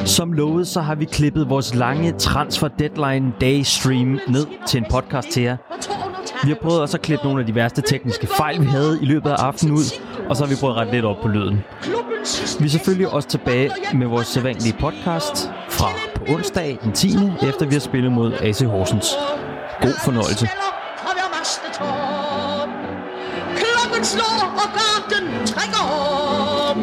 Som lovet, så har vi klippet vores lange Transfer Deadline Day stream ned til en podcast til jer. Vi har prøvet også at klippe nogle af de værste tekniske fejl, vi havde i løbet af aftenen ud, og så har vi prøvet at rette lidt op på lyden. Vi er selvfølgelig også tilbage med vores sædvanlige podcast fra på onsdag den 10. efter vi har spillet mod AC Horsens. God fornøjelse. Klokken slår, og garden trækker om.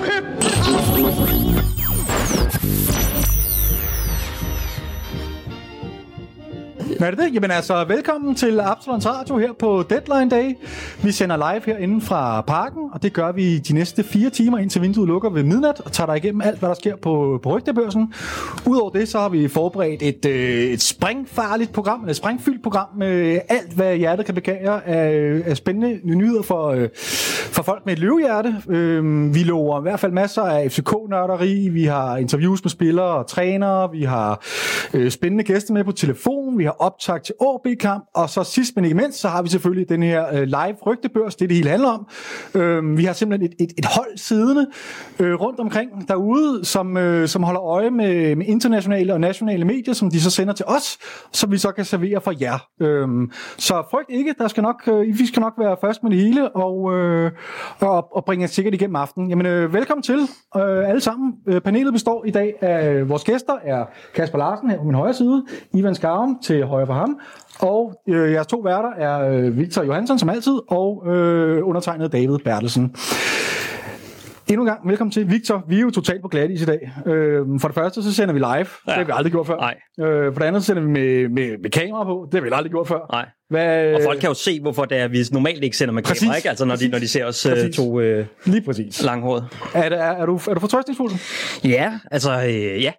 Hvad er det? Jamen altså, velkommen til Absalons Radio her på Deadline Day. Vi sender live herinde fra parken, og det gør vi de næste 4 timer, indtil vinduet lukker ved midnat, og tager dig igennem alt, hvad der sker på Rygtebørsen. Udover det, så har vi forberedt et springfarligt program, eller et springfyldt program med alt, hvad hjertet kan begære af spændende nyheder for folk med et løvehjerte. Vi lover i hvert fald masser af FCK-nørderi, vi har interviews med spillere og trænere, vi har spændende gæster med på telefon, vi har optakt til OB-kamp, og så sidst men ikke mindst, så har vi selvfølgelig den her live rygtebørs, det hele handler om. Vi har simpelthen et hold siddende rundt omkring derude, som holder øje med internationale og nationale medier, som de så sender til os, som vi så kan servere for jer. Så frygt ikke, vi skal nok være først med det hele, og bringe os sikkert igennem aftenen. Jamen, velkommen til alle sammen. Panelet består i dag af vores gæster, er Kasper Larsen her på min højre side, Ivan Skarum til højre for ham, og jeres 2 værter er Victor Johansson som altid, og undertegnet David Bertelsen. Endnu en gang, velkommen til. Victor, vi er jo totalt på glatis i dag. For det første, så sender vi live. Det har vi aldrig gjort før. Nej. For det andet, så sender vi med kamera på. Det har vi aldrig gjort før. Nej. Og folk kan jo se, hvorfor det er, vi normalt ikke sender med kamera, ikke? Altså, når de ser os to lige præcis langhåret. Er du fortrøstningsfuld? Ja, altså, ja.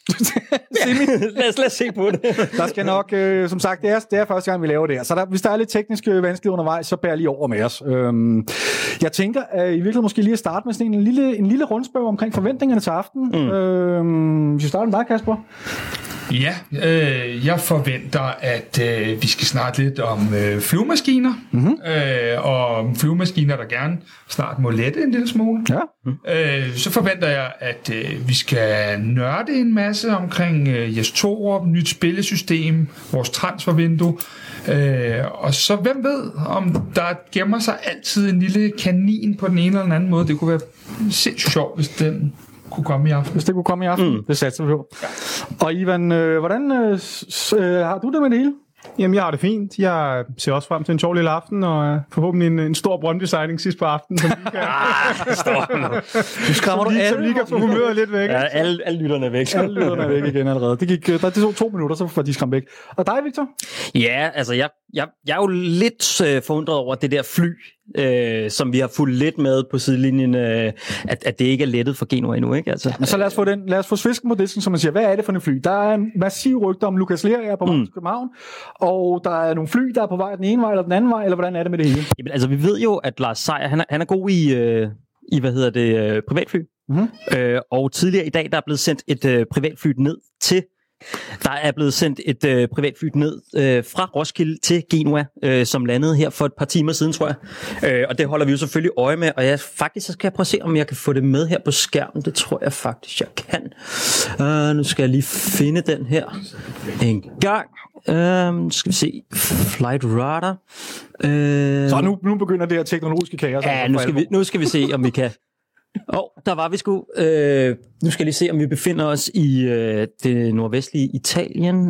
lad os se på det. Der skal nok, som sagt, det er første gang, vi laver det her. Så hvis der er lidt tekniske vanskeligheder undervejs, så bær lige over med os. Jeg tænker, at I virkelig måske lige at starte med sådan en lille rundspørg omkring forventningerne til aftenen. Hvis vi starter med dig, Kasper. Ja, jeg forventer, at vi skal snakke lidt om flyvemaskiner, og flyvemaskiner, der gerne snart må lette en lille smule. Ja. Så forventer jeg, at vi skal nørde en masse omkring Jes Torup, nyt spillesystem, vores transfervindue, og så hvem ved, om der gemmer sig altid en lille kanin på den ene eller den anden måde. Det kunne være sindssygt sjovt, hvis den kunne komme i aften. Hvis det kunne komme i aften, det satser vi på. Ja. Og Ivan, hvordan har du det med det hele? Jamen, jeg har det fint. Jeg ser også frem til en sjov lille aften, og forhåbentlig en stor Brøndby-signing sidst på aftenen, som lige kan... Du skræmmer som lige kan få humøret lidt væk. Ja, alle lytterne er væk. Alle lytterne er væk igen allerede. Det tog 2 minutter, så var de skræmt væk. Og dig, Victor? Ja, altså, jeg er jo lidt forundret over det der fly, som vi har fulgt lidt med på sidelinjen, at det ikke er lettet for Genua endnu, ikke? Altså. Men så lad os få svisken på disken, som man siger. Hvad er det for en fly? Der er en massiv rygter om Lukas Lerager på vej til København, og der er nogle fly, der er på vej den ene vej eller den anden vej, eller hvordan er det med det hele? Jamen, altså, vi ved jo, at Lars Seier, han er god i privatfly. Og tidligere i dag, der er blevet sendt et privatfly ned til Der er blevet sendt et privatfly ned fra Roskilde til Genua, som landede her for et par timer siden, tror jeg. Og det holder vi jo selvfølgelig øje med. Og faktisk så skal jeg prøve at se, om jeg kan få det med her på skærmen. Det tror jeg faktisk, jeg kan. Nu skal jeg lige finde den her en gang. Skal vi se. Flight Radar. Så nu begynder det her teknologiske kaos. Ja, nu skal vi se, om vi kan. Der var vi sgu. Nu skal jeg lige se, om vi befinder os i det nordvestlige Italien.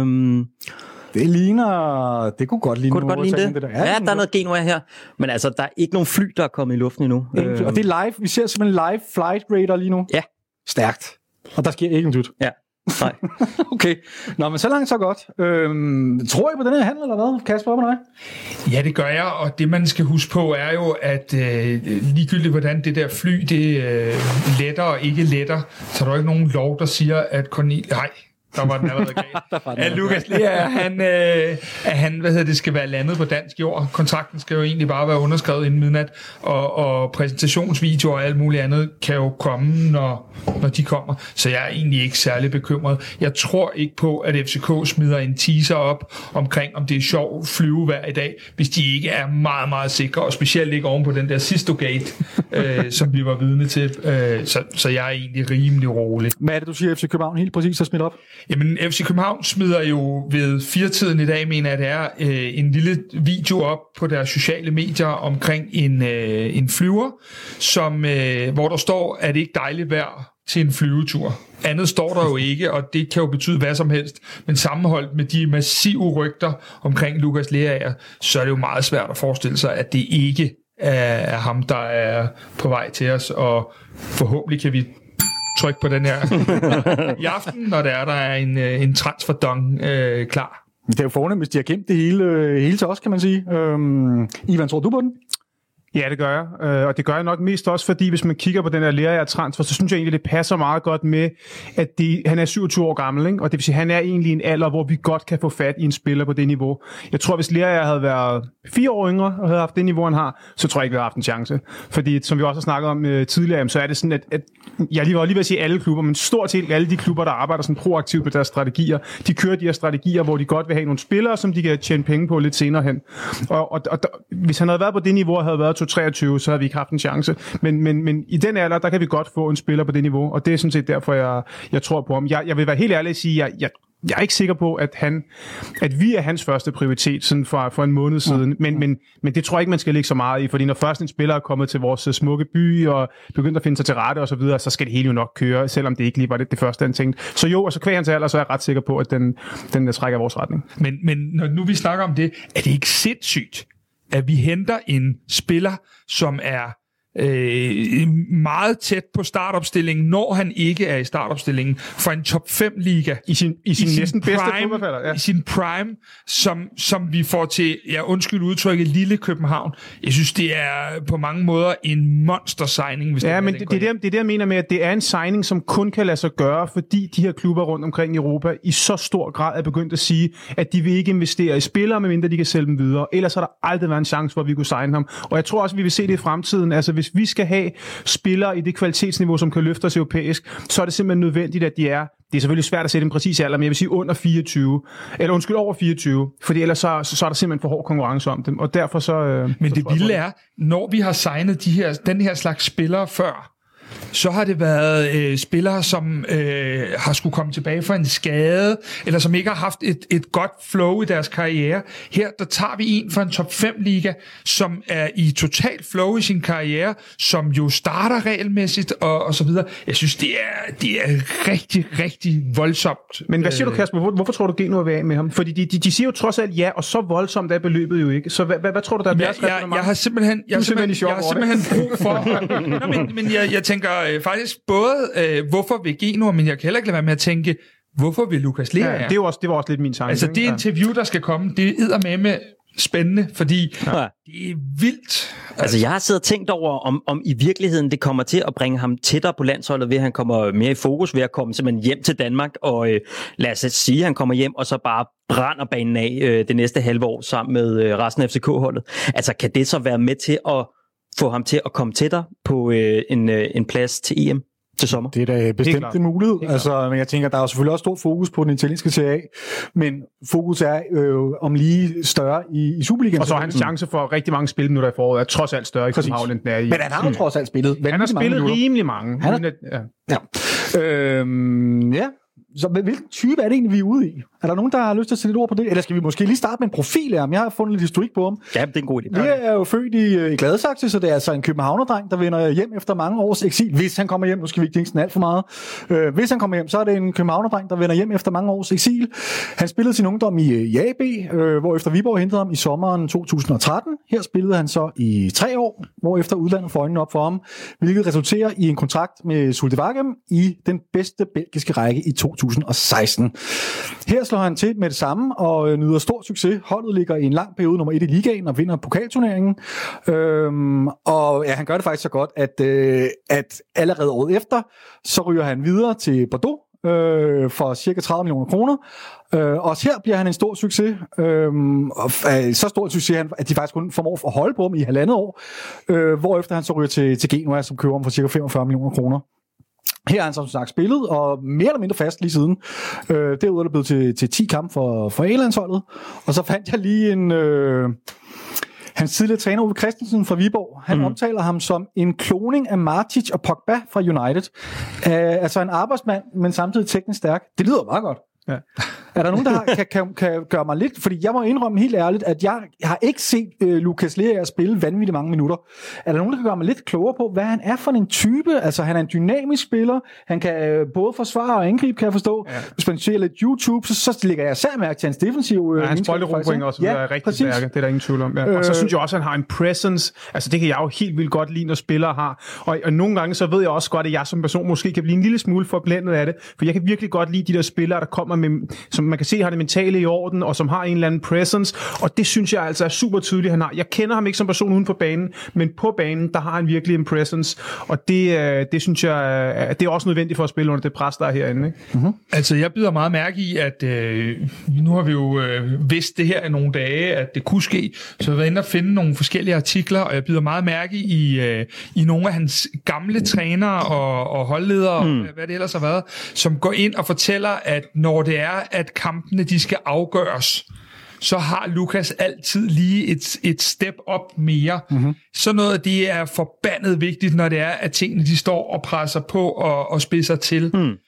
Det kunne godt ligne. Kunne det godt ligne det? Ja, der er noget Genua her. Men altså, der er ikke nogen fly, der er kommet i luften endnu. Og det er live. Vi ser simpelthen live flight radar lige nu. Ja. Stærkt. Og der sker ikke en dyt. Ja. Nej. Okay. Nå, men så langt, så godt. Tror I på den her handel, eller hvad? Kasper, op med dig? Ja, det gør jeg, og det man skal huske på er jo, at ligegyldigt hvordan det der fly, det letter og ikke letter, så er der ikke nogen lov, der siger, at der var den allerede galt. At Lukas Lerager, han skal være landet på dansk jord. Kontrakten skal jo egentlig bare være underskrevet inden midnat, og præsentationsvideoer og alt muligt andet kan jo komme, når de kommer. Så jeg er egentlig ikke særlig bekymret. Jeg tror ikke på, at FCK smider en teaser op omkring, om det er sjov flyve hver i dag, hvis de ikke er meget, meget sikre, og specielt ikke oven på den der Sistogate, som vi var vidne til. Så jeg er egentlig rimelig rolig. Hvad er det, du siger, FC København helt præcis har smidt op? Jamen, FC København smider jo ved 4-tiden i dag, mener jeg, det er en lille video op på deres sociale medier omkring en flyver, hvor der står, at det ikke er dejligt vejr til en flyvetur. Andet står der jo ikke, og det kan jo betyde hvad som helst, men sammenholdt med de massive rygter omkring Lukas Lerager, så er det jo meget svært at forestille sig, at det ikke er ham, der er på vej til os, og forhåbentlig kan vi trykke på den her i aften, når der er en transferdong klar. Det er jo fornemt, hvis de har gemt det hele til os, kan man sige. Ivan, tror du på den? Ja, det gør jeg. Og det gør jeg nok mest også, fordi hvis man kigger på den der Lerager-transfer, så synes jeg egentlig, det passer meget godt med, at han er 27 år gammel, ikke? Og det vil sige, at han er egentlig en alder, hvor vi godt kan få fat i en spiller på det niveau. Jeg tror, hvis Lerager havde været 4 år yngre og havde haft det niveau, han har, så tror jeg ikke, vi havde haft en chance. Fordi, som vi også har snakket om tidligere, så er det sådan, at jeg var lige ved at sige alle klubber, men stort set alle de klubber, der arbejder sådan proaktivt på deres strategier, de kører de her strategier, hvor de godt vil have nogle spillere, som de kan tjene penge på lidt senere hen. Og hvis han havde været på det niveau og havde været 23, så havde vi ikke haft en chance. Men i den alder, der kan vi godt få en spiller på det niveau, og det er sådan set derfor, jeg tror på ham. Jeg vil være helt ærlig at sige, jeg er ikke sikker på, at vi er hans første prioritet sådan for en måned siden, men det tror jeg ikke, man skal lægge så meget i, fordi når først en spiller er kommet til vores smukke by og begyndt at finde sig til rette og så videre, så skal det hele jo nok køre, selvom det ikke lige var det første, han tænkte. Så jo, og så kvæg hans alder, så er jeg ret sikker på, at den trækker vores retning. Men når nu vi snakker om det, er det ikke sindssygt, at vi henter en spiller, som er meget tæt på startopstillingen, når han ikke er i startopstillingen for en top 5 liga i sin næsten bedste fodboldspiller, ja. I sin prime, som vi får til, undskyld udtrykket, lille København. Jeg synes, det er på mange måder en monster signing. Hvis ja, men det er det, jeg mener med, at det er en signing, som kun kan lade sig gøre, fordi de her klubber rundt omkring i Europa i så stor grad er begyndt at sige, at de vil ikke investere i spillere, medmindre de kan sælge dem videre. Ellers har der aldrig været en chance for, at vi kunne signe ham. Og jeg tror også, vi vil se det i fremtiden. Altså, hvis vi skal have spillere i det kvalitetsniveau, som kan løfte os europæisk, så er det simpelthen nødvendigt, at de er. Det er selvfølgelig svært at sætte en præcis alder, men jeg vil sige under 24. Eller undskyld, over 24. Fordi ellers så er der simpelthen for hård konkurrence om dem. Og derfor så... Men det vilde er, når vi har signet den her slags spillere før, så har det været spillere, som har skulle komme tilbage fra en skade, eller som ikke har haft et godt flow i deres karriere. Her, der tager vi en fra en top 5-liga, som er i total flow i sin karriere, som jo starter regelmæssigt, og så videre. Jeg synes, det er rigtig, rigtig voldsomt. Men hvad siger du, Kasper? Hvorfor tror du, Geno vil af med ham? Fordi de siger jo trods alt ja, og så voldsomt er beløbet jo ikke. Så hvad tror du, der er deres ræsonnement? Jeg har simpelthen brug for... men jeg tænker faktisk både, hvorfor vil Geno, men jeg kan heller ikke lade være med at tænke, hvorfor vil Lukas Lerager? Ja, det var også lidt min tanke. Altså det interview, der skal komme, det er med spændende, fordi det er vildt. Altså jeg har siddet og tænkt over, om i virkeligheden det kommer til at bringe ham tættere på landsholdet, ved at han kommer mere i fokus, ved at komme simpelthen hjem til Danmark, og lad os sige, at han kommer hjem, og så bare brænder banen af det næste halve år sammen med resten af FCK-holdet. Altså kan det så være med til at få ham til at komme tættere på en plads til EM til sommer? Det er da bestemt en mulighed. Altså, men jeg tænker, der er jo selvfølgelig også stor fokus på den italienske Serie A, men fokus er om lige større i Superligaen. Og så har hans chance for rigtig mange spilminutter i foråret er trods alt større i København, end den er i... Men han har jo trods alt spillet. Han har spillet rimelig mange. Ja. Så hvilken type er det egentlig, vi er ude i? Er der nogen, der har lyst til at sætte et ord på det? Eller skal vi måske lige starte med en profil af ham? Jeg har fundet lidt historik på ham. Ja, det er en god idé. Det er jo født i Gladsaxe, så det er altså en københavnerdreng, der vender hjem efter mange års eksil. Hvis han kommer hjem, nu skal vi ikke tænke sådan alt for meget. Hvis han kommer hjem, så er det en københavnerdreng, der vender hjem efter mange års eksil. Han spillede sin ungdom i JAB, hvorefter Viborg hentede ham i sommeren 2013. Her spillede han så i 3 år, hvorefter udlandet får øjnene op for ham, hvilket resulterer i en kontrakt med Zulte Waregem i den bedste belgiske række i 2016. Her slår han til med det samme og nyder stor succes. Holdet ligger i en lang periode nummer 1 i ligaen og vinder pokalturneringen. Og ja, han gør det faktisk så godt, at allerede året efter, så ryger han videre til Bordeaux for cirka 30 millioner kroner. Også her bliver han en stor succes. Så stor succes, at de faktisk kun formår at holde på ham i 1,5 år. Hvorefter han så ryger til Genoa, som køber ham for cirka 45 millioner kroner. Her har han som sagt spillet, og mere eller mindre fast lige siden. Derudover er det blevet til 10 kampe for A-landsholdet. Og så fandt jeg lige Hans tidligere træner Ove Christensen fra Viborg, han omtaler ham som en kloning af Martic og Pogba fra United. Altså en arbejdsmand, men samtidig teknisk stærk. Det lyder meget godt. Ja. Er der nogen, der kan gøre mig lidt... Fordi jeg må indrømme helt ærligt, at jeg har ikke set Lucas Lerager spille vanvittigt mange minutter. Er der nogen, der kan gøre mig lidt klogere på, hvad han er for en type? Altså, han er en dynamisk spiller. Han kan både forsvare og angribe, kan jeg forstå. Ja. Hvis man ser lidt YouTube, så lægger jeg særlig mærke til hans defensiv. Ja, hans bolderobring også er rigtig stærke. Det er der ingen tvivl om. Ja. Og så synes jeg også, at han har en presence. Altså, det kan jeg jo helt vildt godt lide, når spillere har. Og nogle gange, så ved jeg også godt, at jeg som person måske kan blive en lille smule forblændet af det. For jeg kan virkelig godt lide de der spillere, der kommer med... som man kan se har det mentale i orden, og som har en eller anden presence, og det synes jeg altså er super tydeligt, han har. Jeg kender ham ikke som person uden for banen, men på banen, der har han virkelig en presence, og det synes jeg, det er også nødvendigt for at spille under det pres, der er herinde. Ikke? Mm-hmm. Altså, jeg bider meget mærke i, at nu har vi jo vidst det her i nogle dage, at det kunne ske, så jeg har været inde og finde nogle forskellige artikler, og jeg bider meget mærke i nogle af hans gamle trænere og holdledere, hvad det ellers har været, som går ind og fortæller, at når det er, at kampene de skal afgøres, så har Lucas altid lige et step op mere. Mm-hmm. Så noget, det er forbandet vigtigt, når det er, at tingene de står og presser på og spidser til.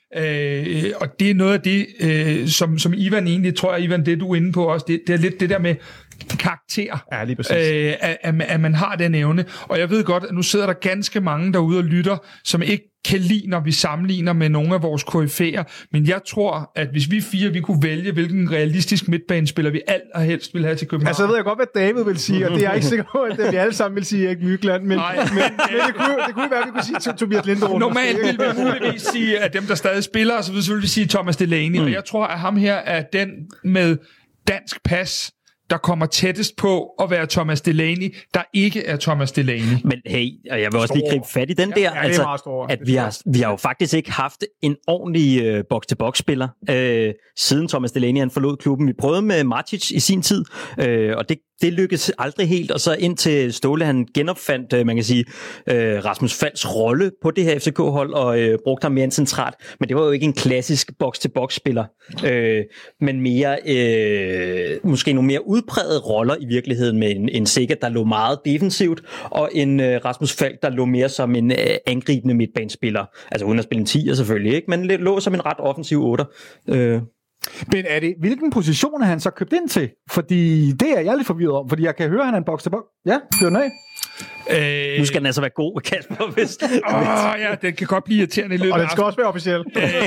Og det er noget af det, som Ivan egentlig, tror jeg, Ivan, det du er inde på også, det er lidt det der med karakter, ja, lige præcis. At man har den evne. Og jeg ved godt, at nu sidder der ganske mange derude og lytter, som ikke kan lide, når vi sammenligner med nogle af vores koryfæer. Men jeg tror, at hvis vi fire, vi kunne vælge, hvilken realistisk midtbanespiller vi helst vil have til København. Altså, jeg ved jeg godt, hvad David vil sige, og det er jeg ikke sikker på, at vi alle sammen vil sige Erik Mykland. Men det kunne være, at vi kunne sige Tobias Linderup. Normalt vil vi muligvis sige, at dem, der stadig spiller, og så vil vi sige Thomas Delaney. Og jeg tror, at ham her er den med dansk pas, der kommer tættest på at være Thomas Delaney, der ikke er Thomas Delaney. Men hey, og jeg vil også lige gribe fat i den der, altså, at vi har jo faktisk ikke haft en ordentlig box-til-box-spiller, siden Thomas Delaney han forlod klubben. Vi prøvede med Martic i sin tid, og det lykkedes aldrig helt, og så indtil Ståle han genopfandt, man kan sige, Rasmus Falds rolle på det her FCK-hold, og brugte ham mere end centralt. Men det var jo ikke en klassisk box-til-box-spiller, men mere, måske nogle mere udprægede roller i virkeligheden, med en Sikker, der lå meget defensivt, og en Rasmus Falk, der lå mere som en angribende midtbanespiller. Altså uden at spille en 10'er selvfølgelig, ikke? Men lå som en ret offensiv 8'er. Men hvilken position er han så købt ind til? Fordi det er jeg lidt forvirret om, fordi jeg kan høre, at han er en box-til-box. Ja, fyr den af. Nu skal den altså være god, Kasper. Ja, den kan godt blive irriterende i løbet af og den skal også være officiel.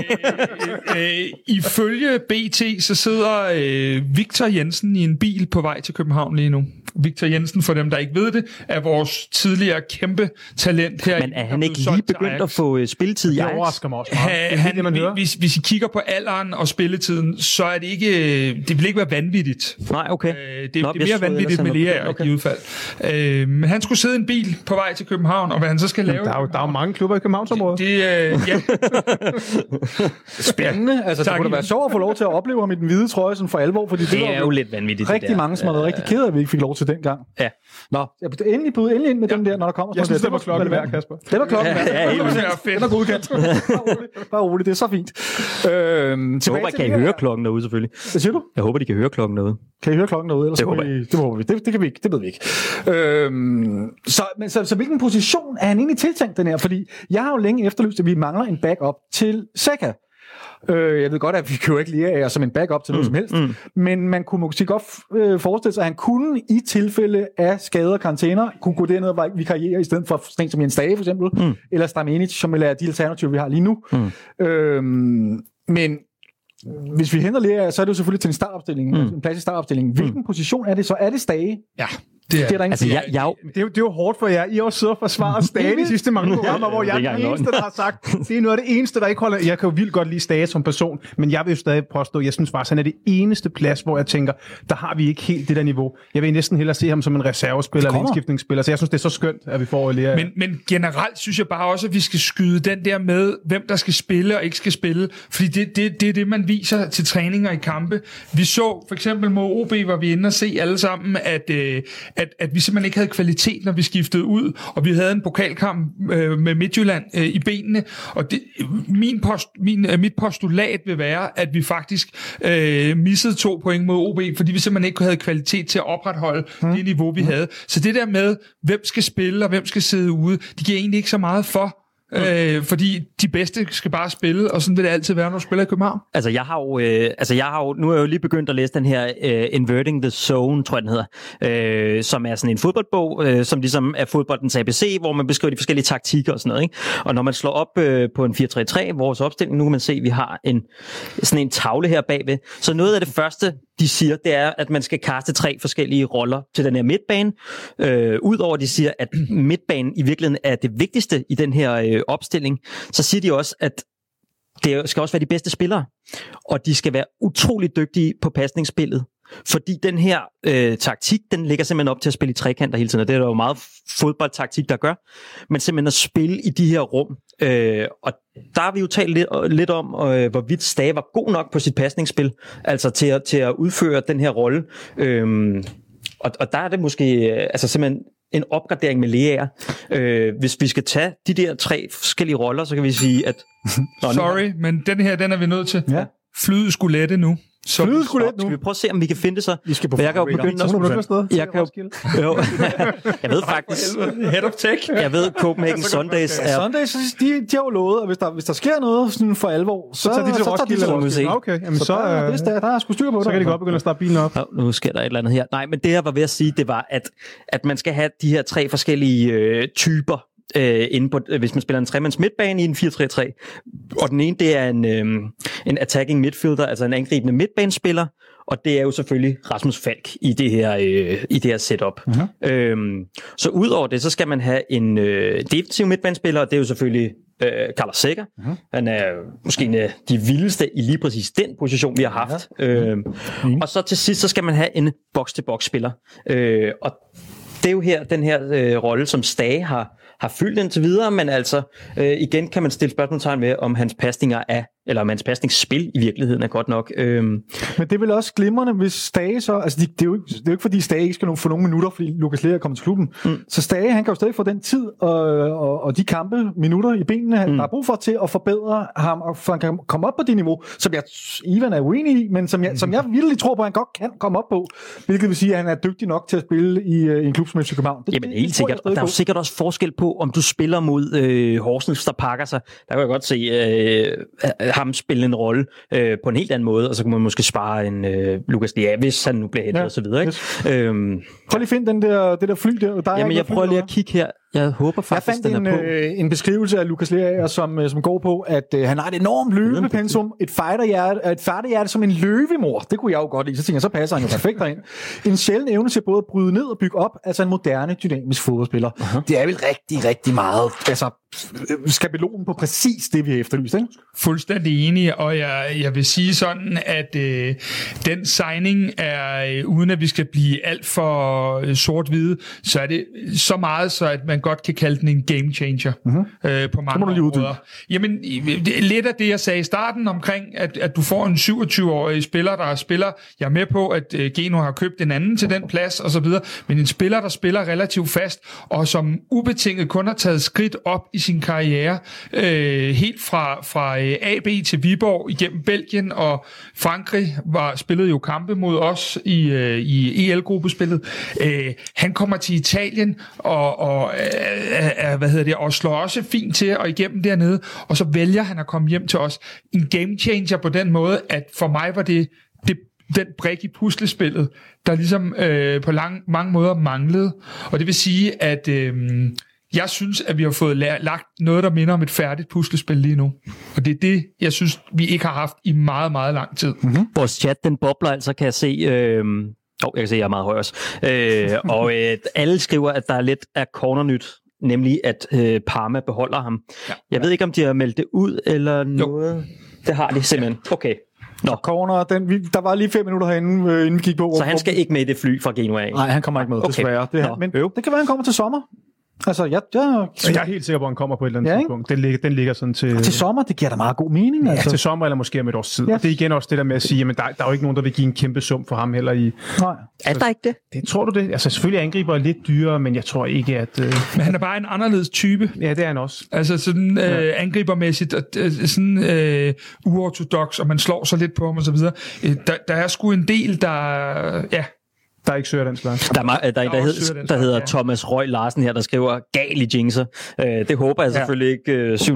Ifølge BT, så sidder Victor Jensen i en bil på vej til København lige nu. Victor Jensen, for dem, der ikke ved det, er vores tidligere kæmpe talent her. Men er han ikke lige begyndt at få spilletid i Ajax? Det overrasker mig også meget. Hvis I kigger på alderen og spilletiden, så er det ikke... Det vil ikke være vanvittigt. Nej, okay. Det er mere vanvittigt med Lerager i udfald. Men han skulle sidde i en bil på vej til København, og hvad han så skal lave... Der er jo mange klubber i Københavnsområdet. Ja. Spændende. Altså, det kunne da være sjovt at få lov til at opleve ham i den hvide trøje sådan for alvor, fordi det er jo lidt vanvittigt. Rigtig mange, som har været rigtig ked af, at vi ikke fik lov til dengang. Ja. Nå, endelig ind med den der, når der kommer. Jeg synes, det var klokken værd, Kasper. Det var klokken værd. Ja, det var godkendt. Bare roligt, det er så fint. Jeg håber, I kan høre klokken derude, selvfølgelig. Hvad siger du? Jeg håber, de kan høre klokken derude. Kan I høre klokken derude? Det håber jeg. Det håber vi. Det kan vi ikke. Det ved vi ikke. Så hvilken position er han egentlig tiltænkt, den her? Fordi jeg har jo længe efterlyst, at vi mangler en backup til Saka. Jeg ved godt, at vi kan jo ikke Lerager som en backup til noget som helst, men man kunne måske godt forestille sig, at han kunne i tilfælde af skader og karantæner kunne gå derned og vikariere i stedet for sådan som Jens Dage for eksempel, eller Stramenic, som er de alternativer, vi har lige nu. Men hvis vi henter Lerager, så er det jo selvfølgelig til en startopstilling, en plads i startopstillingen. Hvilken position er det så? Er det Stage? Ja. Det er der altså, det er jo hårdt for jer. I har også siddet og forsvaret Stage de sidste mange programmer, hvor jeg er den eneste, der har sagt, det er noget af det eneste, der ikke holder. Jeg kan jo vildt godt lide Stage som person, men jeg vil jo stadig påstå, jeg synes faktisk, han er det eneste plads, hvor jeg tænker, der har vi ikke helt det der niveau. Jeg vil næsten hellere se ham som en reservespiller eller indskiftningsspiller, så jeg synes, det er så skønt, at vi får Lerager. Men generelt synes jeg bare også, at vi skal skyde den der med, hvem der skal spille og ikke skal spille, fordi det er det, man viser til træninger i kampe. Vi så for eksempel mod OB, hvor vi inde og se alle sammen, at at vi simpelthen ikke havde kvalitet, når vi skiftede ud, og vi havde en pokalkamp med Midtjylland i benene, og mit postulat vil være, at vi faktisk missede 2 point mod OB, fordi vi simpelthen ikke havde kvalitet til at opretholde det niveau, vi havde. Så det der med, hvem skal spille, og hvem skal sidde ude, det giver egentlig ikke så meget for, fordi de bedste skal bare spille, og sådan vil det altid være, når du spiller i København. Altså, jeg har jo, nu er jeg jo lige begyndt at læse den her Inverting the Zone, tror jeg, den hedder, som er sådan en fodboldbog, som ligesom er fodboldens ABC, hvor man beskriver de forskellige taktikker og sådan noget, ikke? Og når man slår op på en 4-3-3, vores opstilling, nu kan man se, at vi har sådan en tavle her bagved. Så noget af det første, de siger, det er, at man skal kaste 3 forskellige roller til den her midtbane. Udover de siger, at midtbanen i virkeligheden er det vigtigste i den her opstilling, så siger de også, at det skal også være de bedste spillere, og de skal være utrolig dygtige på pasningsspillet. Fordi den her taktik, den ligger simpelthen op til at spille i trekanter hele tiden, og det er der jo meget fodboldtaktik, der gør, men simpelthen at spille i de her rum. Og der har vi jo talt lidt om, hvorvidt Stage var god nok på sit pasningsspil, altså til at udføre den her rolle. Og der er det måske simpelthen en opgradering med Leaer. Hvis vi skal tage de der 3 forskellige roller, så kan vi sige, at... Sorry, men den her, den er er vi nødt til. Ja. Flyet skulle lette nu. Flyet skulle lette nu. Skal vi prøve at se, om vi kan finde det så? Vi skal på jeg kan jo begynde at... Jeg ved faktisk... Head of Tech. Jeg ved, Copenhagen Sundays er... Sundays, de har jo lovet, at hvis der sker noget sådan for alvor, så tager de til Roskilde. Okay, jamen så der er sgu styr på det. Så kan de godt begynde at starte bilen op. Nu sker der et eller andet her. Nej, men det jeg var ved at sige, det var, at man skal have de her 3 forskellige typer inde på, hvis man spiller en 3-mands midtbane i en 4-3-3. Og den ene, det er en attacking midfielder, altså en angribende midtbanespiller, og det er jo selvfølgelig Rasmus Falk i det her setup. Så udover det, så skal man have en defensiv midtbanespiller, og det er jo selvfølgelig Carlos Sækker. Han er måske en af de vildeste i lige præcis den position, vi har haft. Og så til sidst, så skal man have en box-til-box spiller. Og det er jo her, den her rolle, som Stage har fyldt indtil videre, men altså igen kan man stille spørgsmålstegn ved, om hans pasninger er, eller om hans pasningsspil i virkeligheden er godt nok. Men det er vel også glimrende, hvis Stage så... Altså, det er jo ikke fordi Stage ikke skal få nogle minutter, fordi Lukas Leaer kommer til klubben. Så Stage, han kan jo stadig få den tid og de kampe, minutter i benene, der er brug for til at forbedre ham, og for han kan komme op på det niveau, som Ivan er uenig i, men som jeg virkelig tror på, at han godt kan komme op på, hvilket vil sige, at han er dygtig nok til at spille i en klub som FC København. Jamen helt sikkert. Og der er jo sikkert også forskel på, om du spiller mod Horsens, der pakker sig. Der kan jeg godt se ham spille en rolle på en helt anden måde, og så kan man måske spare en Lukas Leaer, hvis han nu bliver hentet og så videre. Ikke? Prøv lige at finde det der fly der. Jamen jeg prøver lige at kigge her. Jeg håber faktisk, den er på. En beskrivelse af Lukas Leaer, som går på, at han har et enormt løbepensum, et fighterhjerte som en løvemor. Det kunne jeg jo godt lide. Så tænker jeg, så passer han jo perfekt derind. En sjælden evne til både at bryde ned og bygge op, altså en moderne, dynamisk fodboldspiller. Det er vel rigtig, rigtig meget, altså skabelonen på præcis det, vi har efterlyst, ikke? Fuldstændig enig, og jeg vil sige sådan, at den signing er, uden at vi skal blive alt for sort-hvide, så er det så meget, så at man godt kan kalde den en game changer på mange områder. Jamen, lidt af det, jeg sagde i starten omkring, at du får en 27-årig spiller, der spiller, jeg er med på, at Geno har købt en anden til den plads, og så videre, men en spiller, der spiller relativt fast, og som ubetinget kun har taget skridt op i sin karriere, helt fra AB til Viborg, igennem Belgien og Frankrig, spillede jo kampe mod os i EL-gruppespillet. Han kommer til Italien, og slår også fint til og igennem dernede, og så vælger han at komme hjem til os. En game changer på den måde, at for mig var det den brik i puslespillet, der ligesom på mange måder manglede. Og det vil sige, at jeg synes, at vi har fået lagt noget, der minder om et færdigt puslespil lige nu. Og det er det, jeg synes, vi ikke har haft i meget, meget lang tid. Vores chat, den bobler altså, kan jeg se... jeg kan se, at jeg er meget høj også. Alle skriver, at der er lidt af cornernyt, nemlig at Parma beholder ham. Ja. Jeg ved ikke, om de har meldt det ud eller noget. Jo. Det har de simpelthen. Okay. Nå. Corner, der var lige 5 minutter herinde, inden vi gik på. Så han skal ikke med i det fly fra Genoa af? Nej, han kommer ikke med, desværre. Men det kan være, han kommer til sommer. Altså, jeg er helt sikker på, at han kommer på et eller andet tidspunkt. Den ligger sådan til sommer, det giver da meget god mening. Altså. Ja, til sommer eller måske om et års tid. Ja. Og det er igen også det der med at sige, jamen der er jo ikke nogen, der vil give en kæmpe sum for ham heller i... Nej. Er der ikke det? Det tror du det? Altså selvfølgelig angriber lidt dyrere, men jeg tror ikke, at... Men han er bare en anderledes type. Ja, det er han også. Altså sådan angribermæssigt, sådan uortodox, og man slår sig lidt på ham og så videre. Der er sgu en del, der ikke søger den slags. Der er en, der hedder Thomas Røg Larsen her, der skriver gal i jinxer. Det håber jeg selvfølgelig ikke 7-9-13.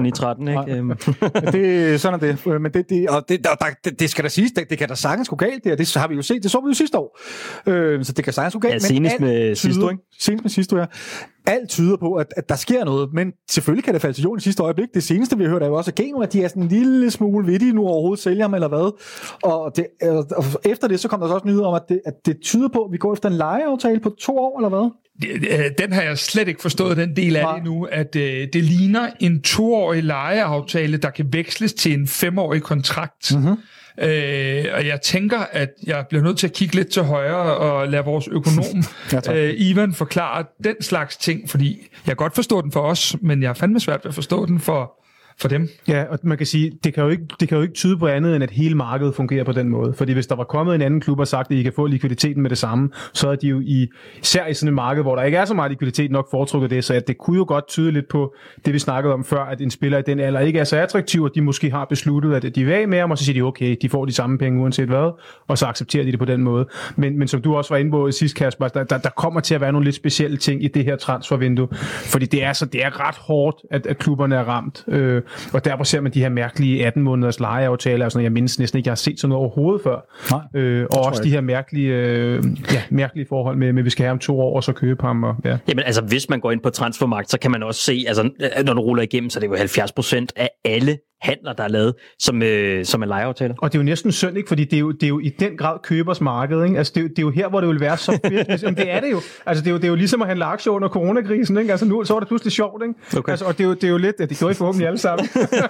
Sådan er det. Men det skal da siges, det kan da sagtens gå galt der. Det har vi jo set. Det så vi jo sidste år. Så det kan sagtens gå galt. Ja, senest med sidste år, ikke? Senest med sidste år, ja. Alt tyder på, at der sker noget, men selvfølgelig kan det falde til jorden i sidste øjeblik. Det seneste, vi har hørt, er jo også, at Geno, at de er sådan en lille smule vittige nu overhovedet, sælger ham eller hvad. Og efter det, så kom der så også nyheder om, at det tyder på, at vi går efter en lejeaftale på 2 år, eller hvad? Den har jeg slet ikke forstået, den del af det nu, at det ligner en 2-årig lejeaftale, der kan veksles til en 5-årig kontrakt. Mm-hmm. Og jeg tænker, at jeg bliver nødt til at kigge lidt til højre og lade vores økonom Ivan forklare den slags ting, fordi jeg kan godt forstå den for os, men jeg er fandme svært ved at forstå den for dem. Ja, og man kan sige, det kan jo ikke tyde på andet, end at hele markedet fungerer på den måde. Fordi hvis der var kommet en anden klub og sagt, at I kan få likviditeten med det samme, så er de jo især i sådan et marked, hvor der ikke er så meget likviditet, nok foretrukket det, så at det kunne jo godt tyde lidt på det, vi snakkede om før, at en spiller i den alder ikke er så attraktiv, og de måske har besluttet, at de vil af med ham, og så siger de, okay, de får de samme penge uanset hvad, og så accepterer de det på den måde. Men som du også var inde på sidst, Kasper, der kommer til at være nogle lidt specielle ting i det her transfervindue, fordi det er ret hårdt, at klubberne er ramt. Og derfor ser man de her mærkelige 18 måneders lejeaftaler og sådan noget. Jeg mindes næsten ikke, jeg har set sådan noget overhovedet før. Og også de her mærkelige forhold med, vi skal have om 2 år, og så købe ham. Og, ja. Jamen altså, hvis man går ind på Transfermarkt, så kan man også se, altså når du ruller igennem, så er det jo 70% af alle handler, der er lavet, som er lejeaftaler. Og det er jo næsten synd, ikke? Fordi det er jo i den grad købers marked, ikke? Altså, det er jo her, hvor det vil være så fedt. Altså, det er det jo. Altså, det er jo ligesom at handle aktier under coronakrisen, ikke? Altså, nu så var det pludselig sjovt, ikke? Okay. Altså, og det er jo lidt, det gjorde I forhåbentlig alle sammen.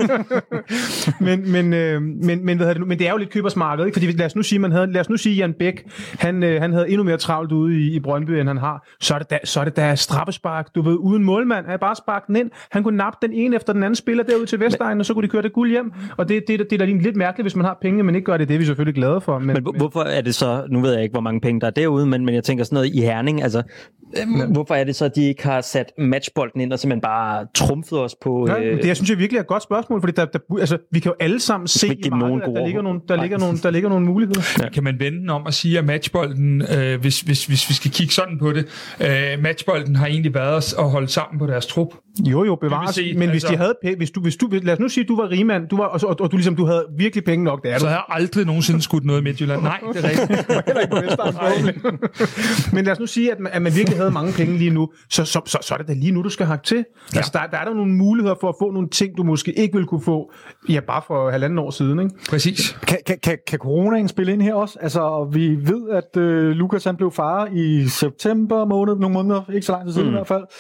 men det er jo lidt købers marked, ikke? Fordi lad os nu sige Jan Bæk, han havde endnu mere travlt ude i Brøndby, end han har. Så er det da straffespark, du ved, uden målmand. Han bare sparket den ind. Han kunne nappe den ene efter den anden spiller derude til Vestegnen, og så kunne de køre det guld hjem, og det er da lidt mærkeligt, hvis man har penge, men ikke gør det. Det er vi selvfølgelig glade for. Men hvorfor er det så, nu ved jeg ikke, hvor mange penge der er derude, men jeg tænker sådan noget i Herning, altså, hvorfor er det så, at de ikke har sat matchbolden ind og simpelthen bare trumfet os på... Det jeg synes jeg virkelig er et godt spørgsmål, fordi altså, vi kan jo alle sammen se i markedet, at der ligger nogle muligheder. Ja. Kan man vende den om og sige, at matchbolden, hvis vi skal kigge sådan på det, matchbolden har egentlig været at holde sammen på deres trup? Jo, bevares. Men hvis de havde lad os nu sige, at du var rigmand, og du havde virkelig penge nok, det er du. Så havde jeg aldrig nogensinde skudt noget i Midtjylland. Nej, det er rigtigt. Heller ikke på Vestegnen. Men lad os nu sige, at man virkelig havde mange penge lige nu, så er det da lige nu, du skal hakke til. Ja. Altså, der er der nogle muligheder for at få nogle ting, du måske ikke ville kunne få, bare for 1,5 år siden, ikke? Præcis. Kan coronaen spille ind her også? Altså, vi ved, at Lukas han blev far i september måned, nogle måneder, ikke så lang tid siden i hvert fald.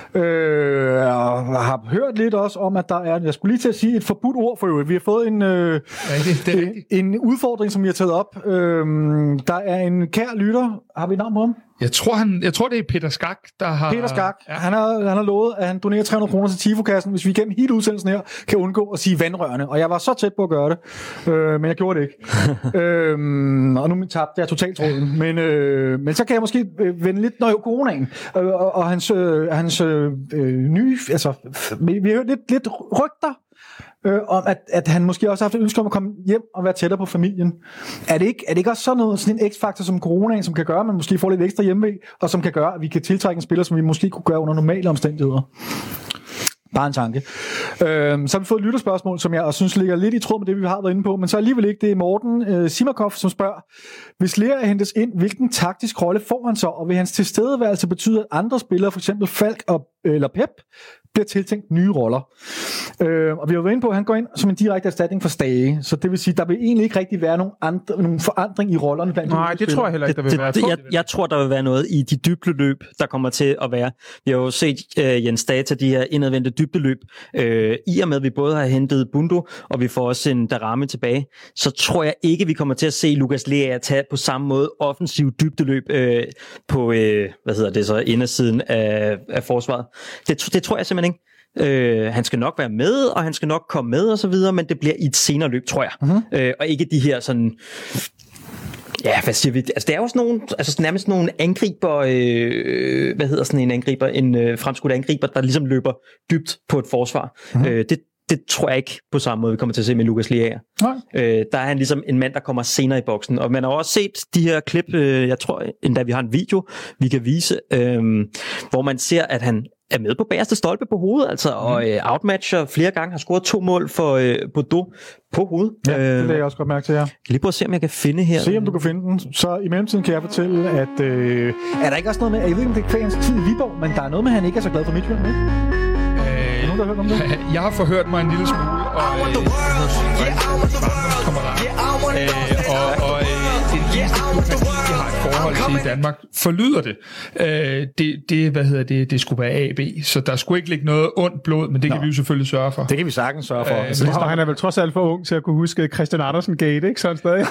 Jeg har hørt lidt også om, at der er, jeg skulle lige til at sige et forbudt ord for øvrigt. Vi har fået en udfordring, som vi har taget op. Der er en kær lytter. Har vi et navn på ham? Jeg tror, det er Peter Skak, der har... Peter Skak. Ja. Han har lovet, at han donerer 300 kroner til Tifo-kassen, hvis vi gennem hele udsendelsen her kan undgå at sige vandrørende. Og jeg var så tæt på at gøre det, men jeg gjorde det ikke. Og nu tabte jeg totalt tråden. Men så kan jeg måske vende lidt, coronaen. Og hans nye... Altså, vi har hørt lidt rygter om, at han måske også har haft et ønske om at komme hjem og være tættere på familien. Er det ikke også sådan en x-faktor som coronaen, som kan gøre, at man måske får lidt ekstra hjemmevæg, og som kan gøre, at vi kan tiltrække en spiller, som vi måske kunne gøre under normale omstændigheder? Bare en tanke. Så har vi fået et lytterspørgsmål, som jeg synes ligger lidt i tråd med det, vi har været inde på, men så alligevel ikke. Det er Morten Simakov, som spørger, hvis Lea hentes ind, hvilken taktisk rolle får han så, og vil hans tilstedeværelse betyde, at andre spillere, f.eks. Falk eller Pep, bliver tiltænkt nye roller? Og vi har været inde på, at han går ind som en direkte erstatning for Stage, så det vil sige, der vil egentlig ikke rigtig være nogen forandring i rollerne blandt Nej, det tror jeg heller ikke, der vil være. Jeg tror, der vil være noget i de dybdeløb, der kommer til at være. Vi har jo set Jens Stage til de her indadvendte dybdeløb. I og med, at vi både har hentet Bundo, og vi får også en Darami tilbage, så tror jeg ikke, vi kommer til at se Lukas Lea tage på samme måde offensiv dybdeløb på, indersiden af forsvaret. Det tror jeg simpelthen ikke. Han skal nok være med, og han skal nok komme med og så videre, men det bliver i et senere løb, tror jeg. Og ikke de her sådan... Ja, hvad siger vi? Altså, det er jo sådan nogle, nærmest nogle angriber, en fremskudt angriber, der ligesom løber dybt på et forsvar. Det tror jeg ikke på samme måde, vi kommer til at se med Lukas Lea. Der er han ligesom en mand, der kommer senere i boksen. Og man har også set de her klip, jeg tror endda vi har en video, vi kan vise, hvor man ser, at han er med på bagerste stolpe på hovedet, altså, og outmatcher flere gange, har scoret 2 mål for Bordeaux på hovedet. Ja, det lader jeg også godt mærke til jer. Lige prøve at se, om jeg kan finde her. Se, om du kan finde den. Så i mellemtiden kan jeg fortælle, at er der ikke også noget med, jeg ved ikke, om det er kvæg hans tid i Viborg, men der er noget med, at han ikke er så glad for Midtjylland, ikke? Der har hørt om det? Jeg har forhørt mig en lille smule, og det eneste klub, man har et forhold til i Danmark, forlyder det. Det skulle være AB, så der skulle ikke ligge noget ondt blod, men det kan vi jo selvfølgelig sørge for. Det kan vi sagtens sørge for. Han er vel trods alt for ung til at kunne huske Christian Andersen Gate, ikke? Så han stadig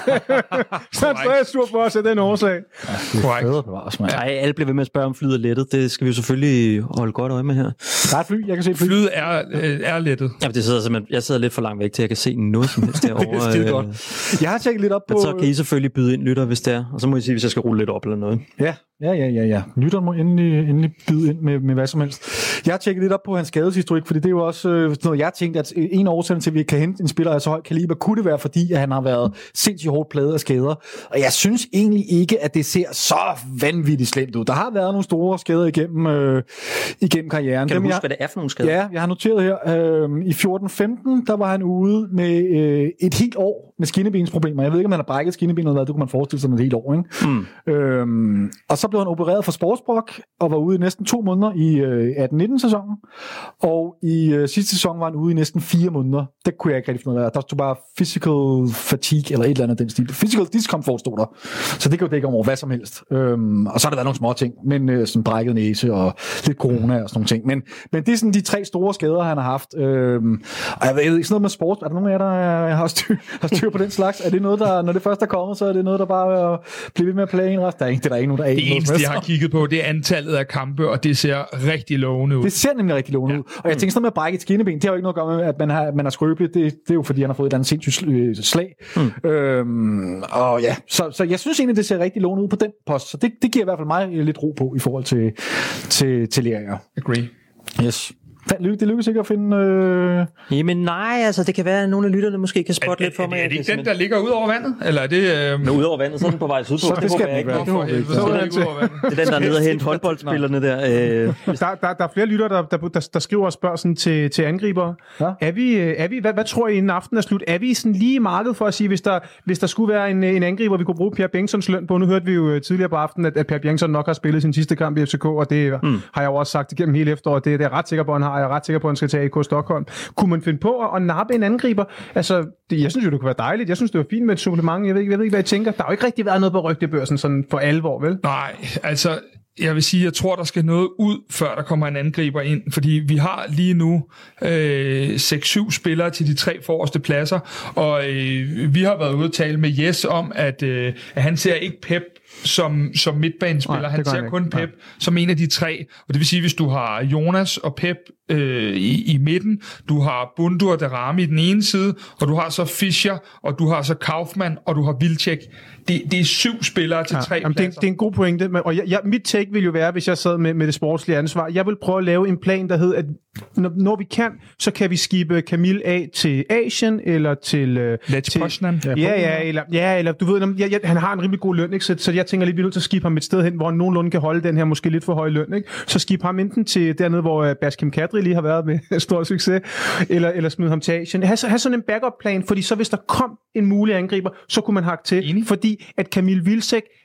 er sur for os af den årsag. Korrekt. Nej, alle bliver ved med at spørge om flyet er lettet. Det skal vi jo selvfølgelig holde godt øje med her. Der er et fly, jeg kan se et fly. Flyet er lettet. Ja, det sidder simpelthen, jeg sidder lidt for langt væk til, at jeg kan se noget som helst derovre. Det er skide godt. Jeg har tjekket lidt op på... Så kan I selvfølgelig byde ind, lytter, hvis det er. Og så må I sige, hvis jeg skal rulle lidt op eller noget. Ja. Lytteren må endelig byde ind med hvad som helst. Jeg har tjekket lidt op på hans skadeshistorik, fordi det er jo også noget, jeg tænkte, at en årsag til, at vi kan hente en spiller af så høj kaliber, kunne det være, fordi at han har været sindssygt hårdt plaget af skader. Og jeg synes egentlig ikke, at det ser så vanvittigt slemt ud. Der har været nogle store skader igennem karrieren. Kan du huske, hvad det er for nogle skader? Ja, jeg har noteret her. I 14-15, der var han ude med et helt år med skinnebensproblemer. Jeg ved ikke, om han har brækket skinnebenet eller hvad. Det kunne man forestille sig med et helt år, ikke? Og så blev han opereret for sportsbrok og var ude i næsten 2 måneder i 18-19 sæsonen. Og i sidste sæson var han ude i næsten 4 måneder. Det kunne jeg ikke rigtig finde ud af. Der stod bare physical fatigue eller et eller andet den stil. Physical discomfort stod der. Så det kan jo dække over hvad som helst. Og så har der været nogle små ting, men sådan brækket næse og lidt corona og sådan nogle ting. Men det er sådan de 3 store skader, han har haft. Og jeg ved ikke, sådan noget med sport. Er der nogen af jer, der har styr på den slags? Er det noget, der, når det først er kommet, så er det noget, der bare bliver ved med at plage en rest? Der er ikke nogen, der er det eneste, jeg har kigget på, det er antallet af kampe, og det ser rigtig lovende ud. Det ser nemlig rigtig lovende ud. Og jeg tænker sådan med at brække et skinneben, det har jo ikke noget at gøre med, at man har skrøbeligt. Det er jo fordi, han har fået et andet sindssygt slag. Og ja, så jeg synes egentlig, det ser rigtig lovende ud på den post. Så det giver i hvert fald mig lidt ro på i forhold til Lerager. Agree. Yes. Det lykkes ikke at finde... Jamen nej, altså det kan være, at nogle af lytterne måske kan spotte lidt for mig. Er det ikke den, der ligger ud over vandet? Eller er det... ud over vandet, så er den på vej sydpå. Så det skal den ikke være. Det er den, der er nede og hente håndboldspillerne der. Der er flere lyttere, der skriver spørgsmål til angriber. Ja. Er vi hvad tror I, inden aften er slut? Er vi sådan lige i markedet for at sige, hvis der skulle være en angriber, vi kunne bruge Per Bengtssons løn på? Nu hørte vi jo tidligere på aftenen, at Per Bengtsson nok har spillet sin sidste kamp i FCK, og det har jeg jo også sagt igennem hele efteråret. Det er jeg ret sikker på, han har. Jeg er ret sikker på, at han skal tage IK Stockholm. Kunne man finde på at nappe en angriber? Altså, jeg synes jo, det kunne være dejligt. Jeg synes, det var fint med et supplement. Jeg ved ikke, hvad jeg tænker. Der har jo ikke rigtig været noget på rygtebørsen sådan for alvor, vel? Nej, altså... Jeg vil sige, jeg tror, der skal noget ud, før der kommer en angriber ind. Fordi vi har lige nu 6-7 spillere til de 3 forreste pladser. Og vi har været ude at tale med Jes om, at han ser ikke Pep som midtbanespiller. Nej, han ser kun Pep som en af de 3. Og det vil sige, hvis du har Jonas og Pep i midten, du har Bundu og Darami i den ene side, og du har så Fischer, og du har så Kaufmann, og du har Wilczek. Det er 7 spillere til 3 pladser. Det er en god pointe. Og mit take vil jo være, hvis jeg sad med det sportslige ansvar, jeg vil prøve at lave en plan, der hedder, at når vi kan, så kan vi skibe Camille af til Asien, eller til... Lech Poznan. Eller du ved, han har en rimelig god løn, ikke? Så jeg tænker lidt, vi er nødt til at skibe ham et sted hen, hvor han nogenlunde kan holde den her måske lidt for høje løn, ikke? Så skibe ham enten til dernede, hvor Baskim Kadri lige har været med stor succes, eller smide ham til Asien. Ha' sådan en backup-plan, fordi så hvis der kom en mulig angriber, så kunne man hakke til. Fordi at Camille Wilczek,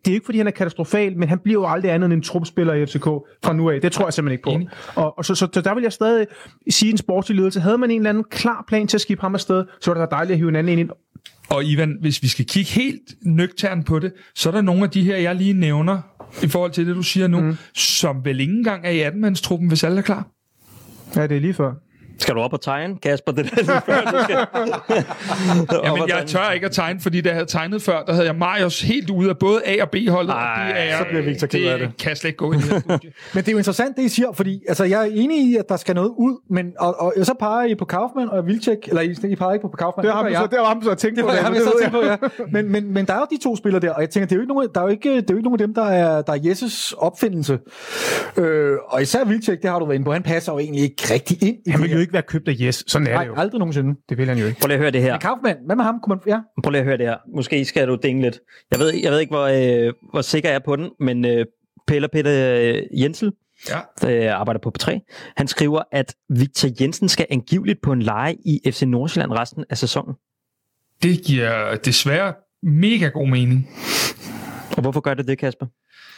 det er ikke, fordi han er katastrofal, men han bliver jo aldrig andet end en trupspiller i FCK fra nu af. Det tror jeg simpelthen ikke på. Og så der vil jeg stadig sige en sportslig ledelse. Havde man en eller anden klar plan til at skifte ham afsted, så var det dejligt at hive en anden ind. Og Ivan, hvis vi skal kigge helt nøgternt på det, så er der nogle af de her, jeg lige nævner, i forhold til det, du siger nu, som vel ikke engang er i 18-mandstruppen, hvis alle er klar. Ja, det er lige før. Skal du op og tegne, Kasper? Det der lige før, du skal... Jamen, jeg tør ikke at tegne, fordi da jeg havde tegnet før, der havde jeg Marius helt ude af både A- og B-holdet. Så bliver Victor ked af det. Kan jeg slet ikke gå i det her studie. Men det er jo interessant, det I siger, fordi altså, jeg er enig i, at der skal noget ud, men og så peger I på Kaufmann og Wilczek, eller I peger ikke på Kaufmann. Det var ham, så jeg tænkte på det. Men der er jo de to spillere der, og jeg tænker, det er jo ikke nogen af dem, der er Jesses opfindelse. Og især Wilczek, det har du været inde på, han passer jo egentlig ikke rigtig ind i han vil jo ikke være købt af Jes, sådan er det jo. Nej, aldrig nogensinde. Det vil han jo ikke. Prøv lige at høre det her. Men Kaufmann, hvad med ham? Prøv lige at høre det her. Måske skal du dinge lidt. Jeg ved ikke, hvor sikker jeg er på den, men Peter Jensel, der arbejder på P3, han skriver, at Victor Jensen skal angiveligt på en leje i FC Nordsjælland resten af sæsonen. Det giver desværre mega god mening. Og hvorfor gør det, Kasper?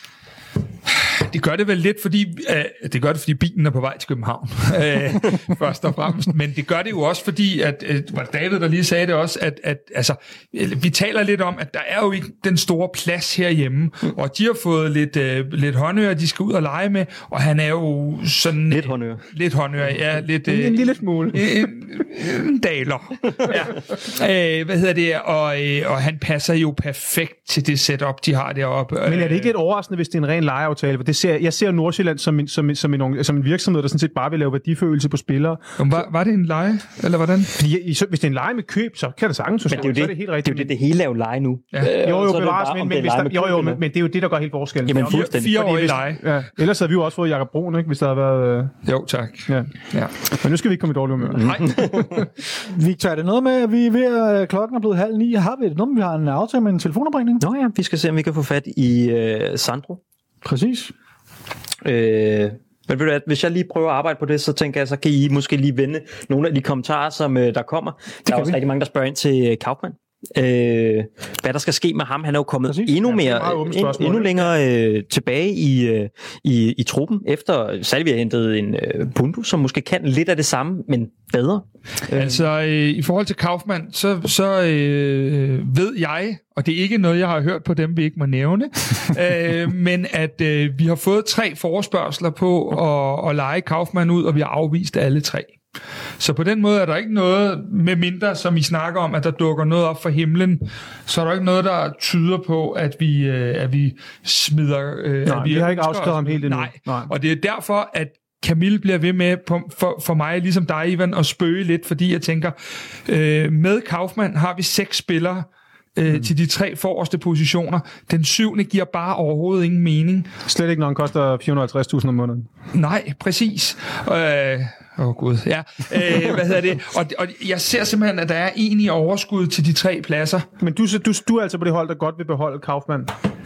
Det gør det vel lidt, fordi bilen er på vej til København, først og fremmest. Men det gør det jo også, fordi, at David, der lige sagde det også, at altså, vi taler lidt om, at der er jo ikke den store plads herhjemme, og de har fået lidt håndører, de skal ud og lege med, og han er jo sådan... Lidt håndører. Lidt håndører, ja. En lille smule. En daler. Ja. Hvad hedder det? Og han passer jo perfekt til det setup, de har deroppe. Men er det ikke lidt overraskende, hvis det er en ren lejeaftale? Jeg ser Nordsjælland som en virksomhed, der sådan set bare vil lave værdiforøgelse på spillere. Var det en leje, eller hvordan? Fordi, hvis det er en leje med køb, så kan det sagtens forstå. Men det er jo helt rigtigt. Det er jo det hele er jo leje nu. Ja. Men det er jo det, der gør helt forskellen. Jamen fuldstændig. 4 år i leje. Ja. Ellers havde vi jo også fået Jakob Brun, ikke, hvis der havde været... Jo, tak. Ja. Men nu skal vi ikke komme i dårlig humør. Nej. Victor, er det noget med, at vi er ved at klokken er blevet 8:30? Har vi det noget med, vi har en aftale med en telefonopringning? Nå ja, vi skal se, om vi kan få fat i Sandro. Præcis. Men ved du at, hvis jeg lige prøver at arbejde på det, så tænker jeg, så kan I måske lige vende nogle af de kommentarer, som der kommer. Der er også rigtig mange, der spørger ind til Kaufmann. Hvad der skal ske med ham. Han er jo kommet endnu længere tilbage i truppen, efter særligt vi har hentet en Bundu, som måske kan lidt af det samme, men bedre. Altså i forhold til Kaufmann, så ved jeg, og det er ikke noget, jeg har hørt på dem, vi ikke må nævne, men at vi har fået 3 forespørgsler på at lege Kaufmann ud, og vi har afvist alle 3. Så på den måde er der ikke noget, med mindre som I snakker om, at der dukker noget op fra himlen, så er der ikke noget, der tyder på, at vi smider... Nej, vi har ikke afskrevet ham helt endnu. Nej, og det er derfor, at Camille bliver ved med for mig, ligesom dig, Ivan, at spøge lidt, fordi jeg tænker, med Kaufmann har vi 6 spillere til de 3 forreste positioner. Den 7. giver bare overhovedet ingen mening. Slet ikke, når han koster 450.000 om måneden. Nej, præcis. Gud, ja. Hvad hedder det? Og jeg ser simpelthen, at der er egentlig overskud til de 3 pladser. Men du er altså på det hold, der godt vil beholde Kaufmann?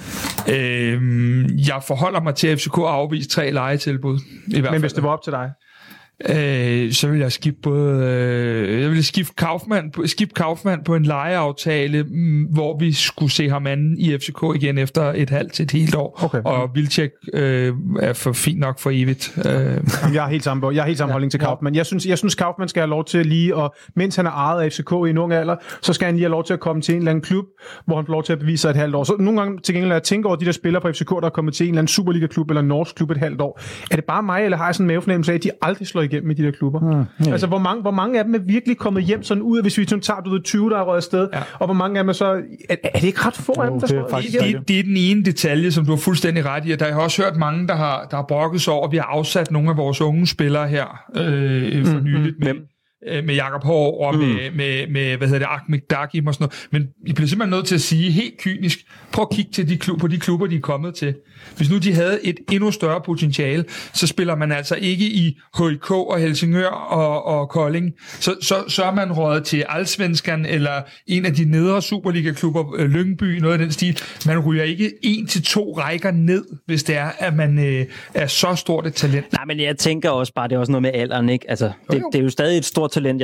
Jeg forholder mig til, at FCK har afvist 3 lejetilbud. Men hvis det var op til dig? Så vil jeg skifte Kaufmann på en lejeaftale, hvor vi skulle se ham anden i FCK igen efter et halvt til et helt år. Okay. Og Wilczek er for fint nok for evigt. Jeg har helt samme holdning til Kaufmann. Jeg synes Kaufmann skal have lov til lige, og mens han er ejet af FCK i en ung alder, så skal han lige have lov til at komme til en eller anden klub, hvor han får lov til at bevise sig et halvt år. Så nogle gange til gengæld, når jeg tænker over de der spillere på FCK, der er kommet til en eller anden Superliga-klub eller en norsk klub et halvt år, er det bare mig, eller har jeg sådan en mavefornemmelse af, at de aldrig slår igennem i de der klubber? Altså, hvor mange af dem er virkelig kommet hjem sådan ud, hvis vi tager 20, der er røget afsted, og hvor mange af dem er så... Er det ikke ret få af dem, der slår igennem? Det er den ene detalje, som du har fuldstændig ret i, og der har også hørt mange, der har brokket sig over, at vi har afsat nogle af vores unge spillere her for nyligt med Jakob Hård og med hvad hedder det, Ahmed Dakim og sådan noget. Men I bliver simpelthen nødt til at sige helt kynisk, prøv at kigge til på de klubber, de er kommet til. Hvis nu de havde et endnu større potentiale, så spiller man altså ikke i HIK og Helsingør og Kolding. Så er man røget til Allsvenskan eller en af de nedre Superliga-klubber, Lyngby, noget af den stil. Man ryger ikke 1-2 rækker ned, hvis det er, at man er så stort et talent. Nej, men jeg tænker også bare, det er også noget med alderen, ikke? Altså, det er jo stadig et stort talent. Jeg tror,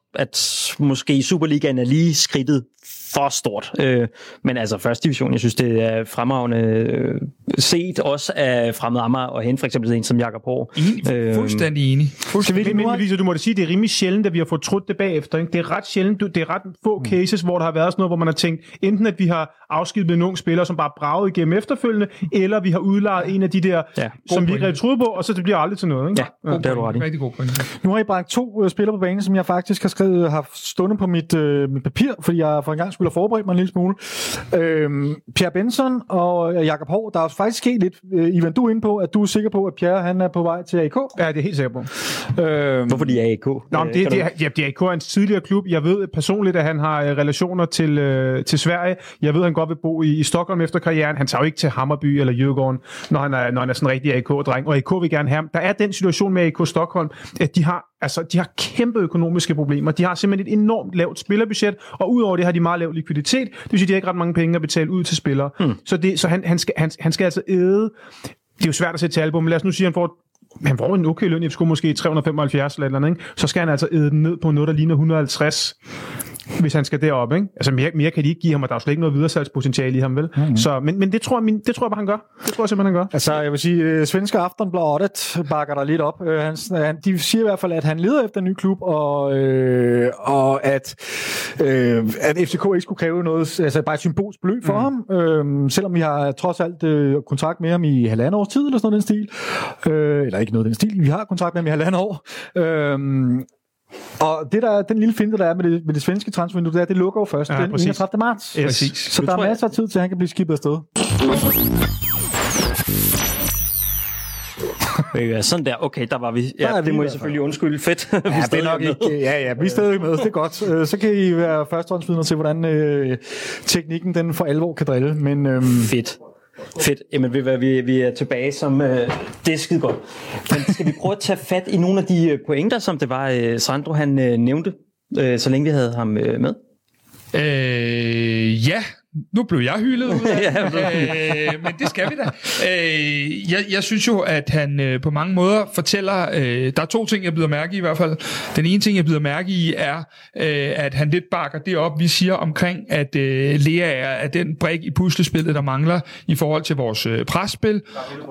at måske Superligaen er lige skridtet for stort. Men altså første division, jeg synes, det er fremragende set også af Fremad Amager og hen for eksempel en som Jakob Haahr. Fuldstændig enig. Du må da sige, det er rimelig sjældent, at vi har fået trudt det bagefter. Ikke? Det er ret sjældent. Det er ret få cases, hvor der har været sådan noget, hvor man har tænkt, enten at vi har afskidt en ung spiller, som bare braget igennem efterfølgende, eller vi har udlejet en af de der, som vi ikke rigtig troede på, og så det bliver aldrig til noget. Ikke? Ja, det er du ret i. Rigtig god pointe. Nu har I bragt 2 spillere på banen, som jeg faktisk har stående på mit papir, fordi jeg for en gang skulle have forberedt mig en lille smule. Pierre Benson og Jakob Haahr, der er faktisk sket lidt. Ivan, du er inde på, at du er sikker på, at Pierre han er på vej til AK. Ja, det er helt sikker på. Hvorfor de er AK? Nå, det er AK er en tidligere klub. Jeg ved personligt, at han har relationer til Sverige. Jeg ved, at han godt vil bo i Stockholm efter karrieren. Han tager jo ikke til Hammarby eller Djurgården, når han er sådan en rigtig AK-dreng. Og AK vil gerne have ham. Der er den situation med AK Stockholm, at de har kæmpe økonomiske problemer. De har simpelthen et enormt lavt spillerbudget, og udover det har de meget lav likviditet. Det vil sige, at de har ikke ret mange penge at betale ud til spillere. Så han skal altså æde. Det er jo svært at sætte til album, men lad os nu sige, at han får en okay løn i FCK, måske 375 eller andet, ikke? Så skal han altså æde den ned på noget, der ligner 150, hvis han skal derop, ikke? Altså mere kan de ikke give ham, og der er slet ikke noget videresalgspotentiale i ham, vel? Så, men det tror jeg bare, han gør. Det tror jeg simpelthen, han gør. Altså, jeg vil sige, svenske Aftonbladet bakker der lidt op. De siger i hvert fald, at han leder efter en ny klub, og at FCK ikke skulle kræve noget, altså bare et symbolsk beløb for ham, selvom vi har trods alt kontrakt med ham i 1,5 års tid, eller sådan noget den stil. Eller ikke noget den stil, vi har kontrakt med ham i 1,5 år. Og det der, den lille finte, der er med det svenske transfervindue, det lukker jo først den 31. marts. Præcis. Så der er masser af tid til, at han kan blive skibet afsted. Ja, sådan der. Okay, der var vi. Ja, det må I selvfølgelig undskylde. Fedt. Ja, det er nok ikke. Ja, vi er stadig med. Det er godt. Så kan I være førstehåndsvidner til, hvordan teknikken den for alvor kan drille. Men, Fedt. Jamen, vi er tilbage som... det er skide godt. Men skal vi prøve at tage fat i nogle af de pointer, som det var, Sandro han nævnte, så længe vi havde ham med? Ja, nu blev jeg hyldet ud af, men det skal vi da. Jeg synes jo, at han på mange måder fortæller, der er 2 ting, jeg bider mærke i hvert fald. Den ene ting, jeg bider mærke i, er, at han lidt bakker det op, vi siger omkring, at Lea er den brik i puslespillet, der mangler i forhold til vores presspil.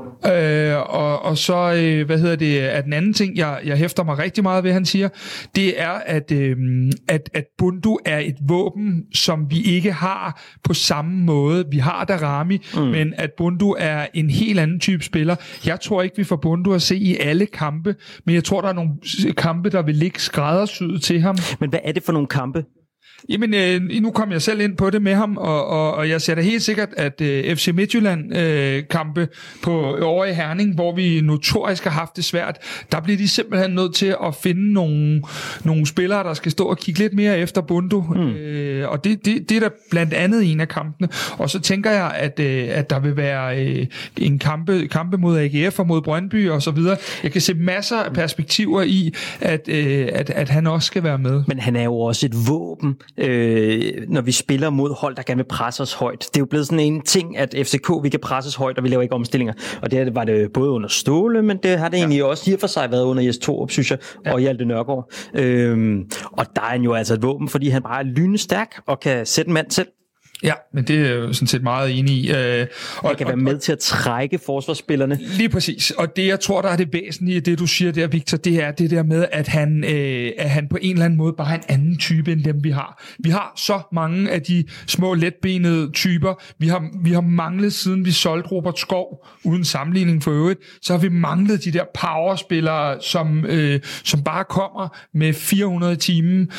Og så, at den anden ting, jeg hæfter mig rigtig meget ved, han siger, det er, at Bundu er et våben, som vi ikke har på samme måde. Vi har Darami, men at Bundu er en helt anden type spiller. Jeg tror ikke, vi får Bundu at se i alle kampe, men jeg tror, der er nogle kampe, der vil ligge skræddersyet til ham. Men hvad er det for nogle kampe? Jamen, nu kom jeg selv ind på det med ham, og jeg ser da helt sikkert, at FC Midtjylland kampe over i Herning, hvor vi notorisk har haft det svært, der bliver de simpelthen nødt til at finde nogle spillere, der skal stå og kigge lidt mere efter Bundu. Og det er da blandt andet en af kampene. Og så tænker jeg, at der vil være en kampe mod AGF og mod Brøndby og så videre. Jeg kan se masser af perspektiver i, at han også skal være med. Men han er jo også et våben, når vi spiller mod hold, der gerne vil presse os højt. Det er jo blevet sådan en ting, at FCK, vi kan presses højt, og vi laver ikke omstillinger. Og det var det både under Ståle, men det har det egentlig også i og for sig været under Jes Torup, synes jeg, og Hjalte Nørgaard. Og der er han jo altså et våben, fordi han bare er lynestærk og kan sætte en mand selv. Ja, men det er jo sådan set meget enig i. Og kan være med til at trække forsvarsspillerne. Lige præcis. Og det, jeg tror, der er det væsentlige, det du siger der, Victor, det er det der med, at han på en eller anden måde bare er en anden type, end dem vi har. Vi har så mange af de små, letbenede typer. Vi har manglet, siden vi solgte Robert Skov, uden sammenligning for øvrigt, så har vi manglet de der powerspillere, som bare kommer med 400 i timen.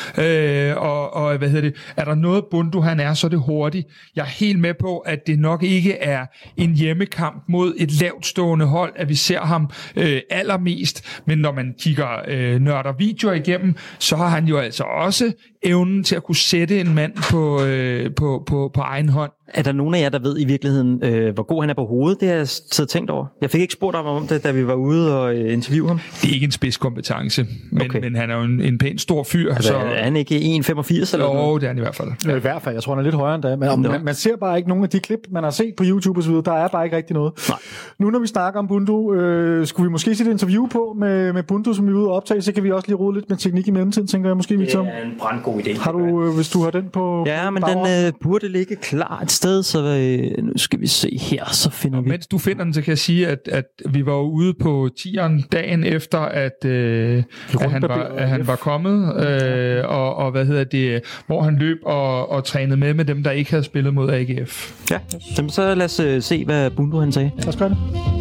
Er der noget Bundu, han er, så er det hurtigt. Jeg er helt med på, at det nok ikke er en hjemmekamp mod et lavtstående hold, at vi ser ham allermest, men når man kigger nørder videoer igennem, så har han jo altså også evnen til at kunne sætte en mand på egen hånd. Er der nogen af jer, der ved i virkeligheden, hvor god han er på hovedet? Det har jeg siddet og tænkt over. Jeg fik ikke spurgt om det, da vi var ude og interviewe ham. Det er ikke en spidskompetence, men han er jo en pæn stor fyr. Altså, er han ikke 1,85 eller noget? Jo, det er han i hvert fald. Ja. I hvert fald, jeg tror, han er lidt højere end da. Men man ser bare ikke nogen af de klip, man har set på YouTube og så videre. Der er bare ikke rigtig noget. Nej. Nu når vi snakker om Bundu, skulle vi måske sætte et interview på med Bundu, som vi er ude og optage, så kan vi også lige rode lidt med teknik i mellemtiden, tænker jeg måske, Victor. Det er en brandgod idé. Har du, hvis du har den på... Ja, men den burde ligge klar et sted, så nu skal vi se her, så finder vi... Mens du finder den, så kan jeg sige, at vi var ude på 10'eren dagen efter, at han var kommet, og hvor han løb og trænede med dem, der ikke havde spillet mod AGF. Ja, så lad os se, hvad Bundu han sagde. Lad os gøre det.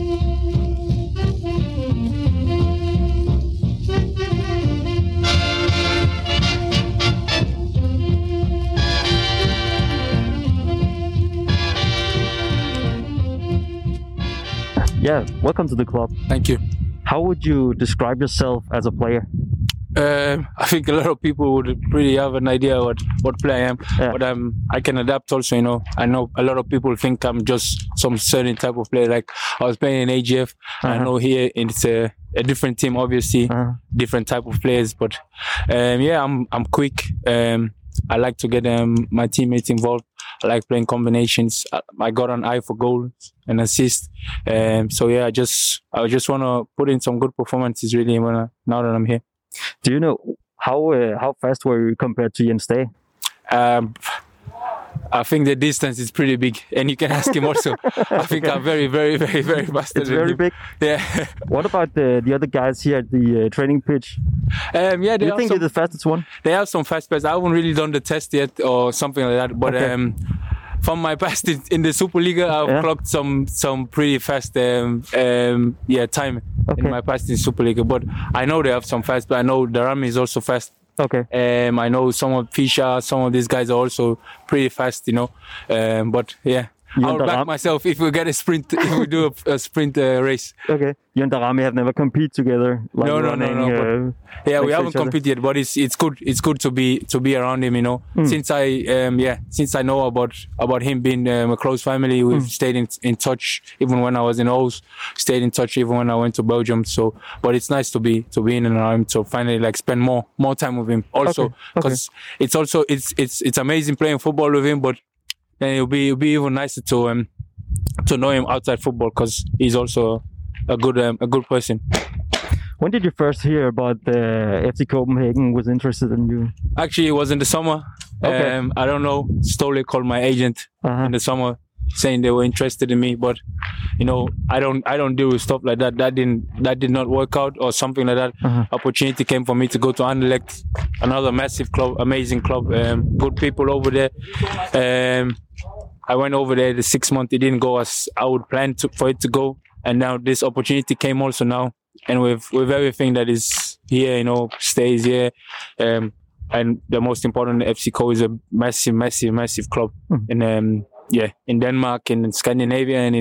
Yeah, welcome to the club. Thank you. How would you describe yourself as a player? I think a lot of people would really have an idea what player I am, but I can adapt also. I know a lot of people think I'm just some certain type of player. Like I was playing in AGF, I know here it's a different team, obviously, different type of players. But I'm quick. I like to get my teammates involved. I like playing combinations. I got an eye for goals and assists. I just want to put in some good performances really now that I'm here. Do you know how fast were you compared to Jens Day? I think the distance is pretty big, and you can ask him also. I think I'm very, very, very, very faster It's than very him. big. Yeah. What about the other guys here at the training pitch? Do you think you're the fastest one? They have some fast pace. I haven't really done the test yet or something like that, but from my past in the Superliga, I've clocked some pretty fast time in my past in Superliga. But I know they have some fast, but I know Darami is also fast. Okay. I know some of Fischer, some of these guys are also pretty fast, but yeah. I'll back myself if we get a sprint, if we do a sprint race. Okay. You and Darami have never competed together. Like No. We haven't competed yet, but it's good. It's good to be around him. Since I know about him being a close family, we've stayed in touch even when I was in O's. Stayed in touch even when I went to Belgium. So, but it's nice to be in and around him. To finally spend more time with him. Also, because it's amazing playing football with him, but. And it'll be even nicer to know him outside football because he's also a good person. When did you first hear about FC Copenhagen was interested in you? Actually, it was in the summer. Okay. I don't know. Stoli called my agent in the summer saying they were interested in me, but I don't deal with stuff like that. That did not work out or something like that. Opportunity came for me to go to Anderlecht, another massive club, amazing club, good people over there. I went over there the 6 months. It didn't go as I would plan for it to go, and now this opportunity came also now, and with everything that is here, stays here. And the most important, FC Co is a massive club in Denmark, in Scandinavia, and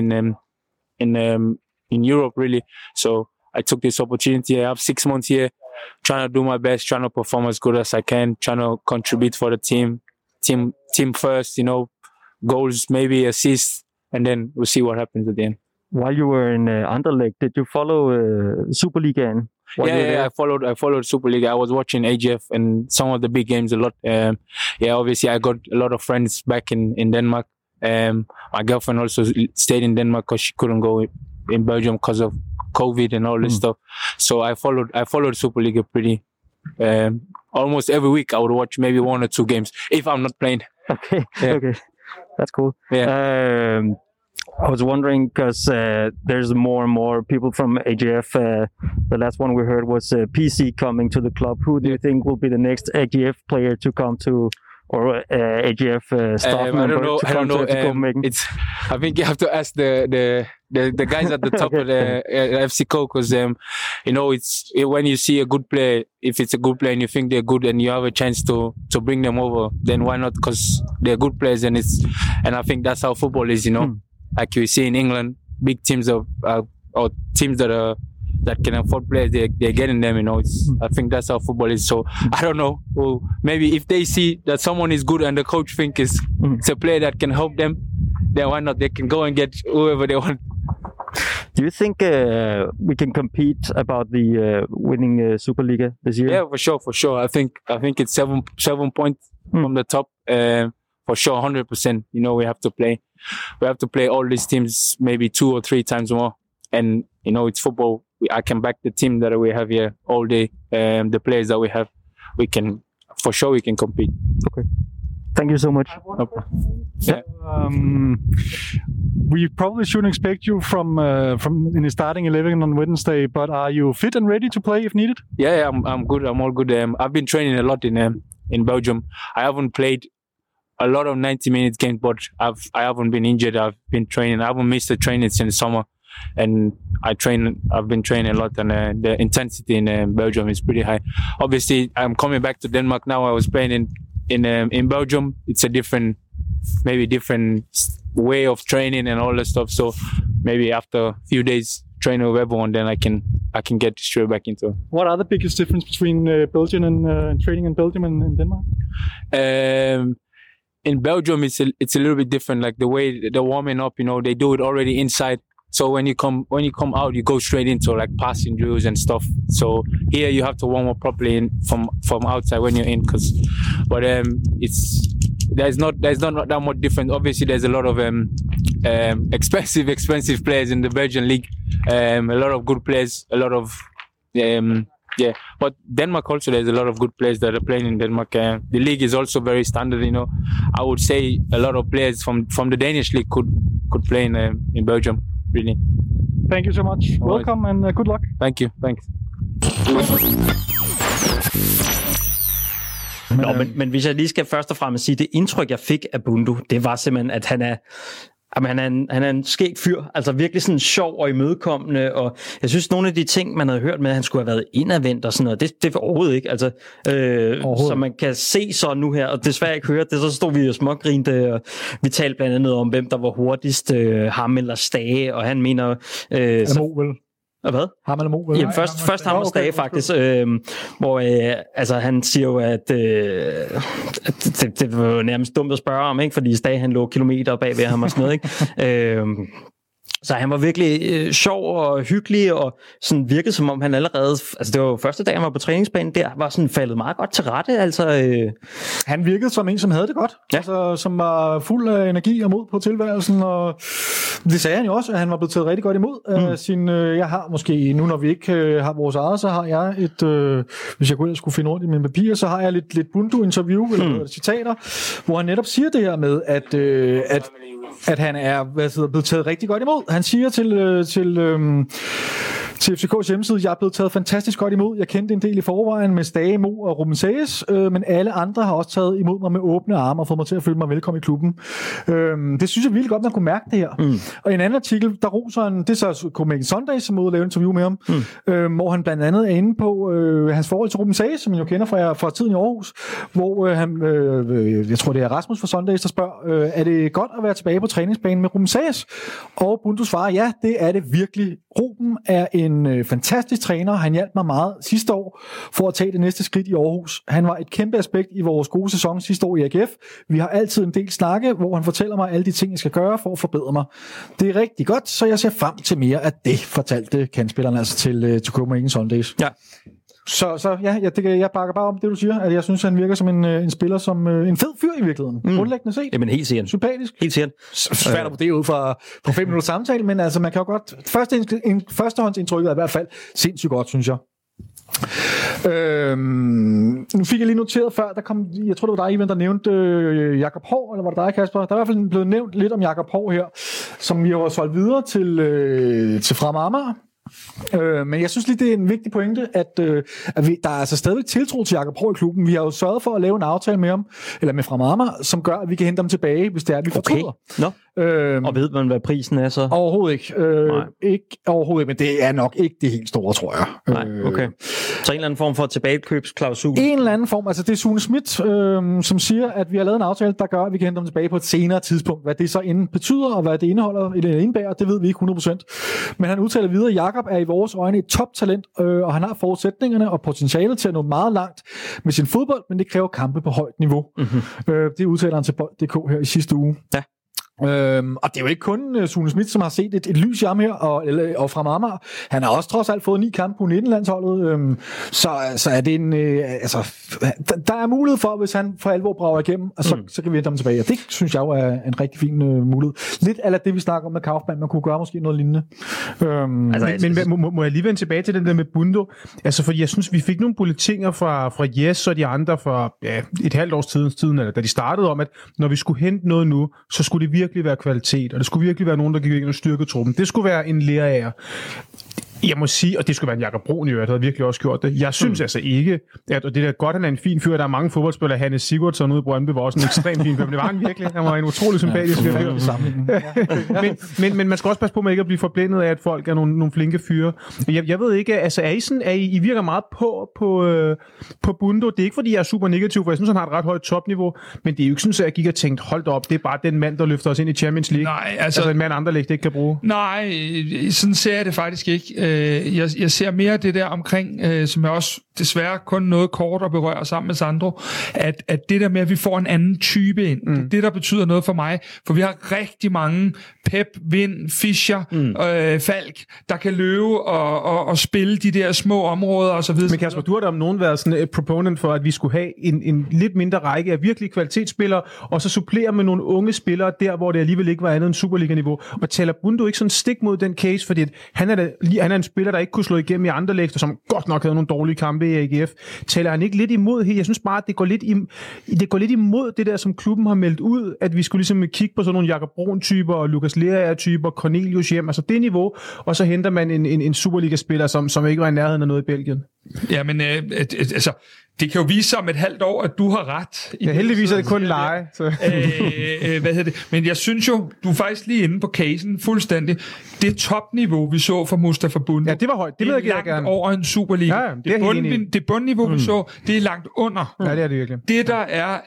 in Europe really. So I took this opportunity. I have 6 months here, trying to do my best, trying to perform as good as I can, trying to contribute for the team first. Goals, maybe assists, and then we'll see what happens at the end. While you were in Anderlecht, did you follow Superligaen? I followed Superliga. I was watching AGF and some of the big games a lot. Obviously I got a lot of friends back in Denmark. My girlfriend also stayed in Denmark because she couldn't go in Belgium because of COVID and all this stuff. So I followed Superliga pretty almost every week. I would watch maybe 1 or 2 games if I'm not playing. Okay. Yeah. Okay. That's cool. Yeah. I was wondering because there's more and more people from AGF. The last one we heard was PC coming to the club. Who do you think will be the next AGF player to come to, or AGF staff member to come to Copenhagen? I think you have to ask the guys at the top of the FC Co, because when you see a good player, if it's a good player and you think they're good and you have a chance to bring them over, then why not? Because they're good players, and I think that's how football is. Like you see in England, big teams or teams that are that can afford players, they're getting them. I think that's how football is. So I don't know. Well, maybe if they see that someone is good and the coach think it's a player that can help them, then why not? They can go and get whoever they want. Do you think we can compete about the winning Superliga this year? Yeah, for sure. I think it's 7 points from the top. For sure, 100%. We have to play. We have to play all these teams maybe 2 or 3 times more. And it's football. I can back the team that we have here all day. The players that we have, we can compete. Okay. Thank you so much. Yeah. We probably shouldn't expect you from in the starting 11 on Wednesday, but are you fit and ready to play if needed? Yeah, I'm good. I'm all good. I've been training a lot in Belgium. I haven't played a lot of 90 minutes games, but I haven't been injured. I've been training. I haven't missed the training since summer, and I've been training a lot, and the intensity in Belgium is pretty high. Obviously, I'm coming back to Denmark now. I was playing in Belgium. It's a different way of training and all that stuff. So maybe after a few days training with everyone, then I can get straight back into it. What are the biggest difference between Belgium and training in Belgium and Denmark? In Belgium, it's a little bit different. Like the way they're warming up, they do it already inside. So when you come out, you go straight into like passing drills and stuff. So here you have to warm up properly from outside when you're in. But there's not that much different. Obviously, there's a lot of expensive players in the Belgian league. A lot of good players. A lot of But Denmark also, there's a lot of good players that are playing in Denmark. The league is also very standard. I would say a lot of players from the Danish league could play in Belgium. Really. Thank you so much. Welcome and good luck. Thank you. Thanks. Men hvis jeg lige skal først og fremmest sige, det indtryk, jeg fik af Bundu, det var simpelthen, at han er en skæg fyr, altså virkelig sådan sjov og imødekommende, og jeg synes, nogle af de ting, man havde hørt med, at han skulle have været indadvendt og sådan noget, det er overhovedet ikke, altså, så man kan se så nu her, og desværre ikke høre det, så stod vi jo smågrinte, og vi talte blandt andet om, hvem der var hurtigst, ham eller Stage, og han mener... Hvad? Ham eller Mo? Jamen, først ham og Stage, faktisk. Hvor han siger jo, at det var jo nærmest dumt at spørge om, ikke? Fordi Stage, han lå kilometer bag ved ham og sådan noget, ikke? Så han var virkelig sjov og hyggelig, og sådan virkede som om han allerede, altså det var jo første dag, han var på træningsbanen der, var sådan faldet meget godt til rette, altså. Han virkede som en, som havde det godt, altså som var fuld af energi og mod på tilværelsen, og det sagde han jo også, at han var blevet taget rigtig godt imod. Jeg har måske, nu når vi ikke har vores eget, så har jeg et, hvis jeg kunne skulle finde rundt i mine papirer, så har jeg lidt Bundu-interview, eller citater, hvor han netop siger det her med, at han er blevet taget rigtig godt imod. Han siger til FCK's hjemmeside, jeg er blevet taget fantastisk godt imod. Jeg kendte en del i forvejen med Stage, Mo og Ruben Sages, men alle andre har også taget imod mig med åbne arme og fået mig til at føle mig velkommen i klubben. Det synes jeg virkelig godt, man kunne mærke det her. Og i en anden artikel, der roser han, det er så Copenhagen Sunday, som ude at lave en interview med ham, hvor han blandt andet er inde på hans forhold til Ruben Sages, som man jo kender fra tiden i Aarhus, hvor han, jeg tror det er Rasmus fra Sundays, der spørger, er det godt at være tilbage på træningsbanen med Ruben Sages? Og Bundu svarer, ja, det er det virkelig. Ruben er en fantastisk træner. Han hjalp mig meget sidste år for at tage det næste skridt i Aarhus. Han var et kæmpe aspekt i vores gode sæson sidste år i AGF. Vi har altid en del snakke, hvor han fortæller mig alle de ting, jeg skal gøre for at forbedre mig. Det er rigtig godt, så jeg ser frem til mere af det, fortalte kandspilleren altså til Copenhagen Sundays. Ja. Så jeg bakker bare om det, du siger, at jeg synes, han virker som en spiller, som en fed fyr i virkeligheden. Grundlæggende set. Jamen helt sikkert. Sympatisk. Helt sikkert. Svært at vurdere ud fra 5 minutter samtale, men altså man kan jo godt... Førstehåndsindtrykket er i hvert fald sindssygt godt, synes jeg. Nu fik jeg lige noteret før, der kom, jeg tror det var dig, Ivan, der nævnte Jakob Hov, eller var det dig, Kasper? Der er i hvert fald blevet nævnt lidt om Jakob Hov her, som vi har solgt videre til Fremad Amager. Men jeg synes lige, det er en vigtig pointe, at der er altså stadig tiltro til Jakob Hov i klubben. Vi har jo sørget for at lave en aftale med ham, eller med Fremad Amager, som gør, at vi kan hente ham tilbage, hvis det er, at vi fortryder. Og ved man, hvad prisen er så? Overhovedet ikke. Ikke overhovedet, men det er nok ikke det helt store, tror jeg. Nej, okay. Så en eller anden form for tilbagekøbsklausul? En eller anden form. Altså det er Sune Schmidt, som siger, at vi har lavet en aftale, der gør, at vi kan hente dem tilbage på et senere tidspunkt. Hvad det så betyder, og hvad det indeholder, eller indebærer, det ved vi ikke 100%. Men han udtaler videre, at Jakob er i vores øjne et toptalent, og han har forudsætningerne og potentialet til at nå meget langt med sin fodbold, men det kræver kampe på højt niveau. Det udtaler han til Bold.dk her i sidste uge. Ja. Og det er jo ikke kun Sune Schmidt, som har set et lys i ham her, og fra Amager. Han har også trods alt fået 9 kampe på 19-landsholdet, så er det en... der er mulighed for, hvis han for alvor brager igennem, og så kan vi hente ham tilbage. Og det synes jeg jo er en rigtig fin mulighed. Lidt af det, vi snakker om med Kaufmann, man kunne gøre måske noget lignende. Men må jeg lige vende tilbage til den der med Bundo? Altså, fordi jeg synes, vi fik nogle politikker fra Jes og de andre for et halvt års tiden, eller da de startede om, at når vi skulle hente noget nu, så skulle det virkelig være kvalitet, og det skulle virkelig være nogen, der gik ind og styrkede truppen. Det skulle være en lærer. Jeg må sige, og det skulle være en Jakob Brun i øvrigt, der havde virkelig også gjort det. Jeg synes altså ikke, at og det er godt, han er en fin fyr. Der er mange fodboldspillere. Hannes Sigurdsson ude i Brøndby var også en ekstremt fin fyr, men det var han virkelig. Han var en utrolig sympatisk fyr. Men man skal også passe på med ikke at blive forblændet af, at folk er nogle flinke fyre. Jeg ved ikke, altså I virker meget på Bundo. Det er ikke, fordi jeg er super negativ, for jeg synes, han har et ret højt topniveau, men det er jo ikke sådan, at jeg gik og tænkte, hold da op, det er bare den mand, der løfter os ind i Champions League. Nej, altså en mand, andre lægge ikke kan bruge. Nej, sådan ser jeg det faktisk ikke. Jeg ser mere det der omkring, som jeg også desværre kun noget kort at berøre sammen med Sandro, at det der med, at vi får en anden type ind, det der betyder noget for mig, for vi har rigtig mange Pep, Vind, Fischer, Falk, der kan løbe og spille de der små områder og så videre. Men Kasper, du har da om nogen været sådan et proponent for, at vi skulle have en lidt mindre række af virkelig kvalitetsspillere, og så supplere med nogle unge spillere der, hvor det alligevel ikke var andet end Superliga-niveau. Og taler Bundo ikke sådan stik mod den case, fordi han er en spiller, der ikke kunne slå igennem i andre lægter, som godt nok havde nogle dårlige kampe i AGF. Taler han ikke lidt imod her? Jeg synes bare, at det går lidt imod det der, som klubben har meldt ud, at vi skulle ligesom kigge på sådan nogle Jakob Brun-typer og Lukas Lerager-typer, Cornelius hjem, altså det niveau, og så henter man en Superliga-spiller, som ikke var i nærheden af noget i Belgien. Ja, men altså, det kan jo vise sig om et halvt år, at du har ret. Ja, heldigvis er det kun leje. Hvad hedder det? Men jeg synes jo, du er faktisk lige inde på casen fuldstændig. Det topniveau, vi så for Mustafa Bundo, ja, det var højt. Det er langt over en Superliga. Ja, det bundniveau, vi så, det er langt under. Ja, det er det virkelig. Det der er,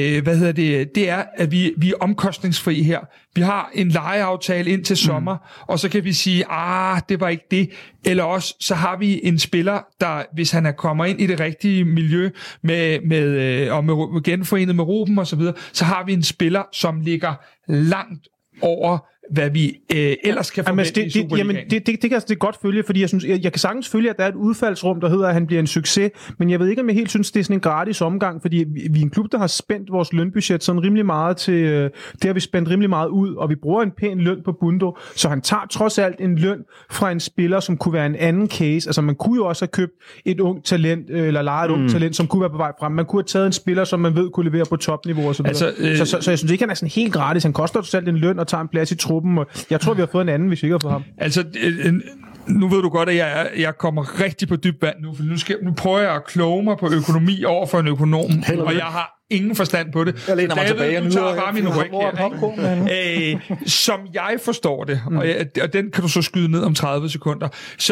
det er, at vi er omkostningsfri her. Vi har en lejeaftale ind til sommer, og så kan vi sige, det var ikke det. Eller også, så har vi en spiller, der, hvis han kommer ind i det rigtige miljø, med genforenet med Ruben og så videre, så har vi en spiller, som ligger langt over hvad vi ellers kan forvente i Superligaen. Det kan jeg godt følge, fordi jeg synes, jeg kan sagtens følge, at der er et udfaldsrum, der hedder, at han bliver en succes, men jeg ved ikke, om jeg helt synes, det er sådan en gratis omgang, fordi vi er en klub, der har spændt vores lønbudget sådan rimelig meget til, det har vi spændt rimelig meget ud, og vi bruger en pæn løn på Bundo, så han tager trods alt en løn fra en spiller, som kunne være en anden case. Altså man kunne jo også have købt et ungt talent, eller lejet et ungt talent, som kunne være på vej frem. Man kunne have taget en spiller, som man ved kunne levere på topniveau og så videre. Så jeg synes ikke, han er sådan helt gratis. Han koster trods alt en løn og tager en plads i truppen. Jeg tror, vi har fået en anden, hvis vi ikke har fået ham. Altså, nu ved du godt, at jeg kommer rigtig på dybt vand nu, for nu prøver jeg at kloge mig på økonomi over for en økonom, og jeg har ingen forstand på det. Jeg læner mig tilbage. Du tager bare min ryg her. Som jeg forstår det, og den kan du så skyde ned om 30 sekunder,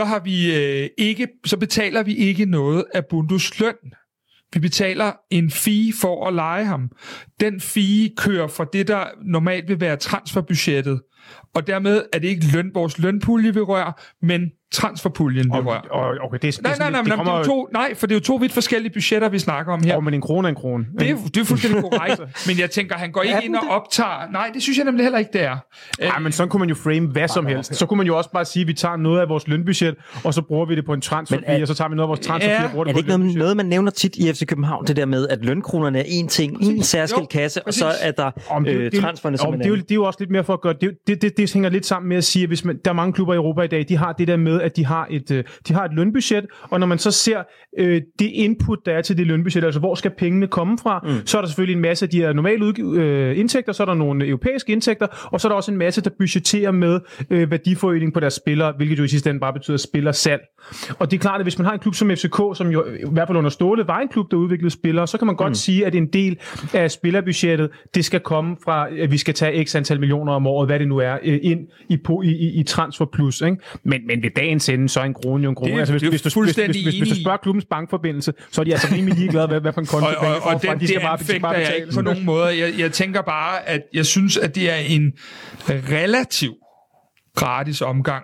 så betaler vi ikke noget af Bundos løn. Vi betaler en fee for at leje ham. Den fee kører fra det, der normalt vil være transferbudgettet. Og dermed er det ikke vores lønpulje, vi rører, men transferpuljen, vi rører. Okay, det er nej, for det er jo to vidt forskellige budgetter, vi snakker om her. Men en krone er en krone. Det er fuldstændig korrekt. Men jeg tænker, han går ikke ind og optager... Nej, det synes jeg nemlig heller ikke, det er. Nej, men sådan kunne man jo frame hvad som helst. Så kunne man jo også bare sige, at vi tager noget af vores lønbudget, og så bruger vi det på en transferfee, og så tager vi noget af vores transferfee og bruger det på et lønbudget. Er det ikke noget, man nævner tit i FC København, det der med, at lønkronerne er én ting, en særskilt kasse, og så er der transferne som en anden? Det er jo også lidt mere for at gøre... Det det hænger lidt sammen med at sige, at hvis der er mange klubber i Europa i dag, de har det der med, at de har et lønbudget, og når man så ser det input, der er til det lønbudget, altså hvor skal pengene komme fra, så er der selvfølgelig en masse af de her normale indtægter, så er der nogle europæiske indtægter, og så er der også en masse, der budgetterer med værdiforøgning på deres spillere, hvilket jo i sidste ende bare betyder spillersalg. Og det er klart, at hvis man har en klub som FCK, som jo i hvert fald under Ståle var en klub, der udviklede spillere, så kan man godt sige, at en del af spillerbudgettet, det skal komme fra, at vi skal tage x antal millioner om året, hvad det nu er, ind i Transfer Plus. Ikke? Men ved dagens ende, så er en krone jo en krone. Altså, hvis du spørger klubbens bankforbindelse, så er de altså rimelig ligeglade, hvad for en konto og den anfægter jeg ikke på nogen måde. Jeg tænker bare, at jeg synes, at det er en relativ gratis omgang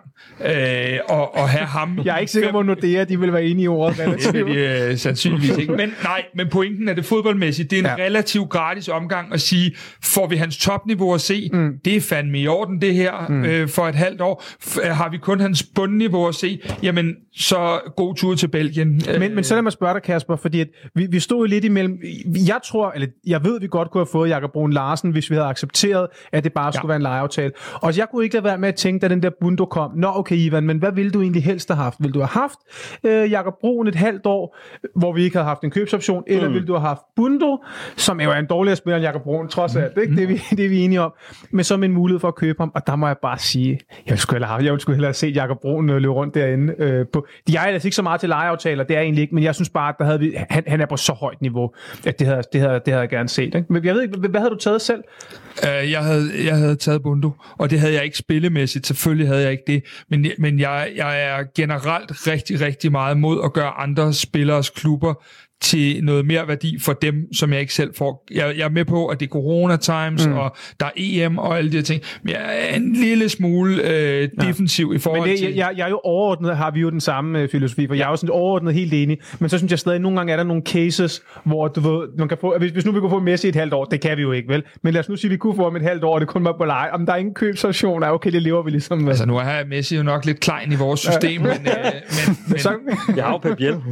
og have ham. Jeg er ikke sikker på, at Nordea, de vil være enige i ordet relativt. Det vil de sandsynligvis ikke. Men pointen er det fodboldmæssigt. Det er en relativt gratis omgang at sige, får vi hans topniveau at se, det er fandme i orden det her for et halvt år. Har vi kun hans bundniveau at se, jamen så god tur til Belgien. Men så lad mig spørge dig, Kasper, fordi at vi stod jo lidt imellem. Jeg ved, vi godt kunne have fået Jakob Bruun Larsen, hvis vi havde accepteret, at det bare skulle være en lejeaftale. Og jeg kunne ikke lade være med at tænke, da den der Bundo kom, okay Ivan, men hvad ville du egentlig helst have haft? Vil du have haft Jakob Bruun et halvt år, hvor vi ikke havde haft en købsoption, eller vil du have haft Bundo, som jo er en dårligere spiller end Jakob Bruun, trods alt, ikke? Det er vi enige om, men som en mulighed for at købe ham, og der må jeg bare sige, jeg skulle hellere have set Jakob Bruun løbe rundt derinde. De er altså ikke så meget til lejeaftaler, det er egentlig ikke, men jeg synes bare, at der havde han er på så højt niveau, at det havde jeg gerne set. Ikke? Men jeg ved ikke, hvad havde du taget selv? Jeg havde taget Bundo, og det havde jeg ikke spillemæssigt. Selvfølgelig havde jeg ikke det, men jeg er generelt rigtig, rigtig meget mod at gøre andre spilleres klubber til noget mere værdi for dem, som jeg ikke selv får. Jeg er med på, at det er corona times, og der er EM og alle de her ting, men jeg er en lille smule defensiv i forhold til... Jeg er jo overordnet, har vi jo den samme filosofi, for jeg er jo sådan overordnet helt enig, men så synes jeg stadig, at nogle gange er der nogle cases, hvor du ved, man kan få, hvis nu vi kunne få Messi et halvt år, det kan vi jo ikke, vel? Men lad os nu sige, at vi kunne få ham et halvt år, og det kun var på leje. Om der er ingen købsoptioner, okay, det lever vi ligesom med. Altså nu er Messi jo nok lidt klein i vores system, men jeg har jo Pep Biel.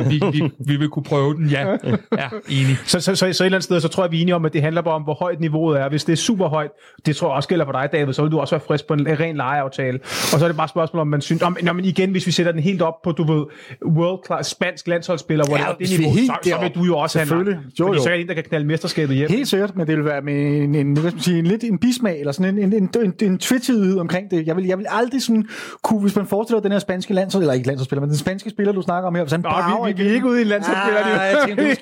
Vi vil kunne prøve den, ja, enig. Så et eller andet sted, så tror jeg, vi er enige om, at det handler bare om, hvor højt niveauet er. Hvis det er super højt, det tror jeg også gælder for dig, David, så vil du også være frisk på en ren lejeaftale. Og så er det bare et spørgsmål, om man synes, men igen, hvis vi sætter den helt op på, du ved, world class, spansk landsholdsspiller, hvor det niveau, så vil du jo også have fordi så er det en, der kan knalde mesterskabet hjem. Helt sikkert, men det vil være med en bismag, eller sådan en tvetydighed omkring det. Jeg vil aldrig sådan kunne, hvis man forestiller den her spanske landshold, eller ikke landsholdsspiller, men den spanske spiller, du snakker om her, hvis han brager... Vi er ikke ude i en landsholdsspiller.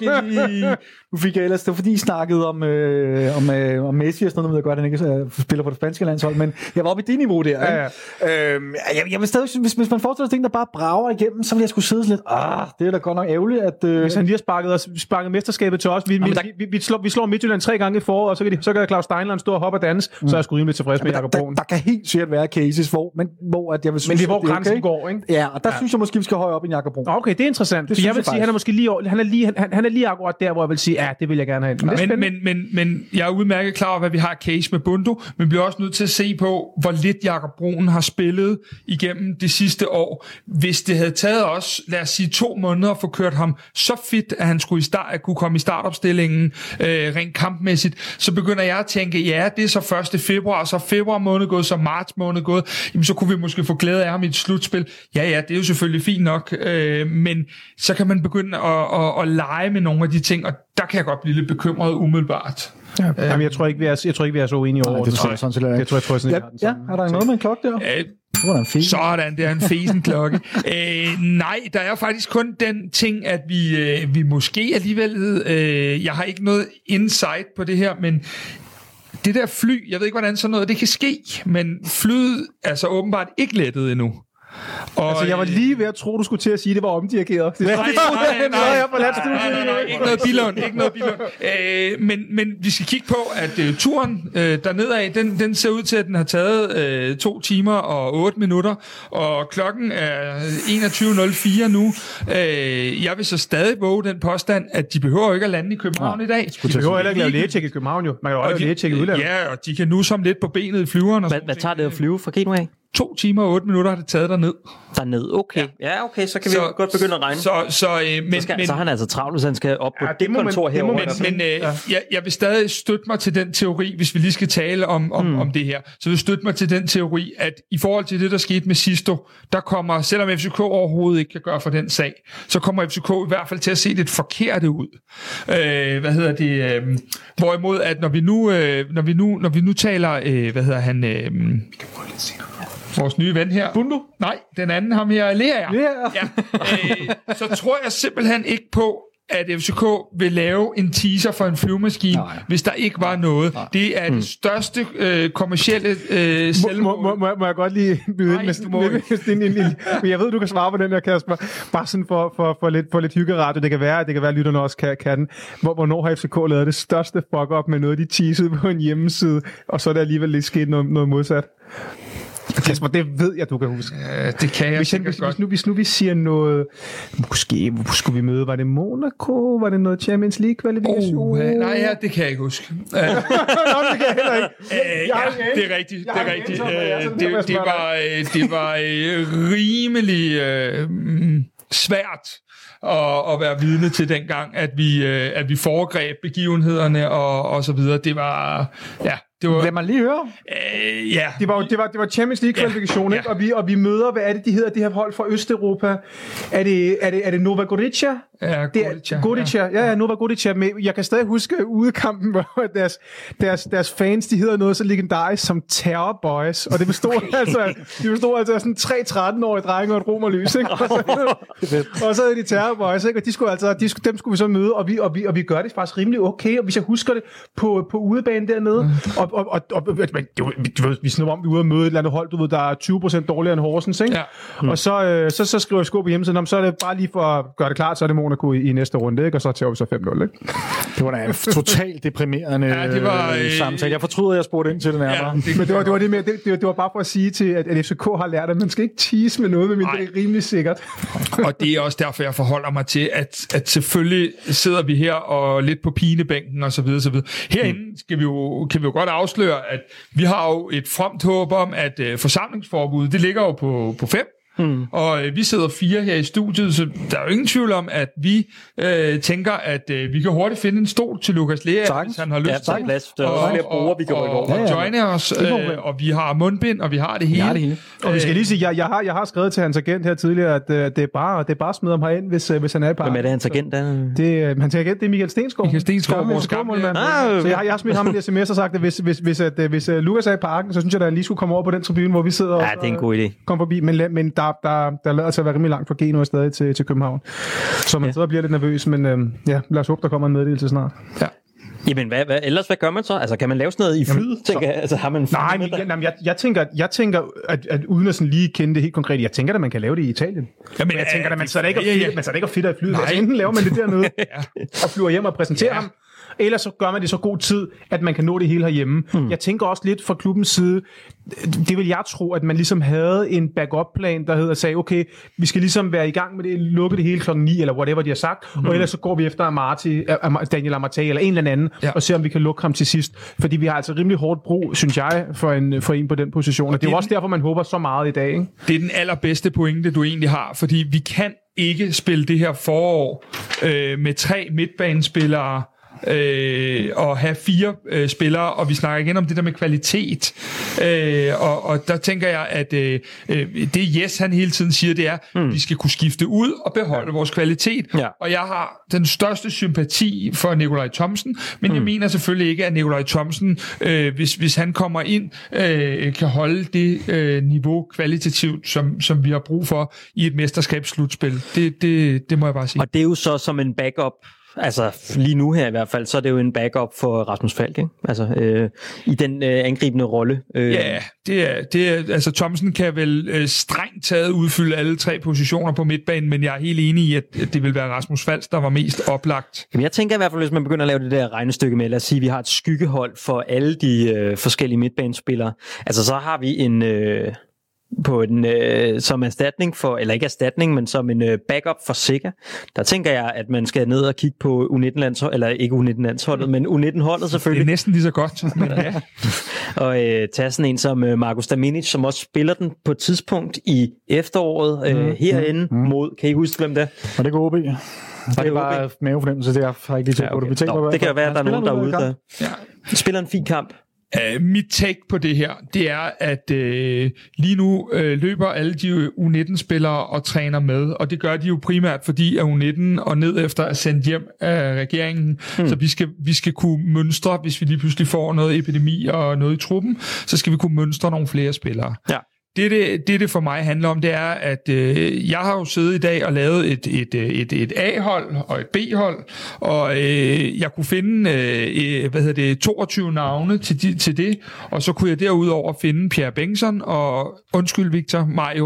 Nu fik jeg ellers, det var fordi I snakkede om Messi og sådan noget, jeg gør, at han ikke spiller på det spanske landshold, men jeg var oppe i det niveau der. Jeg vil stadig, hvis man forestiller sig ting, der bare brager igennem, så vil jeg skulle sidde lidt, det er da godt nok ærgerligt, at... Hvis han lige har sparket mesterskabet til os, vi slår Midtjylland 3 gange i foråret, og så kan Claus Steinland stå og hoppe og danse, så er jeg sgu rimelig tilfreds med Jakob Bruun. Der kan helt sikkert være cases, hvor at jeg vil synes, men det er hvor grænsen går, ikke? Ja, og der synes jeg måske, vi skal højere op end Jakob Bruun. Okay, det er interessant. Det jeg vil sige, han er måske han er lige akkurat der, hvor jeg vil sige, det vil jeg gerne have. Men jeg er udmærket klar over, hvad vi har case med Bundo, men vi bliver også nødt til at se på, hvor lidt Jakob Bruun har spillet igennem det sidste år. Hvis det havde taget os, lad os sige 2 måneder at få kørt ham så fit, at han skulle kunne komme i startopstillingen rent kampmæssigt, så begynder jeg at tænke, det er så 1. februar, så februar måned gået, så marts måned gået, jamen, så kunne vi måske få glæde af ham i et slutspil. Ja, det er jo selvfølgelig fint nok, men så kan man begynde at lege med nogle af de ting, og der kan jeg godt blive lidt bekymret umiddelbart. Jamen, jeg tror ikke, vi er så uenige over det. Jeg tror sådan, er der noget med en klokke der? Sådan, det er en fesen klokke. Nej, der er faktisk kun den ting, at vi måske alligevel... jeg har ikke noget insight på det her, men det der fly, jeg ved ikke, hvordan sådan noget det kan ske, men flyet er så åbenbart ikke lettet endnu. Og altså, jeg var lige ved at tro, du skulle til at sige, at det var omdirigeret. Nej, ikke noget bilån. Men vi skal kigge på, at turen dernedad, den ser ud til, at den har taget 2 timer og 8 minutter, og klokken er 21.04 nu. Jeg vil så stadig våge den påstand, at de behøver ikke at lande i København i dag. De behøver heller ikke lave lægetjek i København, jo. Man kan jo også lave lægetjek i udlandet. Ja, og de kan nu som lidt på benet i flyveren. Hvad tager det at flyve fra Genua af? 2 timer og 8 minutter har det taget derned. Derned, okay. Ja, okay, så kan vi godt begynde at regne. Så han er altså travlt, hvis han skal op på det kontor herovre. Men jeg vil stadig støtte mig til den teori, hvis vi lige skal tale om det her. Så vil jeg støtte mig til den teori, at i forhold til det, der skete med Sisto, der kommer, selvom FCK overhovedet ikke kan gøre for den sag, så kommer FCK i hvert fald til at se lidt forkerte ud. Hvorimod, at når vi nu taler, vores nye ven her. Bundu? Nej, den anden ham her, Lea. Ja. Så tror jeg simpelthen ikke på, at FCK vil lave en teaser for en flyvemaskine, hvis der ikke var noget. Det er det største kommercielle selvmål. Må jeg godt lige byde ind med jeg ved, du kan svare på den her, Kasper. Bare sådan for lidt hyggeradio. Det kan være, at lytterne også kan den. Hvornår har FCK lavet det største fuck-up med noget, de teasede på en hjemmeside, og så er der alligevel lidt sket noget modsat? Kasper, det ved jeg, du kan huske. Det kan jeg sikkert godt. Hvis nu vi siger noget, måske, hvor skulle vi møde? Var det Monaco? Var det noget Champions League-kvalifikation? Nej, det kan jeg ikke huske. Nå, det kan jeg heller ikke. Det er rigtigt. Det var rimelig svært at være vidne til dengang, at vi foregreb begivenhederne og så videre. Det var... Lad mig lige høre. Det var Champions League-kvalifikation, ikke? Og vi møder, hvad er det, de hedder, de her hold fra Østeuropa? Er det Nova Gorica? Ja, Gorica. Ja, Nova Gorica. Jeg kan stadig huske udekampen, hvor deres fans, de hedder noget så legendarisk som Terror Boys, og det bestod altså af sådan 3 13-årige drenge og et romerlys, ikke? Og så havde de Terror Boys, ikke? Og dem skulle vi så møde, og vi gør det faktisk rimelig okay, og hvis jeg husker det, på udebane dernede, vi snakker om, vi er ude at møde et eller andet hold, du ved, der er 20% dårligere end Horsens, ikke? Ja. Og så skriver jeg på hjemmesiden, så er det bare lige for at gøre det klart, så er det Monaco i næste runde, ikke? Og så tager vi så 5-0, ikke? Det var da en totalt deprimerende samtale. Jeg fortryder, at jeg spurgte ind til det nærmere. Men det var bare for at sige til, at FCK har lært, at man skal ikke tease med noget, medmindre det er rimelig sikkert. Og det er også derfor, jeg forholder mig til, at selvfølgelig sidder vi her og lidt på pinebænken og så videre, så videre. Herinde kan vi jo godt afsløre, at vi har jo et fromt håb om, at forsamlingsforbuddet, det ligger jo på 5. Og vi sidder 4 her i studiet, så der er jo ingen tvivl om, at vi tænker, at vi kan hurtigt finde en stol til Lukas Lea, hvis han har lyst til. Der er flere brugere, vi kan rykke over. Og joine os, og vi har mundbind, og vi har det hele. Og vi skal lige sige, jeg har skrevet til hans agent her tidligere, at det er bare at smide ham herind, hvis han er i parken. Hvem er det, hans agent? Hans agent, det er Michael Stensgaard. Michael Stensgaard, vores gamle. Så jeg har smidt ham en sms og sagt, at hvis Lukas er i parken, så synes jeg, at han lige skulle komme over på den tribune, hvor vi sidder og det er en god idé. Kom forbi, men der lader sig at være rimelig langt fra Genua stadig til København. Så man sidder og bliver lidt nervøs, men lad os håbe, der kommer en meddelelse snart. Ja. Jamen, hvad gør man så? Altså, kan man lave sådan noget i flyet? Altså, har man jeg tænker, at uden at sådan lige kende det helt konkret, jeg tænker, at man kan lave det i Italien. Jamen, jeg tænker, at man sidder ikke og fitter i flyet. Altså, enten laver man det dernede, og flyver hjem og præsenterer ham, eller så gør man det så god tid, at man kan nå det hele herhjemme. Jeg tænker også lidt fra klubbens side, det vil jeg tro, at man ligesom havde en backup-plan, der hedder, sagde, okay, vi skal ligesom være i gang med det, lukke det hele klokken 9, eller whatever de har sagt, og ellers så går vi efter Daniel Amartey, eller en eller anden, og ser, om vi kan lukke ham til sidst. Fordi vi har altså rimelig hårdt brug, synes jeg, for en på den position. Og det er jo også derfor, man håber så meget i dag, ikke? Det er den allerbedste pointe, du egentlig har, fordi vi kan ikke spille det her forår med 3 midtbanespillere, og have 4 spillere, og vi snakker igen om det der med kvalitet, og der tænker jeg, at det Jes han hele tiden siger, det er, vi skal kunne skifte ud og beholde vores kvalitet, og jeg har den største sympati for Nikolaj Thomsen, men jeg mener selvfølgelig ikke, at Nikolaj Thomsen, hvis han kommer ind, kan holde det niveau kvalitativt, som vi har brug for i et mesterskabsslutspil. Det må jeg bare sige. Og det er jo så som en backup. Altså lige nu her i hvert fald, så er det jo en backup for Rasmus Falk, ikke? Altså i den angribende rolle. Ja, det er altså Thomsen kan vel strengt taget udfylde alle 3 positioner på midtbanen, men jeg er helt enig i, at det vil være Rasmus Falk, der var mest oplagt. Jamen jeg tænker i hvert fald, hvis man begynder at lave det der regnestykke med, lad os sige, at vi har et skyggehold for alle de forskellige midtbanespillere. Altså så har vi som erstatning for, eller ikke erstatning, men som en backup for Sega. Der tænker jeg, at man skal ned og kigge på U19-landsholdet, eller ikke U19-landsholdet, men U19-holdet selvfølgelig. Det er næsten lige så godt. Men ja. Og tage sådan en som Markus Daminic, som også spiller den på et tidspunkt i efteråret herinde mod, kan I huske, hvem det er? Og det går OB. Det er bare mavefornemmelse, det har ikke lige tænkt på det. Det kan jo være, at der er nogen derude, der spiller en fin kamp. Mit take på det her, det er, at lige nu løber alle de U19-spillere og træner med, og det gør de jo primært, fordi at U19 og ned efter er sendt hjem af regeringen, så vi skal kunne mønstre, hvis vi lige pludselig får noget epidemi og noget i truppen, så skal vi kunne mønstre nogle flere spillere. Ja. Det for mig handler om, det er, at jeg har jo siddet i dag og lavet et A-hold og et B-hold, og jeg kunne finde 22 navne til det, og så kunne jeg derudover finde Pierre Bengtsson og Victor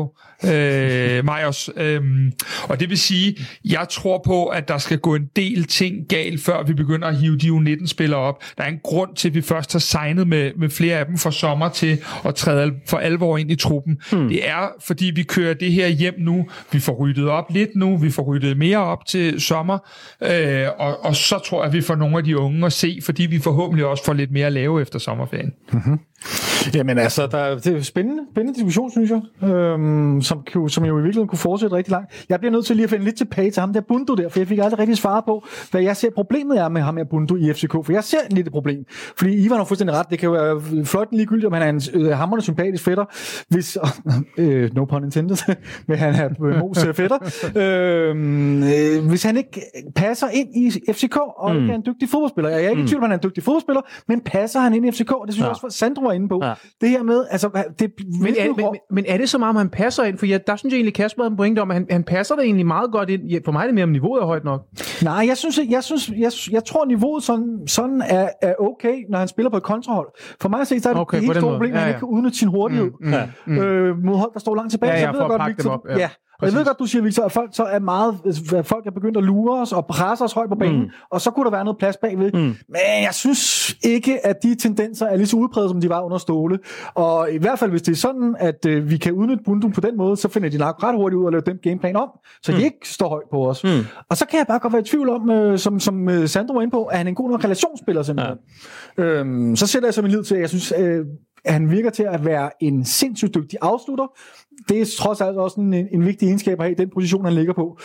Majos. Og det vil sige, jeg tror på, at der skal gå en del ting galt, før vi begynder at hive de U19-spillere op. Der er en grund til, at vi først har signet med flere af dem for sommer til at træde for alvor ind i truppen. Det er, fordi vi kører det her hjem nu. Vi får ryddet op lidt nu. Vi får ryddet mere op til sommer. Og så tror jeg, at vi får nogle af de unge at se, fordi vi forhåbentlig også får lidt mere at lave efter sommerferien. Mm-hmm. Jamen altså, det er spændende diskussion, synes jeg, som jo i virkeligheden kunne fortsætte rigtig langt. Jeg bliver nødt til lige at finde lidt tilbage til ham der Bundu der, for jeg fik aldrig rigtig svaret på, hvad jeg ser problemet er med ham her Bundu i FCK, for jeg ser en lille problem. Fordi Ivan har fuldstændig ret, det kan jo være fløjten ligegyldigt, om han er en hamrende sympatisk fætter, hvis, no pun intended, men han er Mo's fætter, hvis han ikke passer ind i FCK, og ikke er en dygtig fodboldspiller. Jeg er ikke i tvivl, at han er en dygtig fodboldspiller, men passer han ind i FCK, det synes jeg også, Sandro var inde på. Ja. Det her med, altså... Men er det så meget, om han passer ind? For der synes jeg egentlig, Kasper havde en pointe om, at han passer det egentlig meget godt ind. For mig er det mere, om niveauet er højt nok. Nej, jeg tror, niveauet sådan er okay, når han spiller på et kontrahold. For mig at se, så er det okay, helt store problem, at han ikke kan udnytte sin hurtighed. Mod hold, der står langt tilbage. Så ved jeg godt, Victor, og jeg ved godt, du siger, Victor, at folk er begyndt at lure os og presse os højt på banen, og så kunne der være noget plads bagved. Men jeg synes ikke, at de tendenser er lige så udpræget, som de var under Ståle. Og i hvert fald, hvis det er sådan, at vi kan udnytte Bundu på den måde, så finder de nok ret hurtigt ud og lave den gameplan om, så de ikke står højt på os. Og så kan jeg bare godt være i tvivl om, som Sandro var inde på, at han er en god nok relationsspiller simpelthen. Så sætter jeg så min lid til, at jeg synes, at han virker til at være en sindssygt dygtig afslutter. Det er trods alt også en vigtig egenskab at have i den position, han ligger på.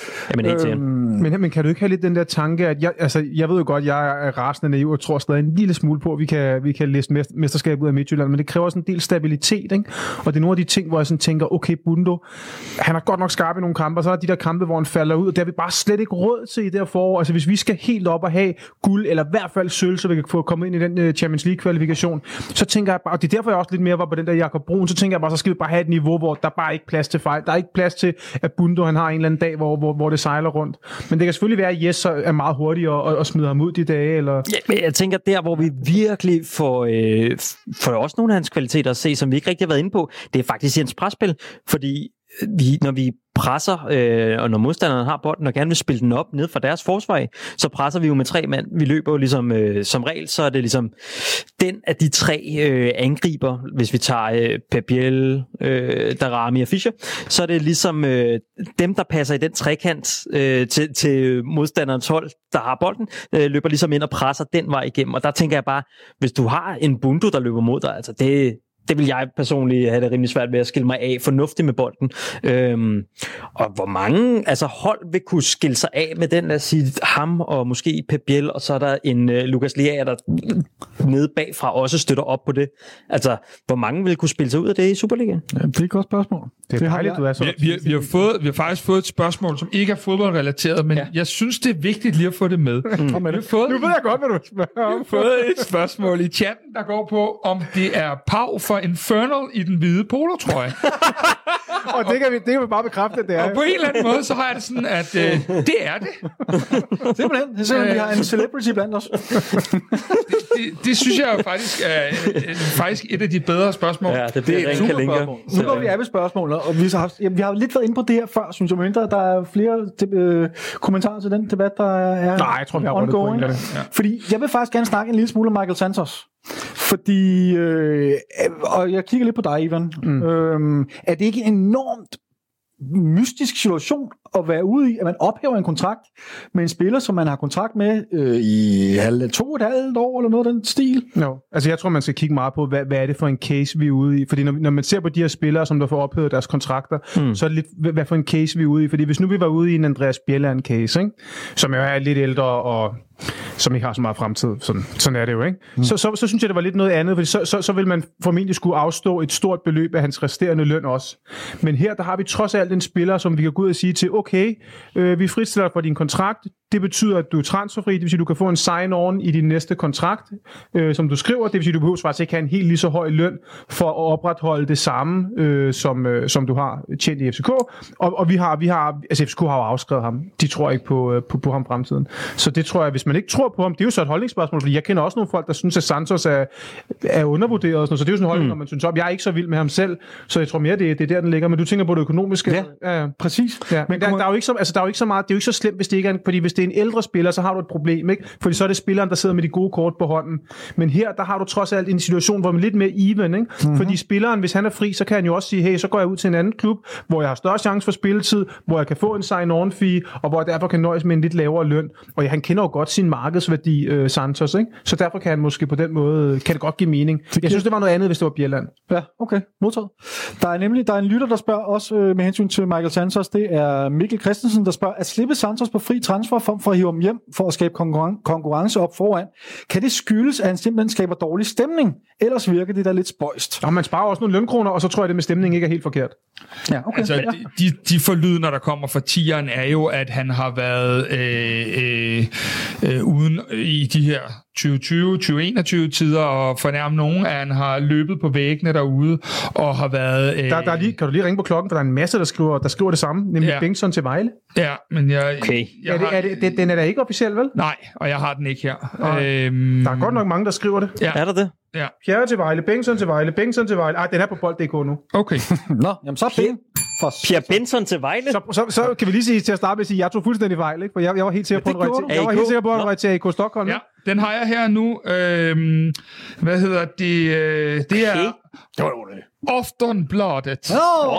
Men kan du ikke have lidt den der tanke, at jeg ved jo godt, at jeg er rasende naiv og tror stadig en lille smule på, at vi kan læse mesterskabet ud af Midtjylland, men det kræver også en del stabilitet, ikke? Og det er nogle af de ting, hvor jeg sådan tænker, okay, Bundu, han har godt nok skarpe i nogle kampe, og så er der de der kampe, hvor han falder ud, og det har vi bare slet ikke råd til i det her forår. Altså hvis vi skal helt op og have guld, eller i hvert fald sølv, så vi kan få kommet ind i den Champions League-kvalifikation, så tænker jeg bare, og det er derfor jeg også lidt mere var på den der Jakob Brun, så tænker jeg bare, så skal vi bare have et niveau, hvor der bare ikke plads til fejl. Der er ikke plads til, at Bundu han har en eller anden dag, hvor det sejler rundt. Men det kan selvfølgelig være, at Jes er meget hurtig og smider ham ud de dage. Eller... Ja, men jeg tænker, der hvor vi virkelig får også nogle af hans kvaliteter at se, som vi ikke rigtig har været inde på, det er faktisk Jens presspil, fordi når vi presser, og når modstanderne har bolden og gerne vil spille den op ned fra deres forsvar, så presser vi jo med 3 mand. Vi løber jo ligesom, som regel, så er det ligesom den af de 3 angriber, hvis vi tager Pep Biel, Darami og Fischer, så er det ligesom dem, der passer i den trekant til modstanderens hold, der har bolden, løber ligesom ind og presser den vej igennem. Og der tænker jeg bare, hvis du har en Bundu, der løber mod dig, altså det vil jeg personligt have det rimelig svært ved at skille mig af fornuftigt med bolden. Og hvor mange hold vil kunne skille sig af med den, lad os sige, ham og måske Pep Biel, og så er der en Lukas Lea, der nede bagfra også støtter op på det. Altså, hvor mange vil kunne spille sig ud af det i Superligaen? Ja, det er et godt spørgsmål. Det er dejligt, du er så. Vi har faktisk fået et spørgsmål, som ikke er fodboldrelateret, men jeg synes, det er vigtigt lige at få det med. Nu ved jeg godt, hvad du spørger om. Vi har fået et spørgsmål i chatten, der går på, om det er Pau for Infernal i den hvide polotrøje. Og det kan vi bare bekræfte, at det er. Og på en eller anden måde, så har jeg det sådan, at det er det. Simpelthen. Det er vi har en celebrity blandt os. Det det synes jeg jo faktisk er et af de bedre spørsmål. Ja, det er super spørgsmål. Nu går vi af med spørgsmålet, og vi har lidt været inde på det her før, synes jeg, mindre der er flere kommentarer til den debat, der er Nej, jeg tror, vi har ongoing. Fordi jeg vil faktisk gerne snakke en lille smule om Michael Santos. Fordi, og jeg kigger lidt på dig, Ivan, er det ikke enormt mystisk situation at være ude i, at man ophæver en kontrakt med en spiller, som man har kontrakt med i 2,5 år, eller noget af den stil? No. Altså jeg tror, man skal kigge meget på, hvad er det for en case, vi er ude i. Fordi når man ser på de her spillere, som der får ophævet deres kontrakter, så er det lidt, hvad for en case vi er ude i. Fordi hvis nu vi var ude i en Andreas Bjelland-case, ikke? Som jo er lidt ældre og som ikke har så meget fremtid. Sådan er det jo, ikke? Så synes jeg, det var lidt noget andet, fordi så vil man formentlig skulle afstå et stort beløb af hans resterende løn også. Men her, der har vi trods alt en spiller, som vi kan gå ud og sige til, okay, vi fritstiller for din kontrakt. Det betyder, at du er transferfri, det vil sige, at du kan få en sign-on i din næste kontrakt, som du skriver. Det vil sige, at du behøver faktisk ikke have en helt lige så høj løn for at opretholde det samme, som du har tjent i FCK. Og vi har, altså FCK har jo afskrevet ham. De tror ikke på ham fremtiden. Så det tror jeg, hvis man ikke tror på ham, det er jo så et holdningsspørgsmål, fordi jeg kender også nogle folk, der synes, at Santos er undervurderet og sådan noget. Så det er jo sådan en holdning, når man synes op. Jeg er ikke så vild med ham selv, så jeg tror mere, det er der, den ligger. Men du tænker på det økonomiske. Ja, præcis. Ja, men der er jo ikke så meget, det er jo ikke så slemt, hvis det ikke er fordi hvis det er en ældre spiller, så har du et problem, ikke? Fordi så er det spilleren, der sidder med de gode kort på hånden. Men her, der har du trods alt en situation, hvor man er lidt mere even, ikke? Fordi spilleren, hvis han er fri, så kan han jo også sige, hey, så går jeg ud til en anden klub, hvor jeg har større chance for spilletid, hvor jeg kan få en sign-on fee, og hvor jeg derfor kan nøjes med en lidt lavere løn. Og han kender jo godt sin markedsværdi, Santos, ikke? Så derfor kan han måske på den måde, kan det godt give mening. Jeg synes, det var noget andet, hvis det var Bjelland. Ja, okay. Modtaget. Der er en lytter, der spørger også med hensyn til Michael Santos. Det er Mikkel Christensen, der spørger, at slippe Santos på fri transfer for at hive ham hjem for at skabe konkurrence op foran. Kan det skyldes, at han simpelthen skaber dårlig stemning? Ellers virker det da lidt spøjst. Og man sparer også nogle lønkroner, og så tror jeg, det med stemning ikke er helt forkert. Ja, okay. Altså, de forlydener, der kommer fra tieren, er jo, at han har været uden i de her 2020-2021 tider og fornærme nogen, at han har løbet på væggene derude og har været... kan du lige ringe på klokken, for der er en masse, der skriver det samme, nemlig Bengtsson til Vejle. Ja, men jeg... Okay. Den er da ikke officiel, vel? Nej, og jeg har den ikke her. Der er godt nok mange, der skriver det. Ja. Er der det? Ja. Pierre til Vejle, Bengtsson til Vejle, Bengtsson til Vejle. Den er på bold.dk nu. Okay. Nå, jamen så pænt. Pierre Benson til Vejle? Så kan vi lige sige til at starte med at sige, at jeg tog fuldstændig fejl, ikke? For jeg var helt sikker på, at han røg til AK Stockholm. Ja, den har jeg her nu. Hvad hedder det? Det er... Aftonbladet.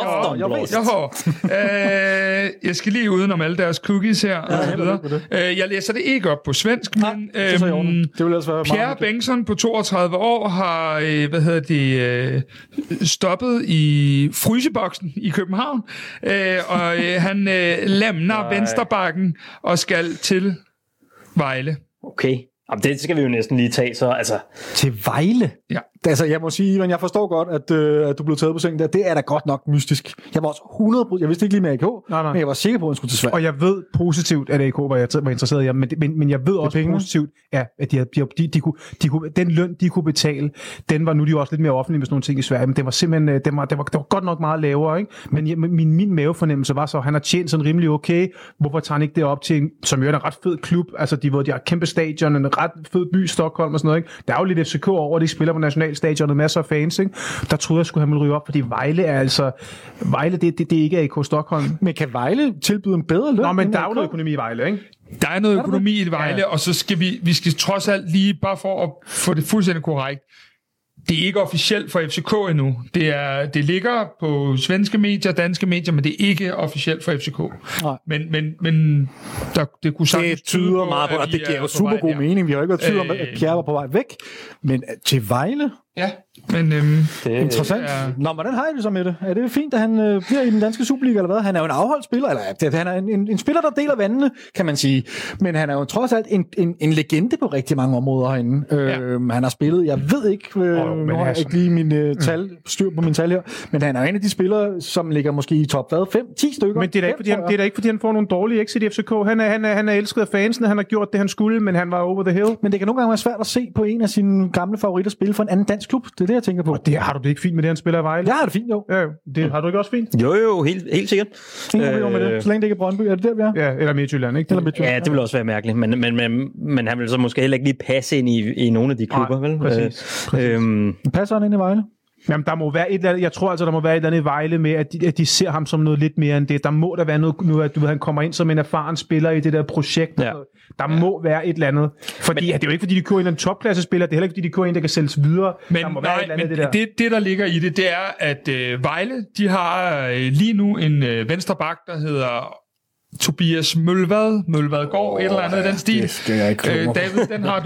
Jeg skal lige udenom alle deres cookies her. Jeg læser det ikke op på svensk, men Pierre Bengtsson på 32 år har stoppet i fryseboksen i København, og han lemner venstrebakken og skal til Vejle. Okay. Jamen, det skal vi jo næsten lige tage, så altså... Til Vejle? Ja. Altså, jeg må sige, Ivan, jeg forstår godt, at du blev taget på sengen der. Det er da godt nok mystisk. Jeg var også 100%... Jeg vidste ikke lige med AK, men jeg var sikker på, at han skulle til Sverige. Og jeg ved positivt, at AK var interesseret i ham, men jeg ved også positivt, at de kunne, den løn, de kunne betale, den var nu de jo også lidt mere offentlige med sådan nogle ting i Sverige, men det var simpelthen... Det var godt nok meget lavere, ikke? Men min mavefornemmelse var så, at han har tjent sådan rimelig okay. Hvorfor tager han ikke det op til, som jo er en ret fed klub? Altså, de har et kæmpe stadion, en ret fed by, Stockholm og sådan noget, ikke? Der er jo lidt FCK over, de spiller på nationalstadionet, masser af fans, ikke? Der troede jeg, skulle han ryge op, fordi Vejle er altså... Vejle, det er ikke AK Stockholm. Men kan Vejle tilbyde en bedre løn? Nå, men der er jo noget økonomi i Vejle, ikke? Der er noget økonomi i Vejle, og så skal vi skal trods alt lige, bare for at få det fuldstændig korrekt, det er ikke officielt for FCK endnu. Det ligger på svenske medier, danske medier, men det er ikke officielt for FCK. Men det kunne sagtens det tyder meget på, at det giver jo super god mening. Vi har ikke været tvivl om, at Pierre var på vej væk. Men til Vejle? Ja, men... det er interessant. Nå, hvordan har I det så med det? Er det fint, at han bliver i den danske Superliga, eller hvad? Han er jo en afholdt spiller, eller han er en spiller, der deler vandene, kan man sige. Men han er jo trods alt en legende på rigtig mange områder herinde. Han har spillet, jeg ved ikke, nu har jeg ikke lige min styr på min tal her, men han er en af de spillere, som ligger måske i top 5-10 stykker. Men det er da ikke, fordi han får nogle dårlige exit i FCK. Han er elsket af fansene, han har gjort det, han skulle, men han var over the hill. Men det kan nogle gange være svært at se på en af sine gamle favoritter spille for en anden dansk dansk klub. Det er det, jeg tænker på. Og det har du det ikke fint med det, han spiller i Vejle? Jeg har det fint, jo. Ja, det har du ikke også fint? Jo, helt sikkert. Ingen problemer med det. Så længe det ikke er Brøndby, er det der, vi er? Ja, eller Midtjylland, ikke? Eller Ja, det vil også være mærkeligt, men han vil så måske heller ikke lige passe ind i nogle af de klubber, vel? Præcis. Passer han ind i Vejle? Jamen, der må være et eller andet, jeg tror altså, der må være et eller andet i Vejle med, at de ser ham som noget lidt mere end det. Der må der være noget, at han kommer ind som en erfaren spiller i det der projekt. Ja. Der må være et eller andet. Fordi det er jo ikke, fordi de kører en eller anden topklassespiller, det er heller ikke, fordi de kører en, der kan sælges videre. Men, der må være et eller andet men det der. Det, der ligger i det, det er, at Vejle, de har lige nu en venstrebak, der hedder Tobias Mølvad et eller andet i den stil. David, den har du.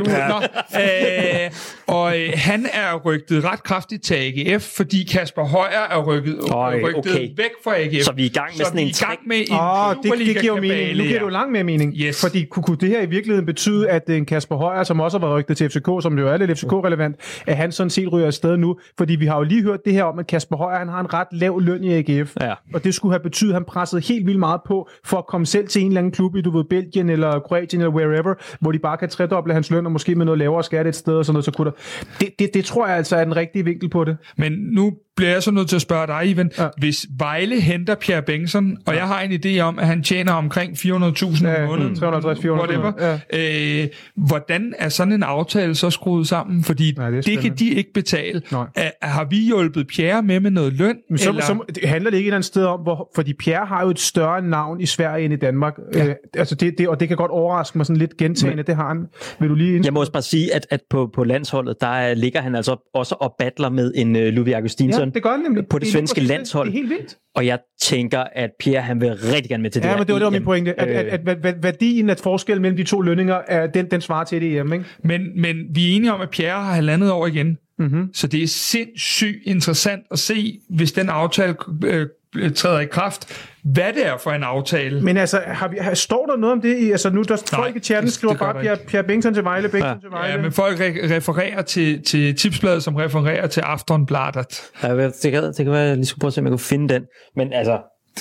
Og han er rygtet ret kraftigt til AGF, fordi Kasper Højer er rygtet væk fra AGF. Så vi er i gang med sådan en træk. Det giver jo mening. Nu giver det jo langt mere mening. Yes. Fordi kunne det her i virkeligheden betyde, at en Kasper Højer, som også har været rygtet til FCK, som jo er lidt FCK-relevant, at han sådan set ryger afsted nu? Fordi vi har jo lige hørt det her om, at Kasper Højer, han har en ret lav løn i AGF. Ja. Og det skulle have betydet, at han pressede helt vildt meget på, for at komme selv til en eller anden klub i, du ved, Belgien eller Kroatien eller wherever, hvor de bare kan tredoble hans løn, og måske med noget lavere skat et sted og sådan noget, så kunne der... Det tror jeg altså er den rigtige vinkel på det. Men nu bliver jeg så nødt til at spørge dig, Ivan. Ja. Hvis Vejle henter Pierre Bengtsson, og jeg har en idé om, at han tjener omkring 400.000 om måneden, 350-400. Hvordan er sådan en aftale så skruet sammen? Fordi det kan de ikke betale. Har vi hjulpet Pierre med noget løn? Men så handler det ikke et eller andet sted om, fordi Pierre har jo et større navn i Sverige end i Danmark. Ja. Og det kan godt overraske mig sådan lidt gentagende. Det har han. Vil du lige Jeg må også bare sige, at på landsholdet, der ligger han altså også og battler med en Ludvig Augustinsson det gør han nemlig. På det svenske landshold. Det er helt vildt. Og jeg tænker, at Pierre han vil rigtig gerne med til det. Ja, men det var min pointe. At værdien af forskel mellem de to lønninger, den svarer til det hjemme, ikke? Men vi er enige om, at Pierre har 1,5 år igen. Mm-hmm. Så det er sindssygt interessant at se, hvis den aftale træder i kraft, hvad det er for en aftale. Men altså, står der noget om det? Altså nu, der folk i chatten skriver bare Pierre Bengtsson til Vejle, til Vejle. Ja, men folk refererer til Tipsbladet, som refererer til Aftonbladet. Ja, det kan være, jeg lige skulle prøve at se, om jeg kunne finde den. Men altså,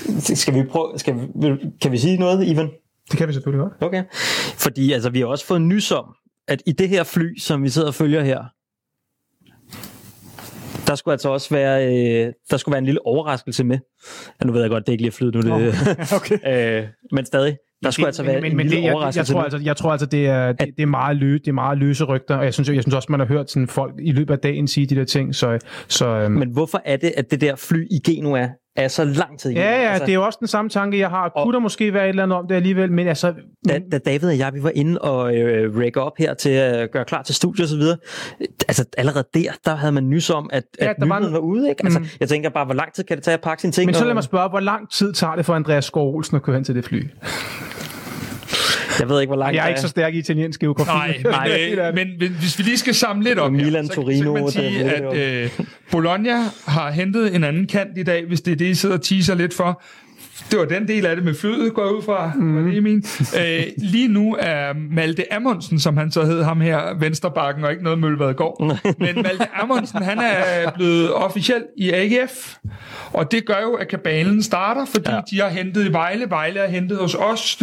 kan vi sige noget, Ivan? Det kan vi selvfølgelig godt. Okay. Fordi altså, vi har også fået nys om, at i det her fly, som vi sidder og følger her, der skulle altså også være, en lille overraskelse med. Ja, nu ved jeg godt, det ikke lige er flyet nu. Okay. Men stadig. Der skulle altså være en lille overraskelse med. Jeg tror altså, det er meget løse rygter, og jeg synes også, man har hørt sådan folk i løbet af dagen sige de der ting. Men hvorfor er det, at det der fly i Genua er så lang tid igen? Ja, altså, det er jo også den samme tanke, jeg har. Kunne der måske være et eller andet om det alligevel, men altså... Da David og jeg, vi var inde og række op her til at gøre klar til studiet og så videre, altså allerede der havde man nys om, at nyheden var ude, ikke? Altså, jeg tænker bare, hvor lang tid kan det tage at pakke sine ting? Men så lad mig spørge, hvor lang tid tager det for Andreas Skov Olsen at køre hen til det fly? Jeg ved ikke, hvor langt jeg er ikke så stærk i italiensk geografi. Nej, men hvis vi lige skal samle lidt op Milan, her, Torino, så kan man sige, at Bologna har hentet en anden kant i dag, hvis det er det, I sidder og teaser lidt for. Det var den del af det med flyet, går ud fra. Lige nu er Malte Amundsen, som han så hed, ham her, venstrebakken, og ikke noget Mølvadgård. Men Malte Amundsen, han er blevet officiel i AGF. Og det gør jo, at kabalen starter, fordi de har hentet i Vejle. Vejle er hentet hos os.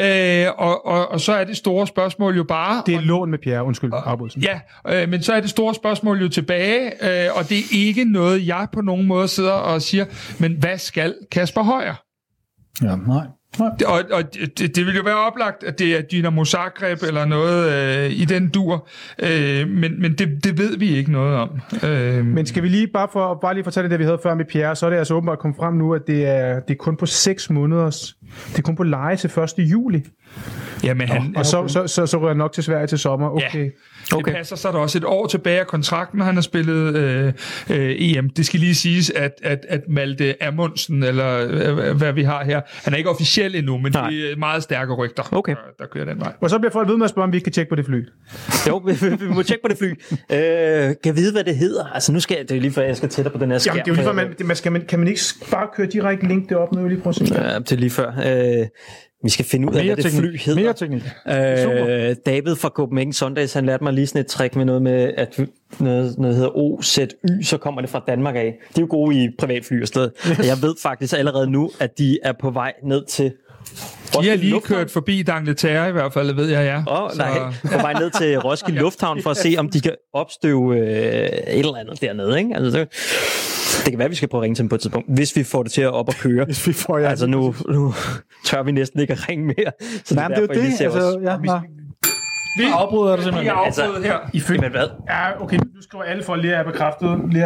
Og så er det store spørgsmål jo bare... Det er lån med Pierre, undskyld. Ja, men så er det store spørgsmål jo tilbage, og det er ikke noget, jeg på nogen måde sidder og siger, men hvad skal Kasper Højer? Ja, nej. Og det vil jo være oplagt, at det er Dynamo Zagreb eller noget i den dur, men det ved vi ikke noget om. Men skal vi lige bare lige fortælle det, vi havde før med Pierre, så er det altså åbenbart kommet frem nu, at det er kun på 6 måneders, det er kun på leje til 1. juli. Jamen, og så rører han nok til Sverige til sommer. Okay. Ja. Det passer, så er der også et år tilbage af kontrakten, når han har spillet EM. Det skal lige siges, at Malte Amundsen, eller hvad vi har her, han er ikke officiel endnu, men det er meget stærke rygter, der kører den vej. Og så bliver folk ved med at spørge, om vi kan tjekke på det fly. Jo, vi må tjekke på det fly. Kan jeg vide, hvad det hedder? Altså, nu skal det er lige før, jeg skal tættere på den her skærm. Jamen, det er jo lige før, kan man ikke bare køre direkte link derop, nu lige prøve at se. Ja, det er lige før. Vi skal finde ud af, hvad det fly hedder. Mere teknik. David fra Copenhagen Sundays, han lærte mig lige sådan et trick med noget med, at noget hedder OZY, så kommer det fra Danmark af. De er jo gode i privatfly og sted. Yes. Og jeg ved faktisk allerede nu, at de er på vej ned til De har lige kørt forbi D'Angleterre i hvert fald, ved jeg, ja. Nej, på vej ned til Roskilde Lufthavn for at se, om de kan opstøve et eller andet dernede, ikke? Altså, det kan være, at vi skal prøve at ringe til dem på et tidspunkt, hvis vi får det til at op og køre. Hvis vi får, altså nu tør vi næsten ikke at ringe mere. Så nej, det er jo det. Altså, Vi afbryder det simpelthen. Vi er afbrydet her. Jamen hvad? Ja, okay, nu skriver alle for, at Lea er bekræftet. Men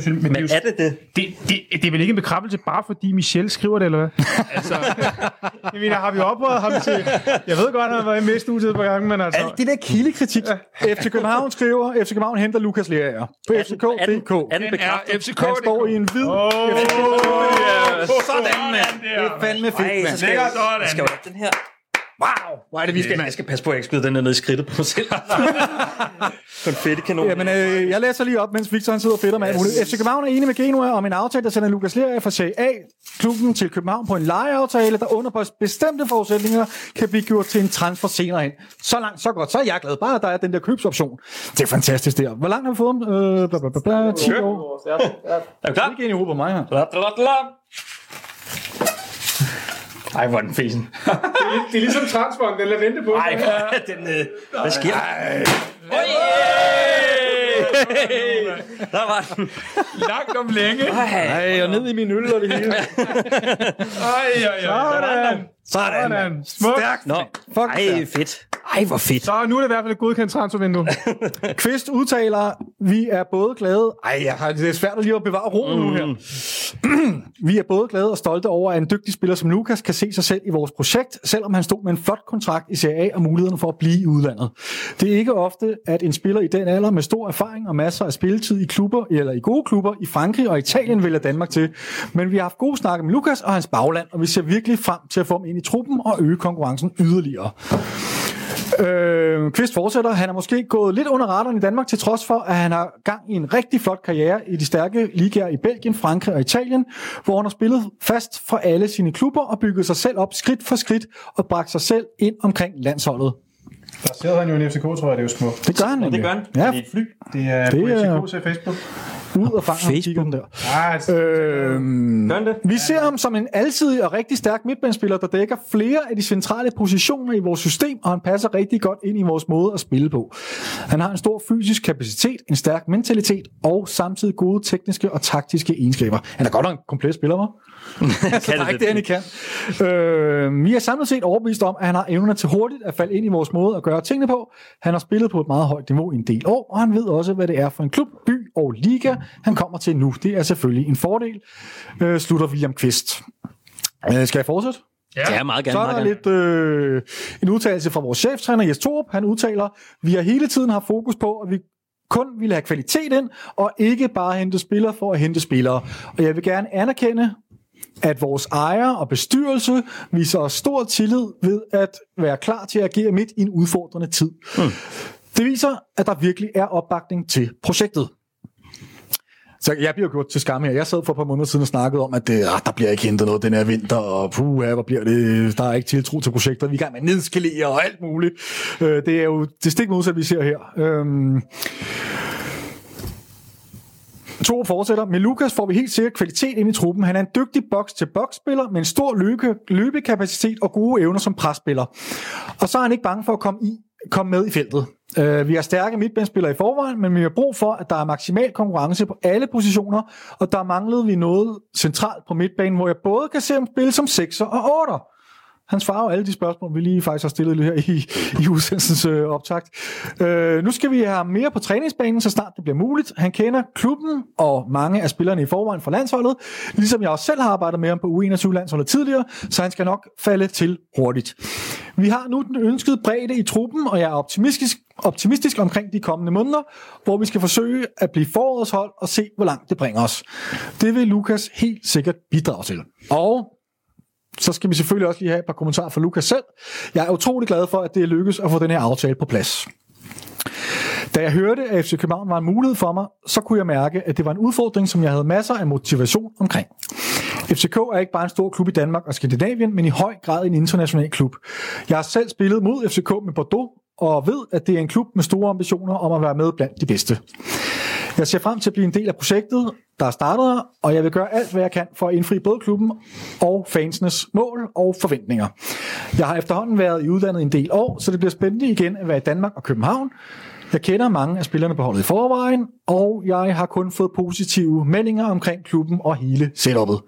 det er vel ikke en bekræftelse, bare fordi Michel skriver det, eller hvad? Altså, jeg mener, har vi oprettet ham til... Jeg ved godt, at han har været med i studiet på gangen, men altså... Alt det der kildekritik. FC København skriver, FC København henter Lukas Lea på FCK.dk. Er den bekræftet? Han står i en hvid... Sådan, mand. Det er fandme fedt, mand. Skal jo den her... Wow! Hvor er det, jeg skal passe på, at jeg ikke skyder den der ned i skridtet på mig selv. Konfettikanon. Jamen, jeg læser lige op, mens Victor han sidder og fedter med. FC København er enig med Genua om en aftale, der sender Lukas Lea fra Serie A-klubben til København på en lejeaftale, der under bestemte forudsætninger kan blive gjort til en transfer senere hen. Så langt, så godt. Så er jeg glad. Bare, der er den der købsoption. Det er fantastisk der. Hvor langt har vi fået dem? 10 år. Er du klar? Det er ikke en i hovedet på mig her. Ej, hvor er den fesen. Det er ligesom transferen, den lader vente på. Ej, hvad sker der? Der var den. Langt om længe. Ej, og ned i min øl og det hele. Sådan. Stærkt. Nå, ej, fedt. Ej, hvor fedt. Så nu er det i hvert fald et godkendt transfervindue. Kvist udtaler, vi er både glade... det er svært at lige at bevare roen nu her. Vi er både glade og stolte over, at en dygtig spiller som Lukas kan se sig selv i vores projekt, selvom han stod med en flot kontrakt i Serie A og mulighederne for at blive i udlandet. Det er ikke ofte, at en spiller i den alder med stor erfaring og masser af spilletid i klubber eller i gode klubber i Frankrig og Italien vælger Danmark til. Men vi har haft gode snakke med Lukas og hans bagland, og vi ser virkelig frem til at få ham ind i truppen og øge konkurrencen yderligere. Kvist fortsætter. Han er måske gået lidt under radaren i Danmark, til trods for, at han har gang i en rigtig flot karriere i de stærke ligaer i Belgien, Frankrig og Italien, hvor han har spillet fast for alle sine klubber og bygget sig selv op skridt for skridt og bragt sig selv ind omkring landsholdet. Der sidder han jo i FCK, tror jeg, det er jo smukt. Det gør han. Det gør han. Ja, det er et fly. Det er på FCK til Facebook. Ud og fanger den der. Vi ser ham som en alsidig og rigtig stærk midtbanespiller, der dækker flere af de centrale positioner i vores system, og han passer rigtig godt ind i vores måde at spille på. Han har en stor fysisk kapacitet, en stærk mentalitet og samtidig gode tekniske og taktiske egenskaber. Han er godt nok en komplet spiller, hva'? Så der er ikke det, han ikke kan. Vi er samlet set overbevist om, at han har evnerne til hurtigt at falde ind i vores måde at gøre tingene på. Han har spillet på et meget højt niveau i en del år, og han ved også, hvad det er for en klub, by og liga, han kommer til nu. Det er selvfølgelig en fordel, slutter William Kvist. Skal jeg fortsætte? Ja, meget gerne. Så er der lidt en udtalelse fra vores cheftræner Jes Torup. Han udtaler, vi har hele tiden haft fokus på, at vi kun ville have kvalitet ind, og ikke bare hente spillere for at hente spillere. Og jeg vil gerne anerkende, at vores ejer og bestyrelse viser os stor tillid ved at være klar til at agere midt i en udfordrende tid. Det viser, at der virkelig er opbakning til projektet. Så jeg bliver gjort til skam her. Jeg sad for et par måneder siden og snakkede om, at der bliver ikke hentet noget den her vinter, og hvor bliver det? Der er ikke tiltro til projekter. Vi er i gang med nedskalere og alt muligt. Det er jo det stik modsat, vi ser her. To fortsætter. Med Lukas får vi helt sikkert kvalitet ind i truppen. Han er en dygtig box-til-box-spiller med en stor løbekapacitet og gode evner som presspiller. Og så er han ikke bange for at komme med i feltet. Vi har stærke midtbanespillere i forvejen, men vi har brug for, at der er maksimal konkurrence på alle positioner, og der manglede vi noget centralt på midtbanen, hvor jeg både kan se ham spille som 6'er og 8'er. Han svarer jo alle de spørgsmål, vi lige faktisk har stillet her i udsendelsens optakt. Nu skal vi have mere på træningsbanen, så snart det bliver muligt. Han kender klubben og mange af spillerne i forvejen fra landsholdet, ligesom jeg også selv har arbejdet med ham på U21-landsholdet tidligere, så han skal nok falde til hurtigt. Vi har nu den ønskede bredde i truppen, og jeg er optimistisk omkring de kommende måneder, hvor vi skal forsøge at blive forårets hold og se, hvor langt det bringer os. Det vil Lukas helt sikkert bidrage til. Og så skal vi selvfølgelig også lige have et par kommentarer fra Lukas selv. Jeg er utrolig glad for, at det er lykkes at få den her aftale på plads. Da jeg hørte, at FC København var en mulighed for mig, så kunne jeg mærke, at det var en udfordring, som jeg havde masser af motivation omkring. FCK er ikke bare en stor klub i Danmark og Skandinavien, men i høj grad en international klub. Jeg har selv spillet mod FCK med Bordeaux, og ved, at det er en klub med store ambitioner om at være med blandt de bedste. Jeg ser frem til at blive en del af projektet, der er startet, og jeg vil gøre alt, hvad jeg kan for at indfri både klubben og fansenes mål og forventninger. Jeg har efterhånden været i udlandet en del år, så det bliver spændende igen at være i Danmark og København. Jeg kender mange af spillerne på holdet i forvejen, og jeg har kun fået positive meldinger omkring klubben og hele setupet.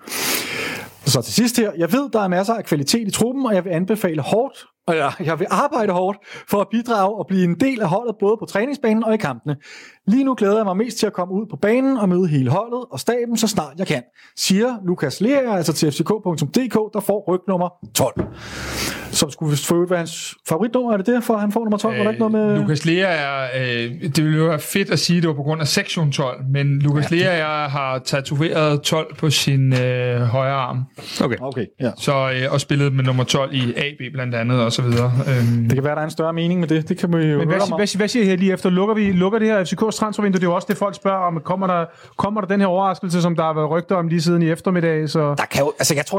Så til sidst her, jeg ved, der er masser af kvalitet i truppen, og jeg vil anbefale hårdt, og jeg vil arbejde hårdt for at bidrage og blive en del af holdet, både på træningsbanen og i kampene. Lige nu glæder jeg mig mest til at komme ud på banen og møde hele holdet og staben, så snart jeg kan, siger Lukas Lea, altså til fck.dk, der får rygnummer 12. Som skulle for være hans favoritnummer, er det derfor, han får nummer 12? Var der ikke noget med... Lukas Lea det ville jo være fedt at sige, at det var på grund af sektion 12, men Lukas Lea har tatoveret 12 på sin højre arm. Okay, ja. Så, og spillet med nummer 12 i AB blandt andet, og så videre. Det kan være, der er en større mening med det. Det kan vi jo men høre om. Hvad siger I her lige efter? Lukker det her FCK's transfervindue? Det er jo også det, folk spørger om. Kommer der den her overraskelse, som der har været rygter om lige siden i eftermiddag? Så... Der kan jo, altså jeg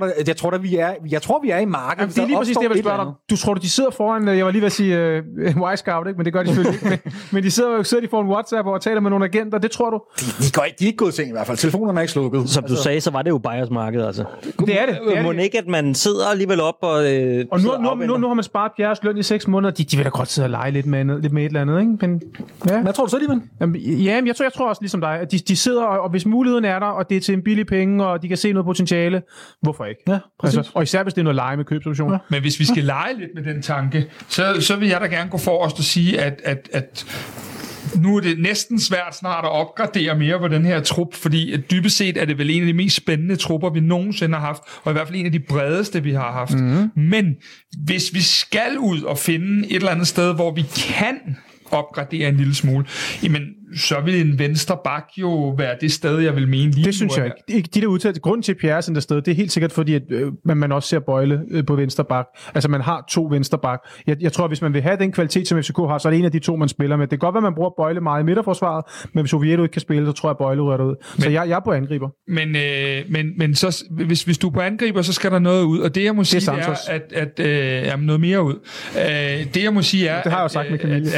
tror, vi er i markedet. Det er lige præcis det, jeg vil spørge dig. Du tror, de sidder foran, jeg var lige ved at sige Y-Scout, ikke? Men det gør de selvfølgelig ikke. Men de sidder foran WhatsApp og taler med nogle agenter. Det tror du? De er ikke gået ting i hvert fald. Telefonerne er ikke slukket. Som du sagde, så var det jo Bayers marked, altså. Det er det. Må ikke, at man sidder alligevel op og nu har man sparet Pierres løn i 6 måneder. De vil da godt sidde og lege lidt med et eller andet, ikke? Men, ja. Hvad tror du så, Liven? Ja, jeg tror også ligesom dig, at de sidder, og hvis muligheden er der, og det er til en billig penge, og de kan se noget potentiale, hvorfor ikke? Ja, altså, og især hvis det er noget lege med købsoption. Ja. Men hvis vi skal lege lidt med den tanke, så vil jeg da gerne gå forrest og sige, at nu er det næsten svært snart at opgradere mere på den her trup, fordi dybest set er det vel en af de mest spændende trupper, vi nogensinde har haft, og i hvert fald en af de bredeste, vi har haft. Men hvis vi skal ud og finde et eller andet sted, hvor vi kan opgradere en lille smule, jamen så vil en venstre bak jo være det sted, jeg vil mene lige. Det synes jeg ikke. De der udtalelser, grunden til Pierre er der sted, det er helt sikkert fordi, at man også ser Bøjle på venstre bak. Altså man har 2 venstre bak. Jeg tror, hvis man vil have den kvalitet, som FCK har, så er det en af de 2, man spiller med. Det kan godt være, at man bruger Bøjle meget i midterforsvaret, men hvis Oviedo ikke kan spille, så tror jeg, Bøjle rører ud. Så jeg er på angriber. Men så, hvis du er på angriber, så skal der noget ud. Og det jeg må sige, er at noget mere ud. Det jeg må sige er, det har jeg jo sagt med Camille.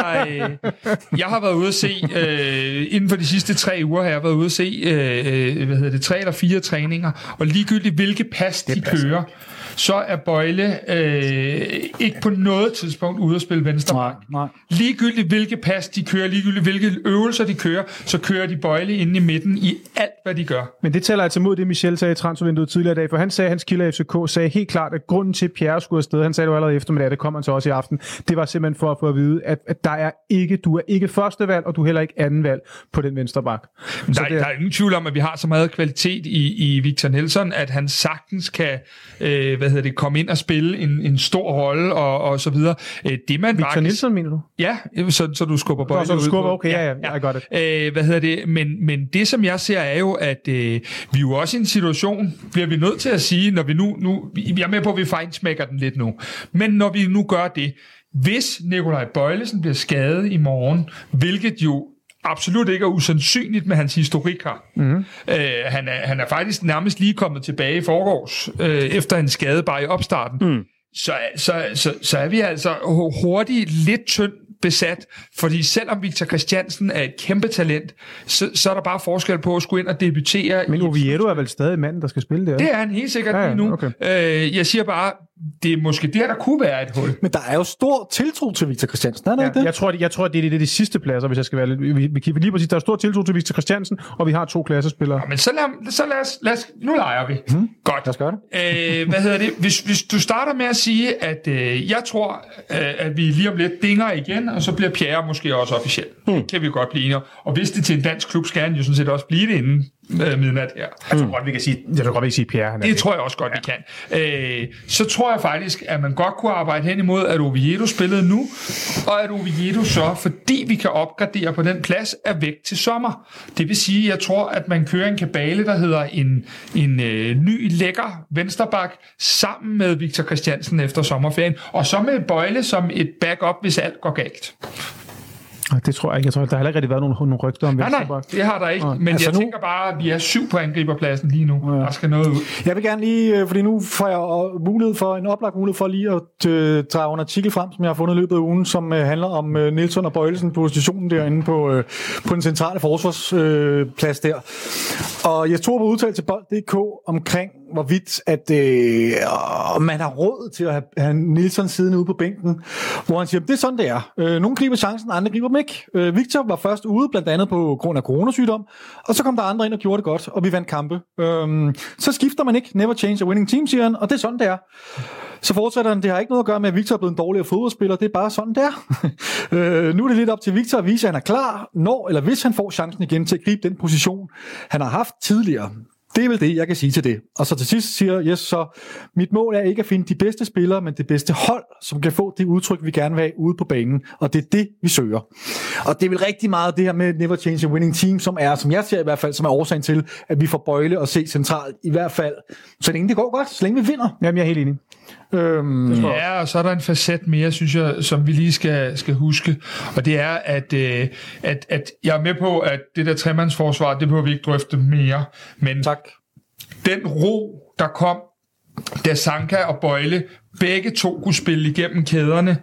Jeg har været ude at se inden for de sidste 3 uger har jeg været ude at se 3 eller 4 træninger, og ligegyldigt hvilke pas de kører, så er Bøjle ikke på noget tidspunkt ude at spille venstre. Nej. Ligegyldigt hvilke pas de kører, ligegyldigt hvilke øvelser de kører, så kører de Bøjle inde i midten i alt, hvad de gør. Men det taler altså mod det, Michel sagde i transfervinduet tidligere i dag, for han sagde, at hans kilder i FCK sagde helt klart, at grunden til, at Pierre skulle afsted, han sagde det jo allerede eftermiddag, det kommer han så også i aften, det var simpelthen for at få at vide, at du er ikke første valg, og du er heller ikke anden valg på den venstre bak. Der er ingen tvivl om, at vi har så meget kvalitet i Victor Nelson, at han sagtens kan komme ind og spille en stor rolle og så videre. Det man Victor Nelson, mener du? Ja, så du skubber Bøjle ud. Så du skubber, okay, ja, jeg gør det. Men det som jeg ser er jo, at vi er jo også i en situation, bliver vi nødt til at sige, når vi nu jeg er med på, at vi fejnsmækker den lidt nu, men når vi nu gør det, hvis Nikolaj Bøjlesen bliver skadet i morgen, hvilket jo absolut ikke er usandsynligt med hans historik her. Han er faktisk nærmest lige kommet tilbage i forgårs, efter en skade bare i opstarten. Så er vi altså hurtigt lidt tynd besat, fordi selvom Victor Christiansen er et kæmpe talent, så er der bare forskel på at skulle ind og debutere. Men Oviedo er vel stadig manden, der skal spille det? Det er han helt sikkert lige nu. Okay. Jeg siger bare, det er måske der kunne være et hul. Men der er jo stor tiltro til Victor Christiansen, er der ikke det? Jeg tror, det er de sidste pladser, hvis jeg skal være lidt... Vi kigger lige præcis, der er stor tiltro til Victor Christiansen, og vi har 2 klassespillere. Ja, men så lad os... Nu leger vi. Godt. Lad os gøre det. Hvis du starter med at sige, at jeg tror, at vi lige om lidt dinger igen, og så bliver Pierre måske også officielt. Det kan vi godt blive enige. Og hvis det til en dansk klub, skal han jo sådan set også blive det inden midnat her. Jeg tror godt, vi kan sige Pierre. Det tror jeg også godt, vi kan. Så tror jeg faktisk, at man godt kunne arbejde hen imod, at Oviedo spillede nu, og at Oviedo så, fordi vi kan opgradere på den plads, er væk til sommer. Det vil sige, at jeg tror, at man kører en kabale, der hedder en ny, lækker vensterbak, sammen med Victor Christiansen efter sommerferien, og så med Bøjle som et backup, hvis alt går galt. Det tror jeg ikke. Jeg tror, der har heller ikke rigtig været nogle rygter om Nej, det har der ikke. Men altså jeg tænker bare, at vi er 7 på angriberpladsen lige nu. Der skal noget ud. Jeg vil gerne lige, fordi nu får jeg en oplagt mulighed for lige at drage en artikel frem, som jeg har fundet i løbet af ugen, som handler om Nilsson og Bøjlesen positionen derinde på den centrale forsvarsplads der. Og jeg tror på udtalt til bold.dk omkring, hvorvidt at man har råd til at have Nilsson siddende ude på bænken, hvor han siger, det er sådan, det er. Nogle griber chancen, andre griber dem ikke. Victor var først ude, blandt andet på grund af coronasygdom, og så kom der andre ind og gjorde det godt, og vi vandt kampe. Så skifter man ikke. Never change a winning team, siger han, og det er sådan, det er. Så fortsætter han, det har ikke noget at gøre med, at Victor er blevet en dårligere fodboldspiller, det er bare sådan, det er. Nu er det lidt op til Victor at vise, at han er klar, når eller hvis han får chancen igen til at gribe den position, han har haft tidligere. Det er vel det, jeg kan sige til det. Og så til sidst siger Jes så, mit mål er ikke at finde de bedste spillere, men det bedste hold, som kan få det udtryk, vi gerne vil have ude på banen. Og det er det, vi søger. Og det er vel rigtig meget det her med never change a winning team, som jeg ser i hvert fald, som er årsagen til, at vi får Bøjle og se centralt i hvert fald, så længe det går godt, så længe vi vinder. Jamen, jeg er helt enig. Ja, og så er der en facet mere, synes jeg, som vi lige skal huske, og det er, at jeg er med på, at det der tremandsforsvar, det behøver vi ikke drøfte mere, men tak. Den ro, der kom, da Sanka og Bøjle begge to kunne spille igennem kæderne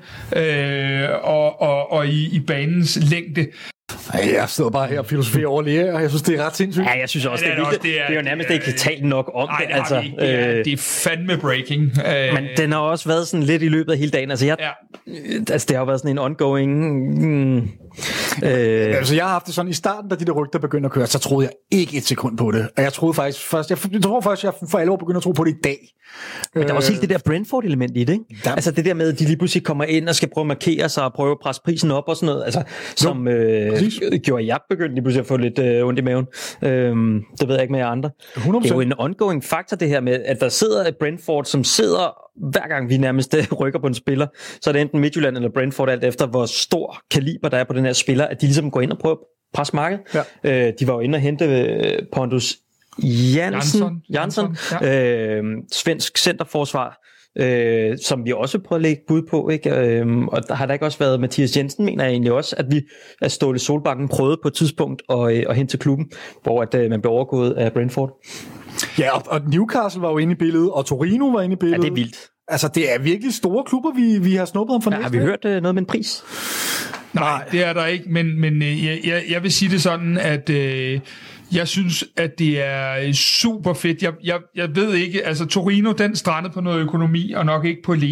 og i banens længde. Jeg sidder bare her og filosoferer over det, og jeg synes, det er ret sindssygt. Ja, jeg synes også, det er jo nærmest ikke talt nok om det. Altså, det er fandme breaking. Men den har også været sådan lidt i løbet af hele dagen. Altså, altså det har jo været sådan en ongoing... Altså, jeg har haft det sådan, i starten, da de der rygter begyndte at køre, så troede jeg ikke et sekund på det. Og jeg troede faktisk først, jeg for alvor begyndte at tro på det i dag. Men der er også helt det der Brentford-element i det, ikke? Ja. Altså det der med, at de lige pludselig kommer ind og skal prøve at markere sig og prøve at presse prisen op og sådan noget. Altså, som gjorde, at jeg begyndte lige pludselig at få lidt ondt i maven. Det ved jeg ikke med jer andre. 100%. Det er jo en ongoing faktor, det her med, at der sidder et Brentford, som sidder, hver gang vi nærmest rykker på en spiller, så er det enten Midtjylland eller Brentford, alt efter hvor stor kaliber der er på den her spiller, at de ligesom går ind og prøver at presse markedet. Ja. De var jo inde og hente Pontus Jansson, ja. Svensk centerforsvar, som vi også prøver at lægge bud på, ikke? Og der har der ikke også været Mathias Jensen, mener jeg egentlig også, at Ståle Solbakken prøvede på et tidspunkt at hente til klubben, hvor at man blev overgået af Brentford. Ja, og Newcastle var jo inde i billedet, og Torino var inde i billedet. Ja, det er vildt. Altså, det er virkelig store klubber, vi har snuppet om for næste. Har vi hørt noget med en pris? Nej, det er der ikke, men jeg vil sige det sådan, at jeg synes, at det er super fedt. Jeg ved ikke, altså Torino, den strandede på noget økonomi, og nok ikke på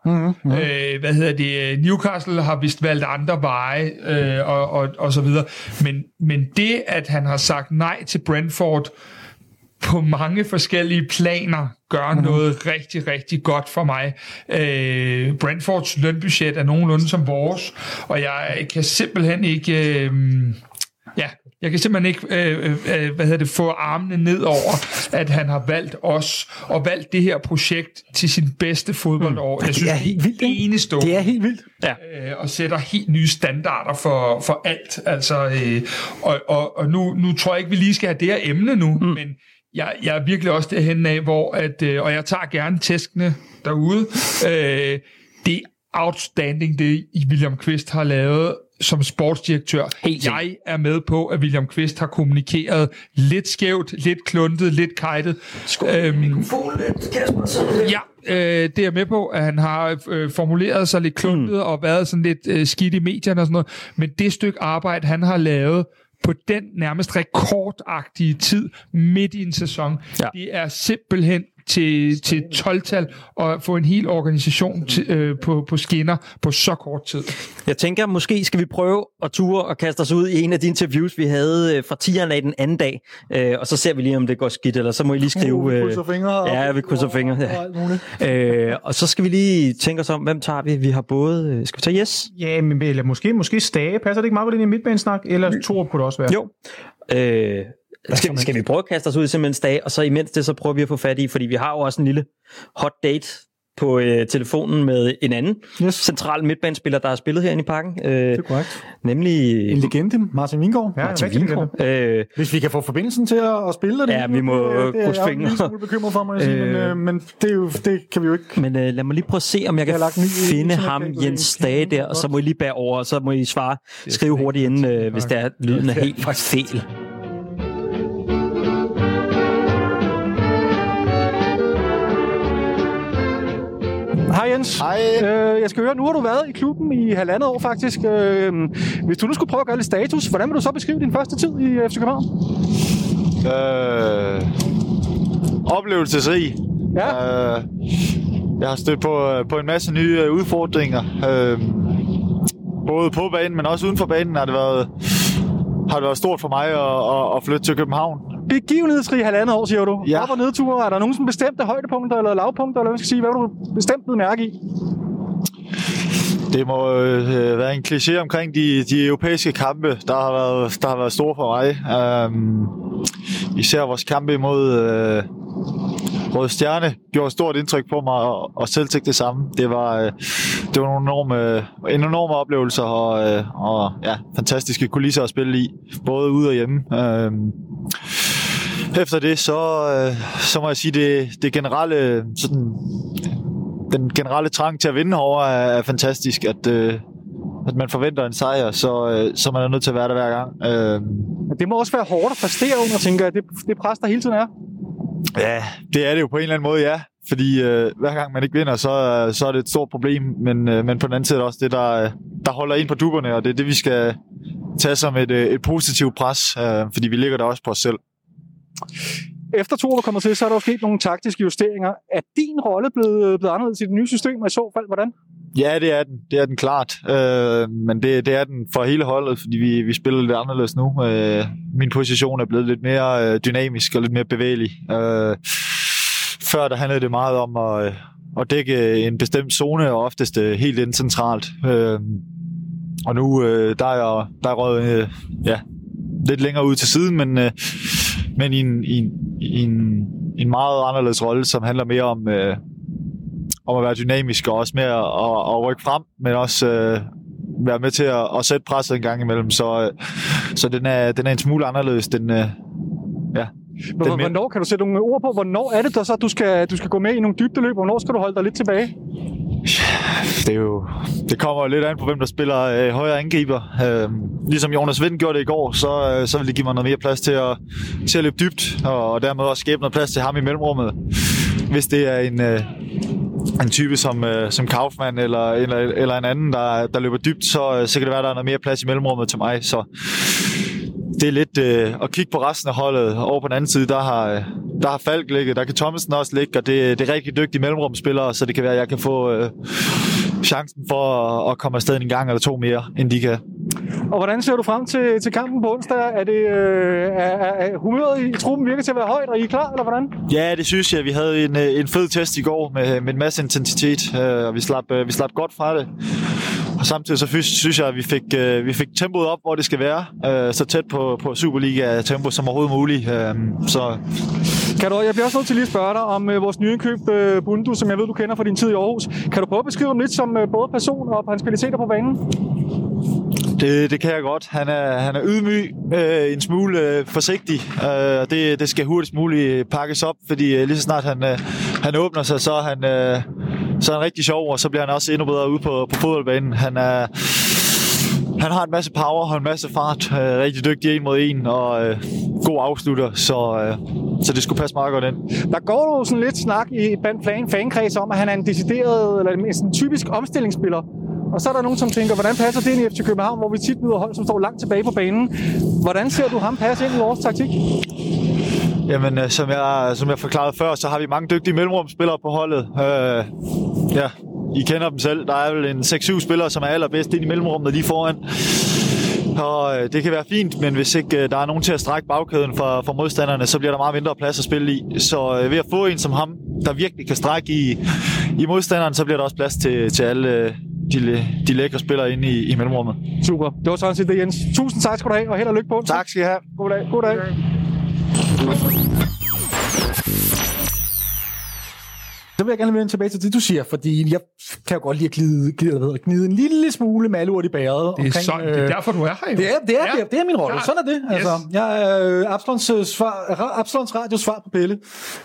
Leaer. Newcastle har vist valgt andre veje, og så videre. Men det, at han har sagt nej til Brentford på mange forskellige planer, gør noget rigtig, rigtig godt for mig. Brentfords lønbudget er nogenlunde som vores, og jeg kan simpelthen ikke... Jeg kan simpelthen ikke få armene ned over, at han har valgt os og valgt det her projekt til sin bedste fodboldår. Jeg synes, det er helt enestående. Det er helt vildt. Ja. Og sætter helt nye standarder for alt. Altså, og nu tror jeg ikke, vi lige skal have det her emne nu, men jeg er virkelig også derhen af, hvor og jeg tager gerne tæskene derude. Det er outstanding, det William Kvist har lavet som sportsdirektør. Jeg er med på, at William Kvist har kommunikeret lidt skævt, lidt kluntet, lidt kajtet. Det er med på, at han har formuleret sig lidt kluntet og været sådan lidt skidt i medierne og sådan noget. Men det stykke arbejde, han har lavet på den nærmest rekordagtige tid midt i en sæson, det er simpelthen til 12-tal at få en hel organisation på skinner på så kort tid. Jeg tænker, måske skal vi prøve at ture og kaste os ud i en af de interviews, vi havde fra 10'erne af den anden dag, og så ser vi lige, om det går skidt, eller så må I lige skrive... Vi krydser fingre. Ja, vi krydser fingre. Ja. Og så skal vi lige tænke os om, hvem tager vi? Vi har både... Skal vi tage Jes? Ja, men, eller måske Stage. Passer det ikke meget godt ind i midtbanesnak? Eller Thor kunne det også være? Jo. Skal vi prøve at kaste os ud i simpelthen Stage, og så imens det, så prøver vi at få fat i, fordi vi har jo også en lille hot date på telefonen med en anden central midtbanespiller, der har spillet herinde i Parken. Det er korrekt. Nemlig en legende, Martin Vingård. Ja, Martin Vingård. Hvis vi kan få forbindelsen til at spille det. Ja, vi må krydse fingre. Jeg er en lille smule bekymret for, må jeg sige, men det kan vi jo ikke. Men lad mig lige prøve at se, om jeg kan finde ham, Jens Stage der, og så må I lige bære over, og så må I skrive hurtigt inden, hvis der er lyden er helt fejl. Hej Jens. Hej. Jeg skal høre, nu har du været i klubben i 1,5 år faktisk. Hvis du nu skulle prøve at gøre lidt status, hvordan vil du så beskrive din første tid i FC København? Oplevelsesrig. Ja. Jeg har stødt på en masse nye udfordringer. Både på banen, men også uden for banen har det været stort for mig at flytte til København. Begivenhedsrig 1,5 år, siger du. Ja. Op- og nedture. Er der nogen sådan bestemte højdepunkter eller lavpunkter, eller hvad skal sige? Hvad har du bestemt blevet mærke i? Det må være en kliché omkring de europæiske kampe, der har været store for mig. Især vores kampe imod Røde Stjerne gjorde stort indtryk på mig, og Celtic det samme. Det var en enorme oplevelser og fantastiske kulisser at spille i, både ude og hjemme. Efter det, så må jeg sige, det generelle, sådan, den generelle trang til at vinde over er fantastisk, at man forventer en sejr, så man er nødt til at være der hver gang. Det må også være hårdt at præstere under, tænker jeg. Det pres, der hele tiden er. Ja, det er det jo på en eller anden måde, ja. Fordi hver gang man ikke vinder, så er det et stort problem. Men på den anden side er det også det, der holder ind på dupperne, og det er det, vi skal tage som et positivt pres, fordi vi ligger der også på os selv. Efter 2 år kommer til, så er der jo sket nogle taktiske justeringer. Er din rolle blevet anderledes i det nye system, og i så fald hvordan? Ja, det er den. Det er den klart. Men det er den for hele holdet, fordi vi spiller lidt anderledes nu. Min position er blevet lidt mere dynamisk og lidt mere bevægelig. Før der handlede det meget om at dække en bestemt zone, og oftest helt ind centralt. Og nu der er jeg røget lidt længere ud til siden, men i en meget anderledes rolle, som handler mere om at være dynamisk og også mere at rykke frem, men også være med til at sætte presset en gang imellem. Så den er en smule anderledes. Hvornår kan du sætte nogle ord på? Hvornår er det der så, du skal gå med i nogle dybdeløb? Hvornår skal du holde dig lidt tilbage? Det kommer lidt an på, hvem der spiller højre angriber. Ligesom Jonas Vind gjorde det i går, så vil det give mig noget mere plads til at løbe dybt, og dermed også skabe noget plads til ham i mellemrummet. Hvis det er en type som Kaufmann eller en anden, der løber dybt, så kan det være, at der er noget mere plads i mellemrummet til mig. Så det er lidt at kigge på resten af holdet. Over på den anden side, der har Falk ligget, der kan Thomsen også ligge, og det er rigtig dygtige mellemrumspillere, så det kan være, at jeg kan få chancen for at komme afsted en gang eller 2 mere, end de kan. Og hvordan ser du frem til kampen på onsdag? Er humøret i truppen virker til at være højt, og I er klar, eller hvordan? Ja, det synes jeg. Vi havde en fed test i går med en masse intensitet, og vi slap godt fra det. Og samtidig så synes jeg, at vi fik tempoet op, hvor det skal være. Så tæt på Superliga-tempo som overhovedet muligt. Jeg bliver også nødt til lige at spørge dig om vores nye indkøb, Bundu, som jeg ved, du kender fra din tid i Aarhus. Kan du prøve at beskrive ham lidt som både person og hans kvaliteter på banen? Det kan jeg godt. Han er ydmyg, en smule forsigtig, og det skal hurtigst muligt pakkes op, fordi lige så snart han åbner sig, så er han rigtig sjov, og så bliver han også endnu bedre ude på fodboldbanen. Han har en masse power og en masse fart, rigtig dygtig 1 mod 1 og god afslutter, så det skulle passe meget godt ind. Der går jo sådan lidt snak i blandt fankreds om, at han er en decideret, eller en typisk omstillingsspiller. Og så er der nogen, som tænker, hvordan passer det ind i FC København, hvor vi tit møder hold, som står langt tilbage på banen. Hvordan ser du ham passe ind i vores taktik? Jamen, som jeg forklarede før, så har vi mange dygtige mellemrumspillere på holdet. I kender dem selv. Der er vel en 6-7 spillere, som er allerbedst ind i mellemrummet lige foran. Og det kan være fint, men hvis ikke der er nogen til at strække bagkæden for modstanderne, så bliver der meget mindre plads at spille i. Så ved at få en som ham, der virkelig kan strække i modstanderen, så bliver der også plads til alle de lækre spillere inde i mellemrummet. Super. Det var sådan set det, Jens. Tusind tak skal du have, og held og lykke på. Tak skal I have. God dag. God dag. Det vil jeg gerne vende tilbage til det, du siger, fordi jeg kan jo godt lide at gnide en lille smule malurt i bæret. Det er sådan, det er derfor, du er her jo. Det er min rolle. Klart. Sådan er det. Altså, Yes. jeg er Absalons radios svar på Pelle.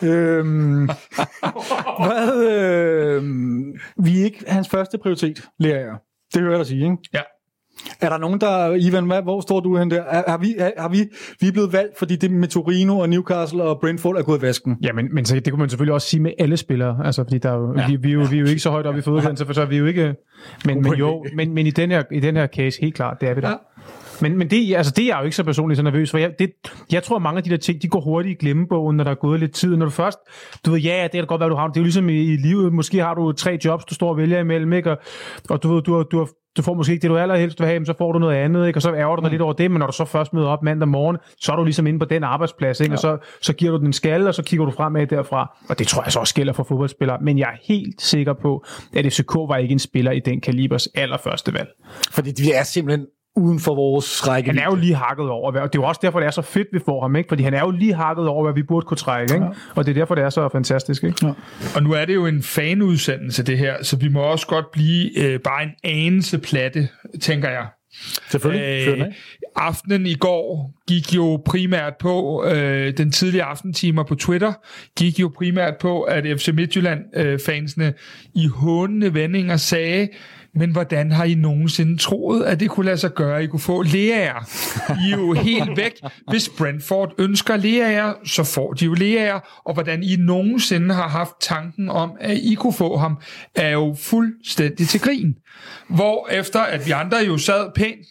Vi er ikke hans første prioritet, lærer jeg. Det hører jeg dig sige, ikke? Ja. Er der nogen, der... Ivan, hvor står du hen der? Vi er blevet valgt, fordi det med Torino og Newcastle og Brentford er gået i vasken? Ja, men så, det kunne man selvfølgelig også sige med alle spillere. Altså, fordi der er jo, vi er jo ikke så højt oppe i fodbold, så er vi jo ikke... Men i den her case, helt klart, det er vi der. Ja. Men det, altså, det er jeg jo ikke så personligt så nervøs for. Jeg tror, mange af de der ting, de går hurtigt i glemmebogen, når der er gået lidt tid. Når du først, du ved, ja, det kan godt være, du har. Det er jo ligesom i livet. Måske har du 3 jobs, du står og vælger imellem, ikke? Og du ved, du får måske ikke det, du allerhelst vil have, men så får du noget andet, ikke? Og så ærger du dig lidt over det, men når du så først møder op mandag morgen, så er du ligesom inde på den arbejdsplads, ikke? Ja. Og så giver du den skalle, og så kigger du fremad derfra. Og det tror jeg så også gælder for fodboldspillere. Men jeg er helt sikker på, at FCK var ikke en spiller i den kalibers allerførste valg. Fordi vi er simpelthen uden for vores række. Han er jo lige hakket over, og det er jo også derfor, det er så fedt, vi får ham, ikke? Fordi han er jo lige hakket over, hvad vi burde kunne trække, ikke? Ja. Og det er derfor, det er så fantastisk, ikke? Ja. Og nu er det jo en fanudsendelse, det her, så vi må også godt blive bare en anelse platte, tænker jeg. Selvfølgelig. Aftenen i går gik jo primært på, den tidlige aftentimer på Twitter, gik jo primært på, at FC Midtjylland-fansene i hånende vendinger sagde, men hvordan har I nogensinde troet, at det kunne lade sig gøre, at I kunne få Leaer? I er jo helt væk. Hvis Brentford ønsker Leaer, så får de jo Leaer. Og hvordan I nogensinde har haft tanken om, at I kunne få ham, er jo fuldstændig til grin. Hvor efter, at vi andre jo sad pænt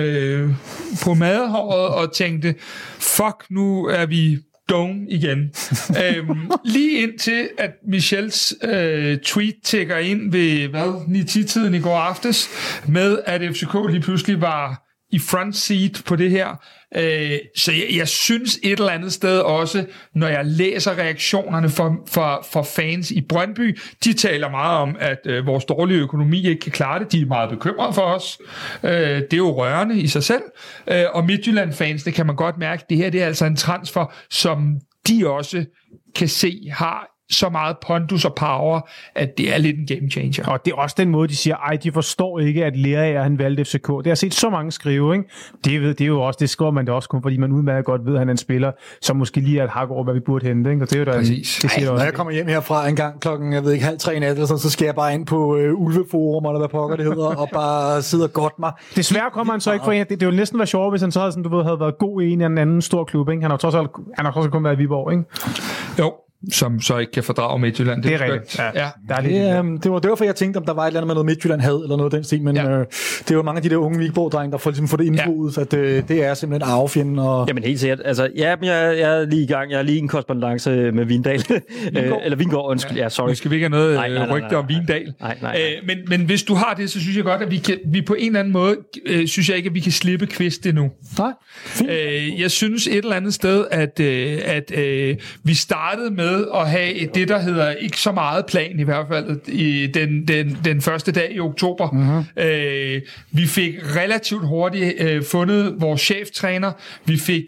på madehåret og tænkte, fuck, nu er vi dome igen. Lige indtil, at Michels tweet tækker ind ved, 9-10-tiden i går aftes, med at FCK lige pludselig var i front seat på det her. Så jeg synes et eller andet sted også, når jeg læser reaktionerne for fans i Brøndby, de taler meget om, at vores dårlige økonomi ikke kan klare det. De er meget bekymrede for os. Det er jo rørende i sig selv. Og Midtjylland-fans, det kan man godt mærke, det her det er altså en transfer, som de også kan se har så meget pondus og power, at det er lidt en game changer. Og det er også den måde, de siger, de forstår ikke, at Leaer han valgte FCK. Det har jeg set så mange skrive, ikke? Det er jo også, det skriver man da også kun, fordi man udmærket godt ved, at han er en spiller, som måske lige er et hak over, hvad vi burde hente, ikke? Og det er jo der, præcis. Det siger når jeg kommer hjem herfra en gang klokken, jeg ved ikke, 2:30 eller sådan, så skal jeg bare ind på Ulveforum, eller hvad pokker det hedder, og bare sidde og godt mig. Desværre kommer han så ikke for en. Det ville næsten være sjovt, hvis han så havde, sådan, du ved, havde været god i en eller anden stor klub, ikke? Han har trods alt kun været i Viborg, ikke? Jo. Som så ikke kan fordrage Midtjylland. Det er rigtigt. Ja. Det var derfor, jeg tænkte, om der var et eller andet med noget Midtjylland havde, eller noget af den stil, men det er jo mange af de der unge Vigborg-drenge, der får det indboet, at det er simpelthen arvefjenden. Og... Jamen helt sikkert. Altså, jeg er lige i gang. Jeg er lige en korrespondance med Vindal. Eller Vingård, undskyld. Ja, sorry. Nu skal vi ikke have noget rygte om Vindal. Men hvis du har det, så synes jeg godt, at vi på en eller anden måde, synes jeg ikke, at vi kan slippe Kvist endnu. Nej, fint. Jeg synes et eller andet sted, at vi startede med at have det, der hedder ikke så meget plan i hvert fald i den første dag i oktober. Mm-hmm. Vi fik relativt hurtigt fundet vores cheftræner. Vi fik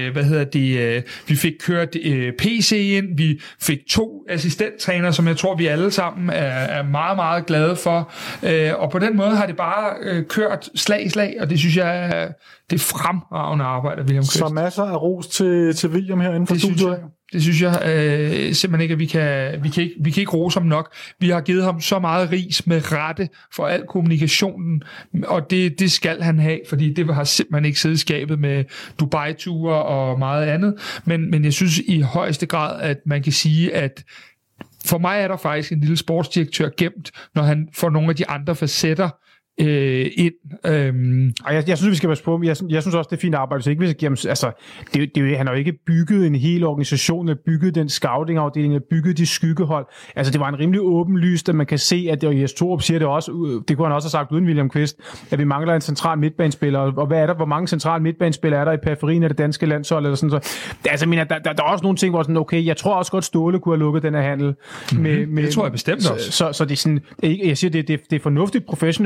vi fik kørt PC ind. Vi fik 2 assistenttrænere, som jeg tror vi alle sammen er meget meget glade for. Og på den måde har det bare kørt slag i slag, og det synes jeg det er fremragende arbejde, William Kvist. Så masser af ros til William herinde fra studiet. Det synes jeg simpelthen ikke, at vi kan ikke rose ham nok. Vi har givet ham så meget ris med rette for al kommunikationen, og det skal han have, fordi det har simpelthen ikke siddet i skabet med Dubai-ture og meget andet. Men jeg synes i højeste grad, at man kan sige, at for mig er der faktisk en lille sportsdirektør gemt, når han får nogle af de andre facetter ind. Og jeg synes, vi skal passe på. Jeg synes også, det er fint arbejde. Så ikke hvis jeg giver ham, altså, han har jo ikke bygget en hel organisation, har bygget den scouting-afdeling, har bygget de skyggehold. Altså, det var en rimelig åbenlyst, at man kan se, at Jes Torup siger det også, det kunne han også have sagt uden William Kvist, at vi mangler en central midtbanespiller. Og hvad er der? Hvor mange centrale midtbanespillere er der i periferien af det danske landshold? Eller sådan så. Altså, der er også nogle ting, hvor sådan, okay, jeg tror også godt, Ståle kunne have lukket den her handel. Det tror jeg bestemt også. Så det er sådan, jeg siger, det er fornuftigt professionelt arbejde,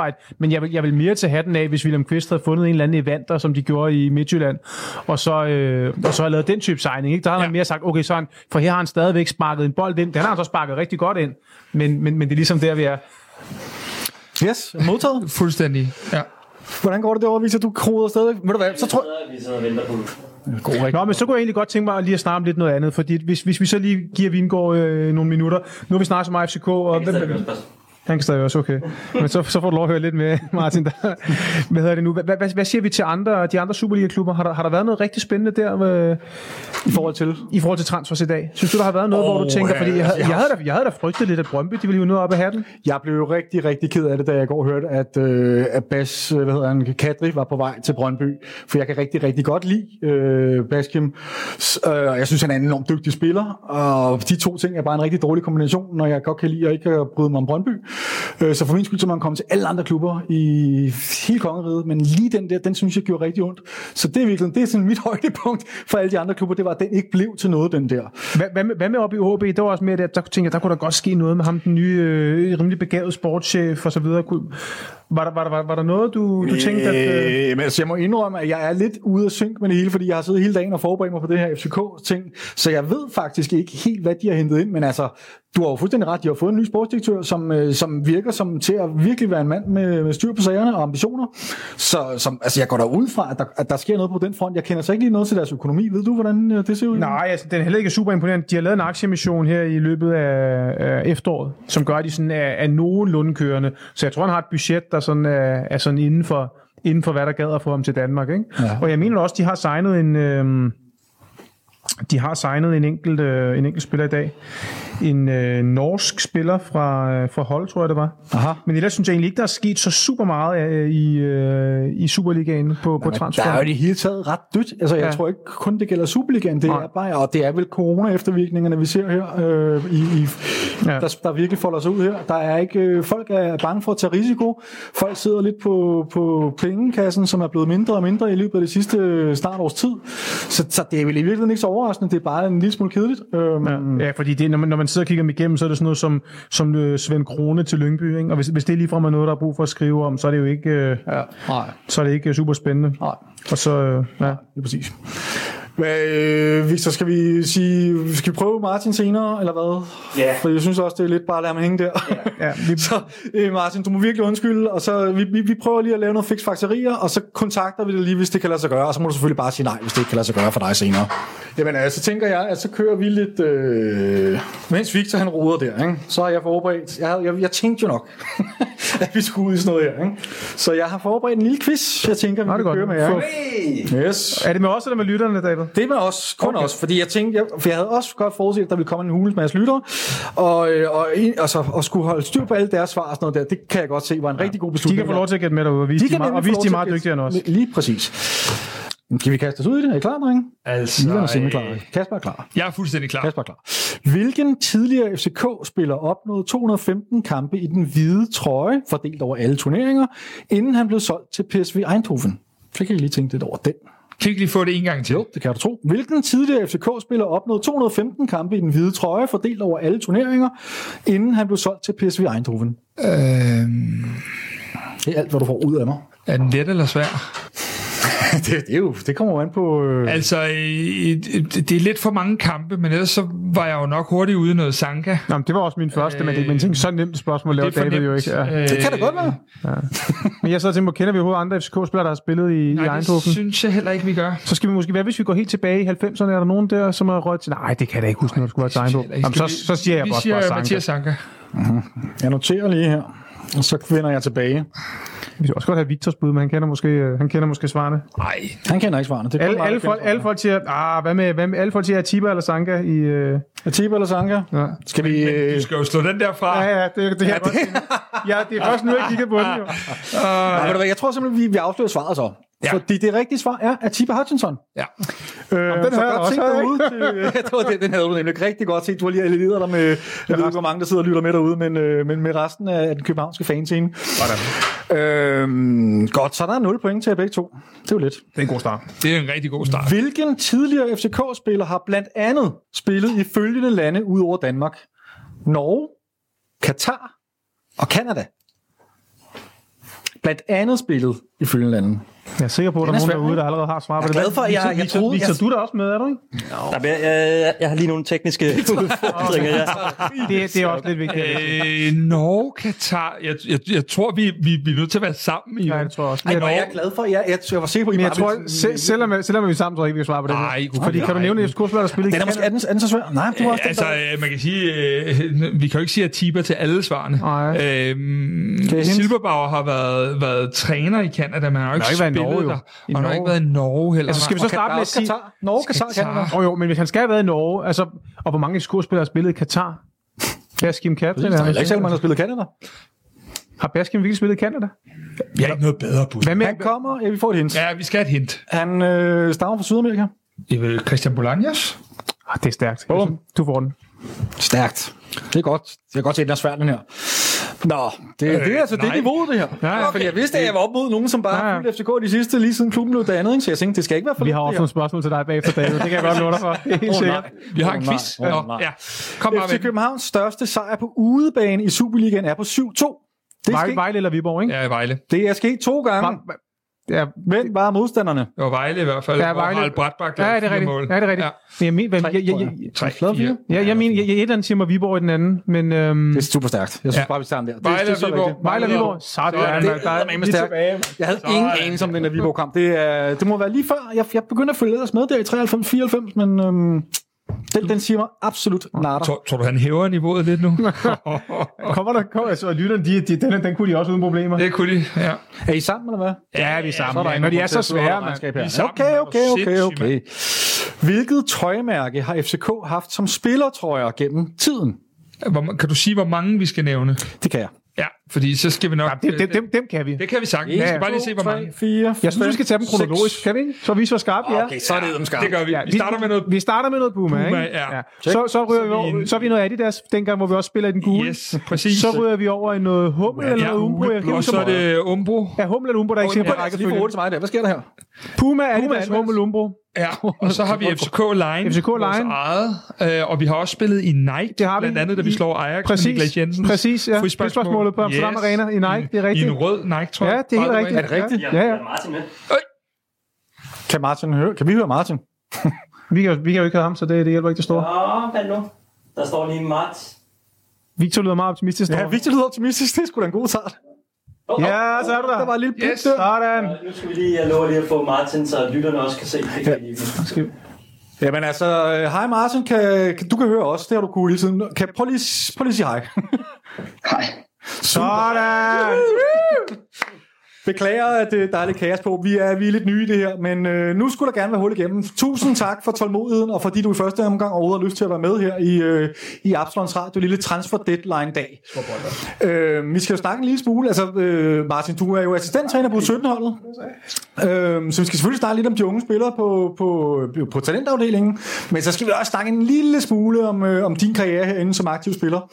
arbejde, men jeg vil mere til hatten af, hvis William Kvist havde fundet en eller anden evanter, som de gjorde i Midtjylland, og så har lavet den type signing. Ikke? Der har han mere sagt, okay, for her har han stadigvæk sparket en bold ind. Den har han så sparket rigtig godt ind, men det er ligesom der, vi er. Yes, modtaget. Fuldstændig, ja. Hvordan går det derovre, Victor? Du kroder stadig. Ved du hvad, så tror Vi sidder og venter på Nå, men så kunne jeg egentlig godt tænke mig lige at snakke om lidt noget andet, fordi hvis vi så lige giver Vingård nogle minutter. Nu er vi snart som FCK, og han kan stadig også, okay. Men så får du lov at høre lidt med, Martin. Hvad hedder det nu? Hvad siger vi til de andre Superliga-klubber? Har der været noget rigtig spændende der i forhold til transfers i dag? Synes du, der har været noget, hvor du tænker, fordi jeg havde da frygtet lidt, at Brøndby, de ville jo noget op af hatten? Jeg blev jo rigtig, rigtig ked af det, da jeg går og hørte, at Bas, Kadri var på vej til Brøndby. For jeg kan rigtig, rigtig godt lide Baskim. Jeg synes, han er en enormt dygtig spiller. Og de to ting er bare en rigtig dårlig kombination, når jeg godt kan lide at ikke bryde mig om Brøndby. Så for min skyld, så man komme til alle andre klubber i hele kongeriget, men lige den der, den synes jeg gjorde rigtig ondt. Så det er virkelig, det er sådan mit højdepunkt for alle de andre klubber, det var, at den ikke blev til noget, den der. Hvad med oppe i OB? Det var også mere det, der tænkte jeg, der kunne der godt ske noget med ham, den nye, rimelig begavede sportschef og så videre. Var der noget, du tænkte, at... Altså, jeg må indrømme, at jeg er lidt ude af synk med det hele, fordi jeg har siddet hele dagen og forberedt mig på det her FCK-ting, så jeg ved faktisk ikke helt, hvad de har hentet ind, men altså, du har jo fuldstændig ret, de har fået en ny sportsdirektør, som virker som til at virkelig være en mand med styr på sagerne og ambitioner, så altså, jeg går derud fra, at der sker noget på den front. Jeg kender så ikke lige noget til deres økonomi. Ved du, hvordan det ser ud? Nej, altså, den er heller ikke super imponerende. De har lavet en aktieemission her i løbet af efteråret, som gør, at de sådan er nogenlunde kørende, så jeg tror, han har et budget, der sådan er sådan inden for hvad der gad at få ham til Danmark, ikke? Ja. Og jeg mener også, de har signet en enkelt spiller i dag. En norsk spiller fra Hull, tror jeg det var. Aha. Men ellers synes jeg egentlig ikke, der er sket så super meget i Superligaen på transfer. Der er jo i det hele taget ret dødt. Altså, jeg tror ikke kun det gælder Superligaen. Det er bare, og det er vel corona-eftervirkningerne, vi ser her, der virkelig folder sig ud her. Der er ikke, folk er bange for at tage risiko. Folk sidder lidt på pengekassen, som er blevet mindre og mindre i løbet af det sidste snart års tid. Så det er vel i virkeligheden ikke så overraskende. Det er bare en lille smule kedeligt. Ja, fordi det, når man sidder og kigger dem igennem, så er det sådan noget som Svend Krone til Lyngby, ikke? Og hvis det ligefrem er noget, der er brug for at skrive om, så er det jo ikke, så er det ikke super spændende. Nej. Og så, det er præcis. Victor, skal vi prøve Martin senere, eller hvad? Ja. For jeg synes også, det er lidt bare at lade ham hænge der. Ja. Så Martin, du må virkelig undskylde, og så vi prøver lige at lave noget fiksfakserier, og så kontakter vi det lige, hvis det kan lade sig gøre, og så må du selvfølgelig bare sige nej, hvis det ikke kan lade sig gøre for dig senere. Jamen så tænker jeg, at så kører vi lidt, mens Victor han roder der, ikke? Så har jeg forberedt, jeg tænkte jo nok, at vi skulle ud i sådan noget her, ikke? Så jeg har forberedt en lille quiz, jeg tænker, vi kan køre med jer. Yes. Er det med os, eller med lytterne, David? Det er med os, kun os, fordi jeg tænkte, for jeg havde også godt forudset, at der ville komme en hulens masse lyttere, og skulle holde styr på alle deres svar og sådan noget der, det kan jeg godt se var en rigtig god beslutning. De kan få lov til at gætte med derude, og vise de er meget dygtigere end os. Lige præcis. Kan vi kaste os ud i det? Er I klar, drenge? Kasper er klar. Jeg er fuldstændig klar. Kasper er klar. Hvilken tidligere FCK-spiller opnåede 215 kampe i den hvide trøje, fordelt over alle turneringer, inden han blev solgt til PSV Eindhoven? Så kan I lige tænke lidt over den. Kan ikke lige få det en gang til? Jo, det kan du tro. Hvilken tidligere FCK-spiller opnåede 215 kampe i den hvide trøje, fordelt over alle turneringer, inden han blev solgt til PSV Eindhoven? Det er alt, hvad du får ud af mig. Er den let eller svær? det kommer jo an på... Altså, det er lidt for mange kampe, men ellers så var jeg jo nok hurtigt ude i noget Sanka. Nå, det var også min første, men det er så nemt spørgsmål, laver David jo ikke. Ja. Det kan det godt være. Ja. Men jeg så tænkte på, kender vi overhovedet andre FCK-spillere, der har spillet i Eindhoven? Nej, det synes jeg heller ikke, vi gør. Så skal vi måske, hvis vi går helt tilbage i 90'erne, er der nogen der, som har røget til... Nej, det kan jeg ikke huske, når det skulle være til Eindhoven. Jamen, så siger jeg godt bare Sanka. Mathias Sanka. Jeg noterer lige her, og så vender jeg tilbage. Vi skal også godt have Victors bud, men han kender måske svarene. Nej, han kender ikke svarene. Alle folk siger, hvad med alle folk siger Atiba eller Sanka i Atiba eller Sanka? Ja. Skal vi du skal jo slå den der fra. Ja, det her. Ja, det er først nu jeg kigger på den jo. Jeg tror simpelthen vi afslører svaret så. Ja. Fordi det rigtige svar er Atiba Hutchinson. Ja. Den havde godt set derude. Den havde du nemlig rigtig godt set. Du har lige alliereret dig med, jeg ved ikke, hvor mange der sidder og lytter med derude, men med resten af den københavnske fanscene. Godt, så der er 0 point til begge to. Det er jo lidt. Det er en god start. Det er en rigtig god start. Hvilken tidligere FCK-spiller har blandt andet spillet i følgende lande ud over Danmark? Norge, Katar og Canada. blandt andet spillet i følgende lande. Jeg er sikker på, at der er nogen derude, der allerede har svar på det. Jeg er glad for, at jeg troede... Victor, du er da også med, er du ikke? Jeg har lige nogle tekniske udfordringer. Det er også lidt vigtigt. Norge, Katar. Jeg tror, vi er nødt til at være sammen i. Ja, det tror jeg også. Ej, jeg er glad for, jeg var sikker på, at I men jeg tror, selvom vi er sammen, tror jeg ikke, vi kan svare på det. Nej, fordi kan du nævne et FCK-spiller, der spiller i Den er måske så svær. Nej, du har også altså, man kan sige, vi kan jo ikke sige, at Tiber til alle svarene. Silberbauer har været træner i Canada, men han har ikke spillet der. Og han har ikke været i Norge heller. Altså, skal vi så starte med at sige... Norge, Katar, Canada. Jo, men hvis han skal have været i Norge, altså, og hvor mange FCK-spillere har spillet i Katar? Baskim Kaplan. Der er ikke selv, man har spillet i Canada. Har Baskim virkelig spillet i Canada? Jeg er ikke noget bedre bud. Han kommer... Ja, vi får et hint. Ja, vi skal have et hint. Han stammer fra Sydamerika. Christian Bolaños? Det er stærkt. Du får den. Stærkt. Det er godt. Det er godt set, den er svært, den her. Nå, det er altså det niveauet, det her. Ja, okay. Fordi jeg vidste, at jeg var op mod nogen, som bare har fulgt FCK de sidste, lige siden klubben blev dannet, ikke? Så jeg tænkte, det skal ikke være for lidt. Vi har også nogle spørgsmål til dig bagefter, David. Det kan jeg godt love dig for. Helt sikkert. Vi har en quiz. Ja. Kom bare med. FC Københavns største sejr på udebane i Superligaen er på 7-2. Vejle eller Viborg, ikke? Ja, Vejle. Det er sket 2 gange. Ja, hvem var modstanderne? Det var Vejle i hvert fald. Ja, Vejle. Harald Bratbak. Ja, det er rigtigt. Ja, det er rigtigt. Ja. Men jeg mener, jeg mener, et eller andet siger mig Viborg i den anden, men... Det er super stærkt. Jeg synes bare, vi starter der. Vejle og Viborg. Vejle og Viborg. Jeg havde ingen anelse om den der Viborg-kamp. Det må være lige før. Jeg begyndte at følge ellers med der i 93-94, men... Den siger mig absolut nada. Tror du, han hæver niveauet lidt nu? kommer så lytterne, den kunne de også uden problemer. Det kunne de, ja. Er I sammen, eller hvad? Ja, vi er sammen. Når de er så svære, man. Okay. Hvilket tøjmærke har FCK haft som spillertrøjer gennem tiden? Kan du sige, hvor mange vi skal nævne? Det kan jeg. Ja, fordi så skal vi nok... Ja, dem kan vi. Det kan vi sagtens. Vi skal bare lige se, hvor mange. 4, jeg synes, vi skal tage dem kronologisk. Kan vi ikke? Så vi så skarpe, ja. Okay, så er det dem skarpe. Det gør vi. Vi starter med noget Puma, ikke? Ja. Så er vi noget Adidas, dengang, hvor vi også spiller i den gule. Yes, præcis. Så ryger vi over i noget Hummel eller noget Umbro. Og så er det Umbro. Ja, Hummel eller Umbro, der ikke siger på rækkefølge. Lige for til mig der. Hvad sker der her? Puma, Adidas, Hummel, Umbro. Ja, og så har vi FCK Line, vores eget, og vi har også spillet i Nike, blandt andet, da vi slår Ajax med Niklas Jensen. Præcis, ja. Frispørgsmålet på Amsterdam Arena i Nike, det er rigtigt. I en rød Nike, tror jeg. Ja, det er helt rigtigt. Er det rigtigt? Ja. Martin med. Kan Martin høre? Kan vi høre Martin? vi kan jo ikke høre ham, så det hjælper ikke det store. Ja, hvad nu? Der står lige Mats. Victor lyder meget optimistisk. Ja, Victor lyder optimistisk. Det er sgu da en god start. Ja, så er du der. Der var en lille yes, sådan. Nu skal vi lige, jeg lover lige at få Martin, så lytterne også kan se det. Jamen altså, hej Martin, du kan høre os, det har du kunne hele tiden. Prøv lige at sige hej. Hej. Sådan! Beklager, at der er lidt kaos på. Vi er lidt nye i det her, men nu skulle der gerne være hul igennem. Tusind tak for tålmodigheden, og fordi du i første omgang overhovedet har lyst til at være med her i Absalons Radio, lille transfer deadline dag. Vi skal jo snakke en lille smule. Altså, Martin, du er jo assistenttræner på 17-holdet, så vi skal selvfølgelig snakke lidt om de unge spillere på talentafdelingen, men så skal vi også snakke en lille smule om din karriere herinde som aktiv spiller.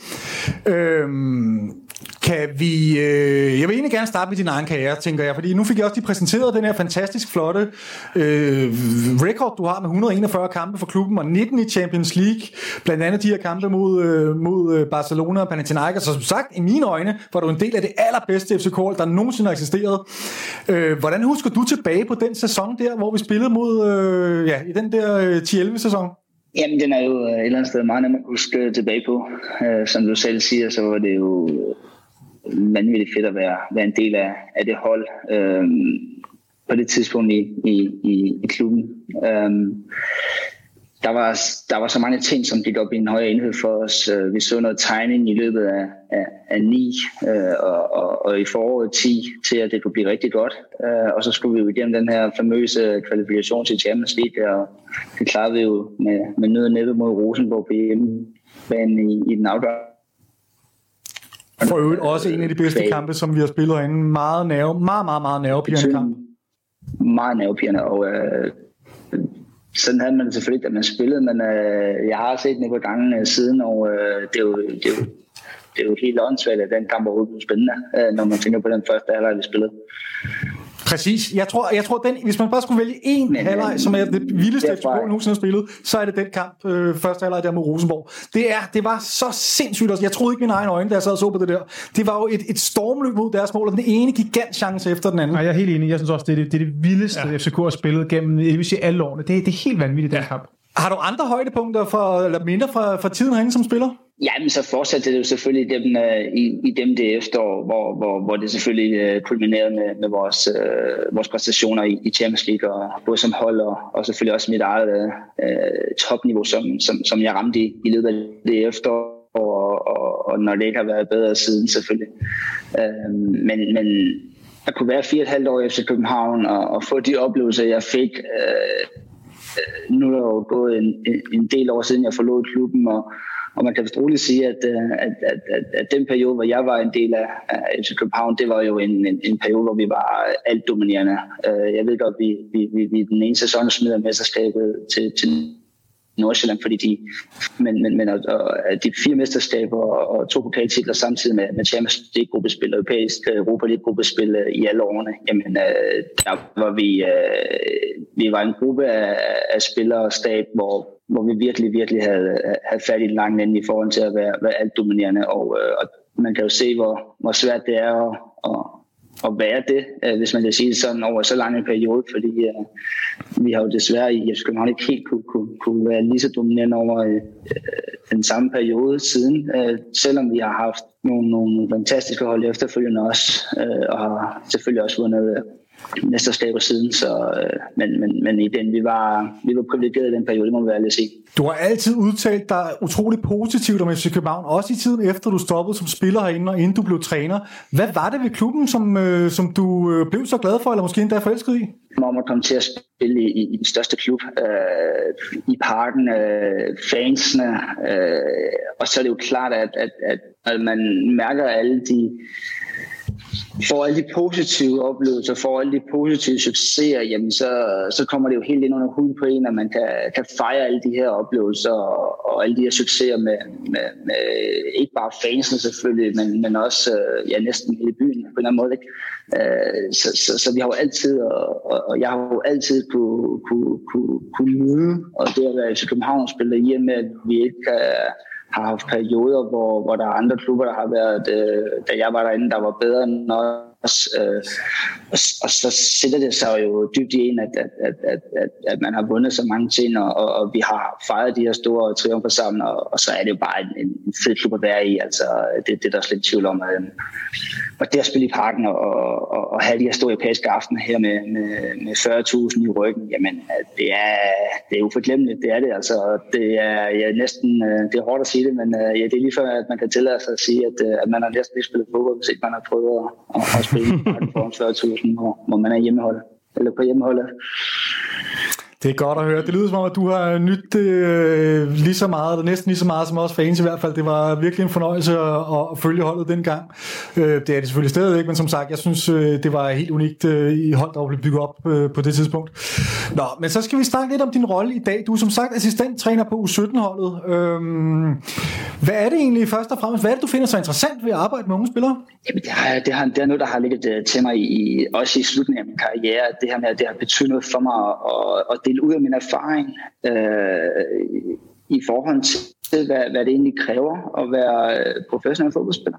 Kan vi... jeg vil egentlig gerne starte med din egen karriere, tænker jeg, fordi nu fik jeg også lige præsenteret den her fantastisk flotte record, du har med 141 kampe for klubben og 19 i Champions League, blandt andet de her kampe mod Barcelona og Panathinaikos. Så som sagt, i mine øjne, var du en del af det allerbedste FCK, der nogensinde har eksisteret. Hvordan husker du tilbage på den sæson der, hvor vi spillede mod, i den der 10-11 sæson? Jamen, den er jo et eller andet sted meget nemt at huske tilbage på. Som du selv siger, så var det jo vanvittigt fedt at være en del af det hold på det tidspunkt i klubben. Der var så mange ting, som gik op i en højere enhed for os. Vi så noget tegning i løbet af 9 og i foråret 10 til, at det kunne blive rigtig godt. Og så skulle vi jo igennem den her famøse kvalifikation til Champions League, og det klarede vi jo med nød og næppe mod Rosenborg på hjemmebanen i den afgørende. For øvrigt også en af de bedste kampe, som vi har spillet herinde. Meget nervepirrende kamp. Meget nervepirrende, og sådan havde man det selvfølgelig, da man spillede, men jeg har set den et par gange siden, og det er jo helt åndssvagt, at den kamp overhovedet blev spændende, når man tænker på den første halvleg, vi spillede. Præcis. Jeg tror den, hvis man bare skulle vælge én halvleg, som er det vildeste FCK nogensinde har spillet, så er det den kamp, første halvleg der mod Rosenborg. Det var så sindssygt. Jeg troede ikke mine egne øjne, da jeg sad og så på det der. Det var jo et stormløb mod deres mål, og den ene gigant chance efter den anden. Nej, jeg er helt enig. Jeg synes også, det er det vildeste, FCK har spillet gennem, det vil sige alle årene. Det er helt vanvittigt, den kamp. Har du andre højdepunkter eller mindre fra tiden herinde som spiller? Ja, men så fortsatte det jo selvfølgelig i dem det efterår, hvor det selvfølgelig kulminerede med vores præstationer i Champions League, og både som hold og selvfølgelig også mit eget topniveau, som jeg ramte i løbet af det efterår, og når det ikke har været bedre siden selvfølgelig. Men at kunne være 4,5 år i FC København og få de oplevelser, jeg fik. Nu er der jo gået en del år siden, jeg forlod klubben, og man kan vist roligt sige, at den periode, hvor jeg var en del af FC København, det var jo en periode, hvor vi var alt dominerende. Jeg ved godt, vi den ene sæson smider mesterskabet til Nordsjælland, fordi men de 4 mesterskaber og 2 pokaltitler samtidig med Champions League-gruppespil og europæisk Europa League-gruppespil i alle årene, jamen der var vi var en gruppe af spillere og stab, hvor vi virkelig havde fat i den lange ende i forhold til at være alt dominerende, og man kan jo se, hvor svært det er at være det, hvis man kan sige det sådan over så lang en periode, fordi vi har jo desværre i FC København ikke helt kunne være lige så dominerende over den samme periode siden, selvom vi har haft nogle fantastiske hold efterfølgende også, og har selvfølgelig også vundet mesterskaber siden, men i den, vi var privilegerede i den periode, det må vi være lidt sige. Du har altid udtalt dig utroligt positivt om FC København, også i tiden efter du stoppede som spiller herinde, og inden du blev træner. Hvad var det ved klubben, som du blev så glad for, eller måske endda forelsket i? Om at komme til at spille i den største klub, i Parken, fansene, og så er det jo klart, at man mærker får alle de positive oplevelser, får alle de positive succeser, jamen så kommer det jo helt ind under huden på en, at man kan fejre alle de her oplevelser og alle de her succeser med ikke bare fansene selvfølgelig, men også næsten hele byen på en eller anden måde. Ikke? Så vi har jo altid, og jeg har jo altid kunne nyde, og det at være i København-spiller i og med, at vi ikke har haft perioder, hvor der er andre klubber, der har været, da jeg var derinde, der var bedre end os. Og så sætter det sig jo dybt i en, at man har vundet så mange ting, og vi har fejret de her store triumfer sammen, og så er det jo bare en fed klub at være i. Altså, det er der slet ikke tvivl om. Og det at spille i Parken og have de her store europæiske aftener her med 40.000 i ryggen, jamen det er uforglemmeligt, det er det. Altså, det er næsten, det er hårdt at sige det, men det er lige før, at man kan tillade sig at sige, at man har næsten ikke spillet fodbold, hvis ikke man har prøvet at spille i Parken for 40.000, hvor man er hjemmeholdet, eller på hjemmeholdet. Det er godt at høre. Det lyder som om, at du har nydt lige så meget, eller næsten lige så meget som os fans i hvert fald. Det var virkelig en fornøjelse at følge holdet dengang. Det er det selvfølgelig stadigvæk, men som sagt, jeg synes, det var helt unikt i hold, der blev bygget op på det tidspunkt. Nå, men så skal vi snakke lidt om din rolle i dag. Du er som sagt assistenttræner på U17-holdet. Hvad er det egentlig først og fremmest? Hvad er det, du finder så interessant ved at arbejde med unge spillere? Jamen, det er noget, der har ligget til mig også i slutningen af min karriere. Det her med, at det har betydet noget for mig at dele ud af min erfaring i forhold til, hvad det egentlig kræver at være professionel fodboldspiller.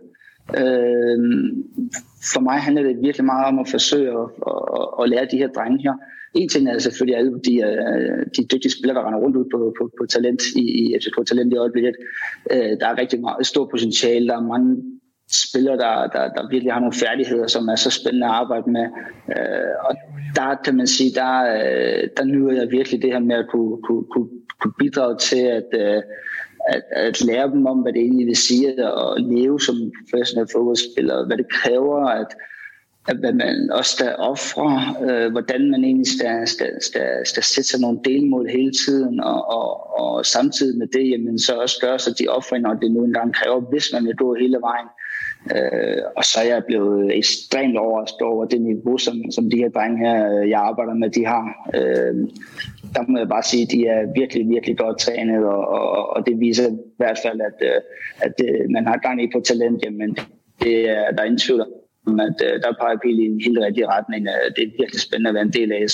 For mig handler det virkelig meget om at forsøge at lære de her drenge her. En ting er selvfølgelig alle de dygtige spillere, der render rundt ud på talent i FCK Talent i øjeblikket. Der er rigtig meget stort potentiale. Der er mange spillere, der virkelig har nogle færdigheder, som er så spændende at arbejde med. Og der kan man sige, der nyder jeg virkelig det her med at kunne bidrage til at lære dem om, hvad det egentlig vil sige at leve som professionel fodboldspiller, hvad det kræver, at man også skal ofre, hvordan man egentlig skal sætte sig nogle delmål hele tiden, og samtidig med det, jamen, så også gøre sig de offringer, det nu engang kræver, hvis man vil gå hele vejen. Og så er jeg blevet ekstremt overrasket over det niveau, som de her drenge her, jeg arbejder med, de har. Der må jeg bare sige, at de er virkelig, virkelig godt trænet, og det viser i hvert fald, at man har gang i på talent, jamen, der er ingen tvivl om. at der peger pil i en helt rigtig retning. Det er virkelig spændende at være en del af,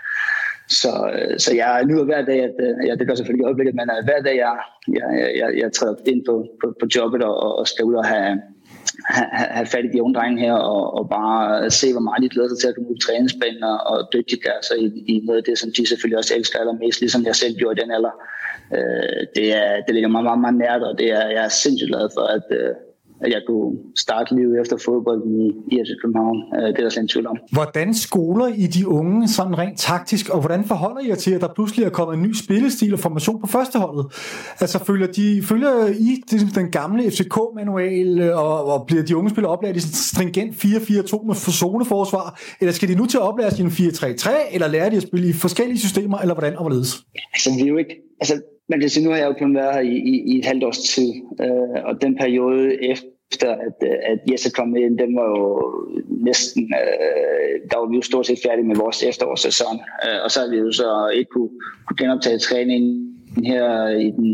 så jeg nyder hver dag, at det gør selvfølgelig i øjeblikket, men hver dag jeg træder ind på jobbet og skal ud og have fat i de unge drenge her og bare se, hvor meget de glæder sig til at komme ud på træningsbanen og dygtiggøre sig i noget af det, som de selvfølgelig også elsker allermest, ligesom jeg selv gjorde i den alder. Det ligger mig meget, meget nært, og jeg er sindssygt glad for, at jeg kunne starte livet efter fodbold i FC København. Det er der slet ikke tvivl om. Hvordan skoler I de unge sådan rent taktisk, og hvordan forholder I jer til, at der pludselig er kommet en ny spillestil og formation på førsteholdet? Altså følger I den gamle FCK-manual, og bliver de unge spillere oplært i stringent 4-4-2 med zoneforsvar, eller skal de nu til at oplæres i en 4-3-3, eller lærer de at spille i forskellige systemer, eller hvordan og hvorledes? Altså, vi er jo ikke... Man kan sige, nu har jeg jo kun været her i et halvt års tid, og den periode efter, at Jesse kom ind, den var jo næsten, der var vi jo stort set færdige med vores efterårssæson, og så har vi jo så ikke kunne genoptage træningen her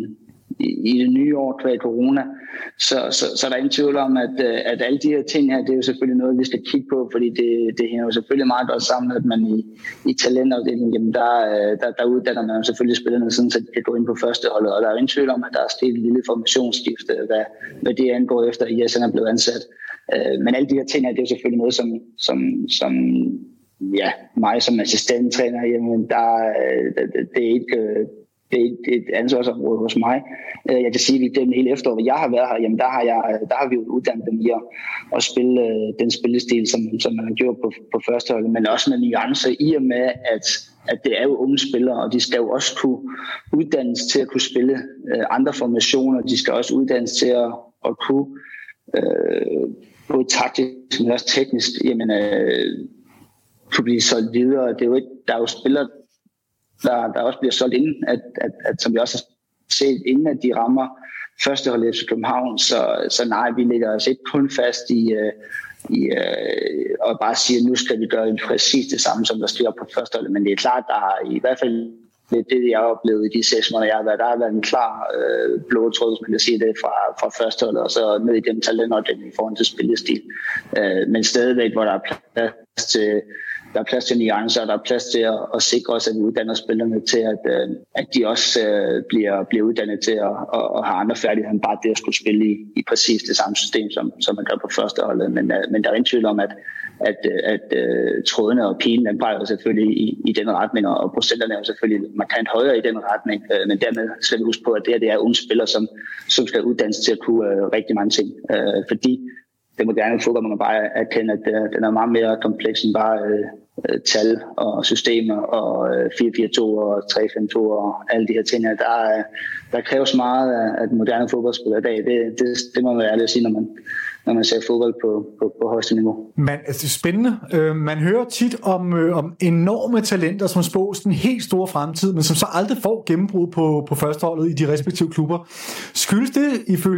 i det nye år, kvad corona. Så der er ingen tvivl om, at alle de her ting her, det er jo selvfølgelig noget, vi skal kigge på, fordi det hænger jo selvfølgelig meget godt sammen, at man i talentafdelingen, jamen der uddanner man jo selvfølgelig spillerne, sådan, så de kan gå ind på førsteholdet, og der er jo ingen tvivl om, at der er sket et lille formationsskifte, hvad det angår efter, at Jessen er blevet ansat. Men alle de her ting her, det er jo selvfølgelig noget, som ja, mig som assistenttræner, jamen det er ikke... Det er et ansvarsområde hos mig. Jeg kan sige, at den hele efterår, hvor jeg har været her, jamen der har vi jo uddannet dem i at spille den spillestil, som man har gjort på førsteholdet, men også med nuancer i og med, at det er jo unge spillere, og de skal jo også kunne uddannes til at kunne spille andre formationer. De skal også uddannes til at kunne både taktisk, men også teknisk, jamen, kunne blive solgt videre. Det er jo ikke, der er jo spillere, der også bliver solgt inden, at som vi også har set, inden at de rammer førsteholdet i København, så nej, vi lægger os ikke kun fast i og bare siger, at nu skal vi gøre præcis det samme, som der sker på førsteholdet, men det er klart, der har i hvert fald det jeg har oplevet i de 6 måneder, jeg har været, der har været en klar blodtråd, hvis man kan sige det, fra førsteholdet, og så ned i den talentafdeling i forhold til spillestil. Men stadigvæk, hvor der er plads til nuancer, og der er plads til at sikre os, at vi uddanner spillerne til, at de også bliver uddannet til at have andre færdigheder end bare det at skulle spille i præcis det samme system, som man gør på førsteholdet. Men der er ingen tvivl om, at trådene og pilen, den peger selvfølgelig i den retning, og procenterne er jo selvfølgelig markant højere i den retning, men dermed skal vi huske på, at det er unge spillere, som skal uddannes til at kunne rigtig mange ting, fordi det moderne fodbold må man bare erkende, at den er meget mere kompleks end bare tal og systemer og 4-4-2 og 3-5-2 og alle de her ting. Der kræves meget af den moderne fodboldspiller i dag. Det må man være ærlig at sige, når man ser fodbold på højeste niveau. Men altså, det er spændende. Man hører tit om enorme talenter, som spås en helt stor fremtid, men som så aldrig får gennembrud på førsteholdet i de respektive klubber. Skyldes det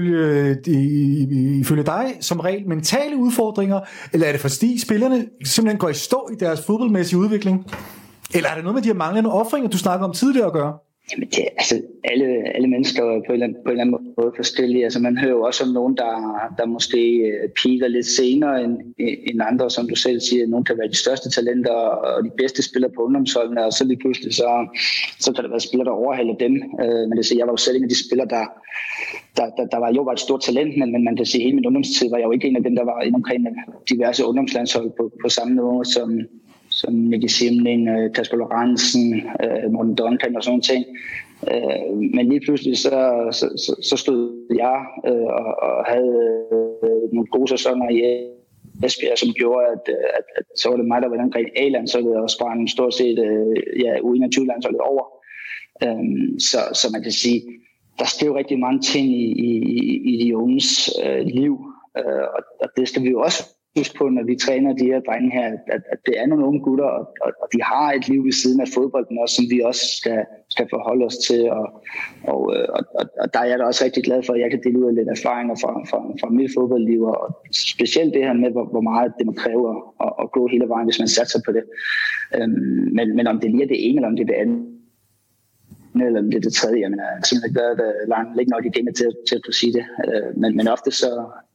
ifølge dig som regel mentale udfordringer, eller er det fordi spillerne simpelthen går i stå i deres fodboldmæssige udvikling? Eller er det noget med de her manglende ofringer, du snakker om tidligere at gøre? Jamen alle mennesker er på en eller anden måde forskellige. Altså man hører jo også om nogen, der måske piker lidt senere end andre, som du selv siger. Nogle kan være de største talenter og de bedste spillere på ungdomsholdene, og så lige pludselig så kan der være spillere, der overhaler dem. Men det siger, jeg var jo selv en af de spillere, der var et stort talent, men man kan sige, hele min ungdomstid var jeg jo ikke en af dem, der var inde omkring diverse ungdomslandshold på samme niveau som Nicky Simling, Kasper Lorentzen, Morten Duncan og sådan ting. Men lige pludselig så stod jeg og havde nogle gode sæsoner i Esbjerg, som gjorde, at så var det mig, der var omkring A-landsholdet og sprang stort set U21-landsholdet over. Så man kan sige, der sker jo rigtig mange ting i de unges liv, og det skal vi jo også huske på, når vi træner de her drenge her, at det er nogle unge gutter, og de har et liv ved siden af fodbolden også, som vi også skal forholde os til, og der er jeg da også rigtig glad for, at jeg kan dele ud af lidt erfaringer fra mit fodboldliv, og specielt det her med, hvor meget det må kræve at gå hele vejen, hvis man satser på det. Men om det lige er det ene, eller om det er det andet, eller om det er det tredje, jeg mener, simpelthen ikke været langt nok i gamet til at kunne sige det. Men ofte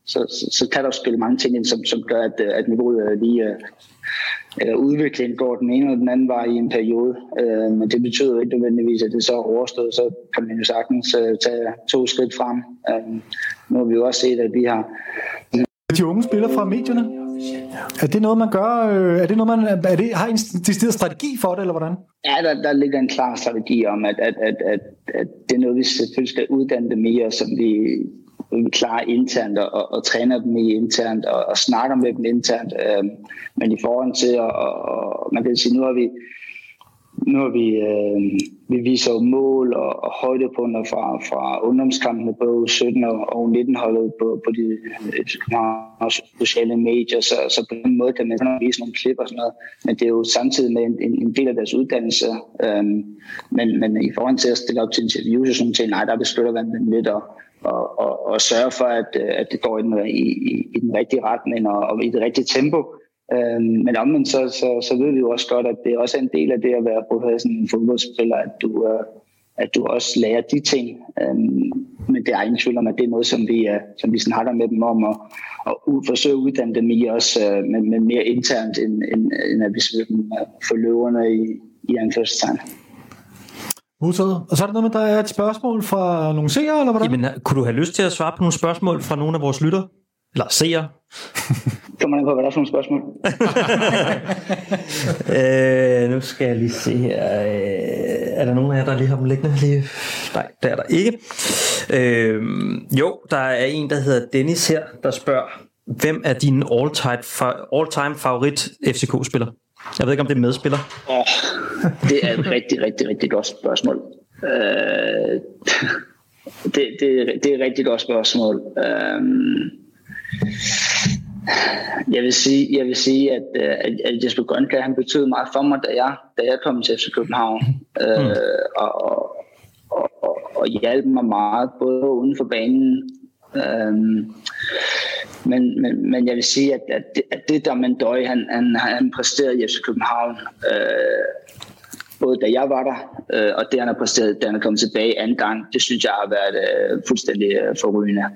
så kan der jo spille mange ting ind, som gør, at niveauet lige udviklingen går den ene og den anden vej i en periode. Men det betyder jo ikke nødvendigvis, at det så er overstået, så kan man jo sagtens tage 2 skridt frem. Nu har vi jo også set, at vi har... De unge spiller fra medierne. Er det noget, man gør? Har I en decideret strategi for det, eller hvordan? Ja, der ligger en klar strategi om, at det er noget, vi selvfølgelig skal uddanne dem i, og som vi klarer internt og træner dem i internt og snakker med dem internt. Men i forhold til, og man kan sige, nu har vi viser mål og højdepunkter fra ungdomskampene på 17 og 19-holdet på de sociale medier, så på den måde kan man vise nogle klip og sådan noget, men det er jo samtidig med en del af deres uddannelse. Men i forhold til at stille op til interviews og sådan ting, nej, der beskytter man dem lidt og sørge for, at det går i den rigtige retning og i det rigtige tempo. Men omvendt så ved vi jo også godt, at det er også en del af det at være professionel fodboldspiller, at du også lærer de ting. Men det er ingen tvivl om, at det er noget, som vi snakker med dem om og forsøge at uddanne dem i også, men mere internt, end at vi skal få løverne i anførselstegn. Og så er der noget med, der er et spørgsmål fra nogle seere, eller hvordan? Jamen, kunne du have lyst til at svare på nogle spørgsmål fra nogle af vores lyttere? Eller seere? Kommer man på, hvad der er for nogle spørgsmål? Nu skal jeg lige se her. Er der nogen af jer, der lige har dem liggende? Nej, det er der ikke. Jo, der er en, der hedder Dennis her, der spørger, hvem er din all-time favorit FCK-spiller? Jeg ved ikke, om det er medspiller. Det er et rigtig, rigtig, rigtig godt spørgsmål. Det er et rigtig godt spørgsmål. Jeg vil sige, at Jesper Grønkjær, han betød meget for mig, da jeg kom til FC København, og hjalp mig meget, både uden for banen. Men jeg vil sige, at det der Mendoy, han præsterede i FC København, både da jeg var der, og det han har præsteret, da han er kommet tilbage anden gang, det synes jeg har været fuldstændig forrygende.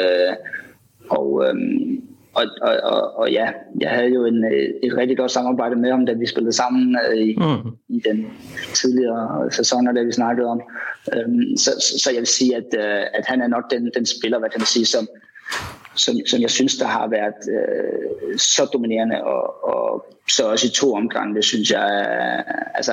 Og ja, jeg havde jo et rigtig godt samarbejde med ham, da vi spillede sammen i den tidligere sæsoner, da vi snakkede om. Så jeg vil sige, at han er nok den spiller, hvad kan man sige, som jeg synes, der har været så dominerende, og så også i 2 omgange, det synes jeg, altså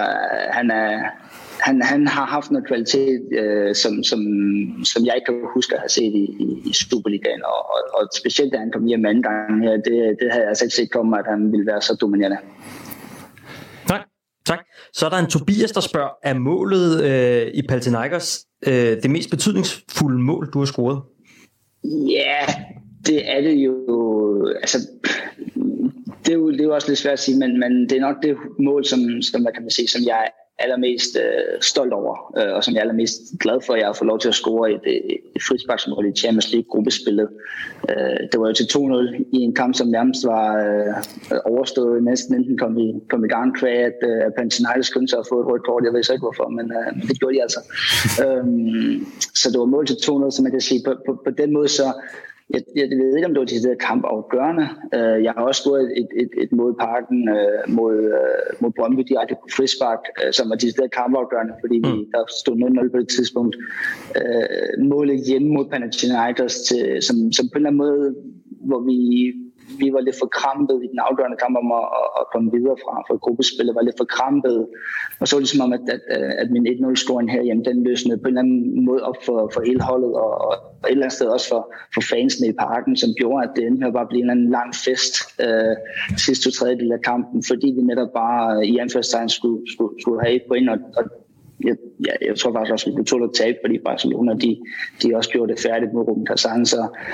han har haft noget kvalitet, som jeg ikke kan huske at have set i Superligaen, og specielt da han kom hjem anden gang her, det havde jeg altså ikke set komme, at han ville være så dominerende. Nej, tak. Så er der en Tobias, der spørger, er målet i Panathinaikos det mest betydningsfulde mål, du har scoret? Ja, det er det jo. Altså, det er jo også lidt svært at sige, men det er nok det mål, som hvad kan man sige, som jeg er allermest stolt over, og som jeg er allermest glad for, at jeg har fået lov til at score et frisparksmål i Champions League gruppespillet. Det var jo til 2-0 i en kamp, som nærmest var overstået, næsten enten kom i gang kvæg, at Panathinaikos skyndte sig at få et rødt kort. Jeg ved ikke hvorfor, men det gjorde de altså. Så det var mål til 2-0, så man kan sige, på den måde så jeg ved ikke, om det var de der kampafgørende. Jeg har også scoret et mål i Parken mod Brøndby direkte på frispark, som var de der kampafgørende, fordi der stod 0-0 på det tidspunkt. Målet hjemme mod Panathinaikos, som på en eller anden måde, hvor vi var lidt for krampet i den afgørende kamp om at komme videre fra gruppespillet, var lidt for krampet. Og så var det som om, at min 1-0-scoring herhjemme, den løsnede på en eller anden måde op for hele holdet, og et eller andet sted også for fansene i Parken, som gjorde, at det endte med at bare blive en eller anden lang fest sidste 2/3 af kampen, fordi vi netop bare i anførselstegn skulle have et point, og jeg tror faktisk også, at vi blev tålet at tabe, fordi Barcelona, de også gjorde det færdigt mod Rubin Kazan.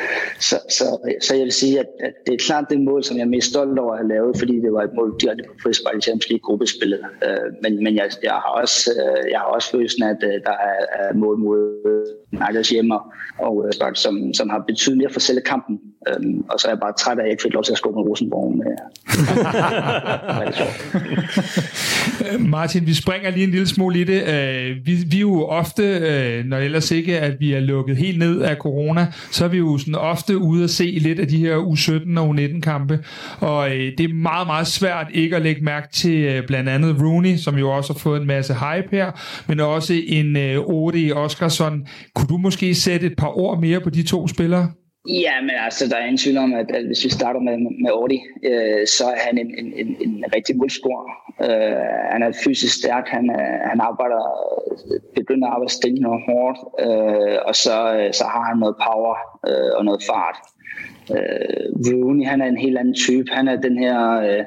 Så jeg vil sige, at det er klart det mål, som jeg er mest stolt over at have lavet, fordi det var et mål direkte på frispark i Champions League gruppespillet. Men jeg har også følelsen af, at der er mål mod Nakkers hjemme og Spark, som har betydet mere for selve kampen. Og så er jeg bare træt af, at jeg ikke fik lov til at skubbe med Rosenborg. Martin, vi springer lige en lille smule i det. vi er jo ofte, når det ellers ikke at vi er lukket helt ned af corona, så er vi jo sådan ofte ude at se lidt af de her U17 og U19-kampe, og det er meget, meget svært ikke at lægge mærke til blandt andet Rooney, som jo også har fået en masse hype her, men også en Odi Oskarsson. Kunne du måske sætte et par ord mere på de to spillere? Ja, men altså, der er ingen tvivl om, at hvis vi starter med Odi, så er han en rigtig målscorer. Han er fysisk stærk, han arbejder, begynder at arbejde stille og hårdt, og så har han noget power og noget fart. Rooney, han er en helt anden type. Han er den her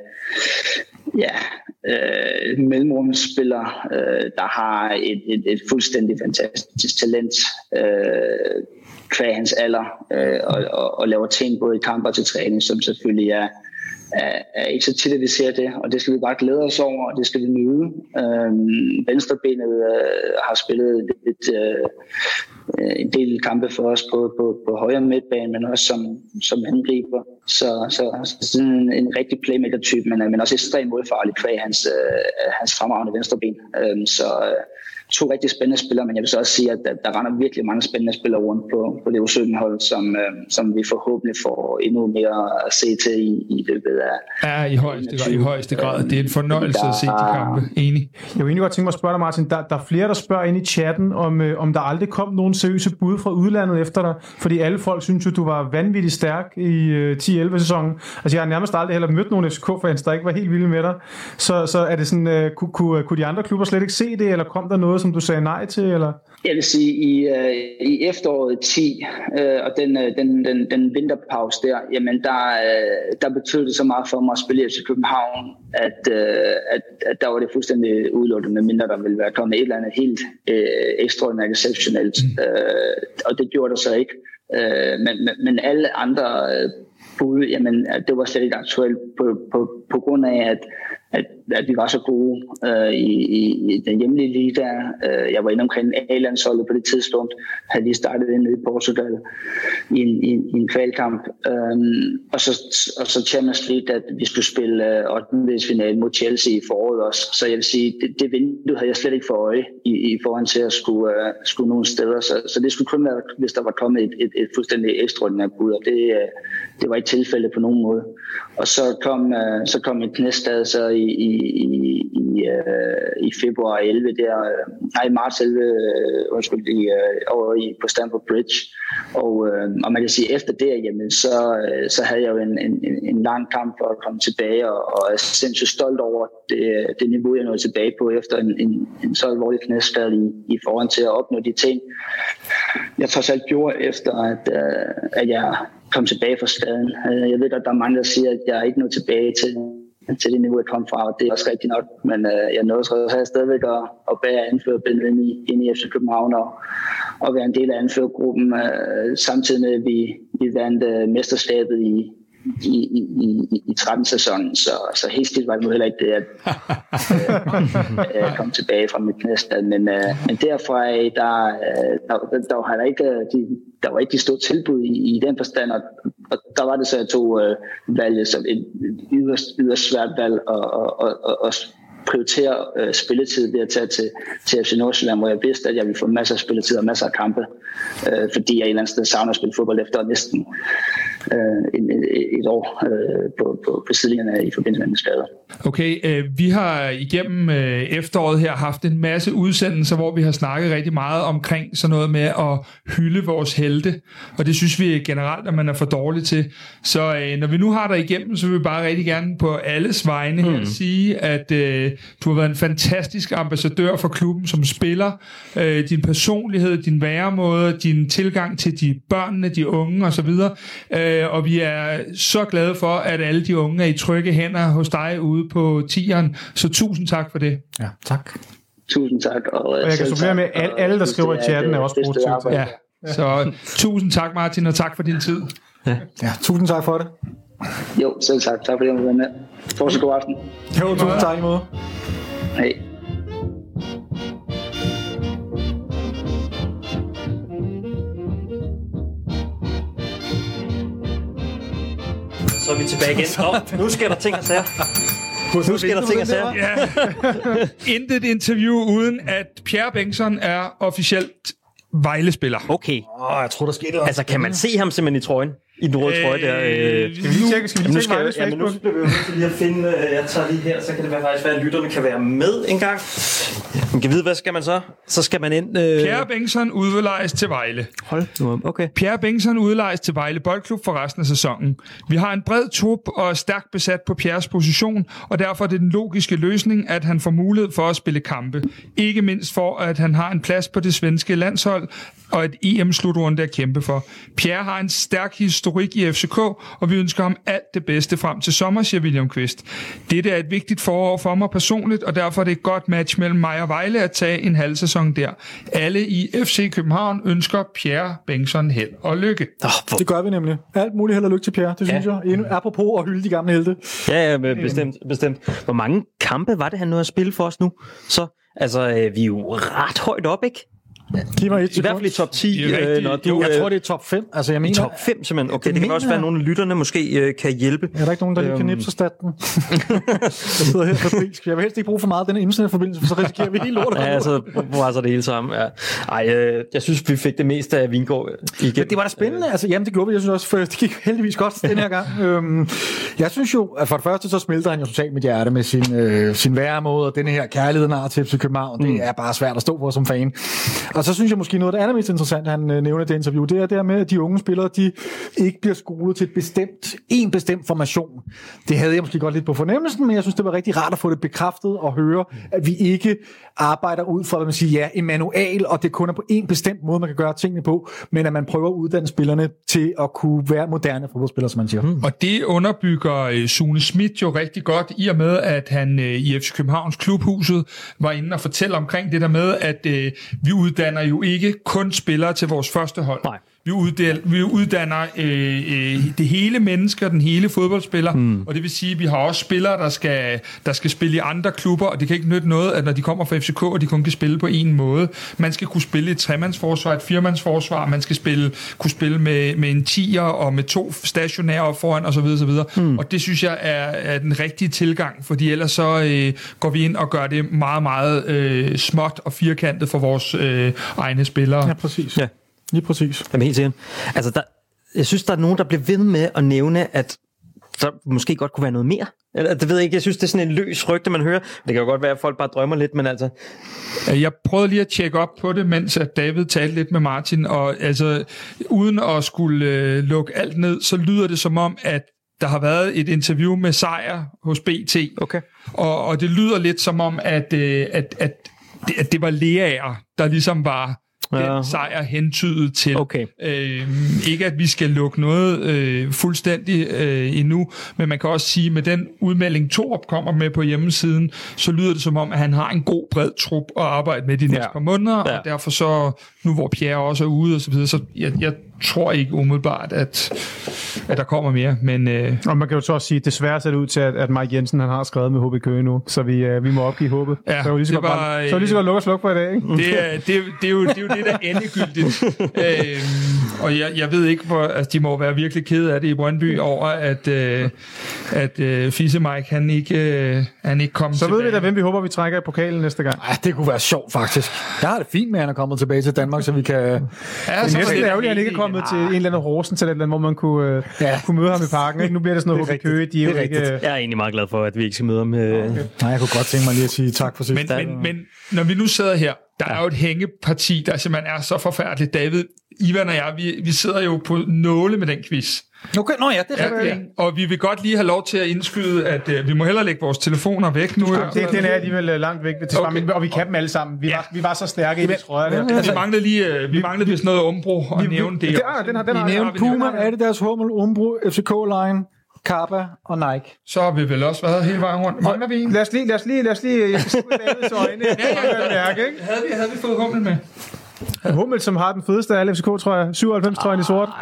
mellemrumsspiller, der har et fuldstændig fantastisk talent, kvæg hans alder, og laver ting både i kamp og til træning, som selvfølgelig er ikke så tit, at vi ser det, og det skal vi bare glæde os over, og det skal vi nyde. Venstrebenet har spillet en del kampe for os på højre midtbane, men også som angriber. Så sådan en rigtig playmaker-type, men også ekstremt målfarlig kvæg hans fremragende venstreben. Så to rigtig spændende spillere, men jeg vil så også sige, at der render virkelig mange spændende spillere rundt på det U17-hold, som vi forhåbentlig får endnu mere at se til i løbet af... Ja, i højeste grad. Det er en fornøjelse at se de kampe. Enig. Jeg vil egentlig godt tænke mig at spørge dig, Martin. Der er flere, der spørger ind i chatten, om der aldrig kom nogen seriøse bud fra udlandet efter dig, fordi alle folk synes jo, du var vanvittigt stærk i 10-11-sæsonen. Altså, jeg har nærmest aldrig heller mødt nogen FCK-fans, der ikke var helt vilde med dig. Så er det sådan, kunne de andre klubber slet ikke se det, eller kom der noget, som du sagde nej til, eller? Jeg vil sige, i efteråret 10, og den vinterpause der, jamen der betød det så meget for mig at spille i FC København, at der var det fuldstændig udelukket, medmindre der ville være kommet et eller andet helt ekstraordinært exceptionelt. Og det gjorde der så ikke. Men alle andre bud, jamen det var slet ikke aktuelt på grund af, at vi var så gode i den hjemlige liga. Jeg var inde omkring A-landsholdet på det tidspunkt, havde lige startet inde i Portugal i en kvalkamp. Og så Champions League, at vi skulle spille 8. mod Chelsea i foråret også. Så jeg vil sige, det vindue havde jeg slet ikke for øje i forhold til at skulle nogle steder. Så det skulle kun være, hvis der var kommet et fuldstændig ekstraordinært bud, og det var ikke tilfælde på nogen måde. Og så kom et knæstad så i februar 11 der, nej, marts 11, over på Stamford Bridge. Og man kan sige, efter det, jamen, så havde jeg jo en lang kamp for at komme tilbage, og er sindssygt stolt over det niveau, jeg nåede tilbage på efter en så alvorlig knæskade i forhold til at opnå de ting, jeg trods alt gjorde efter, at jeg kom tilbage fra skaden. Jeg ved, at der er mange, der siger, at jeg ikke nåede tilbage til det niveau, jeg kom fra, og det er også rigtigt nok, men jeg nåede så stadigvæk at bære anførerbindet ind i FC København og være en del af anførergruppen, samtidig med, at vi vandt mesterskabet i 13-sæsonen, så helt stilt var det nu heller ikke det, at komme tilbage fra mit knæskade, men derfra der var ikke de store tilbud i den forstand, og der var det så, jeg tog valget som et yderst svært valg og prioritere spilletid ved at tage til FC Nordsjælland, hvor jeg vidste, at jeg ville få masser af spilletid og masser af kampe, fordi jeg et eller andet sted savner at spille fodbold efter næsten et år på sidelinjerne i forbindelse med min skade. Okay, vi har igennem efteråret her haft en masse udsendelser, hvor vi har snakket rigtig meget omkring sådan noget med at hylde vores helte, og det synes vi generelt, at man er for dårlig til. Så når vi nu har dig igennem, så vil vi bare rigtig gerne på alles vegne her sige, at du har været en fantastisk ambassadør for klubben som spiller. Din personlighed, din væremåde, din tilgang til de børnene, de unge osv., og vi er så glade for, at alle de unge er i trygge hænder hos dig ude på 10'eren. Så tusind tak for det. Ja, tak. Tusind tak. Og jeg kan supplere med, alle der skriver i chatten er også positivt. Ja. Så tusind tak, Martin, og tak for din tid. Ja, tusind tak for det. Jo, selv tak. Tak fordi jeg måtte være med. Fortsat god aften. Jo, tusind tak imod. Hej. Så er vi tilbage igen. Nu sker der ting og sager. Nu skal der ting at sige. Ja. Intet interview uden at Pierre Bengtsson er officielt Vejle-spiller. Okay. Jeg tror, der skete noget. Altså, kan man se ham simpelthen i trøjen? I den røde trøje der? Skal vi lige tjekke Vejles men nu Facebook? bliver vi jo nødt til lige at finde... Jeg tager lige her, så kan det faktisk være, at lytterne kan være med en gang. Man kan vide, hvad skal man så? Så skal man ind... Pierre Bengtsson udlejes til Vejle. Hold nu, okay. Pierre Bengtsson udlejes til Vejle Boldklub for resten af sæsonen. Vi har en bred trup og er stærkt besat på Pierres position, og derfor er det den logiske løsning, at han får mulighed for at spille kampe. Ikke mindst for, at han har en plads på det svenske landshold og et EM-slutrunde at kæmpe for. Pierre har en stærk historik i FCK, og vi ønsker ham alt det bedste frem til sommer, siger William Kvist. Dette er et vigtigt forår for mig personligt, og derfor er det et godt match mellem mig og Vejle at tage en halv sæson der. Alle i FC København ønsker Pierre Bengtsson held og lykke. Det gør vi nemlig. Alt muligt held og lykke til Pierre, det synes jeg. Apropos at hylde de gamle helte. Ja, bestemt. Hvor mange kampe var det, han nåede at spille for os nu? Så, altså, vi er jo ret højt op, ikke? Giv mig et I hvert fald i top 10. Jeg tror, det er top 5. Altså, jeg mener, top 5 simpelthen. Okay, det kan også være, at nogle af lytterne måske kan hjælpe. Er der ikke nogen, der lige kan nipse og statte den? Jeg sidder her på brisk. Jeg vil helst ikke bruge for meget af den internetforbindelse, for så risikerer vi helt lortet. Ja, så var så det hele sammen. Ja. Ej, jeg synes, vi fik det meste af Vingård igen. Men det var da spændende. Altså, jamen, det gjorde vi. Jeg synes også, for det gik heldigvis godt den her gang. Jeg synes jo, at for det første, så smelter han jo totalt mit hjerte med sin væremåde, og den her kærlighed, han har til FC København. Det er bare svært at stå for som fan. Og så synes jeg måske noget af det andet mest interessante, han nævner i det interview, det er der med, at de unge spillere, de ikke bliver skolet til en bestemt formation. Det havde jeg måske godt lidt på fornemmelsen, men jeg synes, det var rigtig rart at få det bekræftet og høre, at vi ikke arbejder ud fra, hvad man siger, en manual, og det kun er på en bestemt måde, man kan gøre tingene på, men at man prøver at uddanne spillerne til at kunne være moderne fodboldspillere, som man siger. Og det underbygger Sune Schmidt jo rigtig godt, i og med, at han i FC Københavns Klubhuset var inde og fortælle omkring det der med, at vi uddanner jo ikke kun spillere til vores første hold. Nej. Vi uddanner det hele mennesker, den hele fodboldspiller, og det vil sige, at vi har også spillere, der skal spille i andre klubber, og det kan ikke nytte noget, at når de kommer fra FCK, og de kun kan spille på en måde. Man skal kunne spille et tremandsforsvar, et firmandsforsvar, man skal kunne spille med en 10'er og med 2 stationære foran osv. Og det synes jeg er den rigtige tilgang, fordi ellers så går vi ind og gør det meget, meget småt og firkantet for vores egne spillere. Ja, præcis. Ja. Lige præcis. Jamen helt sikkert. Altså, jeg synes, der er nogen, der bliver ved med at nævne, at der måske godt kunne være noget mere. Det ved jeg ikke. Jeg synes, det er sådan en løs rygte, man hører. Det kan jo godt være, at folk bare drømmer lidt, men altså... Jeg prøvede lige at tjekke op på det, mens at David talte lidt med Martin, og altså, uden at skulle lukke alt ned, så lyder det som om, at der har været et interview med Sejer hos BT. Okay. Og det lyder lidt som om, at det var Leaer, der ligesom var den sejr hentydet til. Okay. Ikke at vi skal lukke noget fuldstændig endnu, men man kan også sige, med den udmelding Torup kommer med på hjemmesiden, så lyder det som om, at han har en god bred trup at arbejde med de næste par måneder, og derfor så, nu hvor Pierre også er ude og så videre, så jeg tror ikke umiddelbart, at der kommer mere, men... Og man kan jo så også sige, at desværre ser det ud til, at Mike Jensen han har skrevet med HB Køge nu, så vi må opgive håbet. Ja, så lige så godt lukke og slukke for i dag, ikke? Det er jo det, der er endegyldigt. Og jeg ved ikke, altså, de må være virkelig kede af det i Brøndby over, at Fisse Mike, han ikke kom tilbage. Så ved vi da, hvem vi håber, vi trækker i pokalen næste gang. Ej, det kunne være sjovt, faktisk. Jeg har det fint med, at han er kommet tilbage til Danmark, så vi kan... Ja, det er næsten ærgerligt, at han ikke er kommet til en eller anden Horsen til et eller andet, hvor man kunne møde ham i parken. Ikke? Nu bliver det sådan noget HB Køge. De er jo ikke... Jeg er egentlig meget glad for, at vi ikke skal møde ham. Okay. Nej, jeg kunne godt tænke mig lige at sige tak for sidst. Men når vi nu sidder her, der er jo et hængeparti, der simpelthen er så forfærdeligt. David, Ivan og jeg, vi sidder jo på nåle med den quiz. Okay, det er rigtigt. Og vi vil godt lige have lov til at indskyde, at vi må hellere lægge vores telefoner væk nu. Den er alligevel langt væk til okay. Og vi kan dem alle sammen. Vi var så stærke i det, tror jeg. Vi manglede vist noget Umbro og nævne det. Den har nævnt Puma, Adidas, Hummel, Umbro, FCK Line, Kappa og Nike. Så har vi vel også været hele vejen rundt. Mangler vi en? Lad os lige, jeg skal se Davids øjne. Havde vi fået Hummel med? Hummel, som har den fedeste af alle FCK, tror jeg. 97 trøjen i sort.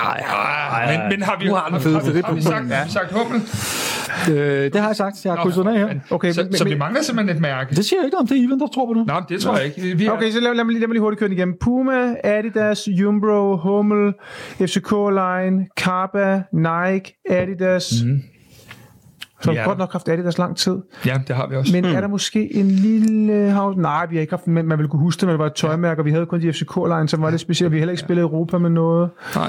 Men har vi sagt Hummel? Det har jeg sagt. Jeg har krydset af her. Okay, så vi mangler simpelthen et mærke. Det siger jeg ikke om. Det er Ivan, der tror på det. Nej, det tror jeg ikke. Okay, så lad mig lige hurtigt køre den igennem. Puma, Adidas, Umbro, Hummel, FCK Line, Kappa, Nike, Adidas. Så vi har godt nok haft Adidas lang tid. Ja, det har vi også. Men er der måske en lille... Nej, vi har ikke haft... Men man ville kunne huske det, når det var et tøjmærke, og vi havde kun de FCK-line, som var lidt specielt. Vi har heller ikke spillet Europa med noget. Nej.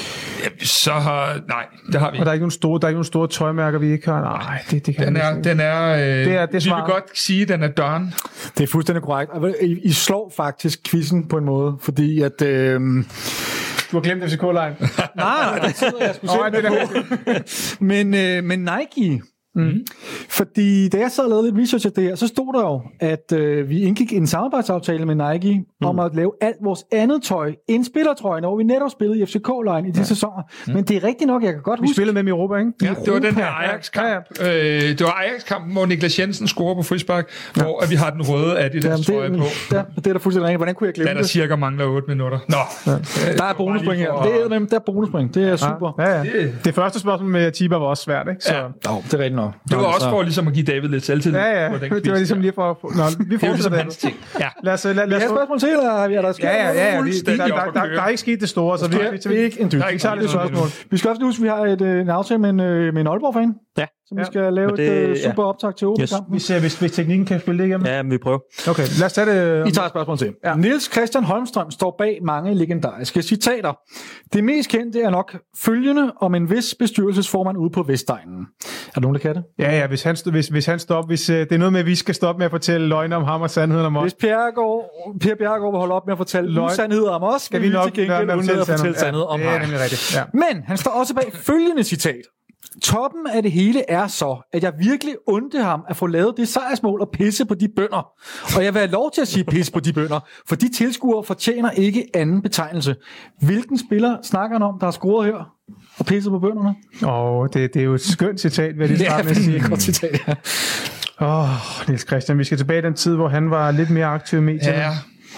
Nej, det har vi. Og der er ikke nogen store tøjmærker, vi ikke har. Nej, det kan den er vi vil godt sige, at den er done. Det er fuldstændig korrekt. I slår faktisk quizzen på en måde, fordi at... Du har glemt FCK-line. nej, det sidder jeg sgu selv på. Men Nike... Fordi da jeg sad og lavede lidt research af det her, så stod der jo, at vi indgik en samarbejdsaftale med Nike om at lave alt vores andet tøj end spillertrøjen, hvor vi netop spillede i FCK-line i de sæsoner. Men det er rigtigt nok, jeg kan godt huske... Vi spillede med dem i Europa, ikke? Ja, det var den her Ajax-kamp. Det var Ajax-kampen, hvor Niklas Jensen scorer på frispark, hvor vi har den røde Adidas trøje på. Ja, det er da fuldstændig rigtigt. Hvordan kunne jeg glemme det? Der cirka mangler 8 minutter. Nå. Ja. Der er bonuspoint her. Der er bonuspoint. Det er super. Ja. Det første spørgsmål med Tiber var også svært, ikke? Så... Ja. Det er rigtigt nok. Det var også for ligesom at give David lidt selvtillid. Ja. Det var ligesom lige for... Nå, vi fortsætter hans ting. Ja. Lad os have spørgsmål til, eller er der sket? Ja. Der er ikke sket det store, så vi ikke en dyb. Vi tager det spørgsmål. Vi skal også huske, at vi har en aftale med en Aalborg-fan. Ja. Så vi skal lave et super optag til OB-kampen. Vi ser, hvis teknikken kan spille det igennem. Ja, vi prøver. Okay, lad os tage det. I tager et spørgsmål til. Ja. Niels Christian Holmstrøm står bag mange legendariske citater. Det mest kendte er nok følgende om en vis bestyrelsesformand ude på Vestegnen. Er der nogen, der kan det? Ja, hvis han stopper, hvis det er noget med, at vi skal stoppe med at fortælle løgne om ham og sandheden om os. Hvis Per Bjerregaard vil holde op med at fortælle usandheder om os, skal vi nok til gengæld undlade at fortælle sandhed om ham. Det er nemlig rigtigt. Ja. Men han står også bag følgende citat. Toppen af det hele er så, at jeg virkelig undte ham at få lavet det sejrsmål og pisse på de bønder. Og jeg vil have lov til at sige pisse på de bønder, for de tilskuere fortjener ikke anden betegnelse. Hvilken spiller snakker han om, der har scoret her og pisset på bønderne? Det er jo et skønt citat, vil jeg lige starte med at sige. Det er et godt citat, ja. Niels Christian, vi skal tilbage i den tid, hvor han var lidt mere aktiv i medierne. Ja.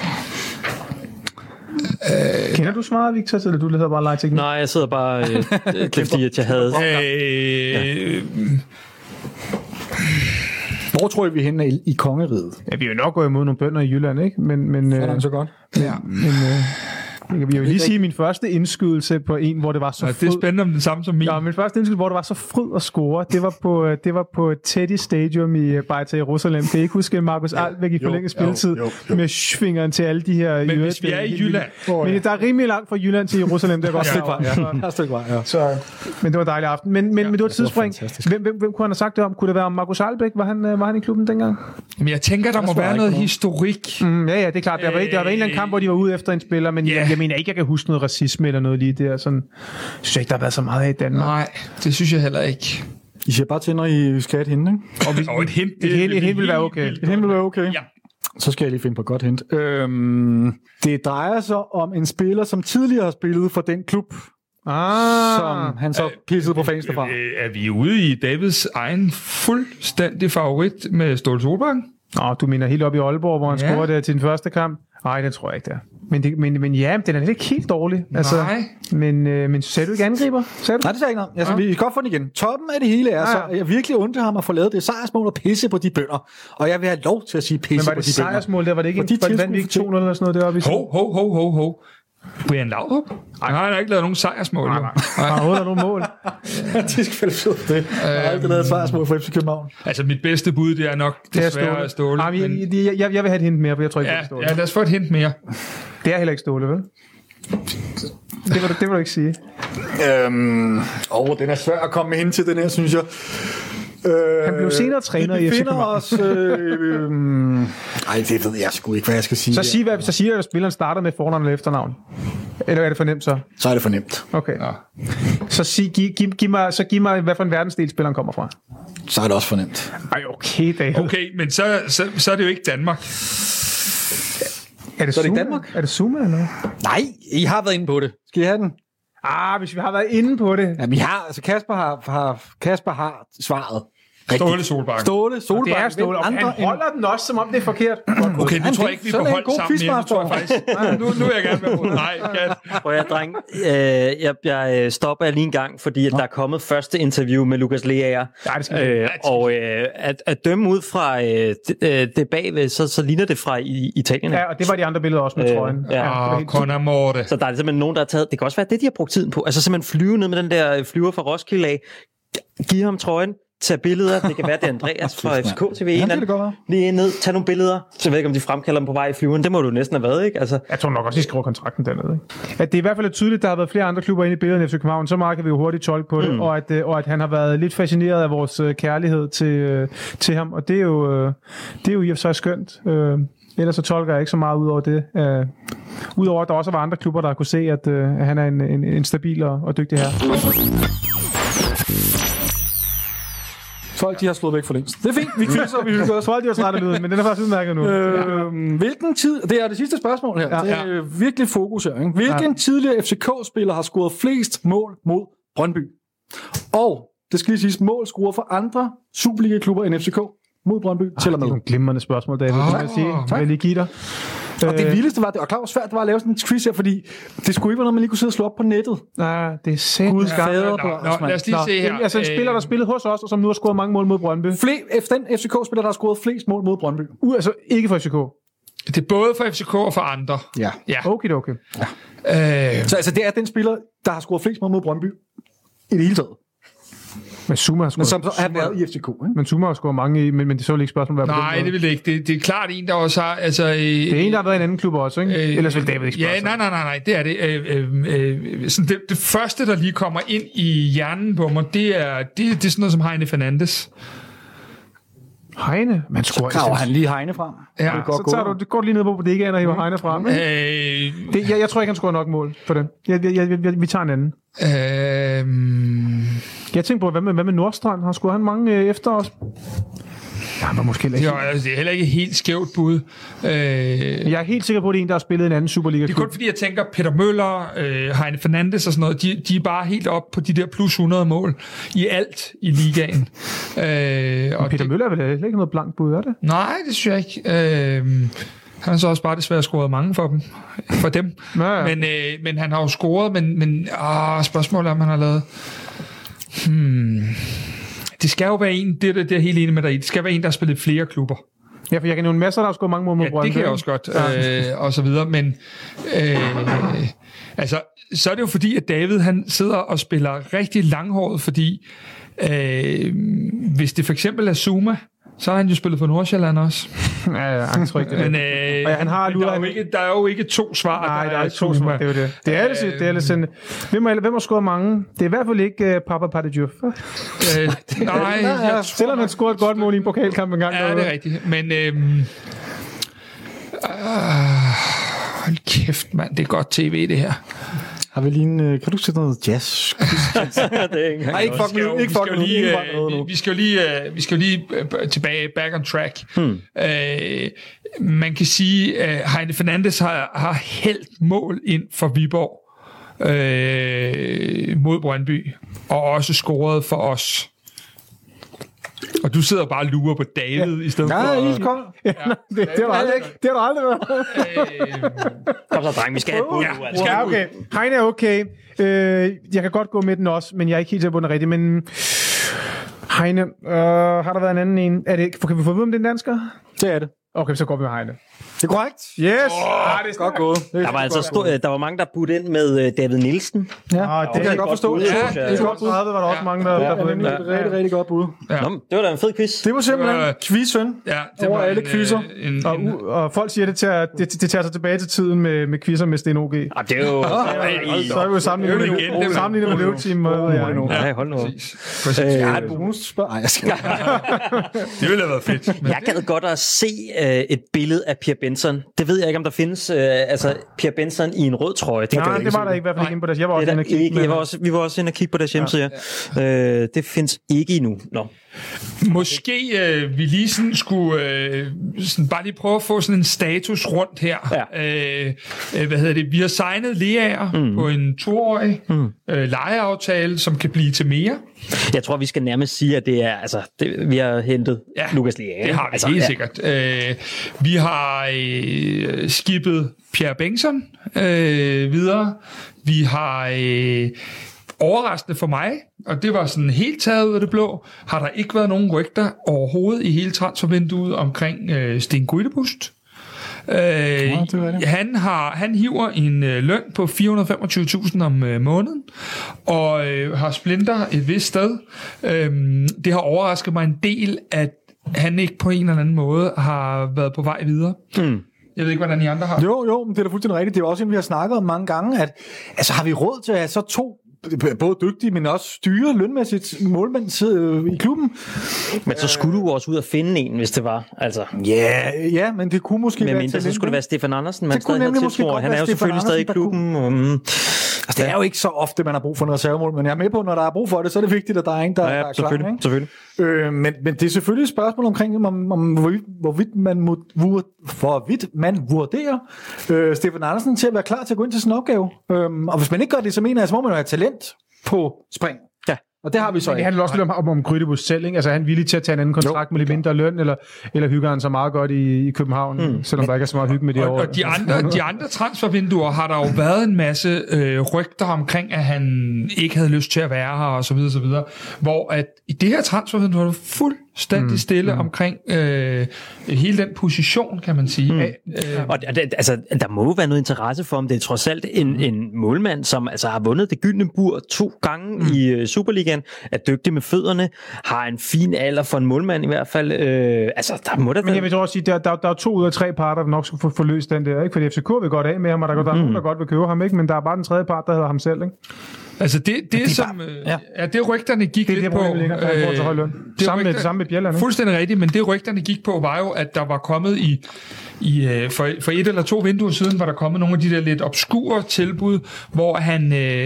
Kender du svaret, Victor, eller du hedder bare legeteknik? Nej, jeg sidder bare... det er fordi, at jeg havde... Hvor tror jeg, vi er henne i kongeriget? Ja, vi er jo nok gået imod nogle bønder i Jylland, ikke? Men så godt. Ja. Jeg vil lige sige min første indskydelse på en, hvor det var så fryd. Det er spændende om det samme som min. Ja, min første indskydelse, hvor det var så fryd at score, det var på Teddy Stadium i Bejta Jerusalem. Kan I ikke huske Markus Albeck i forlænget spilletid med fingeren til alle de her... Men hvis vi er i Jylland... Men der er rimelig langt fra Jylland til Jerusalem, det er godt stykke vej, ja. Så, men det var en dejlig aften. Men det var et tidsspring. Hvem kunne han have sagt det om? Kunne det være om Markus Albeck? Var han i klubben dengang? Men jeg tænker, der må være noget historik. Ja, det er klart. Der var en eller anden kamp, hvor de var ude efter en spiller, men jeg mener ikke, jeg kan huske noget racisme eller noget lige der. Sådan, jeg synes ikke, der har været så meget af i Danmark. Nej, det synes jeg heller ikke. I siger bare til, når I skal have et hint, ikke? Og et hint. Et hint vil være okay. Et hint vil være okay? Ja. Så skal jeg lige finde på et godt hint. Det drejer sig om en spiller, som tidligere har spillet for den klub, som han så pissede på fansene fra. Er vi ude i Davids egen fuldstændig favorit med Ståle Solbakken? Du mener helt op i Aalborg, hvor han scorede til den første kamp? Nej, det tror jeg ikke, det er. Men ja, den er ikke helt dårlig. Altså, nej. Men sagde du ikke angriber? Nej, det sagde jeg ikke noget. Altså, vi kan godt få den igen. Toppen af det hele er så, at jeg virkelig undte ham at få lavet det sejrsmål og pisse på de bønder. Og jeg vil have lov til at sige pisse på de bønder. Men var det sejrsmål der? Var det ikke en ikke 2-0 eller sådan noget deroppe i? Ho. Brian Laudrup? Nej, han har ikke lavet nogen sejrsmål. Nej. Han har lavet nogen mål. Det skal det. Jeg har aldrig lavet et sejrsmål for FC København. Altså, mit bedste bud, det er nok desværre Ståle. Jeg vil have et hint mere, for jeg tror ikke, det er Ståle. Ja, lad os få et hint mere. Det er heller ikke Ståle, vel? Det vil du ikke sige. Den er svær at komme hen til, den her, synes jeg. Han blev senere træner i FC København. Det ved jeg sgu ikke, hvad jeg skal sige. Så siger jeg, at spilleren starter med fornavn eller efternavn. Eller er det for nemt så? Så er det for nemt. Okay. Ja. Så giv mig, hvad for en verdensdel spilleren kommer fra. Så er det også for nemt. Ej, okay, David. Okay, men så er det jo ikke Danmark. Er det Zuma? Danmark? Er det Zuma eller noget? Nej, I har været inde på det. Skal I have den? Hvis vi har været inde på det. Ja, vi har, altså Kasper har svaret. Ståle Solbakken. Ståle Solbakken. Det er Ståle, og han holder den også, som om det er forkert. Okay, nu tror jeg ikke, vi er på hold sammen mere. Nu tror jeg faktisk. Nu er jeg gerne med på det. Nej, kat. Prøv at dreng. Jeg stopper lige en gang, fordi at der er kommet første interview med Lukas Leaer. Og at dømme ud fra det bagved, så ligner det fra Italien. Ja, og det var de andre billeder også med trøjen. Con amore. Så der er simpelthen nogen, der har taget... Det kan også være det, de har brugt tiden på. Altså simpelthen flyve ned med den der flyver fra Roskilde af. Giv ham trøjen. tage billeder. Det kan være, det er Andreas fra FCK TV. Ja, det godt. Lige ned, tage nogle billeder. Så jeg ved ikke, om de fremkalder dem på vej i flyveren. Det må du næsten have været, ikke? Altså. Jeg tror nok også, de skriver kontrakten dernede. Ikke? At det i hvert fald er tydeligt, at der har været flere andre klubber inde i billedet end FC København. Så meget kan vi jo hurtigt tolke på det. Og at han har været lidt fascineret af vores kærlighed til ham. Og det er jo i og for sig skønt. Ellers så tolker jeg ikke så meget ud over det. Udover at der også var andre klubber, der kunne se, at han er en stabil og dygtig herre. Folk, de har slået væk for længst. Det er fint, vi quizzer, og vi hygger os. Folk, de har træt af lyden, men den er faktisk udmærket nu. Hvilken tid, det er det sidste spørgsmål her, det er virkelig fokus her. Ikke? Hvilken tidligere FCK-spiller har scoret flest mål mod Brøndby? Og, det skal lige siges, mål scorer for andre Superliga-klubber end FCK mod Brøndby til og med. Det er nogle glimrende spørgsmål, David. Det må jeg sige. Jeg vil lige give dig. Og det vildeste var, og klar, hvor svært det var at lave sådan en quiz her, fordi det skulle ikke være noget, man lige kunne sidde og slå op på nettet. Nej, det er sæt. Gud fader på os, lad os lige se her. Altså en spiller, der spillede hos os, og som nu har scoret mange mål mod Brøndby. Den FCK-spiller, der har scoret flest mål mod Brøndby. Altså ikke for FCK. Det er både for FCK og for andre. Ja. Okay. Ja. Så altså, det er den spiller, der har scoret flest mål mod Brøndby i det hele taget. Men Zuma har scoret. Men som så har været i FCK, ikke? Men Zuma har scoret mange i, men det er så ikke spørgsmål, hvad. Nej, det vil det ikke. Det er klart en, der også har... Altså, det er en, der har været i en anden klub også, ikke? Ellers vil David ikke spørge. Ja, nej, det er det. Sådan det første, der lige kommer ind i hjernen på mig, det er sådan noget som Heine Fernandes. Heine? Man så graver han lige Heine frem. Ja. Så går lige ned på bodegaen og hiver Heine frem. Jeg tror ikke, han scorer nok mål for det. Vi tager en anden. Jeg tænker på, hvad med Nordstrand? Har scoret han mange efter os? Ja, han var måske ikke. Det er heller ikke helt skævt bud. Jeg er helt sikker på, at det er en, der har spillet en anden Superliga. Det er kun fordi, jeg tænker, Peter Møller, Heine Fernandes og sådan noget, de er bare helt op på de der plus 100 mål i alt i ligaen. Og Peter Møller er vel ikke noget blankt bud, er det? Nej, det synes jeg ikke. Han har så også bare desværre scoret mange for dem. Ja. Men han har jo scoret, men spørgsmålet er, om han har lavet... Det skal jo være en, det er helt enig med dig i, det skal være en, der har spillet flere klubber. Ja, for jeg kan nævne masser, der har scoret mange mål mod Brøndby. Det kan jeg også godt, og så videre, men altså, så er det jo fordi, at David, han sidder og spiller rigtig langhåret, fordi hvis det for eksempel er Zuma, så har han jo spillet for Nordsjælland også. Ja, angstryk. Men han har der er jo ikke to svar. Nej, der er ikke to svar. Det er jo det. Det er lidt sådan. Hvem har scoret mange? Det er i hvert fald ikke Papa Partidjuf. Nej. Selvom han scorede et godt mål i en pokalkamp engang. Ja, det er rigtigt. Men hold kæft, mand. Det er godt tv, det her. Har vi lige en... Kan du sætte noget jazz? Nej, ikke fuck nu. Vi skal jo lige tilbage, back on track. Man kan sige, at Heine Fernandes har hældt mål ind for Viborg mod Brøndby, og også scoret for os. Og du sidder bare og lurer på David i stedet for... Nej, iskold. Det har du aldrig været. Kom så, dreng, vi skal have et bud nu. Altså. Ja, okay. Heine er okay. Jeg kan godt gå med den også, men jeg er ikke helt sikker på den rigtigt. Men Heine, har der været en anden en? Kan vi få ved, om det er en dansker? Det er det. Okay, så går vi med Heine. Det er korrekt. Yes! Det er godt gået. Der var altså der var mange, der puttede ind med David Nielsen. Ja, det kan jeg godt forstå. Det er godt bud. Var der også mange, der puttede ind. Det er rigtig godt bud. Nå, det var da en fed quiz. Det var simpelthen quizzen over alle quizzer. Og folk siger, det tager sig tilbage til tiden med quizzer med Sten OG. Det er jo... Så er vi jo sammenlignet med løveteam. Nej, hold nu. Jeg har et bonusspørg. Ej, jeg skal... Det ville have været fedt. Jeg gad godt at se et billede af Pierre Benson. Det ved jeg ikke, om der findes Pierre Benson i en rød trøje. Det var der ikke i hvert fald ikke inde på deres. Jeg var også inde og kigge. Vi var også inde og kigge på deres hjemmeside. Det findes ikke endnu. Nå. Måske vi lige sådan skulle bare lige prøve at få sådan en status rundt her. Ja. Vi har signet Leaer på en 2-årig lejeaftale, som kan blive til mere. Jeg tror, vi skal nærmest sige, at det er vi har hentet Lukas Leaer. Det har vi helt sikkert. Vi har skibet Pierre Bengtsson videre. Vi har overraskende for mig, og det var sådan helt taget ud af det blå, har der ikke været nogen rygter overhovedet i hele transfervinduet omkring Sten Guidebust. Han hiver en løn på 425.000 om måneden, og har Splinter et vist sted. Det har overrasket mig en del, at han ikke på en eller anden måde har været på vej videre. Jeg ved ikke, hvordan I andre har. Jo, men det er da fuldstændig rigtigt. Det er også en, vi har snakket om mange gange, at altså, har vi råd til at have så to både dygtige, men også styre lønmæssigt målmænd i klubben. Men så skulle du også ud og finde en, hvis det var. Altså. Ja, men det kunne måske være mindre, så skulle det være Stefan Andersen, man stadig havde tiltro. Han er jo selvfølgelig stadig i klubben. Altså, det er jo ikke så ofte, man har brug for en reservemål, men jeg er med på, når der er brug for det, så er det vigtigt, at der er en, der er klar. Selvfølgelig. Men det er selvfølgelig et spørgsmål omkring, hvorvidt man vurderer Stefan Andersen til at være klar til at gå ind til sin opgave. Og hvis man ikke gør det, så mener jeg, så må man jo have talent på spring. Ja. Og det har vi så. Det handler også lidt om Grydebus selv, ikke? Altså er han villig til at tage en anden kontrakt med lidt mindre løn, eller hygger han så meget godt i København, selvom der ikke er så meget hygge med det år. Og de andre transfervinduer har der jo været en masse rygter omkring, at han ikke havde lyst til at være her, og så videre, så videre. Hvor at i det her transfervindue var det fuldstændig stille omkring hele den position, kan man sige. Og altså, der må jo være noget interesse for, om det er trods alt en målmand, som altså har vundet det gyldne bur 2 gange i Superligaen, er dygtig med fødderne, har en fin alder for en målmand i hvert fald. Altså, der må der Men jeg vil også sige, der er 2 ud af 3 parter, der nok skal få løst den der, ikke? Fordi FCK vil godt af med ham, og der er nogen, der godt vil købe ham, ikke? Men der er bare den tredje part, der hedder ham selv, ikke? Altså det som det rygterne gik lidt på. Det samme med Bjelland. Fuldstændig rigtigt, men det rygterne gik på var jo, at der var kommet for 1 eller 2 vinduer siden var der kommet nogle af de der lidt obskure tilbud, hvor han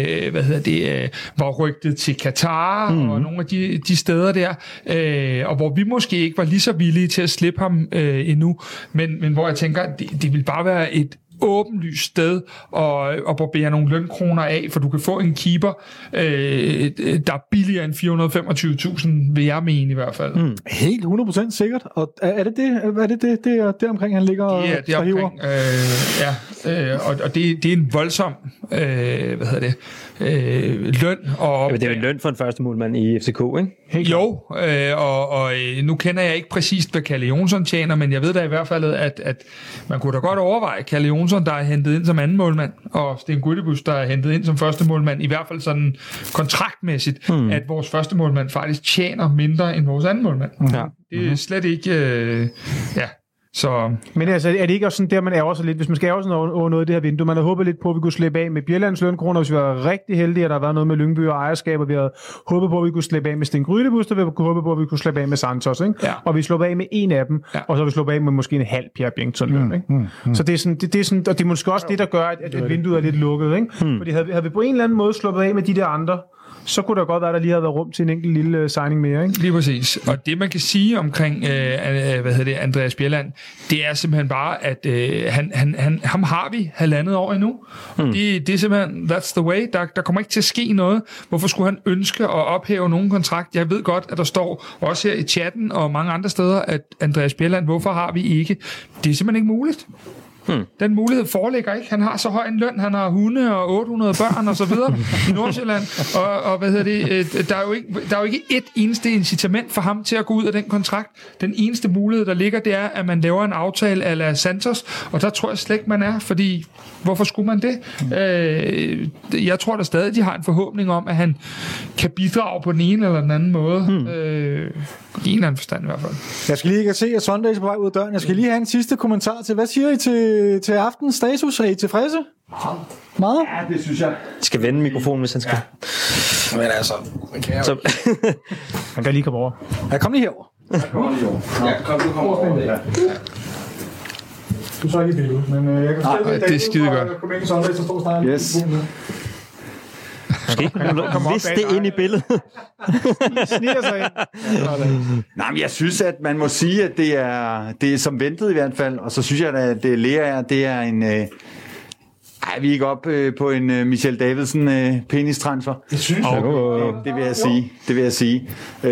var rygtet til Katar og nogle af de steder der, og hvor vi måske ikke var lige så villige til at slippe ham endnu, men hvor jeg tænker, det vil bare være et åbenlyst sted og barbere nogle lønkroner af, for du kan få en keeper, der er billigere end 425.000, vil jeg mene i hvert fald. Helt 100% sikkert. Og er det det omkring, han ligger og hiver? Og det er en voldsom løn. Og det er jo en løn for en første målmand i FCK, ikke? Jo, og nu kender jeg ikke præcist, hvad Kalle Jonsson tjener, men jeg ved da i hvert fald, at man kunne da godt overveje Kalle Jonsson, der er hentet ind som anden målmand, og Sten Grydebus, der er hentet ind som første målmand, i hvert fald sådan kontraktmæssigt, at vores første målmand faktisk tjener mindre end vores anden målmand. Det er slet ikke... Så. Men altså, er det ikke også sådan der, man ærger sig lidt, hvis man skal ærge sig over noget i det her vindue? Man havde håbet lidt på, at vi kunne slippe af med Bjellands lønkroner, hvis vi var rigtig heldige, at der har været noget med Lyngby og ejerskab, og vi havde håbet på, at vi kunne slippe af med Sten Grydebus, og vi kunne håbe på, at vi kunne slippe af med Santos, ikke? Ja. Og vi slog af med en af dem, og så har vi slået af med måske en halv Pierre Bengtsson løn, ikke? Så det er sådan, og det er måske også det, der gør, at vinduet er lidt lukket, ikke? Fordi havde vi på en eller anden måde sluppet af med de der andre, så kunne der godt være, at der lige havde været rum til en enkelt lille signing mere, ikke? Lige præcis. Og det, man kan sige omkring Andreas Bjelland, det er simpelthen bare, at ham har vi 1,5 år endnu. Det er simpelthen, that's the way. Der kommer ikke til at ske noget. Hvorfor skulle han ønske at ophæve nogen kontrakt? Jeg ved godt, at der står også her i chatten og mange andre steder, at Andreas Bjelland, hvorfor har vi ikke? Det er simpelthen ikke muligt. Den mulighed foreligger ikke. Han har så høj en løn, han har hunde og 800 børn og så videre i Nordsjælland, og der er jo ikke et eneste incitament for ham til at gå ud af den kontrakt. Den eneste mulighed, der ligger, det er, at man laver en aftale a la Santos, og der tror jeg slet ikke, man er, fordi hvorfor skulle man det? Jeg tror da stadig, de har en forhåbning om, at han kan bidrage på den ene eller den anden måde. I en eller anden forstand i hvert fald. Jeg skal lige se, at Sunday er på vej ud af døren. Jeg skal lige have en sidste kommentar til, hvad siger I til aftens status? Er I tilfredse? Meget? Ja, det synes jeg. Jeg skal vende mikrofonen, hvis han skal. Ja. Men altså, han kan lige komme over. Ja, kom lige herover. Ja, kom over. Ja. Du så ikke i billedet, men jeg kan fortælle, det er skide godt. Yes. Måske ikke vist det ind i billedet. Sniger sig ind. Nej, men jeg synes, at man må sige, at det er som ventet i hvert fald. Og så synes jeg, at det Lea det er en... vi er ikke oppe på en Michel Davidsen penis-transfer. Det synes jeg. Det vil jeg sige.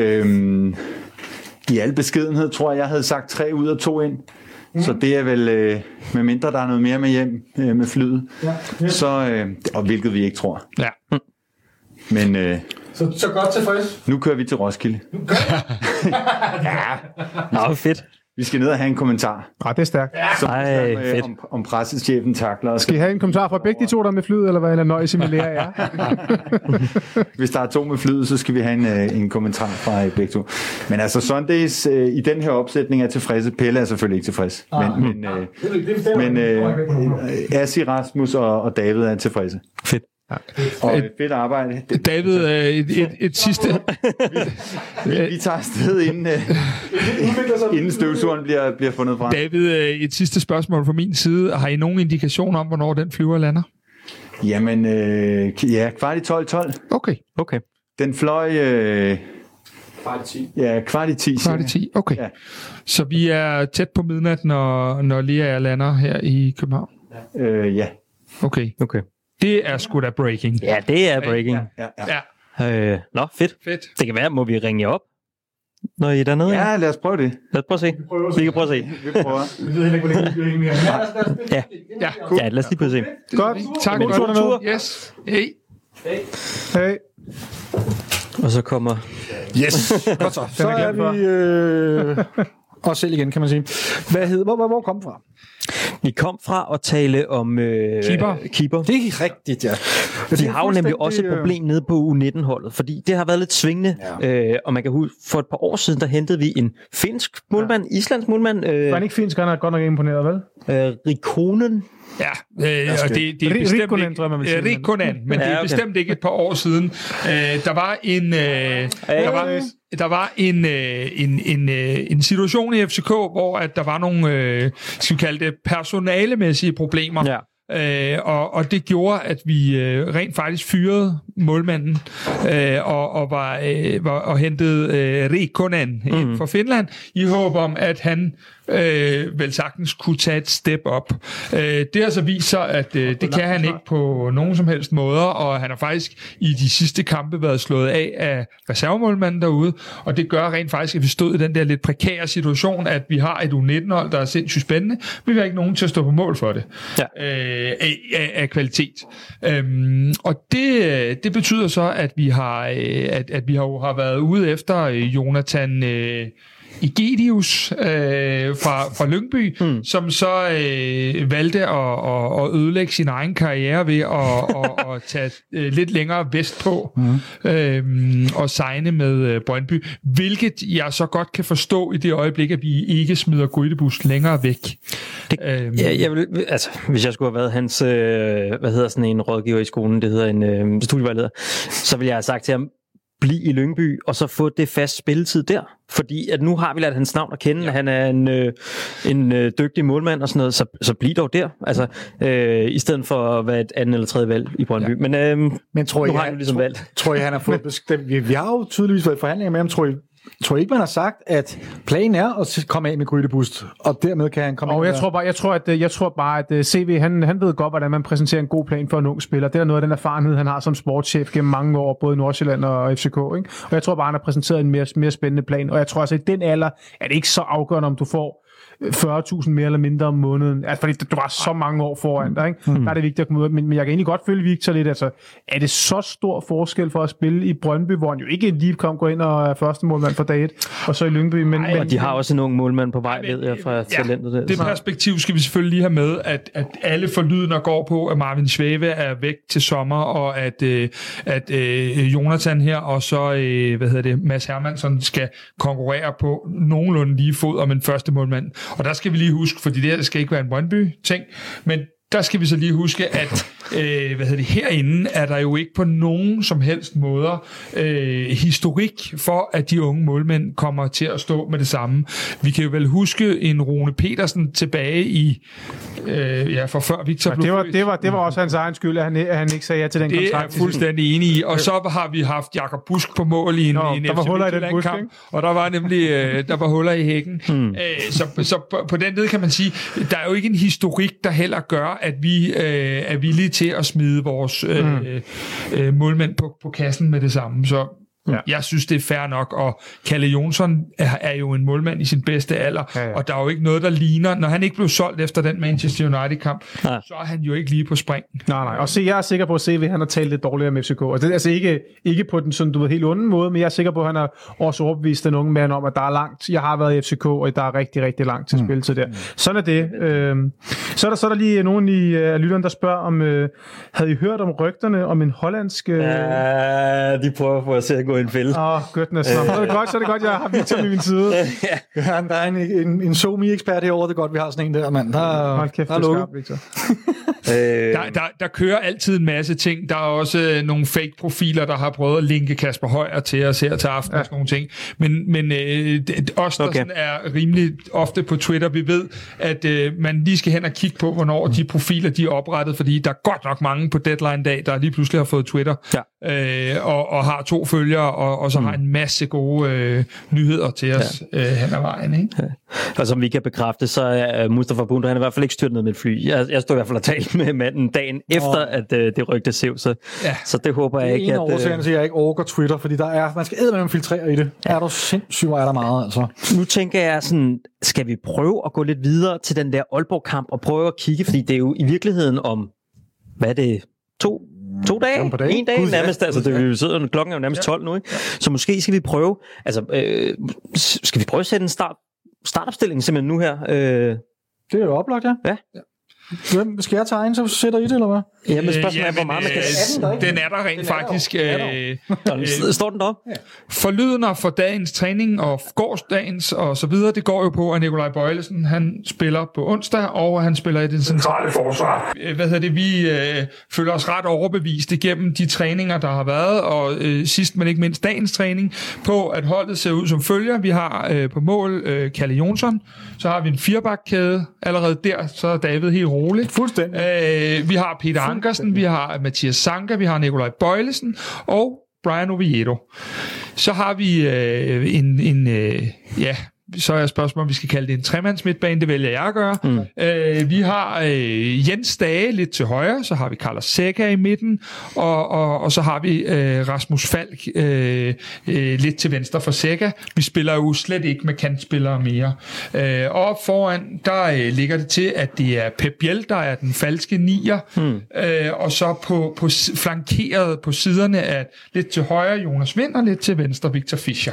I al beskedenhed tror jeg havde sagt 3 ud af 2 ind. Så det er vel, med mindre der er noget mere med hjem med flyet, så, og hvilket vi ikke tror. Ja. Men så godt tilfreds. Nu kører vi til Roskilde. Nå, fedt. Vi skal ned og have en kommentar. Det er stærkt. Fedt. Om pressechefen takler. Skal I have en kommentar fra begge de to, der med flyet, eller hvad en nøjes i Milea er? Hvis der er 2 med flyet, så skal vi have en kommentar fra begge to. Men altså, Sundays i den her opsætning er tilfredse. Pelle er selvfølgelig ikke tilfreds. Men Assi, Rasmus og David er tilfredse. Fedt. Og fedt arbejde. David, et sidste... vi tager afsted inden støvsugeren bliver fundet frem. David, et sidste spørgsmål fra min side. Har I nogen indikation om, hvornår den flyver lander? Jamen, 12:15. Okay. Den fløj... Kvart i 10. Ja, kvart i 10. Okay. Ja. Så vi er tæt på midnat, når Lea lander her i København? Ja. Okay. Det er sgu da breaking. Ja, det er breaking. Ja. Nå, fedt. Det kan være, må vi ringe jer op, når I er dernede? Ja, lad os prøve det. Lad os prøve at se. Vi kan prøve at se. Vi prøver. Vi ved heller ikke, hvor længe vi bliver enige mere. Ja. Cool. Ja, lad os lige prøve at se. Godt. Tak. God tur. Yes. Hey. Og så kommer... Yes. Godt så. Så er vi os selv igen, kan man sige. Hvor kom fra? Vi kom fra at tale om keeper. Det er rigtigt, ja. De har jo nemlig også et problem nede på U19-holdet, fordi det har været lidt svingende, og man kan huske, for et par år siden, der hentede vi en finsk målmand, islandsk målmand. Var han ikke finsk, han er godt nok imponeret, vel? Rikkonen. Ja, og det er bestemt ikke Rikkonen, men det er bestemt ikke et par år siden. Der var en situation i FCK, hvor at der var nogle, skal vi kalde det, personalemæssige problemer. Ja. Og det gjorde, at vi rent faktisk fyrede målmanden og hentede Rikkonen ind fra Finland i håb om, at han vel sagtens kunne tage et step op. Det har så vist sig, at det kan han ikke på nogen som helst måder, og han har faktisk i de sidste kampe været slået af reservemålmanden derude, og det gør rent faktisk, at vi stod i den der lidt prekære situation, at vi har et U19-hold, der er sindssygt spændende, men vi har ikke nogen til at stå på mål for det. Ja. Af kvalitet. Og det betyder så, at vi har været ude efter Jonathan Egedius fra Lyngby, som så valgte at ødelægge sin egen karriere ved at tage lidt længere vestpå og signe med Brøndby, hvilket jeg så godt kan forstå i det øjeblik, at vi ikke smider Grydebus længere væk. Jeg vil, altså, hvis jeg skulle have været hans sådan en rådgiver i skolen, det hedder en studievejleder, så ville jeg have sagt til ham, blive i Lyngby, og så få det fast spilletid der. Fordi at nu har vi lært hans navn at kende, han er en dygtig målmand og sådan noget, så bliv dog der. Altså, i stedet for at være et andet eller tredje valg i Brøndby. Ja. Men tror I, nu har han ligesom valgt. Tror I, han har fået bestemt... Vi har jo tydeligvis været i forhandlinger med ham, tror I ikke, man har sagt, at planen er at komme af med Grydebust, og dermed kan han komme af? Jeg tror bare, at CV, han ved godt, hvordan man præsenterer en god plan for en ung spiller. Det er noget af den erfarenhed, han har som sportschef gennem mange år, både i Nordsjælland og FCK. Ikke? Og jeg tror bare, han har præsenteret en mere spændende plan. Og jeg tror altså, i den alder er det ikke så afgørende, om du får 40.000 mere eller mindre om måneden. Altså, fordi du var så mange år foran dig, ikke? Der er det vigtigt at komme ud. Men jeg kan egentlig godt følge Victor lidt. Altså, er det så stor forskel for at spille i Brøndby, hvor han jo ikke lige gå ind og er første målmand for dag 1, og så i Lyngby? Men de har også en ung målmand på vej, ved jeg, fra talentet der. Det perspektiv skal vi selvfølgelig lige have med, at alle forlydender går på, at Marvin Schwebe er væk til sommer, og at Jonathan her, og så Mads Hermansson skal konkurrere på nogenlunde lige fod om en første målmand. Og der skal vi lige huske, fordi det skal ikke være en Brøndby-ting, men der skal vi så lige huske, at herinde er der jo ikke på nogen som helst måder historik for, at de unge målmænd kommer til at stå med det samme. Vi kan jo vel huske en Rune Petersen tilbage i for før Victor blev født. Det var også hans egen skyld, at han ikke sagde ja til den kontrakt. Det er jeg fuldstændig enig i. Og så har vi haft Jakob Busk på mål i en der var huller i den busk, kamp, og der var nemlig der var huller i hækken. Så på den led kan man sige, der er jo ikke en historik, der heller gør, at vi er villige til at smide vores målmænd på kassen med det samme. Så Jeg synes, det er fair nok, og Kalle Jonsson er jo en målmand i sin bedste alder, og der er jo ikke noget, der ligner, når han ikke blev solgt efter den Manchester United-kamp, så er han jo ikke lige på spring. Nej. Og jeg er sikker på at se, at han har talt lidt dårligere med FCK. Og det er altså ikke på den sådan, du ved, helt onde måde, men jeg er sikker på, at han har også overbevist den unge mand om, at der er langt. Jeg har været i FCK, og der er rigtig, rigtig langt til spil til der. Sådan er det. Så er der lige nogen i lytteren, der spørger, om havde I hørt om rygterne om en hollandsk... Ja, de prøver at få os til at gå i en fælde. Goodness. Så er det godt, jeg har Victor med min side. Ja, der er en SoMe-ekspert herovre, det er godt, vi har sådan en der, mand. Hold kæft, der er lukket. Victor. Der kører altid en masse ting. Der er også nogle fake-profiler, der har prøvet at linke Kasper Højer til os her til aften og sådan nogle ting. Men os, der sådan er rimelig ofte på Twitter, vi ved, at man lige skal hen og kigge på, hvornår de profiler, de er oprettet, fordi der er godt nok mange på deadline-dag, der lige pludselig har fået Twitter, og har 2 følgere, og så har en masse gode nyheder til os hen ad vejen. Ikke? Ja. Og som vi kan bekræfte, så er Mustafa Bundu, han er i hvert fald ikke styrtet ned med et fly. Jeg stod i hvert fald og talte med manden dagen efter, at det rygte sev, så det håber jeg ikke. Det er en årsagen til, at jeg ikke orker Twitter, fordi man skal eddermame filtrere i det. Er du sindssygt, er der meget, altså. Nu tænker jeg sådan, skal vi prøve at gå lidt videre til den der Aalborg-kamp og prøve at kigge, fordi det er jo i virkeligheden om, hvad er det, 2 dage? En dag nærmest, altså vi sidder, klokken er jo nærmest 12 nu, ikke? Så måske skal vi prøve, skal vi prøve at sætte en startopstilling simpelthen nu her? Det er jo oplagt, ja. Hvem skal jeg tage en, så sætter I det, eller hvad? Jamen spørgsmålet er, hvor meget man kan... Den er der rent faktisk. Står den der? Ja. Forlydende for dagens træning og gårsdagens og så videre, det går jo på, at Nikolaj Bøjlesen, han spiller på onsdag, og han spiller i det centrale forsvar. Vi føler os ret overbevist igennem de træninger, der har været, og sidst, men ikke mindst dagens træning, på at holdet ser ud som følger. Vi har på mål Kalle Jonsson, så har vi en 4-bakkæde. Allerede der, så er David helt roligt. Fuldstændig. Vi har Peter Ankersen, vi har Mathias Sanka, vi har Nikolaj Bøjlesen og Brian Oviedo. Så har vi så er spørgsmålet, om vi skal kalde det en tremands midtbane, det vælger jeg at gøre. Vi har Jens Dage lidt til højre, så har vi Carlos Seca i midten, og så har vi Rasmus Falk lidt til venstre for Seca. Vi spiller jo slet ikke med kantspillere mere. Og op foran, der ligger det til, at det er Pep Biel, der er den falske nier, og så på flankeret på siderne af lidt til højre Jonas Vind, og lidt til venstre Victor Fischer.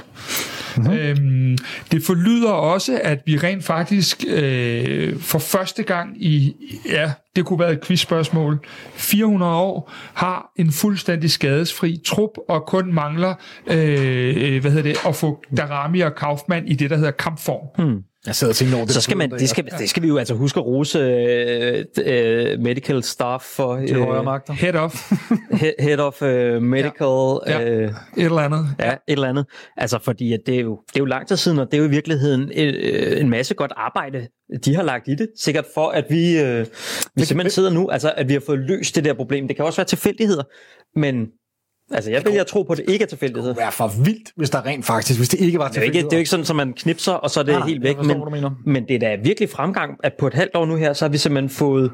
Det forlyder også, at vi rent faktisk for første gang det kunne være et quizspørgsmål, 400 år, har en fuldstændig skadesfri trup, og kun mangler at få Darami og Kaufmann i det, der hedder kampform. Jeg sidder og tænker over det. Så skal vi jo altså huske at rose medical staff for højre magter. Head of medical et eller andet. Ja, et eller andet. Altså fordi at det er jo lang tid siden, og det er jo i virkeligheden en masse godt arbejde, de har lagt i det. Sikkert for at vi simpelthen sidder nu, altså at vi har fået løst det der problem. Det kan også være tilfældigheder, men altså, jeg vælger at tro på, at det ikke er tilfældighed. Det kunne være for vildt, hvis det ikke var tilfældighed. Det er jo ikke sådan, at man knipser, og så er det helt væk. Men det er da virkelig fremgang, at på et halvt år nu her, så har vi simpelthen fået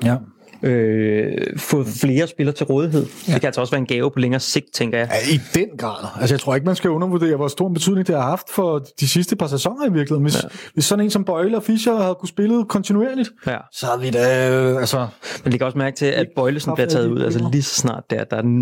flere spillere til rådighed. Det kan altså også være en gave på længere sigt, tænker jeg. Ja, i den grad. Altså, jeg tror ikke, man skal undervurdere, hvor stor en betydning det har haft for de sidste par sæsoner i virkeligheden. Hvis sådan en som Bøjle og Fischer havde kunne spille kontinuerligt, så havde vi da... Men det kan også mærke til, at Bøjlesen bliver taget ud, altså lige så snart der er den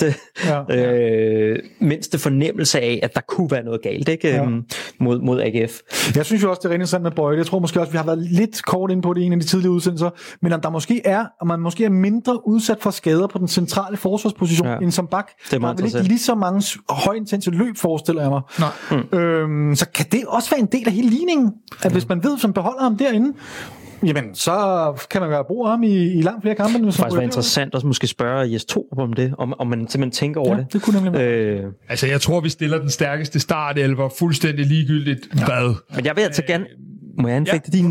mindste fornemmelse af, at der kunne være noget galt, ikke? Mod AGF. Jeg synes jo også, det er rigtig interessant med Bøjle. Jeg tror måske også, vi har været lidt kort inde på det i en af de tidlige udsendelser, men om man måske er mindre udsat for skader på den centrale forsvarsposition end som bak. Der er vel ikke lige så mange højintense løb, forestiller jeg mig. Så kan det også være en del af hele ligningen, at hvis man ved, som beholder ham derinde, jamen, så kan man brug af ham i langt flere kampe. Det kunne faktisk være interessant også måske spørge Jes Torup om det, om man simpelthen tænker over det. Det kunne nemlig være. Altså, jeg tror, vi stiller den stærkeste startelver fuldstændig ligegyldigt. Hvad? Men jeg vil altså gerne... Må jeg anfægte din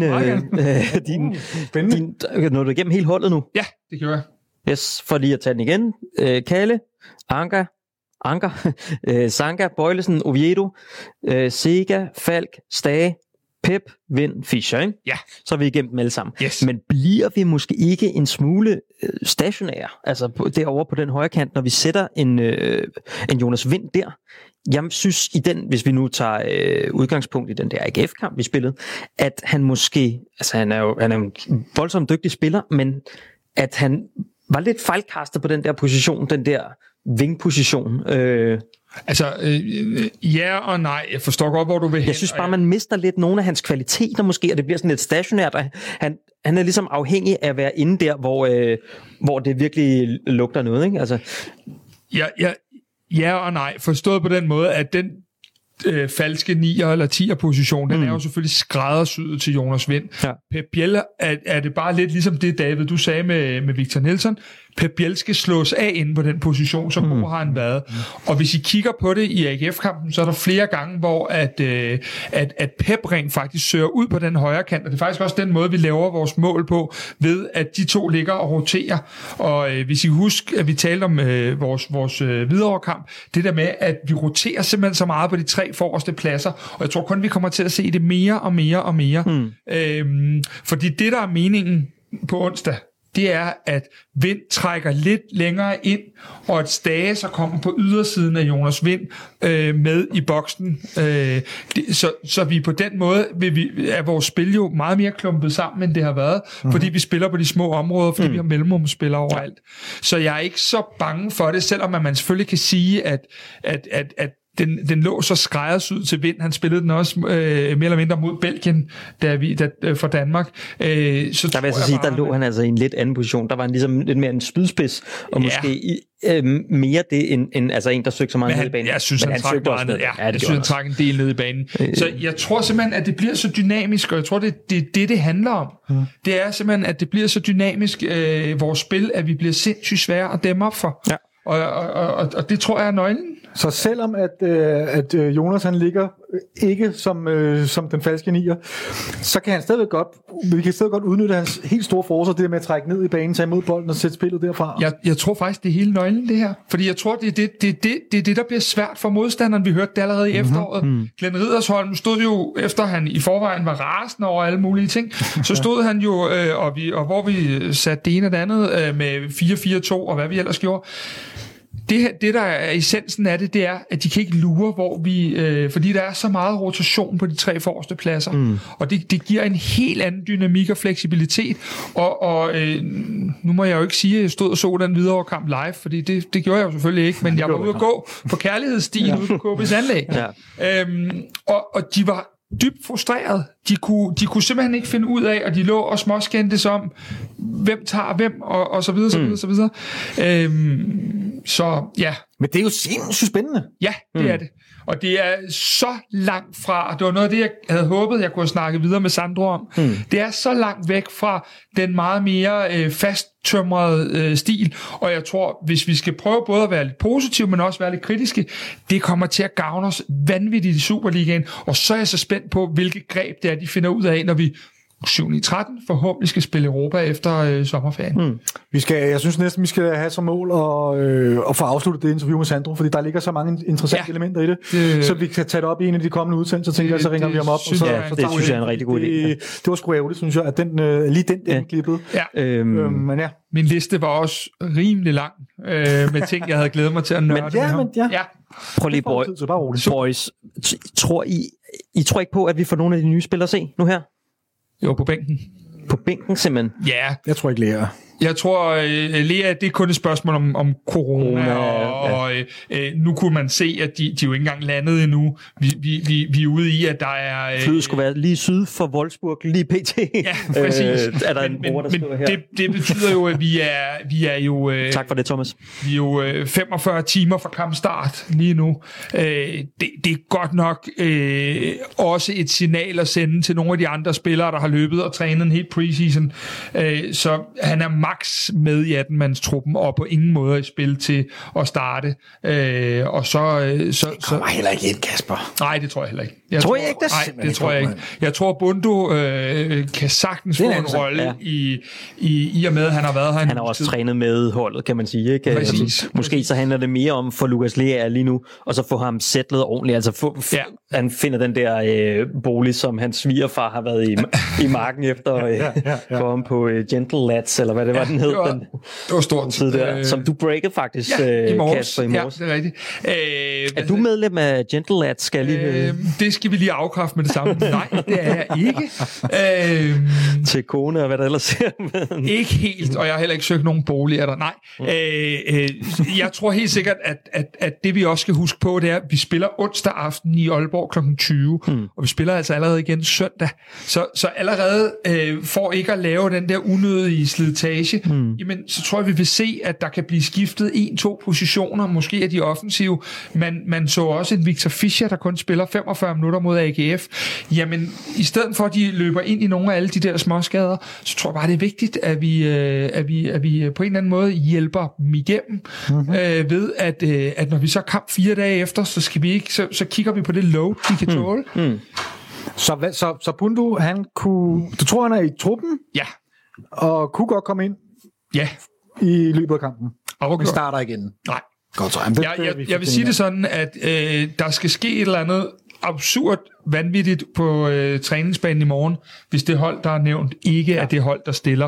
når du er igennem hele holdet nu? Ja, det kan jeg. Yes, for lige at tage den igen. Kalle, Anker, Sanka, Bøjlesen, Oviedo, Sega, Falk, Stage, Pep, Vind, Fischer, ikke? Ja. Så er vi igennem dem alle sammen. Yes. Men bliver vi måske ikke en smule stationære, altså derovre på den højre kant, når vi sætter en Jonas Vind der? jeg synes hvis vi nu tager udgangspunkt i den der AGF-kamp, vi spillede, at han måske, altså han er en voldsomt dygtig spiller, men at han var lidt fejlkastet på den der position, den der wing-position. Ja og nej. Jeg forstår godt, hvor du vil hen. Jeg synes bare, man mister lidt nogle af hans kvaliteter måske, og det bliver sådan lidt stationært. Han er ligesom afhængig af at være inde der, hvor det virkelig lugter noget, ikke? Altså. Ja og nej. Forstået på den måde, at den falske 9'er eller 10'er position, den er jo selvfølgelig skræddersyet til Jonas Wind. Ja. Pep Biel er det bare lidt ligesom det, David, du sagde med Victor Nilsson. Pep Biel skal slås af inde på den position, så god har han været. Og hvis I kigger på det i AGF-kampen, så er der flere gange, hvor at Pep rent faktisk søger ud på den højre kant, og det er faktisk også den måde, vi laver vores mål på, ved at de to ligger og roterer. Og hvis I husker, at vi talte om vores Hvidovre-kamp, det der med, at vi roterer simpelthen så meget på de 3 forreste pladser, og jeg tror kun, vi kommer til at se det mere og mere og mere. Fordi det, der er meningen på onsdag, det er, at Wind trækker lidt længere ind, og at Stage så kommer på ydersiden af Jonas Wind med i boksen. Så vi på den måde er vores spil jo meget mere klumpet sammen, end det har været, fordi vi spiller på de små områder, fordi vi har mellemrumspillere overalt. Så jeg er ikke så bange for det, selvom man selvfølgelig kan sige, at den lå så skræddersyet til Wind. Han spillede den også mere eller mindre mod Belgien, for Danmark. Så der vil jeg sige, der lå han altså i en lidt anden position. Der var han ligesom lidt mere en spydspids, og måske mere det, end altså en, der søgte så meget ned i banen. Jeg synes, han trak meget ned. Jeg synes, han trak en del ned i banen. Så jeg tror simpelthen, at det bliver så dynamisk, og jeg tror, det handler om. Det er simpelthen, at det bliver så dynamisk, vores spil, at vi bliver sindssygt svære at dæmme op for. Ja. Og det tror jeg er nøglen. Så selvom at Jonas han ligger ikke som den falske 9'er, så kan han stadigvæk godt udnytte hans helt store forsvar, det der med at trække ned i banen, tage imod bolden og sætte spillet derfra. Jeg tror faktisk, det er hele nøglen, det her. Fordi jeg tror, det er det, der bliver svært for modstanderen. Vi hørte det allerede i efteråret. Glenn Riddersholm stod jo, efter han i forvejen var rasende over alle mulige ting, så stod han jo, og hvor vi satte det ene og det andet med 4-4-2, og hvad vi ellers gjorde. Det der er essensen af det er, at de kan ikke lure, hvor vi... fordi der er så meget rotation på de 3 forreste pladser. Og det giver en helt anden dynamik og fleksibilitet. Og nu må jeg jo ikke sige, at jeg stod og så den Hvidovre-kamp live, fordi det gjorde jeg jo selvfølgelig ikke, men jeg var ude at gå på kærlighedsstien ude på KB's anlæg. Og de var dybt frustreret. De kunne simpelthen ikke finde ud af, og de lå og småskændtes om, hvem tager hvem, og så videre, så videre, så videre. Så ja. Men det er jo sindssygt spændende. Ja, det er det. Og det er så langt fra, og det var noget af det, jeg havde håbet, jeg kunne snakke videre med Sandro om. Det er så langt væk fra den meget mere fasttømrede stil, og jeg tror, hvis vi skal prøve både at være lidt positive, men også være lidt kritiske, det kommer til at gavne os vanvittigt i Superligaen, og så er jeg så spændt på, hvilke greb det er, de finder ud af, når vi 7-9-13 forhåbentlig skal spille Europa efter sommerferien. Jeg synes næsten, vi skal have som mål at få afsluttet det interview med Sandro, fordi der ligger så mange interessante elementer i det, så vi kan tage det op i en af de kommende udsendelser, tænker jeg, så ringer vi ham op. Det synes jeg er en rigtig god idé. Det var sgu ærgerligt, synes jeg, at lige den klippede. Men ja. Min liste var også rimelig lang med ting, jeg havde glædet mig til at nørde. Prøv lige, boys. Tror ikke på, at vi får nogle af de nye spillere se nu her? Jo, på bænken. På bænken simpelthen? Ja. Jeg tror ikke, Lea. Jeg tror, Lea, det er kun et spørgsmål om corona, og nu kunne man se, at de jo ikke engang landede endnu. Vi er ude i, at der er... Flyet skulle være lige syd for Wolfsburg, lige pt. Ja, præcis. Er der en bruger, der skriver her? Det betyder jo, at vi er jo... tak for det, Thomas. Vi er jo 45 timer fra kampstart lige nu. Det er godt nok også et signal at sende til nogle af de andre spillere, der har løbet og trænet en helt preseason. Så han er max med i 18-mandstruppen og på ingen måde i spil til at starte. Og så kommer heller ikke ind, Kasper. Nej, det tror jeg heller ikke. Det tror jeg ikke. Jeg tror, Bundu kan sagtens få en rolle i og med, at han har været her. Han har også trænet med holdet, kan man sige. Ikke? Måske så handler det mere om for Lukas Lea lige nu, og så få ham sætlet ordentligt. Altså han finder den der bolig, som hans svigerfar har været i marken efter for ham på Gentle Lads, eller hvad det hvad den hed? Det var stort. Tid der, som du breakede faktisk, i morges. Kasper, i morges. Ja, det er rigtigt. Er du medlem af Gentle Lads? Skal det skal vi lige afkræfte med det samme. Nej, det er jeg ikke. Til kone og hvad der ellers ser med. Ikke helt, og jeg har heller ikke søgt nogen boliger der. Nej. Jeg tror helt sikkert, at det vi også skal huske på, det er, at vi spiller onsdag aften i Aalborg kl. 20, og vi spiller altså allerede igen søndag. Så allerede for ikke at lave den der unødige slitage, jamen, så tror jeg, vi vil se, at der kan blive skiftet 1-2 positioner, måske af de offensive. Man så også en Victor Fischer, der kun spiller 45 minutter mod AGF. Jamen, i stedet for, at de løber ind i nogle af alle de der småskader, så tror jeg bare, det er vigtigt, at vi på en eller anden måde hjælper dem igennem, ved at når vi så kamp 4 dage efter, så skal vi ikke, så kigger vi på det load, de kan tåle. Så Bundu, han kunne... Du tror, han er i truppen? Ja. Og kunne godt komme ind? Ja. I løbet af kampen? Og vi starter igen? Nej. Godt så. Jeg vil sige det sådan, at der skal ske et eller andet absurd vanvittigt på træningsbanen i morgen, hvis det hold, der er nævnt, ikke er det hold, der stiller.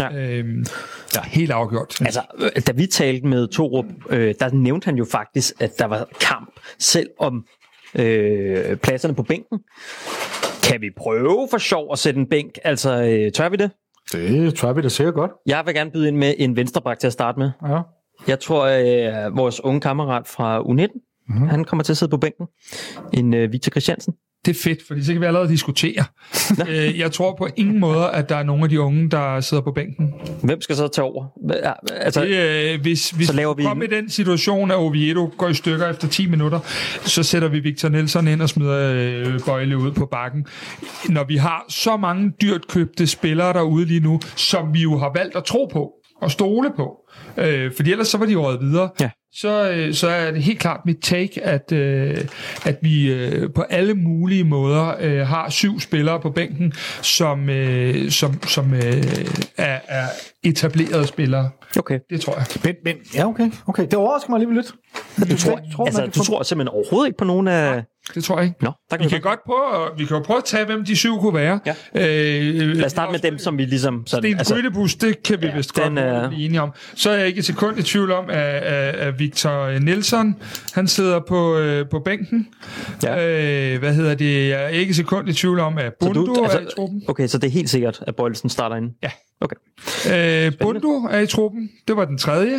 Helt afgjort. Altså, da vi talte med Torup, der nævnte han jo faktisk, at der var kamp selv om pladserne på bænken. Kan vi prøve for sjov at sætte en bænk? Altså, tør vi det? Det tør vi da sikkert godt. Jeg vil gerne byde ind med en venstreback til at starte med. Ja. Jeg tror, vores unge kammerat fra U19, han kommer til at sidde på bænken. En Victor Christiansen. Det er fedt, fordi så kan vi allerede diskutere. Jeg tror på ingen måde, at der er nogen af de unge, der sidder på bænken. Hvem skal så tage over? Altså, hvis så laver vi kommer i den situation, at Oviedo går i stykker efter 10 minutter, så sætter vi Victor Nelson ind og smider Bøjle ud på bakken. Når vi har så mange dyrt købte spillere derude lige nu, som vi jo har valgt at tro på og stole på, fordi ellers så var de røget videre. Ja. Så er det helt klart mit take, at vi på alle mulige måder har 7 spillere på bænken, som er etablerede spillere. Okay. Det tror jeg. Men ja, okay. Det overrasker mig alligevel lidt. Du tror simpelthen overhovedet ikke på nogen af... Nej, det tror jeg ikke. Nå, vi kan prøve at tage, hvem de 7 kunne være. Ja. Lad os starte med dem, som vi ligesom... Sten Grydebus, det kan vi vist godt blive enige om. Så er jeg ikke et sekund i tvivl om, at Victor Nelson, han sidder på bænken. Ja. Jeg er ikke et sekund i tvivl om, at Bundu er i truppen. Okay, så det er helt sikkert, at Bøjlesen starter inde? Ja. Okay. Bundu er i truppen. Det var den 3.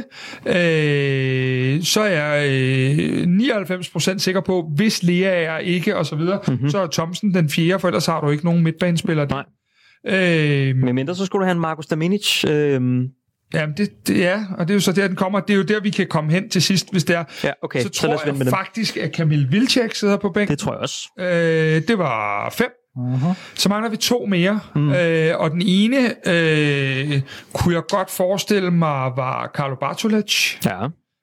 Så er jeg 99% sikker på, hvis Lea er ikke, og så videre, så er Thomsen den 4., for ellers har du ikke nogen midtbanespiller. Nej. Men mindre, så skulle du have en Markus Daminic. Jamen, og det er jo så der, den kommer. Det er jo der, vi kan komme hen til sidst, hvis det er. Ja, okay. Så tror jeg faktisk, at Kamil Vilcek sidder på bænken. Det tror jeg også. Det var 5. Så mangler vi 2 mere. Og den ene kunne jeg godt forestille mig var Carlo Bartolec. Ja.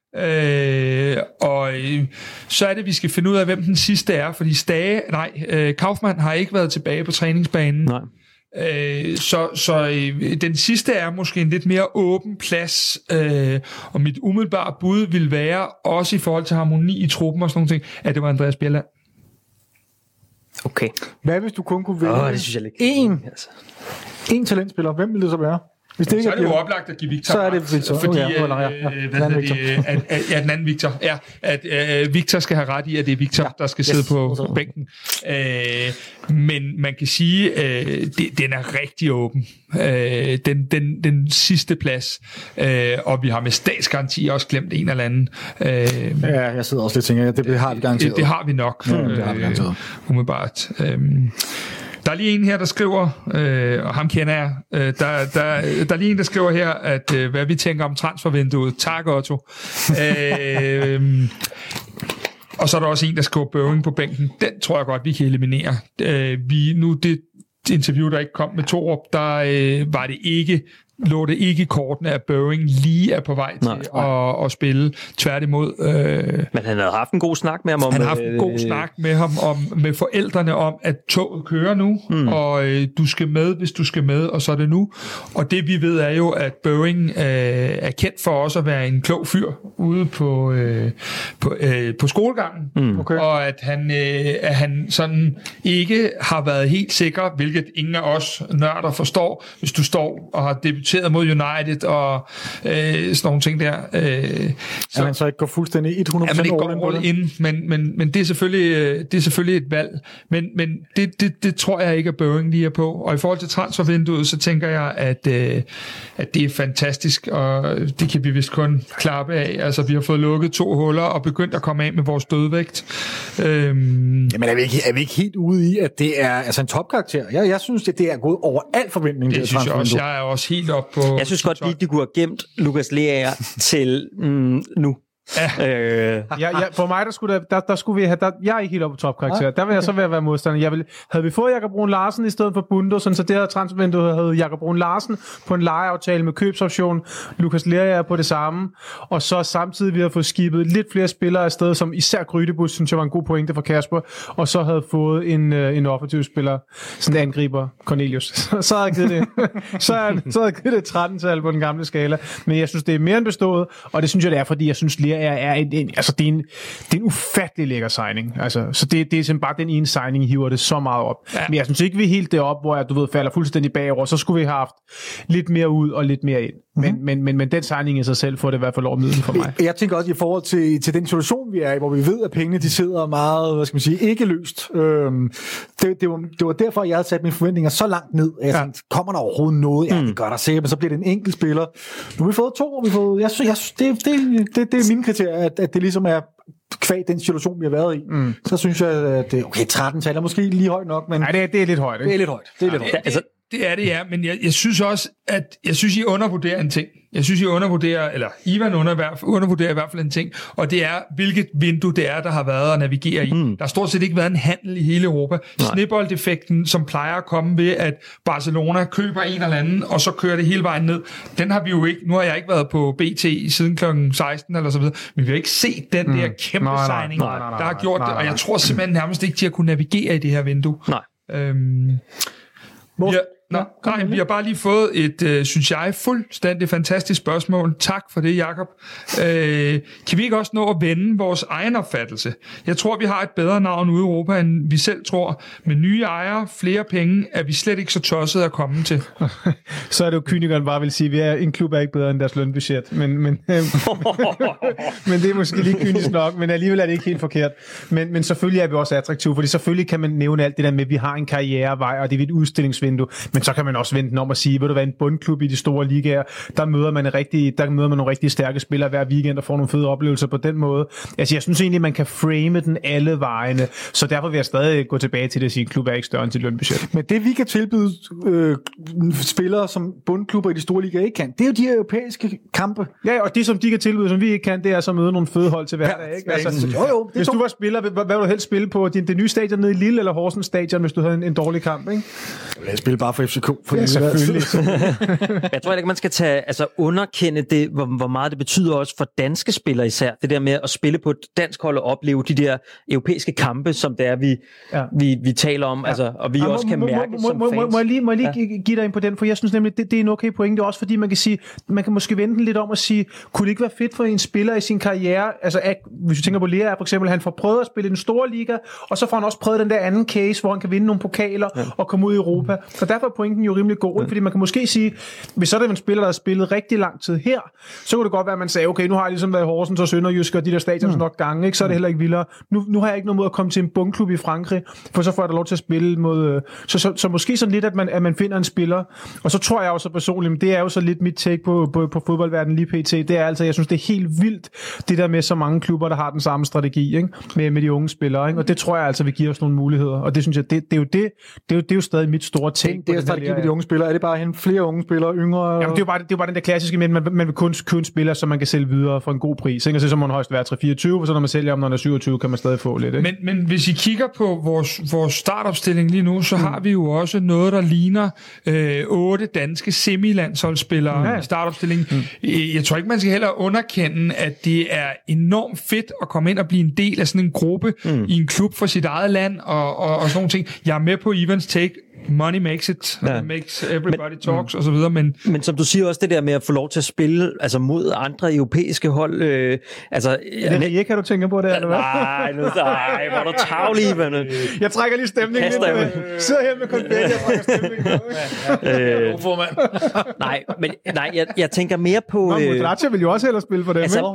Og så er det, vi skal finde ud af, hvem den sidste er, fordi Kaufmann har ikke været tilbage på træningsbanen. Nej. Så den sidste er måske en lidt mere åben plads, og mit umiddelbare bud vil være, også i forhold til harmoni i truppen og sådan nogle ting, at det var Andreas Bjelland. Okay. Hvad hvis du kun kunne vælge det synes jeg ikke. En talentspiller? Hvem vil det så være? Hvis det så ikke er det jo oplagt at give Victor. Så er det Victor. Fordi den anden Victor. Ja, at Victor skal have ret i, at det er Victor, der skal sidde på bænken. Men man kan sige, den er rigtig åben. Den sidste plads. Og vi har med statsgaranti også glemt en eller anden. Ja, jeg sidder også lidt og tænker, det har vi garanteret. Det har vi nok. Det har vi garanteret. Umiddelbart. Der er lige en her, der skriver, og ham kender jeg, der er lige en, der skriver her, at hvad vi tænker om transfervinduet. Tak, Otto. Og så er der også en, der skriver Bøving på bænken. Den tror jeg godt, vi kan eliminere. Det interview, der ikke kom med Torup, der var det ikke, lå det ikke i kortene, at Bøving lige er på vej til at spille. Tværtimod. Men han havde haft en god snak med ham om... Han har haft en god snak med ham med forældrene om, at toget kører nu, og du skal med, hvis du skal med, og så er det nu. Og det vi ved er jo, at Bøving er kendt for også at være en klog fyr, ude på skolegangen, og at han sådan ikke har været helt sikker, hvilket ingen af os nørder forstår, hvis du står og har debuteret mod United og sådan nogle ting der. Så man så ikke går fuldstændig 100% man ikke går all in, men det er selvfølgelig et valg. Men det tror jeg ikke, at Boeing lige er på. Og i forhold til transfervinduet, så tænker jeg, at det er fantastisk, og det kan vi vist kun klappe af. Altså, vi har fået lukket 2 huller og begyndt at komme af med vores dødvægt. Jamen, er vi ikke helt ude i, at det er altså en topkarakter? Jeg synes, det er gået over al forventning. Det synes jeg også. Jeg er også helt op på... Jeg synes godt lige, de kunne have gemt Lukas Leaer til nu. For mig der skulle vi have jeg er ikke helt oppe på topkarakter. Der vil jeg så være modstander. Havde vi fået Jakob Brun Larsen i stedet for Bundo, sådan så det her transfervindue havde Jakob Brun Larsen på en lejeaftale med købsoption, Lukas Leaer på det samme, og så samtidig vi har fået skibet lidt flere spillere afsted, som især Grydebus, synes jeg var en god pointe for Kasper, og så havde fået en offensiv spiller, sådan en angriber, Cornelius. Så havde jeg givet det så havde jeg givet det 13-tal på den gamle skala, men jeg synes det er mere end bestået, og det synes jeg det er, fordi jeg synes Leaer er en ufattelig lækker signing. Altså, så det er simpelthen bare den ene signing, hiver det så meget op. Ja. Men jeg synes ikke, vi er helt deroppe, hvor jeg, falder fuldstændig bagover. Så skulle vi have haft lidt mere ud og lidt mere ind. Men den signing i sig selv får det i hvert fald over middel for mig. Jeg tænker også i forhold til den situation, vi er i, hvor vi ved, at pengene de sidder meget, hvad skal man sige, ikke løst. Det var derfor, jeg havde sat mine forventninger så langt ned. Kommer der overhovedet noget? Ja, det gør der sikkert, men så bliver det en enkelt spiller. Nu har vi fået 2, og jeg synes, det er mine kriterier, at det ligesom er kvæg den situation, vi har været i. Så synes jeg, at det 13-tal er måske lige højt nok, men... Nej, det er lidt højt. Ikke? Det er lidt højt. Det er det, ja, men jeg synes også, at I undervurderer en ting. Jeg synes, Ivan undervurderer i hvert fald en ting, og det er, hvilket vindue det er, der har været at navigere i. Der har stort set ikke været en handel i hele Europa. Snibbold-effekten, som plejer at komme ved, at Barcelona køber en eller anden, og så kører det hele vejen ned. Den har vi jo ikke. Nu har jeg ikke været på BT siden kl. 16 eller så videre, men vi har ikke set den der kæmpe signing, der har gjort det, og jeg tror simpelthen nærmest ikke, de har kunnet navigere i det her vindue. Vi har bare lige fået et, synes jeg, fuldstændig fantastisk spørgsmål. Tak for det, Jakob. Kan vi ikke også nå at vende vores egen opfattelse? Jeg tror, vi har et bedre navn ude i Europa, end vi selv tror. Med nye ejere, flere penge, er vi slet ikke så tosset at komme til. Så er det jo kynikeren bare vil sige, at en klub er ikke bedre end deres lønbudget. Men det er måske lige kynisk nok, men alligevel er det ikke helt forkert. Men selvfølgelig er vi også attraktive, fordi selvfølgelig kan man nævne alt det der med, at vi har en karrierevej, og det er et udstillingsvindue. Men så kan man også vende den om og sige, ved du hvad, en bundklub i de store ligaer, der møder man nogle rigtig stærke spillere hver weekend og får nogle fede oplevelser på den måde. Altså, jeg synes egentlig, man kan frame den alle vejene, så derfor vil jeg stadig gå tilbage til det at sige, at klub er ikke større end til lønbudget. Men det, vi kan tilbyde spillere, som bundklubber i de store ligaer ikke kan, det er jo de her europæiske kampe. Ja, og det, som de kan tilbyde, som vi ikke kan, det er så at møde nogle fede hold til hverdag, ikke? Altså, hvis du var spiller, hvad vil du helst spille på? Det nye stadion nede i Lille eller Horsens stadion, hvis du havde en dårlig kamp, ikke? Jeg spiller bare for FCK. Ja, selvfølgelig. Jeg tror ikke, man skal underkende det, hvor meget det betyder også for danske spillere især. Det der med at spille på et dansk hold og opleve de der europæiske kampe, som det er, vi taler om, og vi også kan mærke som fans. Må jeg lige give dig ind på den, for jeg synes nemlig, det er en okay point. Det er også fordi, man kan sige, man kan måske vente lidt om og sige, kunne det ikke være fedt for en spiller i sin karriere, altså hvis du tænker på Leaer for eksempel, han får prøvet at spille i den store liga, og så får han også prøvet den der anden case, hvor han kan vinde nogle pokaler og komme ud i Europa. Så derfor er pointen jo rimelig god, fordi man kan måske sige, hvis så er det en spiller, der har spillet rigtig lang tid her, så kunne det godt være, at man sagde, okay, nu har jeg ligesom været i Horsens og Sønderjysk og de der stadions nok gange, ikke? Så er det heller ikke vildere. Nu har jeg ikke noget mod at komme til en bundklub i Frankrig, for så får jeg da lov til at spille mod... Så måske sådan lidt, at man finder en spiller, og så tror jeg også personligt, men det er jo så lidt mit take på fodboldverdenen lige pt. Det er altså, jeg synes, det er helt vildt, det der med så mange klubber, der har den samme strategi, ikke? Med de unge spillere, ikke? Og det tror jeg altså vil give os nogle muligheder, og det synes jeg, det er jo stadig mit store take. Det er strategi med de unge spillere. Er det bare hen flere unge spillere, yngre? Jamen, det er jo bare den der klassiske, men man vil kun købe spillere, som man kan sælge videre for en god pris. Ikke? Så må man højst være 3-24, og så når man sælger om, når man er 27, kan man stadig få lidt. Ikke? Men hvis I kigger på vores startopstilling lige nu, så har vi jo også noget, der ligner 8 danske semi-landsholdsspillere i startopstillingen. Jeg tror ikke, man skal heller underkende, at det er enormt fedt at komme ind og blive en del af sådan en gruppe i en klub for sit eget land og sådan nogle ting. Jeg er med på Ivans take. money makes it, makes everybody talks og så videre, men som du siger også, det der med at få lov til at spille altså mod andre europæiske hold, altså... Er det ikke, kan du tænke på det, eller hvad? Nej, hvor er du tavlig, men... Jeg trækker lige stemningen lidt. Sidder her med konfetti, jeg trækker stemningen. Nej, jeg tænker mere på... Nå, Modric vil jo også hellere spille for dem, altså,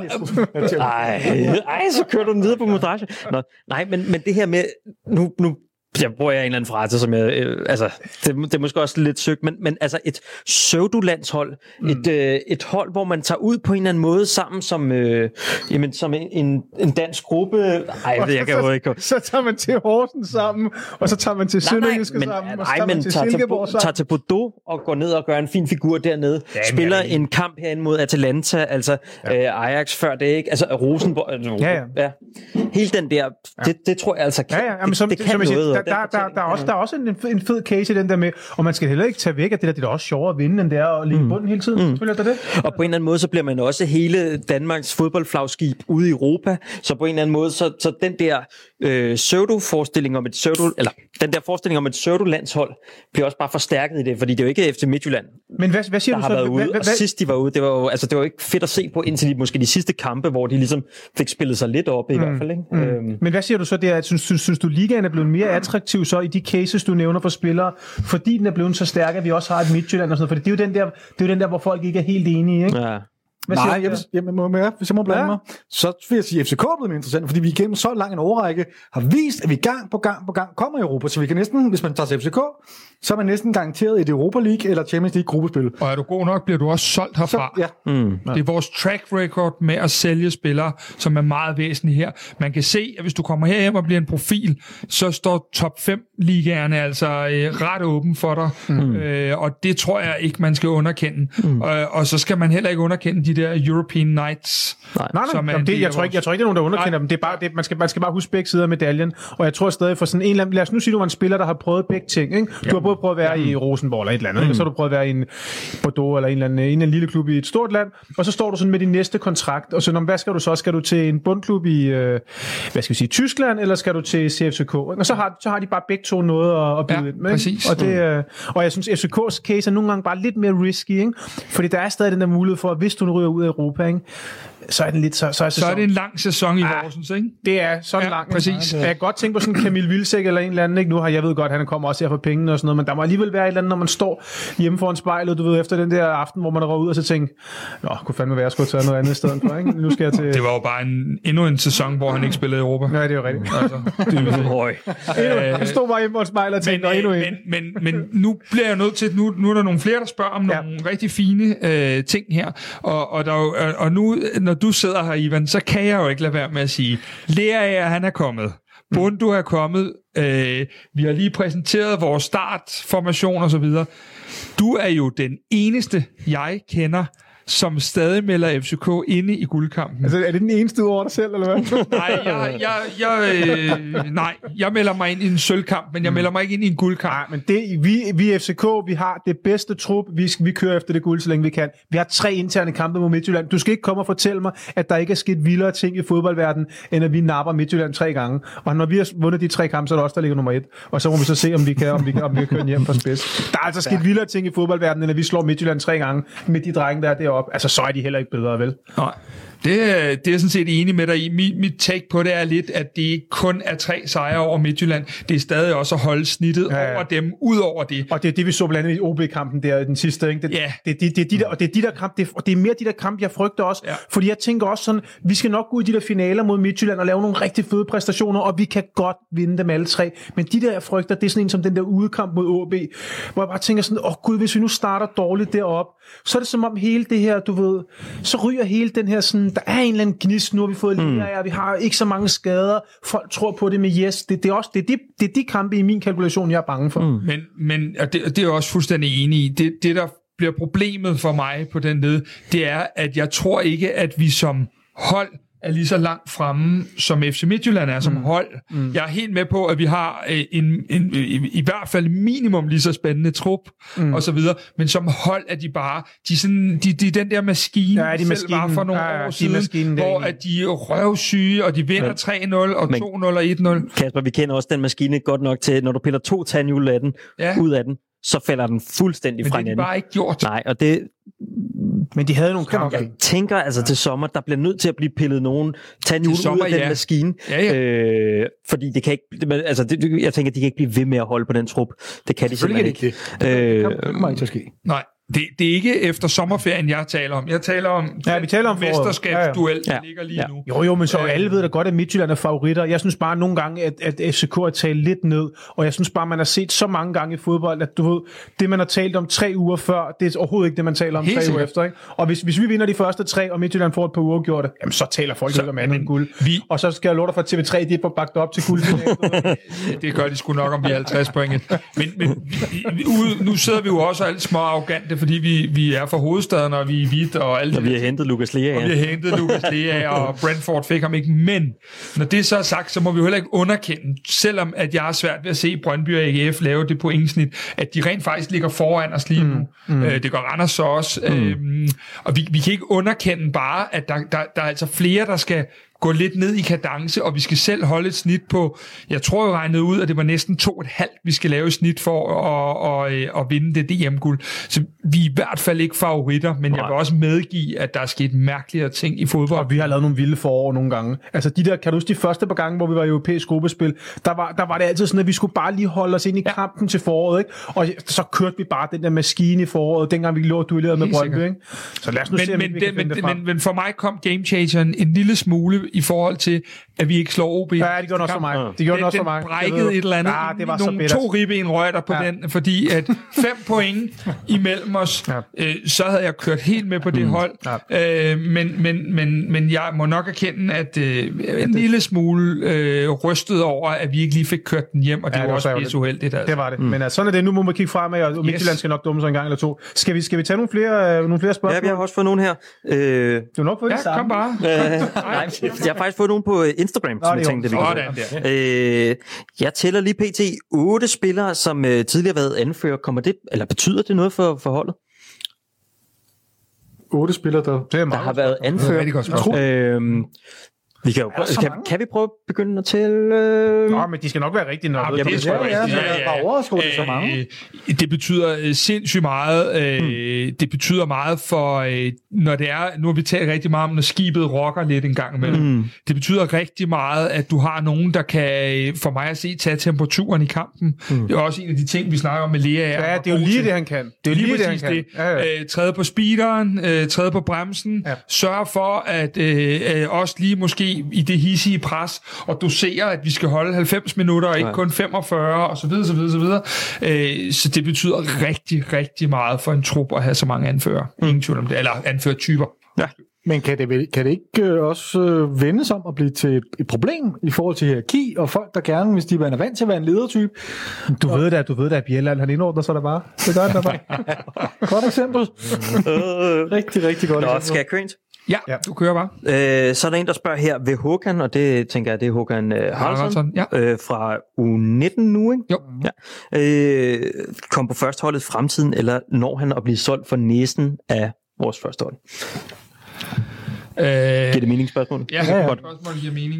ikke? Så kører du den videre på Modric. Nej, men det her med... Nu jeg bruger en eller anden frase, som jeg... det er måske også lidt søgt, men altså et pseudo-landshold, et hold, hvor man tager ud på en eller anden måde sammen som, som en dansk gruppe... jeg kan ikke... Så tager man til Horsens sammen, og så tager man til Sønderjyske sammen, og så tager man til Silkeborg sammen. Tager til Bordeaux og går ned og gør en fin figur dernede. Spiller en kamp herinde mod Atalanta, altså Ajax før det, ikke? Altså Rosenborg... Ja. Hele den der... Det tror jeg altså kan... Det kan noget. Der er også en fed case i den der med, og man skal heller ikke tage væk af det der, det er også sjovere at vinde, end det er at ligge i bunden hele tiden. Følger det? Og på en eller anden måde, så bliver man også hele Danmarks fodboldflagskib ude i Europa, så på en eller anden måde, så den der pseudo-forestilling om et den der forestilling om et pseudo-landshold bliver også bare forstærket i det, fordi det er jo ikke FC Midtjylland, men hvad siger der du har så? været ude, og sidst de var ude, det var jo ikke fedt at se på, indtil måske de sidste kampe, hvor de ligesom fik spillet sig lidt op i hvert fald. Ikke? Men hvad siger du så der? Synes du, ligaen er blevet mere attraktiv så i de cases, du nævner for spillere, fordi den er blevet så stærk, at vi også har et Midtjylland og sådan noget, for det er jo den der, hvor folk ikke er helt enige, ikke? Ja. Hvis jeg må blande mig, så vil jeg sige, at FCK er blevet mere interessant, fordi vi igennem så lang en årrække har vist, at vi gang på gang kommer i Europa, så vi kan næsten, hvis man tager til FCK, så er man næsten garanteret et Europa League eller Champions League gruppespil. Og er du god nok, bliver du også solgt herfra. Det er vores track record med at sælge spillere, som er meget væsentlige her. Man kan se, at hvis du kommer herhjem og bliver en profil, så står top 5 ligaerne altså ret åben for dig, og det tror jeg ikke, man skal underkende. Og så skal man heller ikke underkende de der European Nights. Nej, jeg tror ikke, det er nogen, der underkender dem. Det er bare, man skal bare huske begge sider af medaljen. Og jeg tror stadig for sådan en eller anden... Lad os nu sige, du var en spiller, der har prøvet begge ting. Ikke? Du har både prøvet at være i Rosenborg eller et eller andet, og så har du prøvet at være i en Bordeaux eller en eller anden lille klub i et stort land, og så står du sådan med din næste kontrakt, og så hvad skal du så? Skal du til en bundklub i Tyskland, eller skal du til CFCK? Og så har de bare begge to noget at byde lidt med. Præcis. Og jeg synes, FCK's case er nogle gange bare lidt mere risky, ikke? Fordi der er stadig den der mulighed for, at hvis du ryger ud af Europa, ikke? Så er den lidt så er det en lang sæson i Horsens, ikke? Det er sådan lang. Præcis. Jeg kan godt tænke på sådan en Camille Vilcek eller en eller anden, ikke? Nu har jeg ved godt, han kommer også her for pengene og sådan noget, men der må alligevel være et eller andet, når man står hjemme foran spejlet, du ved, efter den der aften, hvor man er ud og så tænker, kunne fandme være, jeg skulle tage noget andet i stedet for, ikke? Nu skal jeg til... Det var jo bare endnu en sæson, hvor han ikke spillede i Europa. Nej, det er jo rigtigt. Du stod bare hjemme foran spejlet og tænkte, endnu en. Men nu bliver jeg nødt til, nu er der nogle flere, der spørger om nogle rigtig fine ting her, og nu, når du sidder her, Ivan, så kan jeg jo ikke lade være med at sige, Lerager, han er kommet. Bundu er kommet. Vi har lige præsenteret vores startformation og så videre. Du er jo den eneste, jeg kender, som stadig melder FCK inde i guldkampen. Altså, er det den eneste over dig selv, eller hvad? Nej, jeg melder mig ind i en sølvkamp, men jeg melder mig ikke ind i en guldkamp. Nej, men vi i FCK, vi har det bedste trup. Vi kører efter det guld, så længe vi kan. Vi har 3 interne kampe mod Midtjylland. Du skal ikke komme og fortælle mig, at der ikke er sket vildere ting i fodboldverdenen, end at vi napper Midtjylland 3 gange. Og når vi har vundet de 3 kampe, så er det også der ligger nummer 1. Og så må vi så se, om vi kan køre hjem fra spids. Der er altså sket vildere ting i fodboldverdenen, end at vi slår Midtjylland 3 gange med de drenge, der er deroppe. Altså, så er de heller ikke bedre, vel? Nej. Det er jeg sådan set enig med dig i. Mit take på det er lidt, at det ikke kun er 3 sejre over Midtjylland. Det er stadig også at holde snittet over dem, ud over det. Og det er det, vi så blandt andet i OB-kampen der den sidste. Ikke? Det er de der kamp, og det er mere de der kamp, jeg frygter også. Ja. Fordi jeg tænker også sådan, vi skal nok gå i de der finaler mod Midtjylland og lave nogle rigtig fede præstationer, og vi kan godt vinde dem alle 3. Men de der, jeg frygter, det er sådan en som den der udekamp mod OB, hvor jeg bare tænker sådan, gud, hvis vi nu starter dårligt deroppe, så er det som om hele det her, du ved, så ryger hele den her sådan, der er en eller anden gnist, nu har vi fået Lerager, vi har ikke så mange skader, folk tror på det med det er de kampe i min kalkulation, jeg er bange for. Men det er jeg også fuldstændig enig i. Det der bliver problemet for mig på den led, det er, at jeg tror ikke, at vi som hold er lige så langt fremme, som FC Midtjylland er som hold. Jeg er helt med på, at vi har i hvert fald minimum lige så spændende trup, og så videre, men som hold er de bare, de den der maskine, selv var for nogle år siden, hvor at de er røvsyge, og de vinder 3-0, og 2-0 og 1-0. Kasper, vi kender også den maskine godt nok til, når du piller 2 tandhjul af den, ud af den, så falder den fuldstændig fra hinanden. Men det er bare ikke gjort. Nej, og det... Men de havde nogle kampe. Jeg tænker altså til sommer, der bliver nødt til at blive pillet nogen tandhjul ud af den maskine. Fordi det kan ikke... Altså, jeg tænker, de kan ikke blive ved med at holde på den trup. Det kan de simpelthen ikke. Det kommer ikke til at ske. Nej. Det er ikke efter sommerferien, jeg taler om. Jeg taler om vi taler om mesterskabsduel, der ligger lige nu. Jo, men så alle ved da godt, at Midtjylland er favoritter. Jeg synes bare nogle gange, at FCK har talt lidt ned, og jeg synes bare, man har set så mange gange i fodbold, at du ved, det man har talt om 3 uger før, det er overhovedet ikke det, man taler om 3 uger efter. Ikke? Og hvis vi vinder de første 3, og Midtjylland får et par uger gjort det, jamen så taler folk ikke om andet end guld. Og så skal jeg love dig for TV3, de får bagt op til guld. Det gør de sgu nok, om vi er 50 point. Men nu sidder vi jo også alle små arrogante, fordi vi er fra hovedstaden, og vi er hvidt, og alt det. Og vi har hentet Lukas Lea, og Brentford fik ham ikke. Men når det så er sagt, så må vi jo heller ikke underkende, selvom at jeg er svært ved at se Brøndby og AGF lave det pointsnit, at de rent faktisk ligger foran os lige nu. Det gør Randers så også. Og vi kan ikke underkende bare, at der er altså flere, der skal gå lidt ned i kadence, og vi skal selv holde et snit på, jeg tror jo regnede ud, at det var næsten 2,5, vi skal lave et snit for at vinde det DM-guld. Så vi er i hvert fald ikke favoritter, men jeg vil også medgive, at der er sket mærkeligere ting i fodbold. Og vi har lavet nogle vilde forår nogle gange. Altså de der, kan du huske de første par gange, hvor vi var i europæisk gruppespil, der var det altid sådan, at vi skulle bare lige holde os ind i kampen til foråret, ikke? Og så kørte vi bare den der maskine i foråret, dengang vi lå og duellerede med Brøndby, ikke? Så lad os nu se, om vi kan finde det frem. Men for mig kom gamechangeren en lille smule i forhold til, at vi ikke slår OB. Ja, det gjorde også for mig. Det gjorde også for mig. Den brækkede et eller andet. Ja, det var nogle 2 ribben røg der på den, fordi at 5 point imellem os, så havde jeg kørt helt med på det hold. Men jeg må nok erkende, at en lille smule rystet over, at vi ikke lige fik kørt den hjem, og det var også pisse uheldigt. Altså. Det var det. Men sådan er det. Nu må man kigge fremad, og Midtjylland skal nok dumme sig en gang eller to. Skal vi tage nogle flere spørgsmål? Ja, vi har også fået nogle her. Du har nok fået det samme. Kom bare. Nej, jeg har faktisk fået nogle på Instagram, som jeg tænkte, vi kunne. Jeg tæller lige pt. 8 spillere, som tidligere har været anfører. Kommer det, eller betyder det noget for holdet? 8 spillere, der har været anfører. Vi kan, kan vi prøve at begynde at tælle? Nå, men de skal nok være rigtige nok. Ja, det så mange. Det betyder sindssygt meget. Det betyder meget for, når det er, nu har vi talt rigtig meget om, når skibet rokker lidt en gang imellem. Det betyder rigtig meget, at du har nogen, der kan, for mig at se, tage temperaturen i kampen. Det er også en af de ting, vi snakker om med Lea. Ja, det er jo lige det, han kan. Det er lige præcis det, han kan. Træde på speederen, træde på bremsen, sørge for, at også lige måske i det hissige pres, og dosere, at vi skal holde 90 minutter, og ikke kun 45, og så videre, så videre, så videre. Så det betyder rigtig, rigtig meget for en trup at have så mange anfører. Ingen tvivl om det, eller anførertyper. Ja. Men kan det ikke også vendes om at blive til et problem i forhold til hierarki, og folk, der gerne, hvis de er vant til at være en ledertype? Du ved da, at Bjelland, han indordner sig der bare. Det gør han bare. Godt eksempel. Rigtig, rigtig godt eksempel. Skal jeg kønt? Ja, du kører bare. Så er der en, der spørger her ved Håkan, og det tænker jeg, det er Håkan Haraldsson fra U19 nu, ikke? Jo. Ja. Kom på førsteholdet i fremtiden, eller når han at blive solgt for næsten af vores førstehold? Giver det mening, spørgsmålet? Ja, spørgsmålet giver mening.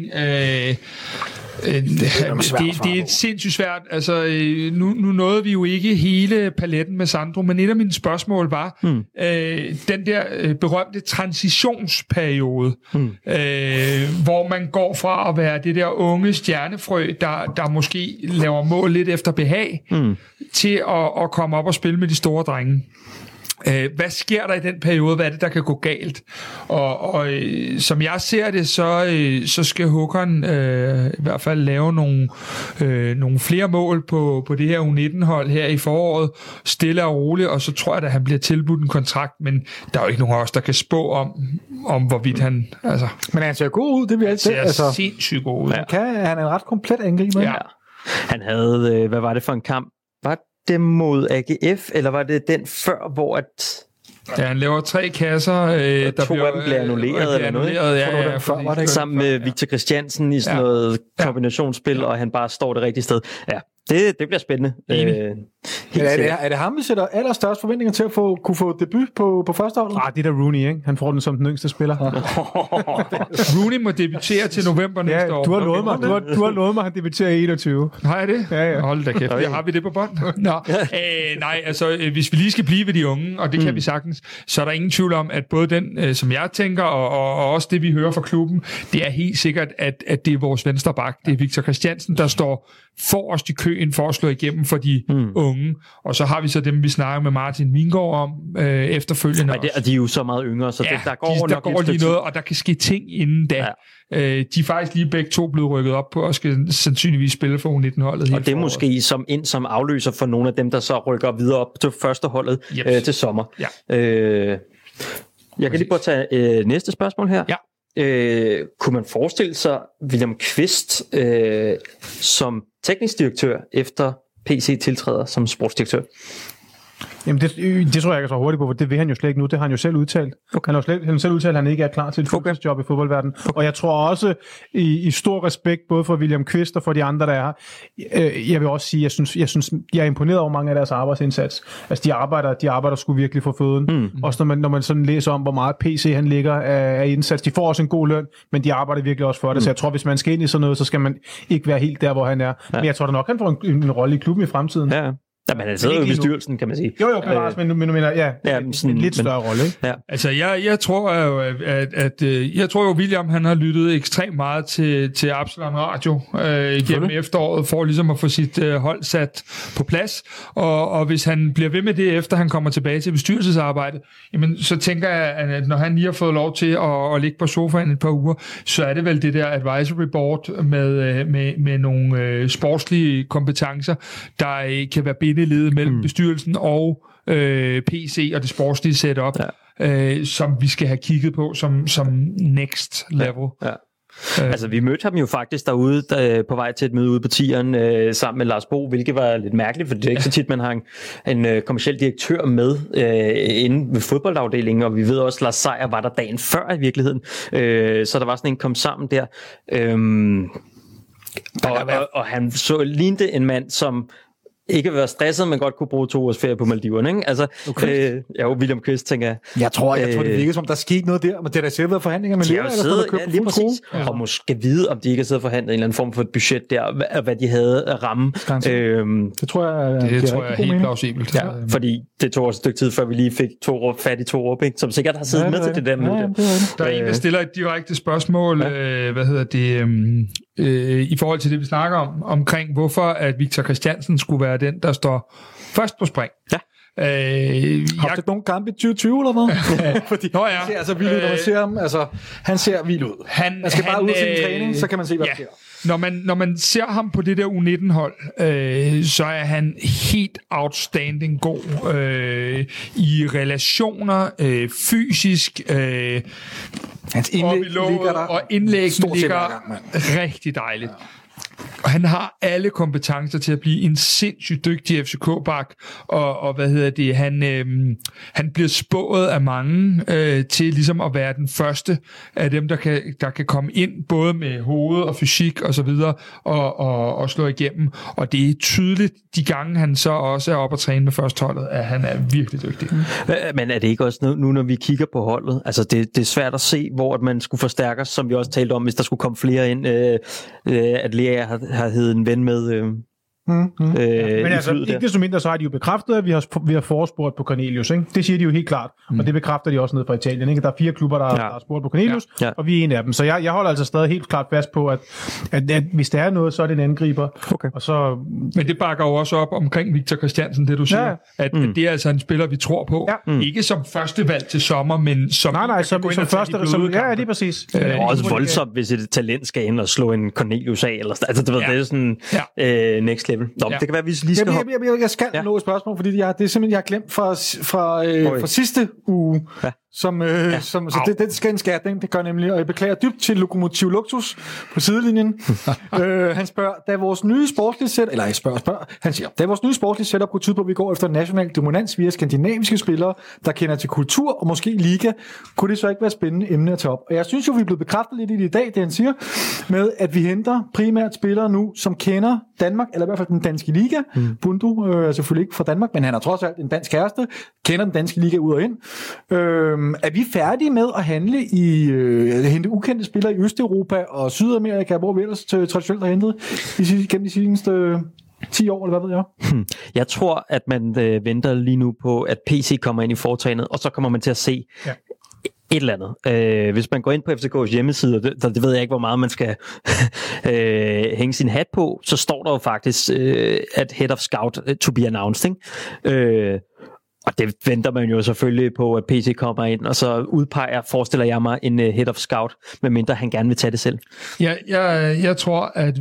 Det er sindssygt svært. Altså, nu nåede vi jo ikke hele paletten med Sandro, men et af mine spørgsmål var den der berømte transitionsperiode, hvor man går fra at være det der unge stjernefrø, der måske laver mål lidt efter behag, til at komme op og spille med de store drenge. Hvad sker der i den periode? Hvad er det, der kan gå galt? Og som jeg ser det, så skal Håkon i hvert fald lave nogle flere mål på det her U19-hold her i foråret, stille og roligt, og så tror jeg, at han bliver tilbudt en kontrakt, men der er jo ikke nogen af os, der kan spå om hvorvidt han... Altså, men han ser god ud, det vil jeg altid. Han ser sindssygt god ud. Han er en ret komplet angriber. Ja. Han havde, hvad var det for en kamp? Var det mod AGF, eller var det den før, hvor at Ja, han laver 3 kasser, der 2 af dem bliver annulleret eller noget. Ja, sammen med Victor Christiansen i sådan noget kombinationsspil, og han bare står det rigtige sted. Ja, det bliver spændende. Er det ham, vi sætter allerstørste forventninger til at kunne få debut på førsteholdet? Det er da Rooney, ikke? Han får den som den yngste spiller. Rooney må debutere til november næste år. Du har lovet mig, at han debuterer i 21. Har jeg det? Ja. Hold da kæft, har vi det på bånd? Nej, altså hvis vi lige skal blive ved de unge, og det kan vi sagtens, så er der ingen tvivl om, at både den, som jeg tænker, og også det, vi hører fra klubben, det er helt sikkert, at det er vores venstre bak. Det er Victor Christiansen, der står forrest i køen for at slå igennem for de unge. Og så har vi så dem, vi snakker med Martin Vingård om efterfølgende. Og de er jo så meget yngre, så der går lige noget, og der kan ske ting inden da. Ja. De er faktisk lige begge to blevet rykket op på og skal sandsynligvis spille for U19-holdet. Og det er måske som afløser for nogle af dem, der så rykker videre op til førsteholdet til sommer. Ja. Jeg kan lige prøve at tage næste spørgsmål her. Ja. Kunne man forestille sig William Kvist som teknisk direktør efter PC tiltræder som sportsdirektør? Jamen det tror jeg ikke så hurtigt på, for det vil han jo slet ikke nu. Det har han jo selv udtalt. Okay. Han har selv udtalt, at han ikke er klar til et fuldtidsjob i fodboldverdenen. Okay. Og jeg tror også, i stor respekt, både for William Kvist og for de andre, der er her, jeg vil også sige, jeg er imponeret over mange af deres arbejdsindsats. Altså, de arbejder sgu virkelig for føden. Også når man sådan læser om, hvor meget PC han ligger af indsats. De får også en god løn, men de arbejder virkelig også for det. Så jeg tror, hvis man skal ind i sådan noget, så skal man ikke være helt der, hvor han er. Ja. Men jeg tror da nok, han får en rolle i klubben i fremtiden. Ja. Ja, men han sidder jo i bestyrelsen, kan man sige. Jo, bevares, men mener, en lidt større rolle, ikke? Ja. Altså, jeg tror jo, jeg tror jo, William, han har lyttet ekstremt meget til Absalon Radio gennem efteråret, for ligesom at få sit hold sat på plads, og hvis han bliver ved med det, efter han kommer tilbage til bestyrelsesarbejdet, jamen, så tænker jeg, at når han lige har fået lov til at ligge på sofaen et par uger, så er det vel det der advisory board med nogle sportslige kompetencer, der kan være bindeled mellem bestyrelsen og PC og det sportslige setup, som vi skal have kigget på som next level. Ja. Altså, vi mødte ham jo faktisk derude på vej til et møde ude på Tieren sammen med Lars Bo, hvilket var lidt mærkeligt, for det er ikke så tit, man har en kommerciel direktør med inde ved fodboldafdelingen, og vi ved også, at Lars Seier var der dagen før i virkeligheden, så der var sådan en kom sammen der. Og han lignede en mand, som ikke være stresset, men godt kunne bruge 2 års ferie på Maldiverne, ikke? Altså, William Kvist, tænker jeg. Jeg tror, det virker som, der skete noget der, men det er der sikkert været forhandlinger med læger, lige præcis. Og måske vide, om de ikke har siddet og forhandlet en eller anden form for et budget der, hvad de havde at ramme. Det tror jeg, det tror jeg er helt plausibelt. Ja, fordi det tog også et stykke tid, før vi lige fik fat i Torup, ikke? Som sikkert har siddet med til det der møde. Der er en, der stiller et direkte spørgsmål, i forhold til det, vi snakker omkring, hvorfor at Victor Christiansen skulle være den, der står først på spring. Ja. Har du nogle kampe i 2020 eller hvad? Fordi han ser altså vild ud, når man ser ham. Altså, han ser vild ud. Man skal bare ud til en træning, så kan man se, hvad der sker. Når man ser ham på det der U19-hold, så er han helt outstanding god i relationer, fysisk, hans indlæg ligger der, og indlæggene ligger rigtig dejligt. Og han har alle kompetencer til at blive en sindssygt dygtig FCK-bak, og han bliver spået af mange til ligesom at være den første af dem, der kan komme ind, både med hoved og fysik og så videre, og slå igennem. Og det er tydeligt, de gange han så også er oppe at træne med førsteholdet, at han er virkelig dygtig. Men er det ikke også nu, når vi kigger på holdet? Altså, det er svært at se, hvor man skulle forstærkes, som vi også talte om, hvis der skulle komme flere ind, at Lea har heddet en ven med. Men altså, ikke desto mindre, så har de jo bekræftet, at vi har forespurgt på Cornelius, ikke? Det siger de jo helt klart, og det bekræfter de også nede fra Italien, ikke? Der er 4 klubber, der har spurgt på Cornelius, og vi er en af dem. Så jeg holder altså stadig helt klart fast på, at hvis der er noget, så er det en angriber. Okay. Og så... Men det bakker jo også op omkring Victor Christiansen, det du siger, at det er altså en spiller, vi tror på. Ikke som første valg til sommer, men som som første. Ja, det er præcis. Det er også voldsomt, hvis et talent skal ind og slå en Cornelius af, eller altså, det er sådan next level. Nå, det kan være, vi lige skal jeg skal nå et spørgsmål, fordi det er simpelthen, jeg har glemt fra sidste uge, Så den skal en skære, det gør nemlig, og jeg beklager dybt til Lokomotiv Luksus på sidelinjen. Han spørger, da vores nye sportslige setup, eller jeg spørger, han siger, da vores nye sportslige setup kunne tyde på, at vi går efter national dominans via skandinaviske spillere, der kender til kultur og måske liga, kunne det så ikke være spændende emne at tage op. Og jeg synes jo, vi er blevet bekræftet lidt i det i dag, det han siger, med at vi henter primært spillere nu, som kender Danmark, eller i hvert fald den danske liga. Bundu er selvfølgelig ikke fra Danmark, men han er trods alt en dansk kæreste, kender den danske liga ud og ind. Er vi færdige med at handle hente ukendte spillere i Østeuropa og Sydamerika, hvor vi ellers traditionelt har hentet gennem de seneste 10 år, eller hvad ved jeg? Jeg tror, at man venter lige nu på, at PC kommer ind i foretagendet, og så kommer man til at se et eller andet. Hvis man går ind på FCK's hjemmeside, det ved jeg ikke, hvor meget man skal hænge sin hat på, så står der jo faktisk, at Head of Scout to be announced, ikke? Og det venter man jo selvfølgelig på, at PC kommer ind, og så forestiller jeg mig, en Head of Scout, medmindre han gerne vil tage det selv. Jeg tror, at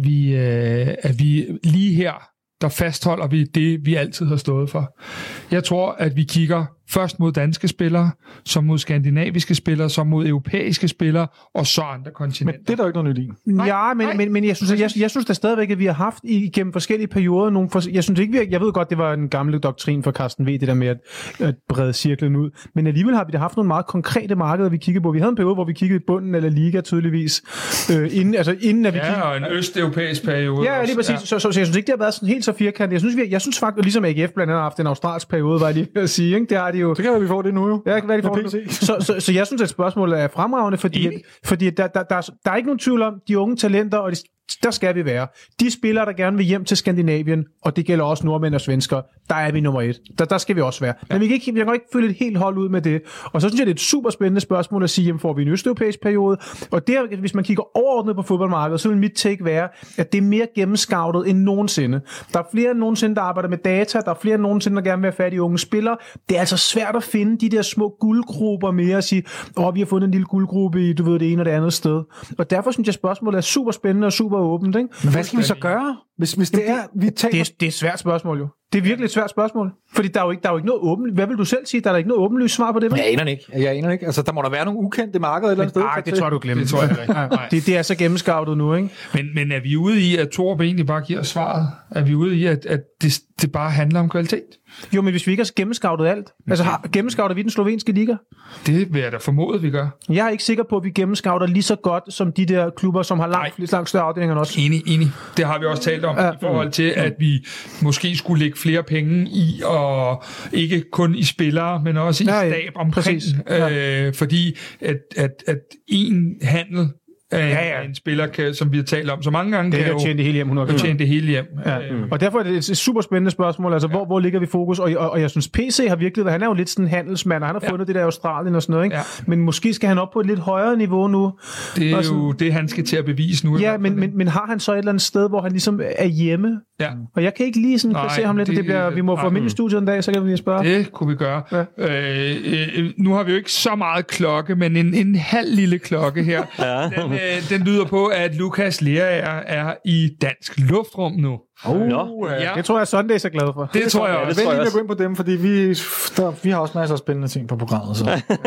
vi lige her, der fastholder vi det, vi altid har stået for. Jeg tror, at vi kigger først mod danske spillere, så mod skandinaviske spillere, så mod europæiske spillere, og så andre kontinenter. Men det er der jo ikke noget nyt i. Ja, men jeg synes da stadigvæk, at vi har haft igennem forskellige perioder jeg synes ikke, jeg ved godt, det var en gammel doktrin for Carsten V, det der med at brede cirklen ud, men alligevel har vi da haft nogle meget konkrete markeder, vi kiggede på. Vi havde en periode, hvor vi kiggede i bunden eller liga tydeligvis, inden at vi kiggede. Ja, og en østeuropæisk periode. Ja, lige præcis. Ja. Så jeg synes ikke, det har været sådan helt så firkantet. Jeg synes faktisk, ligesom AGF blandt andet har haft en australsk periode, var jeg lige ved at sige, ikke? Det har de jo. Så kan vi få det nu jo. Ja, kan være, de får det. Så jeg synes, at spørgsmålet er fremragende, fordi der er ikke nogen tvivl om, de unge talenter, og der skal vi være. De spillere, der gerne vil hjem til Skandinavien, og det gælder også nordmænd og svensker, der er vi nummer 1. Der skal vi også være. Men vi kan ikke følge et helt hold ud med det. Og så synes jeg, det er et super spændende spørgsmål at sige, jamen får vi en østeuropæisk periode? Og der, hvis man kigger overordnet på fodboldmarkedet, så vil mit take være, at det er mere gennemscoutet end nogensinde. Der er flere end nogensinde, der arbejder med data. Der er flere end nogensinde, der gerne vil have fat i unge spillere. Det er altså svært at finde de der små guldgrupper mere og sige, vi har fundet en lille guldgruppe i, det ene og det andet sted. Og derfor synes jeg, spørgsmålet er super spændende og super åbent, ikke? Men hvad skal vi så gøre, hvis det er, vi tager... Det er et svært spørgsmål jo. Det er virkelig et svært spørgsmål. Fordi der er jo ikke noget åbent... Hvad vil du selv sige? Der er ikke noget åbenlyst svar på det, vel? Jeg aner ikke. Altså, der må der være nogle ukendte markeder et eller andet sted. Nej, det tror du glemmer. Det tror jeg ikke. Det er så gennemskoutet nu, ikke? Men er vi ude i, at Torup egentlig bare giver svaret? Er vi ude i, at det bare handler om kvalitet? Jo, men hvis vi ikke har gennemscoutet alt. Altså, gennemscouter vi den slovenske liga? Det vil jeg da formode, vi gør. Jeg er ikke sikker på, at vi gennemscouter lige så godt, som de der klubber, som har langt større afdelinger end os. Enig. Det har vi også talt om i forhold til, at vi måske skulle lægge flere penge i, og ikke kun i spillere, men også i stab omkring. Fordi at en handel af en spiller, som vi har talt om så mange gange, det kan jo tjene det hele hjem. Tjene det hele hjem. Ja. Og derfor er det et super spændende spørgsmål. Altså, hvor ligger vi fokus? Og jeg synes, PC har virkelig... Han er jo lidt sådan en handelsmand, og han har fundet det der Australien og sådan noget, ikke? Ja. Men måske skal han op på et lidt højere niveau nu. Det er jo det, han skal til at bevise nu. Ja, men har han så et eller andet sted, hvor han ligesom er hjemme? Ja. Og jeg kan ikke lige sådan placere ham lidt. Vi må få ham ind i studiet en dag, så kan vi lige spørge. Det kunne vi gøre. Ja. Nu har vi jo ikke så meget klokke, men en halv lille klokke her. Den lyder på, at Lukas Lerager er i dansk luftrum nu. Det tror jeg, Sunday er så glad for. Det tror jeg også. Det er lige at gå ind på dem, fordi vi har også masser af spændende ting på programmet. Så.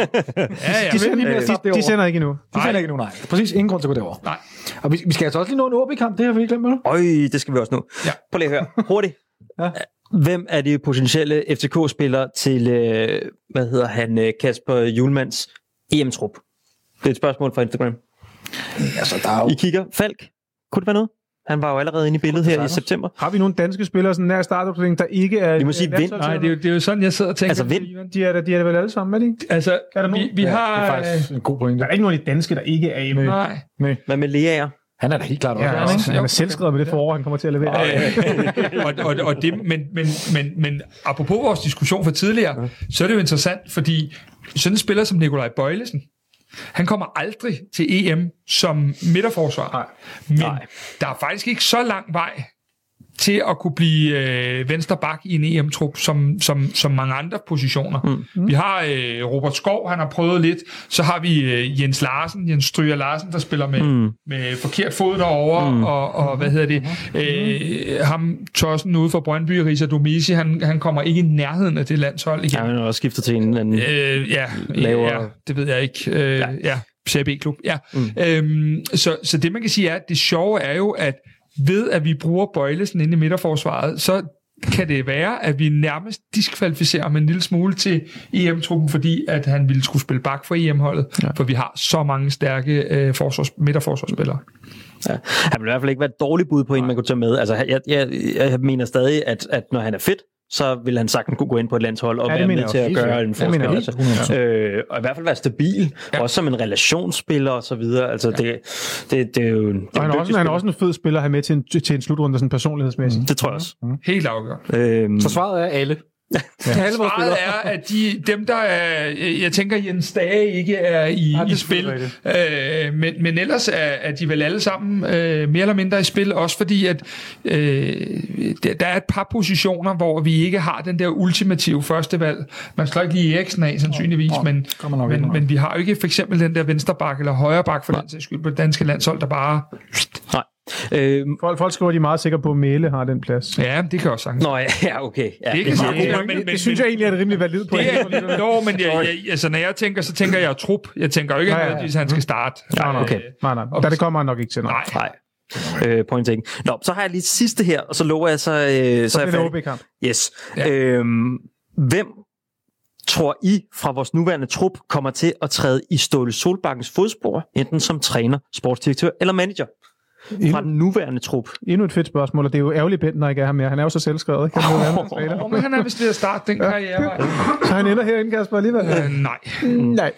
De sender ikke endnu. Nej. Præcis, ingen grund til at gå derover. Nej. Og vi skal altså også lige nå en OB-kamp, det har vi ikke glemt med. Det skal vi også nå. Ja. Prøv lige at høre. Hurtigt. Ja. Hvem er de potentielle FCK-spillere til, Kasper Hjulmands EM-trup? Det er et spørgsmål fra Instagram. Altså, der er jo... I kigger. Falk, kunne det være noget? Han var jo allerede inde i billedet her i september. Har vi nogle danske spillere, sådan nær startopstilling, der ikke er... Vi må sige Vind. Nej, det er jo sådan, jeg sidder og tænker. Altså Vind. De er der vel alle sammen, er de ikke? Altså, vi har... Det er faktisk en god pointe. Der er ikke nogen af de danske, der ikke er med. Nej. Hvad med Lerager? Han er da helt klart også. Han er selvskrevet med det forår, han kommer til at levere. Og det, men apropos vores diskussion for tidligere, så er det jo interessant, fordi sådan en spiller som Nikolaj Bøjlesen, han kommer aldrig til EM som midterforsvar. Men der er faktisk ikke så lang vej til at kunne blive vensterbak i en EM-trup, som mange andre positioner. Vi har Robert Skov, han har prøvet lidt. Så har vi Jens Stryger Larsen, der spiller med forkert fod derovre, og hvad hedder det? Ham tossen ude for Brøndby, Risa Domisi, han kommer ikke i nærheden af det landshold igen. Ja, han har også skiftet til en anden lavere... Ja, det ved jeg ikke. CB-klub. Ja. Så det, man kan sige, er, at det sjove er jo, at ved at vi bruger Bøjlesen inde i midterforsvaret, så kan det være, at vi nærmest diskvalificerer ham en lille smule til EM-truppen, fordi at han ville skulle spille bak for EM-holdet, for vi har så mange stærke midterforsvarsspillere. Ja. Han vil i hvert fald ikke være et dårligt bud på en, man kunne tage med. Altså, jeg mener stadig, at når han er fit, så vil han sagtens kunne gå ind på et landshold og være med til at gøre en forskel. Og i hvert fald være stabil, også som en relationsspiller og så videre. Altså, det er jo... Og han er også en fed spiller at have med til en slutrunde, sådan personlighedsmæssigt. Det tror jeg også. Helt afgørende. Så svaret er alle. Svaret er, at dem der er, jeg tænker Jens Dage ikke er i spil, men ellers er de vel alle sammen mere eller mindre i spil, også fordi at der er et par positioner, hvor vi ikke har den der ultimative førstevalg. Man slår ikke lige Eriksen af sandsynligvis, men vi har jo ikke for eksempel den der vensterbak eller højrebak for den sags skyld på det danske landshold, der bare... Nej. Folk skriver, de er meget sikre på, at Mæle har den plads. Ja, det kan også sagtens. Nå ja, okay. Ja, det synes jeg egentlig er et rimelig validt på. Men altså, når jeg tænker, så tænker jeg trup. Jeg tænker jo ikke, at han skal starte. Nej. Det kommer han nok ikke til. Nej. Point taken. Nå, så har jeg lige sidste her, og så lover jeg så er det OB-kamp. Yes. Ja. Hvem tror I fra vores nuværende trup kommer til at træde i Ståle Solbakkens fodspor, enten som træner, sportsdirektør eller manager? Fra den nuværende trup. Endnu et fedt spørgsmål, og det er jo ærgerligt, Bentner ikke er her mere. Han er jo så selvskrevet, ikke? Men han er vist ved at starte den karriere. Så han ender herinde, Kasper, alligevel? Nej.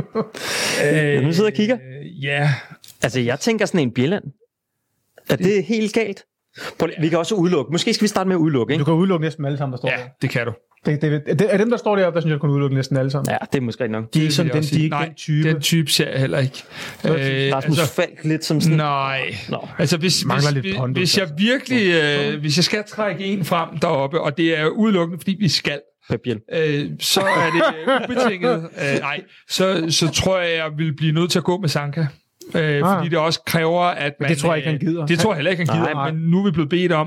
Nu sidder og kigger. Ja. Altså, jeg tænker sådan en Bjelland. Er det helt galt? Vi kan også udelukke. Måske skal vi starte med at udelukke, ikke? Du kan udelukke næsten alle sammen, der står der. Ja, det kan du. Er dem, der står deroppe, der synes jeg, kan udelukke næsten alle sammen? Ja, det er måske nok. De er ikke sådan den type. Den type ser jeg heller ikke. Rasmus Falk lidt som sådan... Nej. Altså, hvis jeg virkelig... hvis jeg skal trække en frem deroppe, og det er udelukkende, fordi vi skal, så er det ubetinget. Så tror jeg vil blive nødt til at gå med Sanka. Fordi det også kræver, at man... Det tror jeg ikke, han gider. Det tror jeg heller ikke, han gider, men nu er vi blevet bedt om.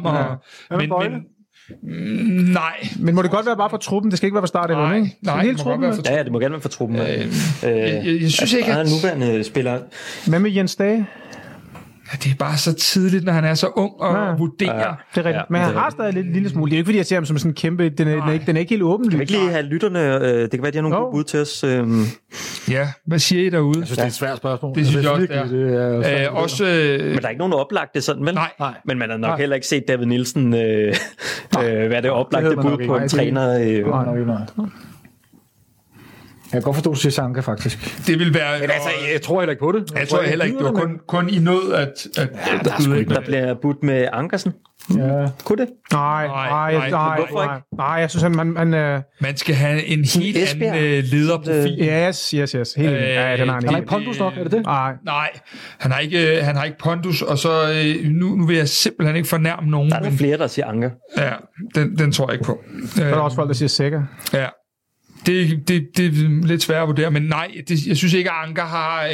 Nej. Men må det godt være bare for truppen? Det skal ikke være for start eller ikke? Nej, hele truppen? Ja, det må gerne være for truppen. Jeg synes ikke, at... nuværende spiller... Hvad med Jens Dage? Ja, det er bare så tidligt, når han er så ung og vurderer. Ja, det er rigtigt. Men han har stadig lidt lille smule. Det er ikke, fordi jeg ser ham som sådan en kæmpe... Den er ikke helt åben. Kan vi ikke lige have lytterne... Det kan være, de har nogle gode bud til os. Ja, hvad siger I derude? Jeg synes, det er et svært spørgsmål. Det synes jeg også, men der er ikke nogen oplagte sådan, vel? Nej. Men man har nok heller ikke set David Nielsen hvad det oplagte bud på en træner. Jeg kan godt forstå, at du siger Sanka, faktisk. Det vil være... Men altså, jeg tror heller ikke på det. Jeg tror heller ikke. Det var kun i nød, at der bliver budt med Ankersen. Ja. Kunne det? Nej. Nej, jeg synes, han man skal have en helt anden lederprofil. Yes. Helt han har ikke pondus nok, er det det? Nej, han har ikke pondus, og så nu vil jeg simpelthen ikke fornærme nogen. Der er flere, der siger Anker. Ja, den tror jeg ikke på. Der er også folk, der siger Sækker. Ja. Det er lidt svært at vurdere, men nej, jeg synes ikke, at Anker har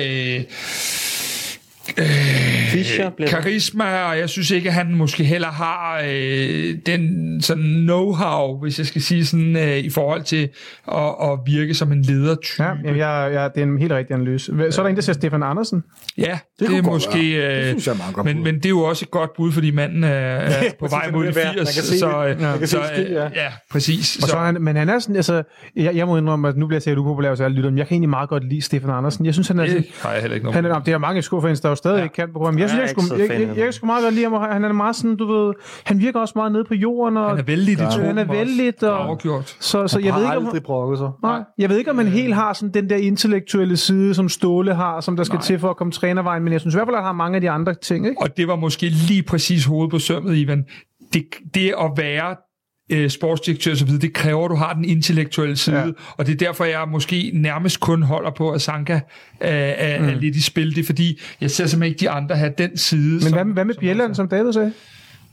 karisma, og jeg synes ikke, at han måske heller har den sådan know-how, hvis jeg skal sige sådan, i forhold til at virke som en ledertype. Ja, det er en helt rigtig analyse. Så er der en, der siger Stefan Andersen. Ja, det er måske... det synes jeg er meget men det er jo også et godt bud, fordi manden er på vej mod de 80. Ja, præcis. Og så men han er sådan, altså, jeg må indrømme, at nu bliver jeg set upopulær, så jeg lytter, men jeg kan egentlig meget godt lide Stefan Andersen. Jeg synes, han er sådan... Det har jeg heller ikke noget. Det er mange skofans, der jo stadig ikke kan på ham. Jeg synes, jeg skulle meget godt lide ham. Han er meget sådan, du ved, han virker også meget nede på jorden. Og han er vældig i truppen. Han er vældig. Så jeg ved ikke, jeg ved ikke, om man helt har sådan den der intellektuelle side, som Ståle har, som der skal til for at komme trænervejen, men jeg synes i hvert fald, at han har mange af de andre ting. Ikke? Og det var måske lige præcis hovedet på sømmet, Ivan. Det at være sportsdirektør og så videre, det kræver, at du har den intellektuelle side, og det er derfor, jeg måske nærmest kun holder på, at Sanka er lidt i spil. Det er fordi, jeg ser simpelthen ikke de andre have den side. Men hvad med Bjelland, som David sagde?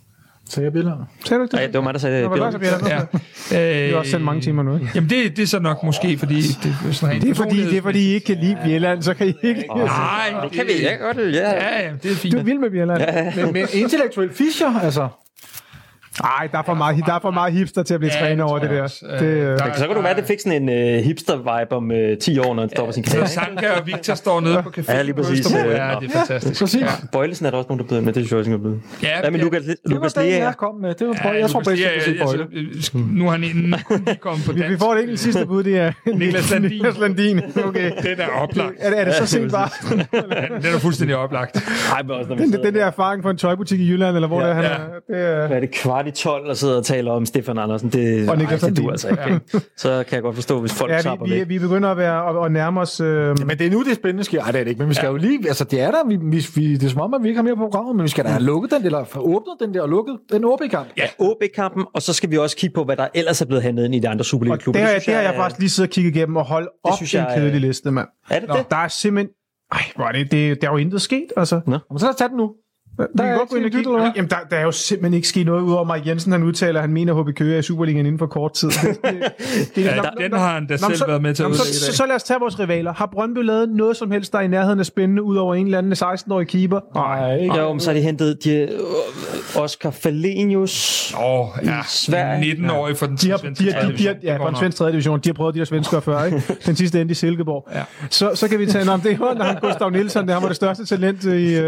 Sagde jeg billeder? Sagde du ikke det? Nej, det var mig, der sagde det. Det har også sendt mange timer nu, ikke? Jamen, det er så nok måske, fordi... Det er fordi I ikke kan lide Bjelland, så kan I ikke... Nej, det kan vi ikke godt. Ja, det er fint. Du er vild med Bjelland. Men intellektuel Fischer, altså... Nej, der er for meget hipster til at blive træner over det der. Så kan du være, at det fik sådan en hipster-vibe om 10 år, når han står på sin karriere. Så Sanka og Victor står nede på caféen. Ja, lige præcis. Ja, det er fantastisk. Præcis. Bøjlesen er der også nogen, der byder med. Det synes jeg også, ikke er blevet. Ja, men Lukas Lea. Jeg kom med. Det var jeg tror bedst, jeg kunne se Bøjle. Nu er han lige kommet på dansk. Vi får det ikke sidste bud, det er Niklas Landin. Okay. Den er oplagt. Er det så sent bare? Den er fuldstændig oplagt. Den der erfaring fra en tøjbutik i Jylland, eller hvor det er, han er. Hvad er det, 11:15 og sidder og taler om Stefan Andersen? Det du altså ikke. Så kan jeg godt forstå, hvis folk tapper væk. Vi begynder at nærme os... Men det er nu, det spændende sker. Ej, det er det ikke. Men vi skal jo lige... Altså, det er der. Det er som om, at vi ikke har mere på programmet, men vi skal da have lukket den, eller åbnet den der og lukket den OB-kamp. Ja, OB-kampen, og så skal vi også kigge på, hvad der ellers er blevet hentet ind i de andre Superliga-klubber. Det har jeg faktisk lige siddet og kigget igennem og holdt op en kedelig liste, mand. Er det det? Der er simpelthen... Der er jo intet sket, altså. Men så lad os tage den nu. Der er jo simpelthen ikke sket noget, udover Mike Jensen, han udtaler, at han mener, at HB Køge er i Superligaen inden for kort tid. Den har han da selv været med til at udlægge. Så lad os tage vores rivaler. Har Brøndby lavet noget som helst, der er i nærheden af spændende, udover en eller anden 16-årig keeper? Nej, ikke. Jo, men så har de hentet Oscar Falenius i Sverige. 19-årig for den svenske tredje division. De har prøvet de der svenskere før, ikke? Den sidste endte i Silkeborg. Så kan vi tage, det var han Gustav Nielsen, der var det største talent i...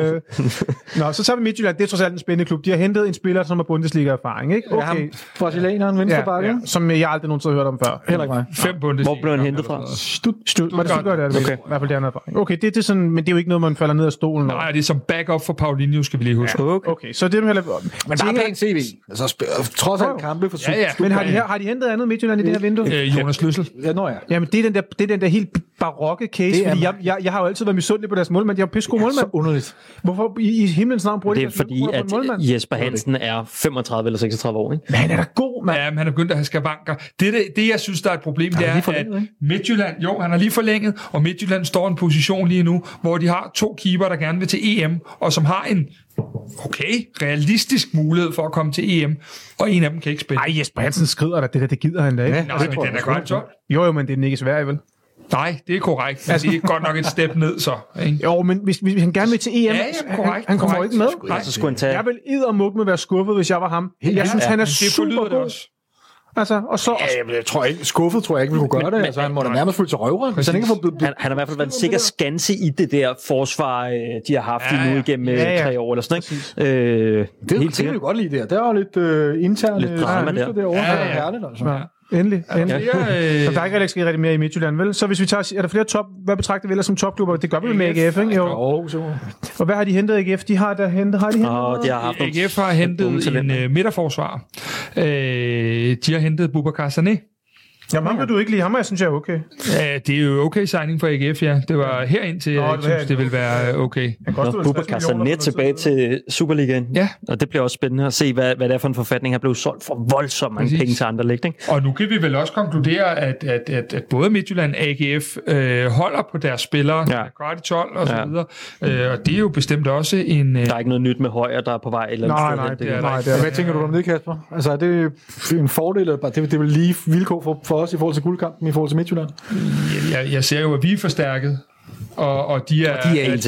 Så tager vi Midtjylland. Det er trods alt en spændende klub. De har hentet en spiller, som har Bundesliga-erfaring, ikke? Okay. Ja, brasilianeren venstre bakke. Ja, som jeg aldrig nogensinde har hørt om før. Heller ikke mig. 5 Bundesliga. Hvor blev han hentet fra? Var det Stuttgart, det er i hvert fald der erfaring. Okay, det er sådan, men det er jo ikke noget, man falder ned af stolen. Nej, det er som backup for Paulinho, skal vi lige huske. Okay, så det er heller... Men bare pænt CV. Altså, trods alt kampe for Stuttgart. Men har de hentet andet Midtjylland i det her vindue? Jonas Løssel. Jamen, det er den der helt barokke case, fordi jeg har jo altid været misundelig på deres målmand. De har pisse god målmand. Så underligt. Hvorfor i himlens navn bruger det er fordi, at Jesper Hansen er 35 eller 36 år, ikke? Men han er da god, mand. Ja, men han er begyndt at have skavanker. Det jeg synes, der er et problem, det er, at Midtjylland, han har lige forlænget, og Midtjylland står i en position lige nu, hvor de har 2 keeper, der gerne vil til EM, og som har en realistisk mulighed for at komme til EM, og en af dem kan ikke spille. Ej, Jesper Hansen skrider da, det gider han da ikke. Nej, men den er godt så. Jo, men det er den ikke i Sverige, vel? Nej, det er korrekt. Altså, det er godt nok et step ned, så. Ikke? Jo, men hvis han gerne vil til EM, korrekt, han kommer jo ikke med. Nej, så skulle han tage... Jeg vil eddermukke være skuffet, hvis jeg var ham. Jeg synes, han er super god. Altså, og så... jeg tror ikke, skuffet tror jeg ikke, vi kunne gøre det. Altså, han må da nærmest følge til røveren. Han har i hvert fald været en sikker skanse i det der forsvar, de har haft nu igennem 3 år eller sådan noget. Det kan vi godt lide der. Der er jo lidt interne drama derovre. Det er herligt, altså. Endelig. Så der er ikke rigtig mere i Midtjylland, vel? Så hvis vi tager, er der flere hvad betragter vi ellers som topklubber? Det gør vi med AGF, ikke? Jo. Og hvad har de hentet AGF? De har hentet AGF har hentet en midterforsvar. De har hentet Boubacar Sané. Jamen, ham vil du ikke lide. Ham synes jeg er okay. Det er jo okay signing for AGF, ja. Det var herind til, jeg synes, det vil være okay. Boubacar Sané tilbage til Superligaen. Ja. Og det bliver også spændende at se, hvad det er for en forfatning. Han blev solgt for voldsomt mange penge til andre lægning. Og nu kan vi vel også konkludere, at både Midtjylland og AGF holder på deres spillere. Ja. Godt i 12 og så videre. Og det er jo bestemt også en... Der er ikke noget nyt med Højer, der er på vej et eller andet sted. Nej. Hvad tænker du om det, Kasper? Altså, er det en fordel, eller det vil lige vilkår for os i forhold til guldkampen, i forhold til Midtjylland? Jeg ser jo, at vi er forstærket. Og de er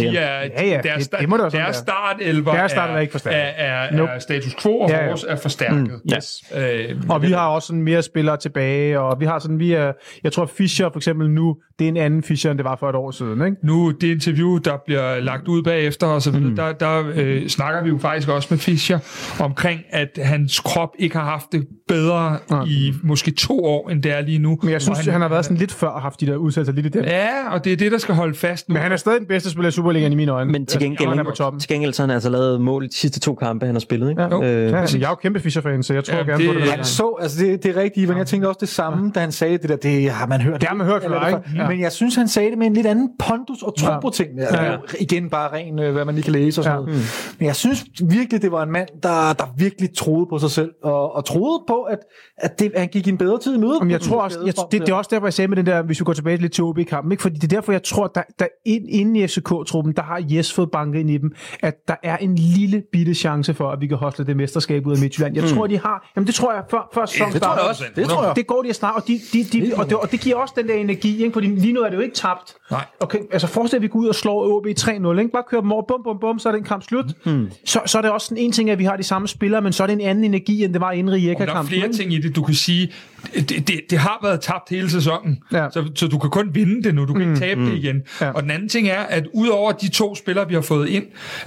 deres startelver er status quo, og vores er forstærket. Yes. Og vi har også sådan mere spillere tilbage, og vi har sådan, jeg tror Fischer for eksempel nu, det er en anden Fischer, end det var for et år siden, ikke? Nu, det interview, der bliver lagt ud bagefter, og så videre, der snakker vi jo faktisk også med Fischer omkring, at hans krop ikke har haft det bedre i måske 2 år, end det er lige nu. Men jeg synes, han har været sådan lidt før og haft de der udsættelser lidt i dem. Ja, og det er det, der skal holde fast nu. Men han er stadig den bedste spiller i Superligaen i mine øjne. Men til gengæld så har han altså lavet mål i de sidste 2 kampe, han har spillet, ikke? Ja. Jeg er jo kæmpe Fischer-fan, så jeg tror gerne på det. Han så, altså det er rigtigt, men jeg tænkte også det samme, da han sagde det der, det har man hørt. Det har man hørt før, ikke? Men jeg synes, han sagde det med en lidt anden pondus og tro på tingene. Altså, igen bare ren, hvad man lige kan læse og sådan noget. Men jeg synes virkelig, det var en mand, der virkelig troede på sig selv, og troede på, at han gik en bedre tid i møde. Jeg tror også, det er også derfor, jeg sagde med den der, hvis vi går tilbage lidt til OB-kampen, ikke? Fordi det er derfor, jeg tror, der inde i FCK-truppen, der har Jes fået banket ind i dem, at der er en lille bitte chance for, at vi kan hostle det mesterskab ud af Midtjylland. Jeg tror, de har... Jamen, det tror jeg før sæsonen starter. Det tror jeg. Det går de at snart, og det giver også den der energi, ikke? Fordi lige nu er det jo ikke tabt. Nej. Okay, altså forestil at vi går ud og slår OB 3-0, ikke? Bare kører dem over, bum, så er den kamp slut. Så er det også sådan en ting, at vi har de samme spillere, men så er det en anden energi, end det var inde i Rijeka-kampen. Der er flere ting i det, du kan sige. Det har været tabt hele sæsonen, så du kan kun vinde det nu, du kan ikke tabe det igen. Ja. Og den anden ting er, at udover de 2 spillere, vi har fået ind,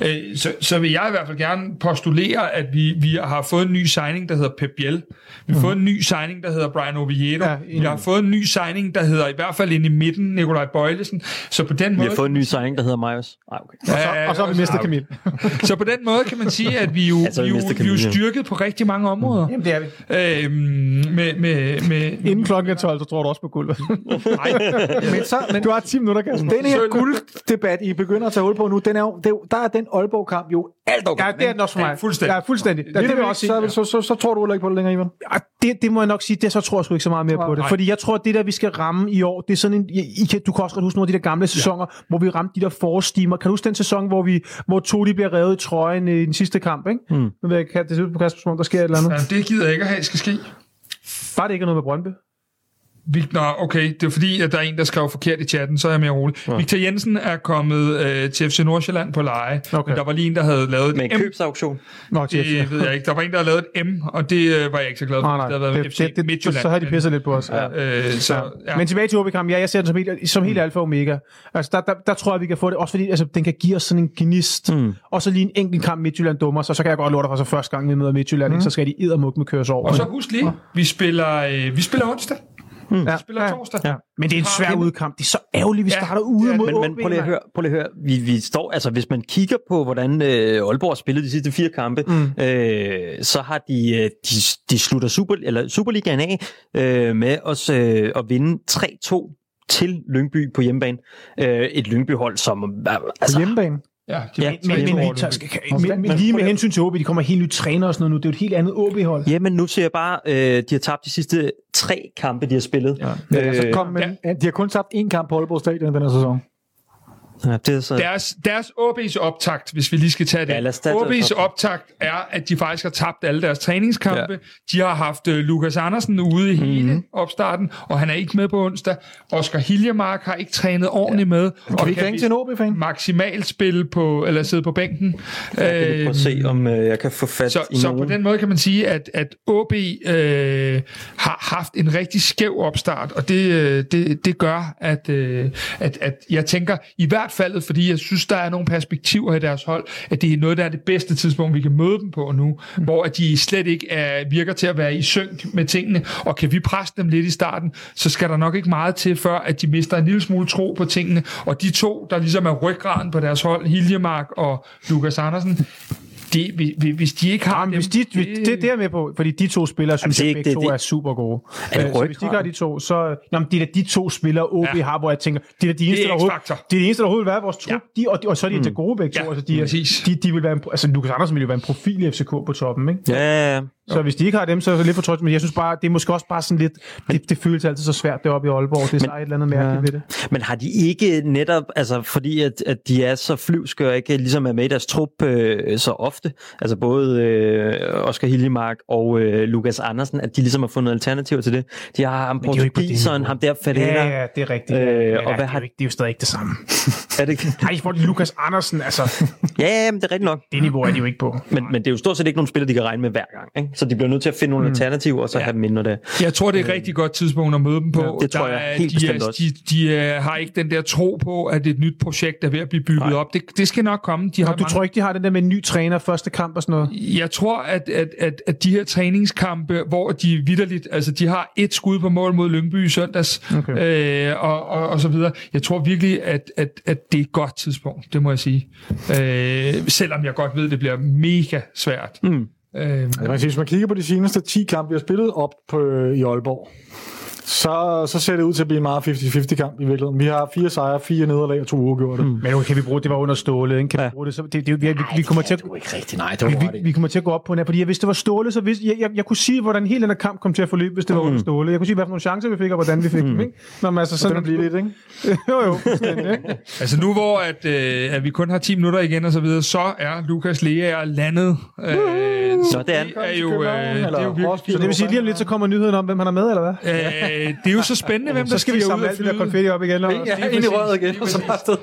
så vil jeg i hvert fald gerne postulere, at vi har fået en ny signing, der hedder Pep Biel. Vi har fået en ny signing, der hedder Brian Oviedo. Vi har fået en ny signing, der hedder i hvert fald inde i midten, Nikolaj Bøjlesen. Så på den måde... Vi har fået en ny signing, der hedder Marius. Okay. Og så har vi mistet Camille. Så på den måde kan man sige, at vi er jo styrket på rigtig mange områder. Jamen, det er vi. Inden klokken er 12, så tror du også på gulvet. Nej. Men du har 10 minutter, Carsten. Den her gulddebat, I begynder at tage hul på nu, den er, der er den Aalborg-kamp jo alt okay. Ja, det er den også for mig. Fuldstændig. Ja, det vil jeg også sige. Så tror du heller ikke på det længere, Ivan? Ja, det må jeg nok sige. Så tror jeg sgu ikke så meget mere på det. Fordi jeg tror, at det der, vi skal ramme i år, det er sådan en... Du kan også godt huske nogle af de der gamle sæsoner, hvor vi ramte de der forstimer. Kan du huske den sæson, hvor Todi bliver revet i trøjen i den sidste kamp, ikke? Nu ved jeg ikke, det er på Kasper, der sker et eller andet. Ja, det gider jeg ikke at have, skal ske. Bare det ikke er noget med Brøndby? Nå, okay. Det er fordi, at der er en, der skrev forkert i chatten, så er jeg mere rolig. Ja. Victor Jensen er kommet til FC Nordsjælland på leje, men der var lige en, der havde lavet et med en købsauktion. Det ved jeg ikke. Der var en, der havde lavet et M, og det var jeg ikke så glad for. Nej. Det havde været FC Midtjylland. Så har de pisset lidt på os. Men tilbage til OB-kampen. Jeg ser den som helt alfa og omega. Altså, der tror jeg, vi kan få det. Også fordi den kan give os sådan en gnist. Og så lige en enkelt kamp Midtjylland dummer, så kan jeg godt love dig for, så første gang vi møder Midtjylland, så skal de eddermuk med køres over. Og så husk lige, vi spiller onsdag. Vi spiller torsdag. Ja. Men det er en svær udkamp. Det er så ærgerligt, vi starter ude mod OB. Men prøv lige at høre. Vi står, altså hvis man kigger på, hvordan Aalborg har spillet de sidste 4 kampe, så har de slutter Superligaen af med os at vinde 3-2 til Lyngby på hjemmebane. Et Lyngby-hold, som... Altså, på hjemmebane? Ja, men lige med hensyn til OB, de kommer helt nyt træner og sådan noget nu. Det er jo et helt andet OB-hold. Jamen, nu ser jeg bare, de har tabt de sidste 3 kampe, de har spillet. Ja. De har kun tabt 1 kamp på Aalborg Stadion den her sæson. Ja, det er så... Deres OB's optakt, hvis vi lige skal tage det. Ja, OB's optakt er, at de faktisk har tabt alle deres træningskampe. Ja. De har haft Lukas Andersen ude i hele opstarten, og han er ikke med på onsdag. Oscar Hiljemark har ikke trænet ordentligt med. Kan vi ikke ringe til en OB-fan? Maksimalt spille på, eller sidde på bænken. Jeg kan prøve at se, om jeg kan få fat i nogen. Så på den måde kan man sige, at OB har haft en rigtig skæv opstart, og det gør, at jeg tænker, i hvert faldet, fordi jeg synes, der er nogle perspektiver i deres hold, at det er noget, der er det bedste tidspunkt, vi kan møde dem på nu, hvor at de slet ikke virker til at være i synk med tingene, og kan vi presse dem lidt i starten, så skal der nok ikke meget til, før at de mister en lille smule tro på tingene, og de 2, der ligesom er ryggraden på deres hold, Hiljemark og Lukas Andersen, hvis de ikke har dem... Det er med på, fordi de 2 spillere, synes jeg, begge 2 er super gode. Så hvis de ikke har de 2, så... Jamen, det er de 2 spillere, OB har, hvor jeg tænker, det er de eneste, der overhovedet vil være vores trup, og så er de til gode begge 2. Altså, de vil være... Altså, Lukas Andersen vil jo være en profil i FCK på toppen, ikke? Ja. Så hvis de ikke har dem, så er det lidt for trygt, men jeg synes bare, det er måske også bare sådan lidt... Det føles altid så svært deroppe i Aalborg. Det er så et eller andet mærkeligt ved det. Men har de ikke netop... Altså, fordi at de er så flyvskøre, ikke ligesom er med i deres trup så ofte, altså både Oscar Hiljemark og Lukas Andersen, at de ligesom har fundet alternativer til det. De har ham portugiseren, ham der Fadena. Ja, det er rigtigt. Og hvad har det er jo stadig ikke det samme. Er det ikke? Nej, for Lukas Andersen, altså... Ja, men det er rigtigt nok. Det niveau er de jo ikke på. Men det er jo stort set ikke nogen spillere, de kan regne med hver gang, ikke? Så de bliver nødt til at finde nogle alternativer, og så have dem ind, når det... Jeg tror, det er et rigtig godt tidspunkt at møde dem på. Ja, det tror jeg helt bestemt også. De har ikke den der tro på, at et nyt projekt er ved at blive bygget op. Det skal nok komme. Du tror ikke, de har den der med en ny træner, første kamp og sådan noget? Jeg tror, at de her træningskampe, hvor de vitterligt, altså de har 1 skud på mål mod Lyngby i søndags, og så videre. Jeg tror virkelig, at det er et godt tidspunkt, det må jeg sige. Selvom jeg godt ved, at det bliver mega svært. Hvis man kigger på de seneste 10 kampe, vi har spillet op i Aalborg, så ser det ud til at blive en meget 50-50 kamp i virkeligheden. Vi har 4 sejre, 4 nederlag og 2 uafgjorte. Men okay, kan vi bruge det var under Ståle, ikke? Kan vi bruge det så vi kommer til at vi kommer til at gå op på den her, fordi hvis det var Ståle, så jeg kunne sige hvordan hele den her kamp kom til at forløbe, hvis det var under Ståle. Jeg kunne sige hvad for nogle chancer vi fik og hvordan vi fik dem, ikke? Nå, men altså sådan bliver lidt, ikke? jo. Altså nu hvor at vi kun har 10 minutter igen og så videre, så er Lukas Lea landet. Så det er jo virkelig. Så det vil sige lige om lidt så kommer nyheden om hvem han er med eller hvad? Det er jo så spændende hvem der skal vi samle alt det der konfetti op igen. Ind i røret igen, og så bare sted.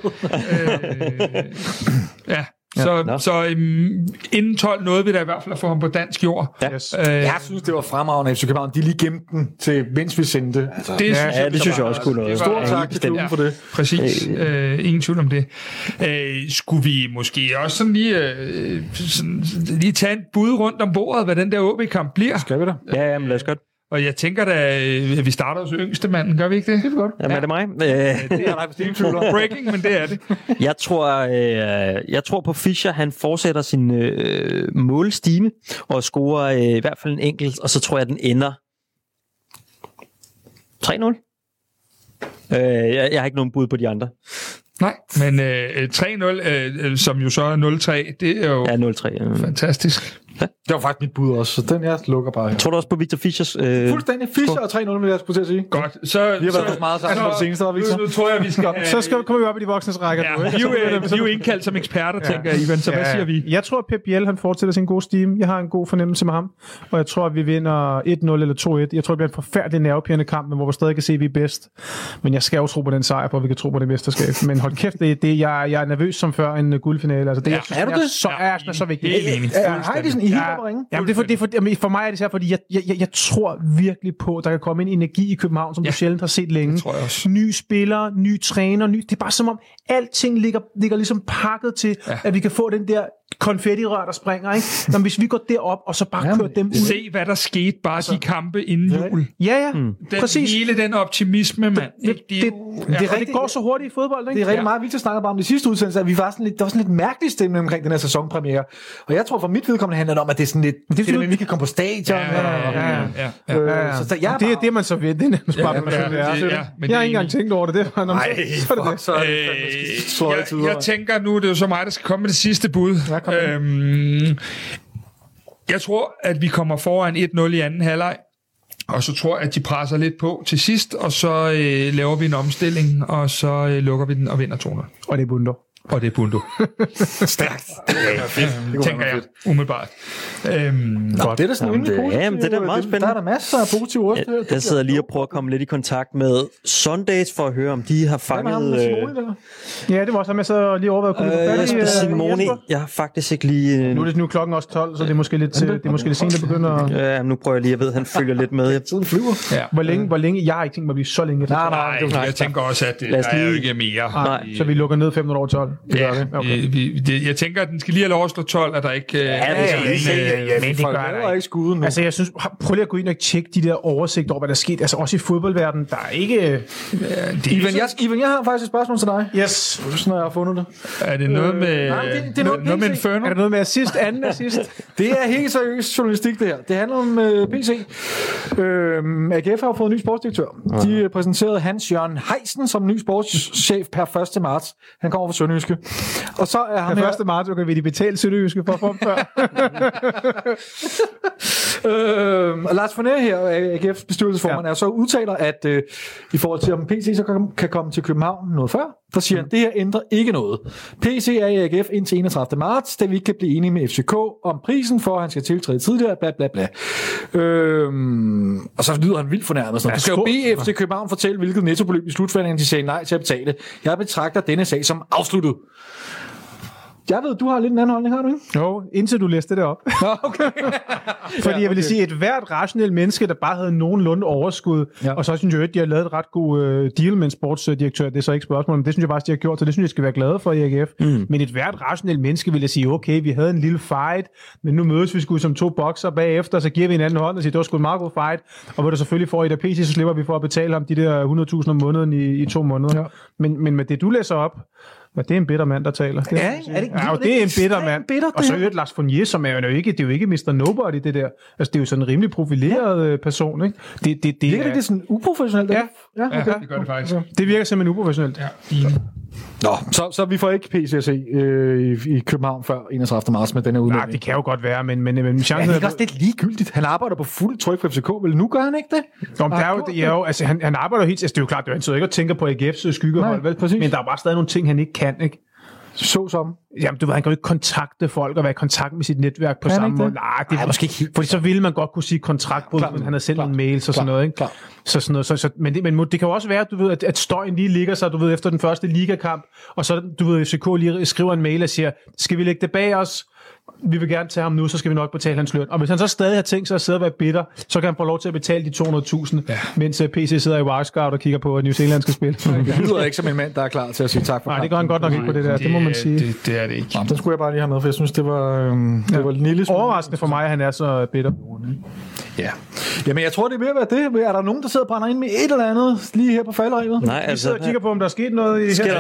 Så inden 12 nåede vi da i hvert fald at få ham på dansk jord. Jeg synes, det var fremragende, FC København. De lige gemte den til, mens vi sendte. Altså, det synes jeg også kunne noget. Stort tak til klubben for det. Præcis. Ingen tvivl om det. Skulle vi måske også sådan lige tage en bud rundt om bordet, hvad den der OB-kamp bliver? Skal vi da? Ja, men lad os godt. Og jeg tænker da, at vi starter hos yngste manden, gør vi ikke det? Det er godt. Jamen, er det mig? Det er der bestemt tvivl om. Breaking, men det er det. Jeg tror på Fischer, han fortsætter sin målstime og scorer i hvert fald en enkelt, og så tror jeg, den ender 3-0. Jeg har ikke nogen bud på de andre. Nej, men 3-0, som jo så er 0-3, det er jo 0-3, fantastisk. Det var faktisk mit bud også, så den jeg lukker bare her. Tror du også på Victor Fischers? Fuldstændig. Fischer og 3-0, vil jeg skulle til at sige. Godt. Så vi har været meget sammen på det seneste, Victor. Nu tror jeg, vi skal... Så kommer vi op i de voksnes rækker. Ja, vi er jo indkaldt som eksperter, tænker jeg, Ivan. Så hvad siger vi? Jeg tror, Pep Biel, han fortsætter sin gode stime. Jeg har en god fornemmelse med ham. Og jeg tror, at vi vinder 1-0 eller 2-1. Jeg tror, det bliver en forfærdelig nervepirrende kamp, men hvor vi stadig kan se, at vi er bedst. Men jeg skal jo tro på den sejr, for at vi kan tro på det mesterskab. Men hold kæft, jeg er nervøs som før en guldfinale. Altså, det, er du det? Så vigtigt. Har I det sådan i Hilderborg? For mig er det så, fordi jeg tror virkelig på, at der kan komme en energi i København, som du sjældent har set længe. Nye spillere, nye træner, det er bare som om, alting ligger ligesom pakket til, at vi kan få den der konfettirør, der springer, ikke? Når hvis vi går derop og så bare kører dem ud. Se, hvad der skete bare de kampe inden jul. Ja, præcis. Hele den optimisme, mand. Det går så hurtigt i fodbold, ikke? Det er rigtig meget, Victor snakker bare om det sidste udsendelse, at vi var sådan lidt, der var sådan lidt mærkelig stemning omkring den her sæsonpremiere. Og jeg tror, for mit vedkommende handler det om, at det er sådan lidt, det er, vi kan komme på stadion. Det er det, man så ved. Det er nærmest bare, man jeg har ikke engang tænkt over det. Jeg tænker nu, det er jo så mig, der skal komme med det sidste bud. Jeg tror, at vi kommer foran 1-0 i anden halvleg, og så tror jeg, at de presser lidt på til sidst, og så laver vi en omstilling, og så lukker vi den og vinder 2-0. Og det er Bundo. Og det er Bundo. Stærkt. Det tænker jeg umiddelbart. Det er da sådan rimelig positivt. Ja, det er da meget spændende. Der er der masser af positive ord. Jeg sidder lige og prøver at komme lidt i kontakt med Sundays for at høre, om de har fanget... Ja, det var også, jeg så lige overvejet. Simone, jeg har faktisk ikke lige... Nu er klokken også 12, så det er måske lidt sent, at begynder... Ja, nu prøver jeg lige, jeg ved, han følger lidt med. Tiden flyver. Ja. Hvor længe? Jeg har ikke tænkt mig at blive så længe. Nej, jeg tænker også, at der er jo ikke mere. Nej, så vi lukker ned 5 minutter over 12. Jeg tænker, at den skal lige have lov at slå 12, at der ikke... men det gør der ikke skuden nu. Altså, jeg synes, prøv lige at gå ind og tjekke de der oversigt over, hvad der er sket. Altså, også i fodboldverdenen, der er ikke... Ivan, jeg har faktisk et spørgsmål til dig. Yes. Når jeg har fundet det. Er det noget med... det er noget med Inferno? Er det noget med assist? Anden assist? Det er helt seriøs journalistik, det her. Det handler om PC. AGF har fået en ny sportsdirektør. De præsenterede Hans-Jørgen Heisen som ny sportschef per 1. marts. Han kommer fra Sønderjyske. Og så er han per 1. marts, kan vi de betale Sønderjyske for at før. Lars Fornær her, AGF's bestyrelsesformand, er så udtaler, at i forhold til om PC så kan komme til København noget før, der siger han, det her ændrer ikke noget. PC er i AGF indtil 31. marts, da vi ikke kan blive enige med FCK om prisen for, at han skal tiltræde tidligere, bla bla bla. Og så lyder han vildt fornærmet. Du skal jo bede FC København fortælle, hvilket nettobeløb i slutforhandlingen de sagde nej til at betale. Jeg betragter denne sag som afsluttet. Jeg ved, du har lidt en anden holdning, har du ikke? Jo, indtil du læste det op. Okay. Fordi jeg vil sige, et hvert rationelt menneske, der bare havde nogenlunde overskud, og så synes jeg, at de har lavet et ret god deal med en sportsdirektør, det er så ikke spørgsmål, men det synes jeg faktisk, de har gjort, så det synes jeg skal være glade for i AGF. Men et hvert rationelt menneske vil jeg sige, okay, vi havde en lille fight, men nu mødes vi sgu som 2 bokser bagefter, så giver vi en anden hånd og siger, det var sgu en meget god fight, og hvor der selvfølgelig får i der PC, så slipper vi for at betale ham de der 100.000 om måneden i 2 måneder. Ja. Men med det, du læser op, Ja, det er en bitter mand, der taler. Det er det ikke? Ja, det er en bitter mand. Bitter, og så Lars Fournier, som er jo ikke, det er jo ikke Mr. Nobody, det der. Altså, det er jo sådan en rimelig profileret person, ikke? Det virker det sådan uprofessionelt? Ja, det gør det faktisk. Det virker simpelthen uprofessionelt. Ja, Nå, så vi får ikke PCC i København før 31. marts med denne udmelding. Nej, det kan jo godt være, men chancen er det også lidt ligegyldigt. Han arbejder på fuld tryk for FCK, vel nu gør han ikke det? Nå, det er jo, altså han arbejder jo helt, altså det er jo klart, han sidder ikke og tænker på AGF's skyggehold, vel? Præcis. Men der er bare stadig nogle ting, han ikke kan, ikke? Såsom? Jamen, du ved, han kan jo ikke kontakte folk og være i kontakt med sit netværk på samme måde. Nej, det er måske ikke helt. Fordi så ville man godt kunne sige kontraktbrud, men han har sendt en mail og sådan noget, ikke? Så sådan noget. Men det kan jo også være, du ved, at støjen lige ligger sig, du ved, efter den første ligakamp, og så, du ved, FCK lige skriver en mail og siger, skal vi lægge det bag os? Vi vil gerne tage ham nu, så skal vi nok betale hans løn. Og hvis han så stadig har tænkt sig at sidde og være bitter, så kan han få lov til at betale de 200.000, mens PC sidder i Wirescout og kigger på New Zealandske spil. Det lyder ikke som en mand, der er klar til at sige tak for Nej, det gør han godt nok ikke på det der. Det må man sige. Det er det ikke. Den skulle jeg bare lige have med, for jeg synes, det var en lille smule overraskende for mig, at han er så bitter. Ja. Jamen, jeg tror, det er ved at være det. Er der nogen, der sidder og brænder ind med et eller andet lige her på falderevet? Nej, altså... Vi sidder og kigger på, om der er sket noget i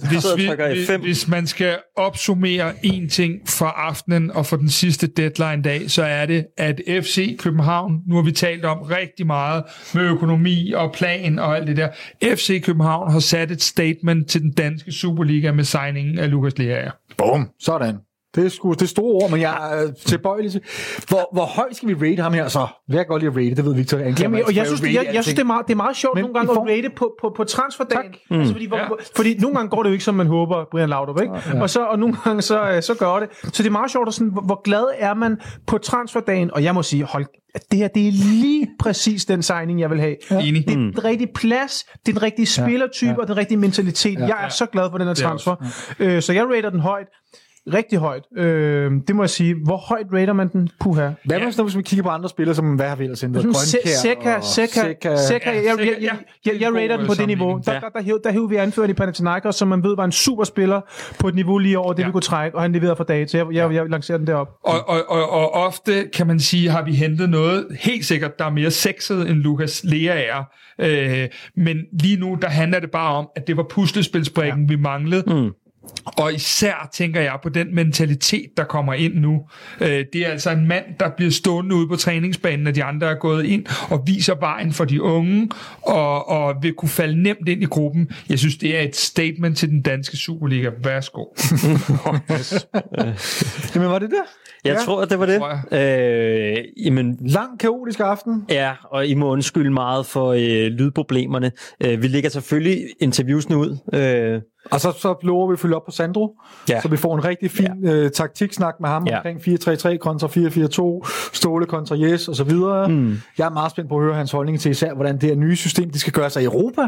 her. Hvis man skal opsummere en ting fra aftenen og for den sidste deadline-dag, så er det, at FC København, nu har vi talt om rigtig meget med økonomi og plan og alt det der. FC København har sat et statement til den danske Superliga med signingen af Lukas Leaer. Bum, sådan. Det er store ord, men jeg er tilbøjelig til. Hvor højt skal vi rate ham her så? Hvad jeg godt lide at rate, det ved Victor. Jamen, jeg synes, det er meget sjovt nogle gange at rate på transferdagen. Altså, fordi nogle gange går det jo ikke, som man håber, Brian Laudrup, ikke? Ja. Og nogle gange så gør det. Så det er meget sjovt, at sådan, hvor glad er man på transferdagen? Og jeg må sige, det her, det er lige præcis den signing, jeg vil have. Ja. Det er den rigtige plads, det er den rigtige spillertype og den rigtige mentalitet. Jeg er så glad for den her transfer. Så jeg rater den højt. Rigtig højt. Det må jeg sige. Hvor højt rater man den? Puha. Hvad med sådan, hvis vi kigger på andre spillere, som hvad har vi ellers hentet? Seca. Jeg rater den på det niveau. Der hævde vi anført i Panathinaikos, som man ved var en super spiller på et niveau lige over det, vi kunne trække, og han leverede for dage. Så jeg lancerer den derop. Og ofte kan man sige, har vi hentet noget helt sikkert, der er mere sexet end Lukas Leaer er. Men lige nu, der handler det bare om, at det var puslespilsbrikken, vi manglede. Og især tænker jeg på den mentalitet, der kommer ind nu. Det er altså en mand, der bliver stående ude på træningsbanen, når de andre er gået ind og viser vejen for de unge, og vil kunne falde nemt ind i gruppen. Jeg synes, det er et statement til den danske Superliga. Værsgo. Jamen, var det det? Jeg tror, det var det. Jamen, lang, kaotisk aften. Ja, og I må undskylde meget for lydproblemerne. Vi lægger selvfølgelig interviewsene ud. Og så lover vi at følge op på Sandro, så vi får en rigtig fin taktiksnak med ham omkring 4-3-3 kontra 4-4-2, Ståle kontra Jes og så videre. Jeg er meget spændt på at høre hans holdning til især, hvordan det her nye system, det skal gøre sig i Europa.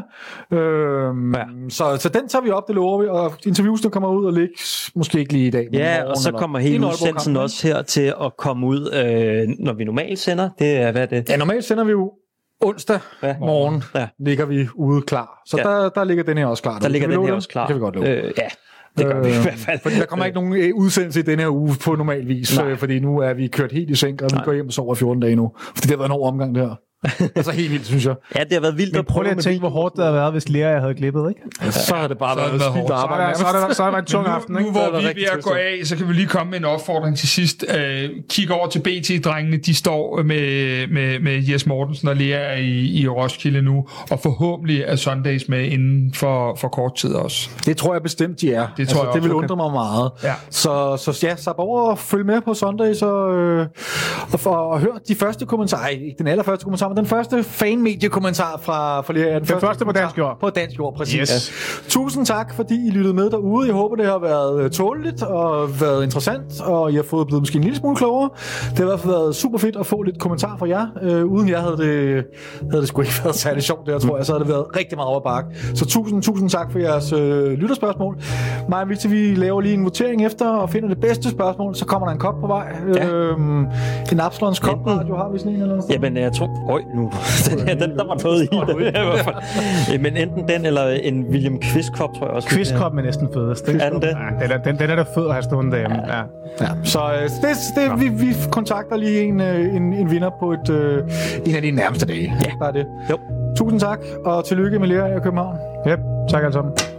Så den tager vi op, det lover vi, og interviewsene kommer ud og ligger måske ikke lige i dag. Ja, og så kommer hele udsendelsen også her til at komme ud, når vi normalt sender. Det er, hvad er det? Ja, normalt sender vi jo onsdag morgen, ligger vi ude klar. Så der ligger den her også klar. Der ligger den her også klar. Det kan vi godt love. Ja, det gør vi i hvert fald. Fordi der kommer ikke nogen udsendelse i den her uge på normal vis, fordi nu er vi kørt helt i sænk, og vi går hjem og sover 14 dage nu. Fordi det har været en hård omgang der. Altså helt vildt, synes jeg. Ja, det har været vildt. Men prøv lige at tænke, hvor hårdt det havde været, hvis Lea havde klippet, ikke? Ja, så har det bare været spildt arbejde. Så har det været en tung aften, ikke? Nu hvor vi er ved at gå af, så kan vi lige komme med en opfordring til sidst. Kig over til BT-drengene. De står med Jes Mortensen og Lea i Roskilde nu, og forhåbentlig er Sundays med inden for kort tid også. Det tror jeg bestemt, de er. Det tror jeg det vil undre mig meget. Ja. Så over og følg med på Sundays og hør de første kommentarer. Ikke den allerførste kommentar, den første fanmediekommentar fra Lea. Den første på dansk jord. På dansk jord, præcis. Yes. Ja. Tusind tak, fordi I lyttede med derude. Jeg håber, det har været tåleligt og været interessant, og I har fået blevet måske en lille smule klogere. Det har i hvert fald været super fedt at få lidt kommentar fra jer. Uden jer havde det sgu ikke været særlig sjovt, der tror jeg. Så havde det været rigtig meget over bakke. Så tusind tak for jeres lytterspørgsmål. Mig og Victor, vi laver lige en votering efter og finder det bedste spørgsmål. Så kommer der en kop på vej. Ja. En Absalons kopradio har vi sådan en eller andet. Jamen, jeg tror... nu. Den der var noget i det. Men enten den, eller en William Quist-kop, tror jeg også. Quist-kop er næsten fedest. Er den det? Ja, den er da fed at have stående derhjemme. Ja. Så vi kontakter lige en vinder på en af de nærmeste dage. Ja. Bare det. Jo. Tusind tak, og tillykke med Lea i København. Ja, tak alle sammen.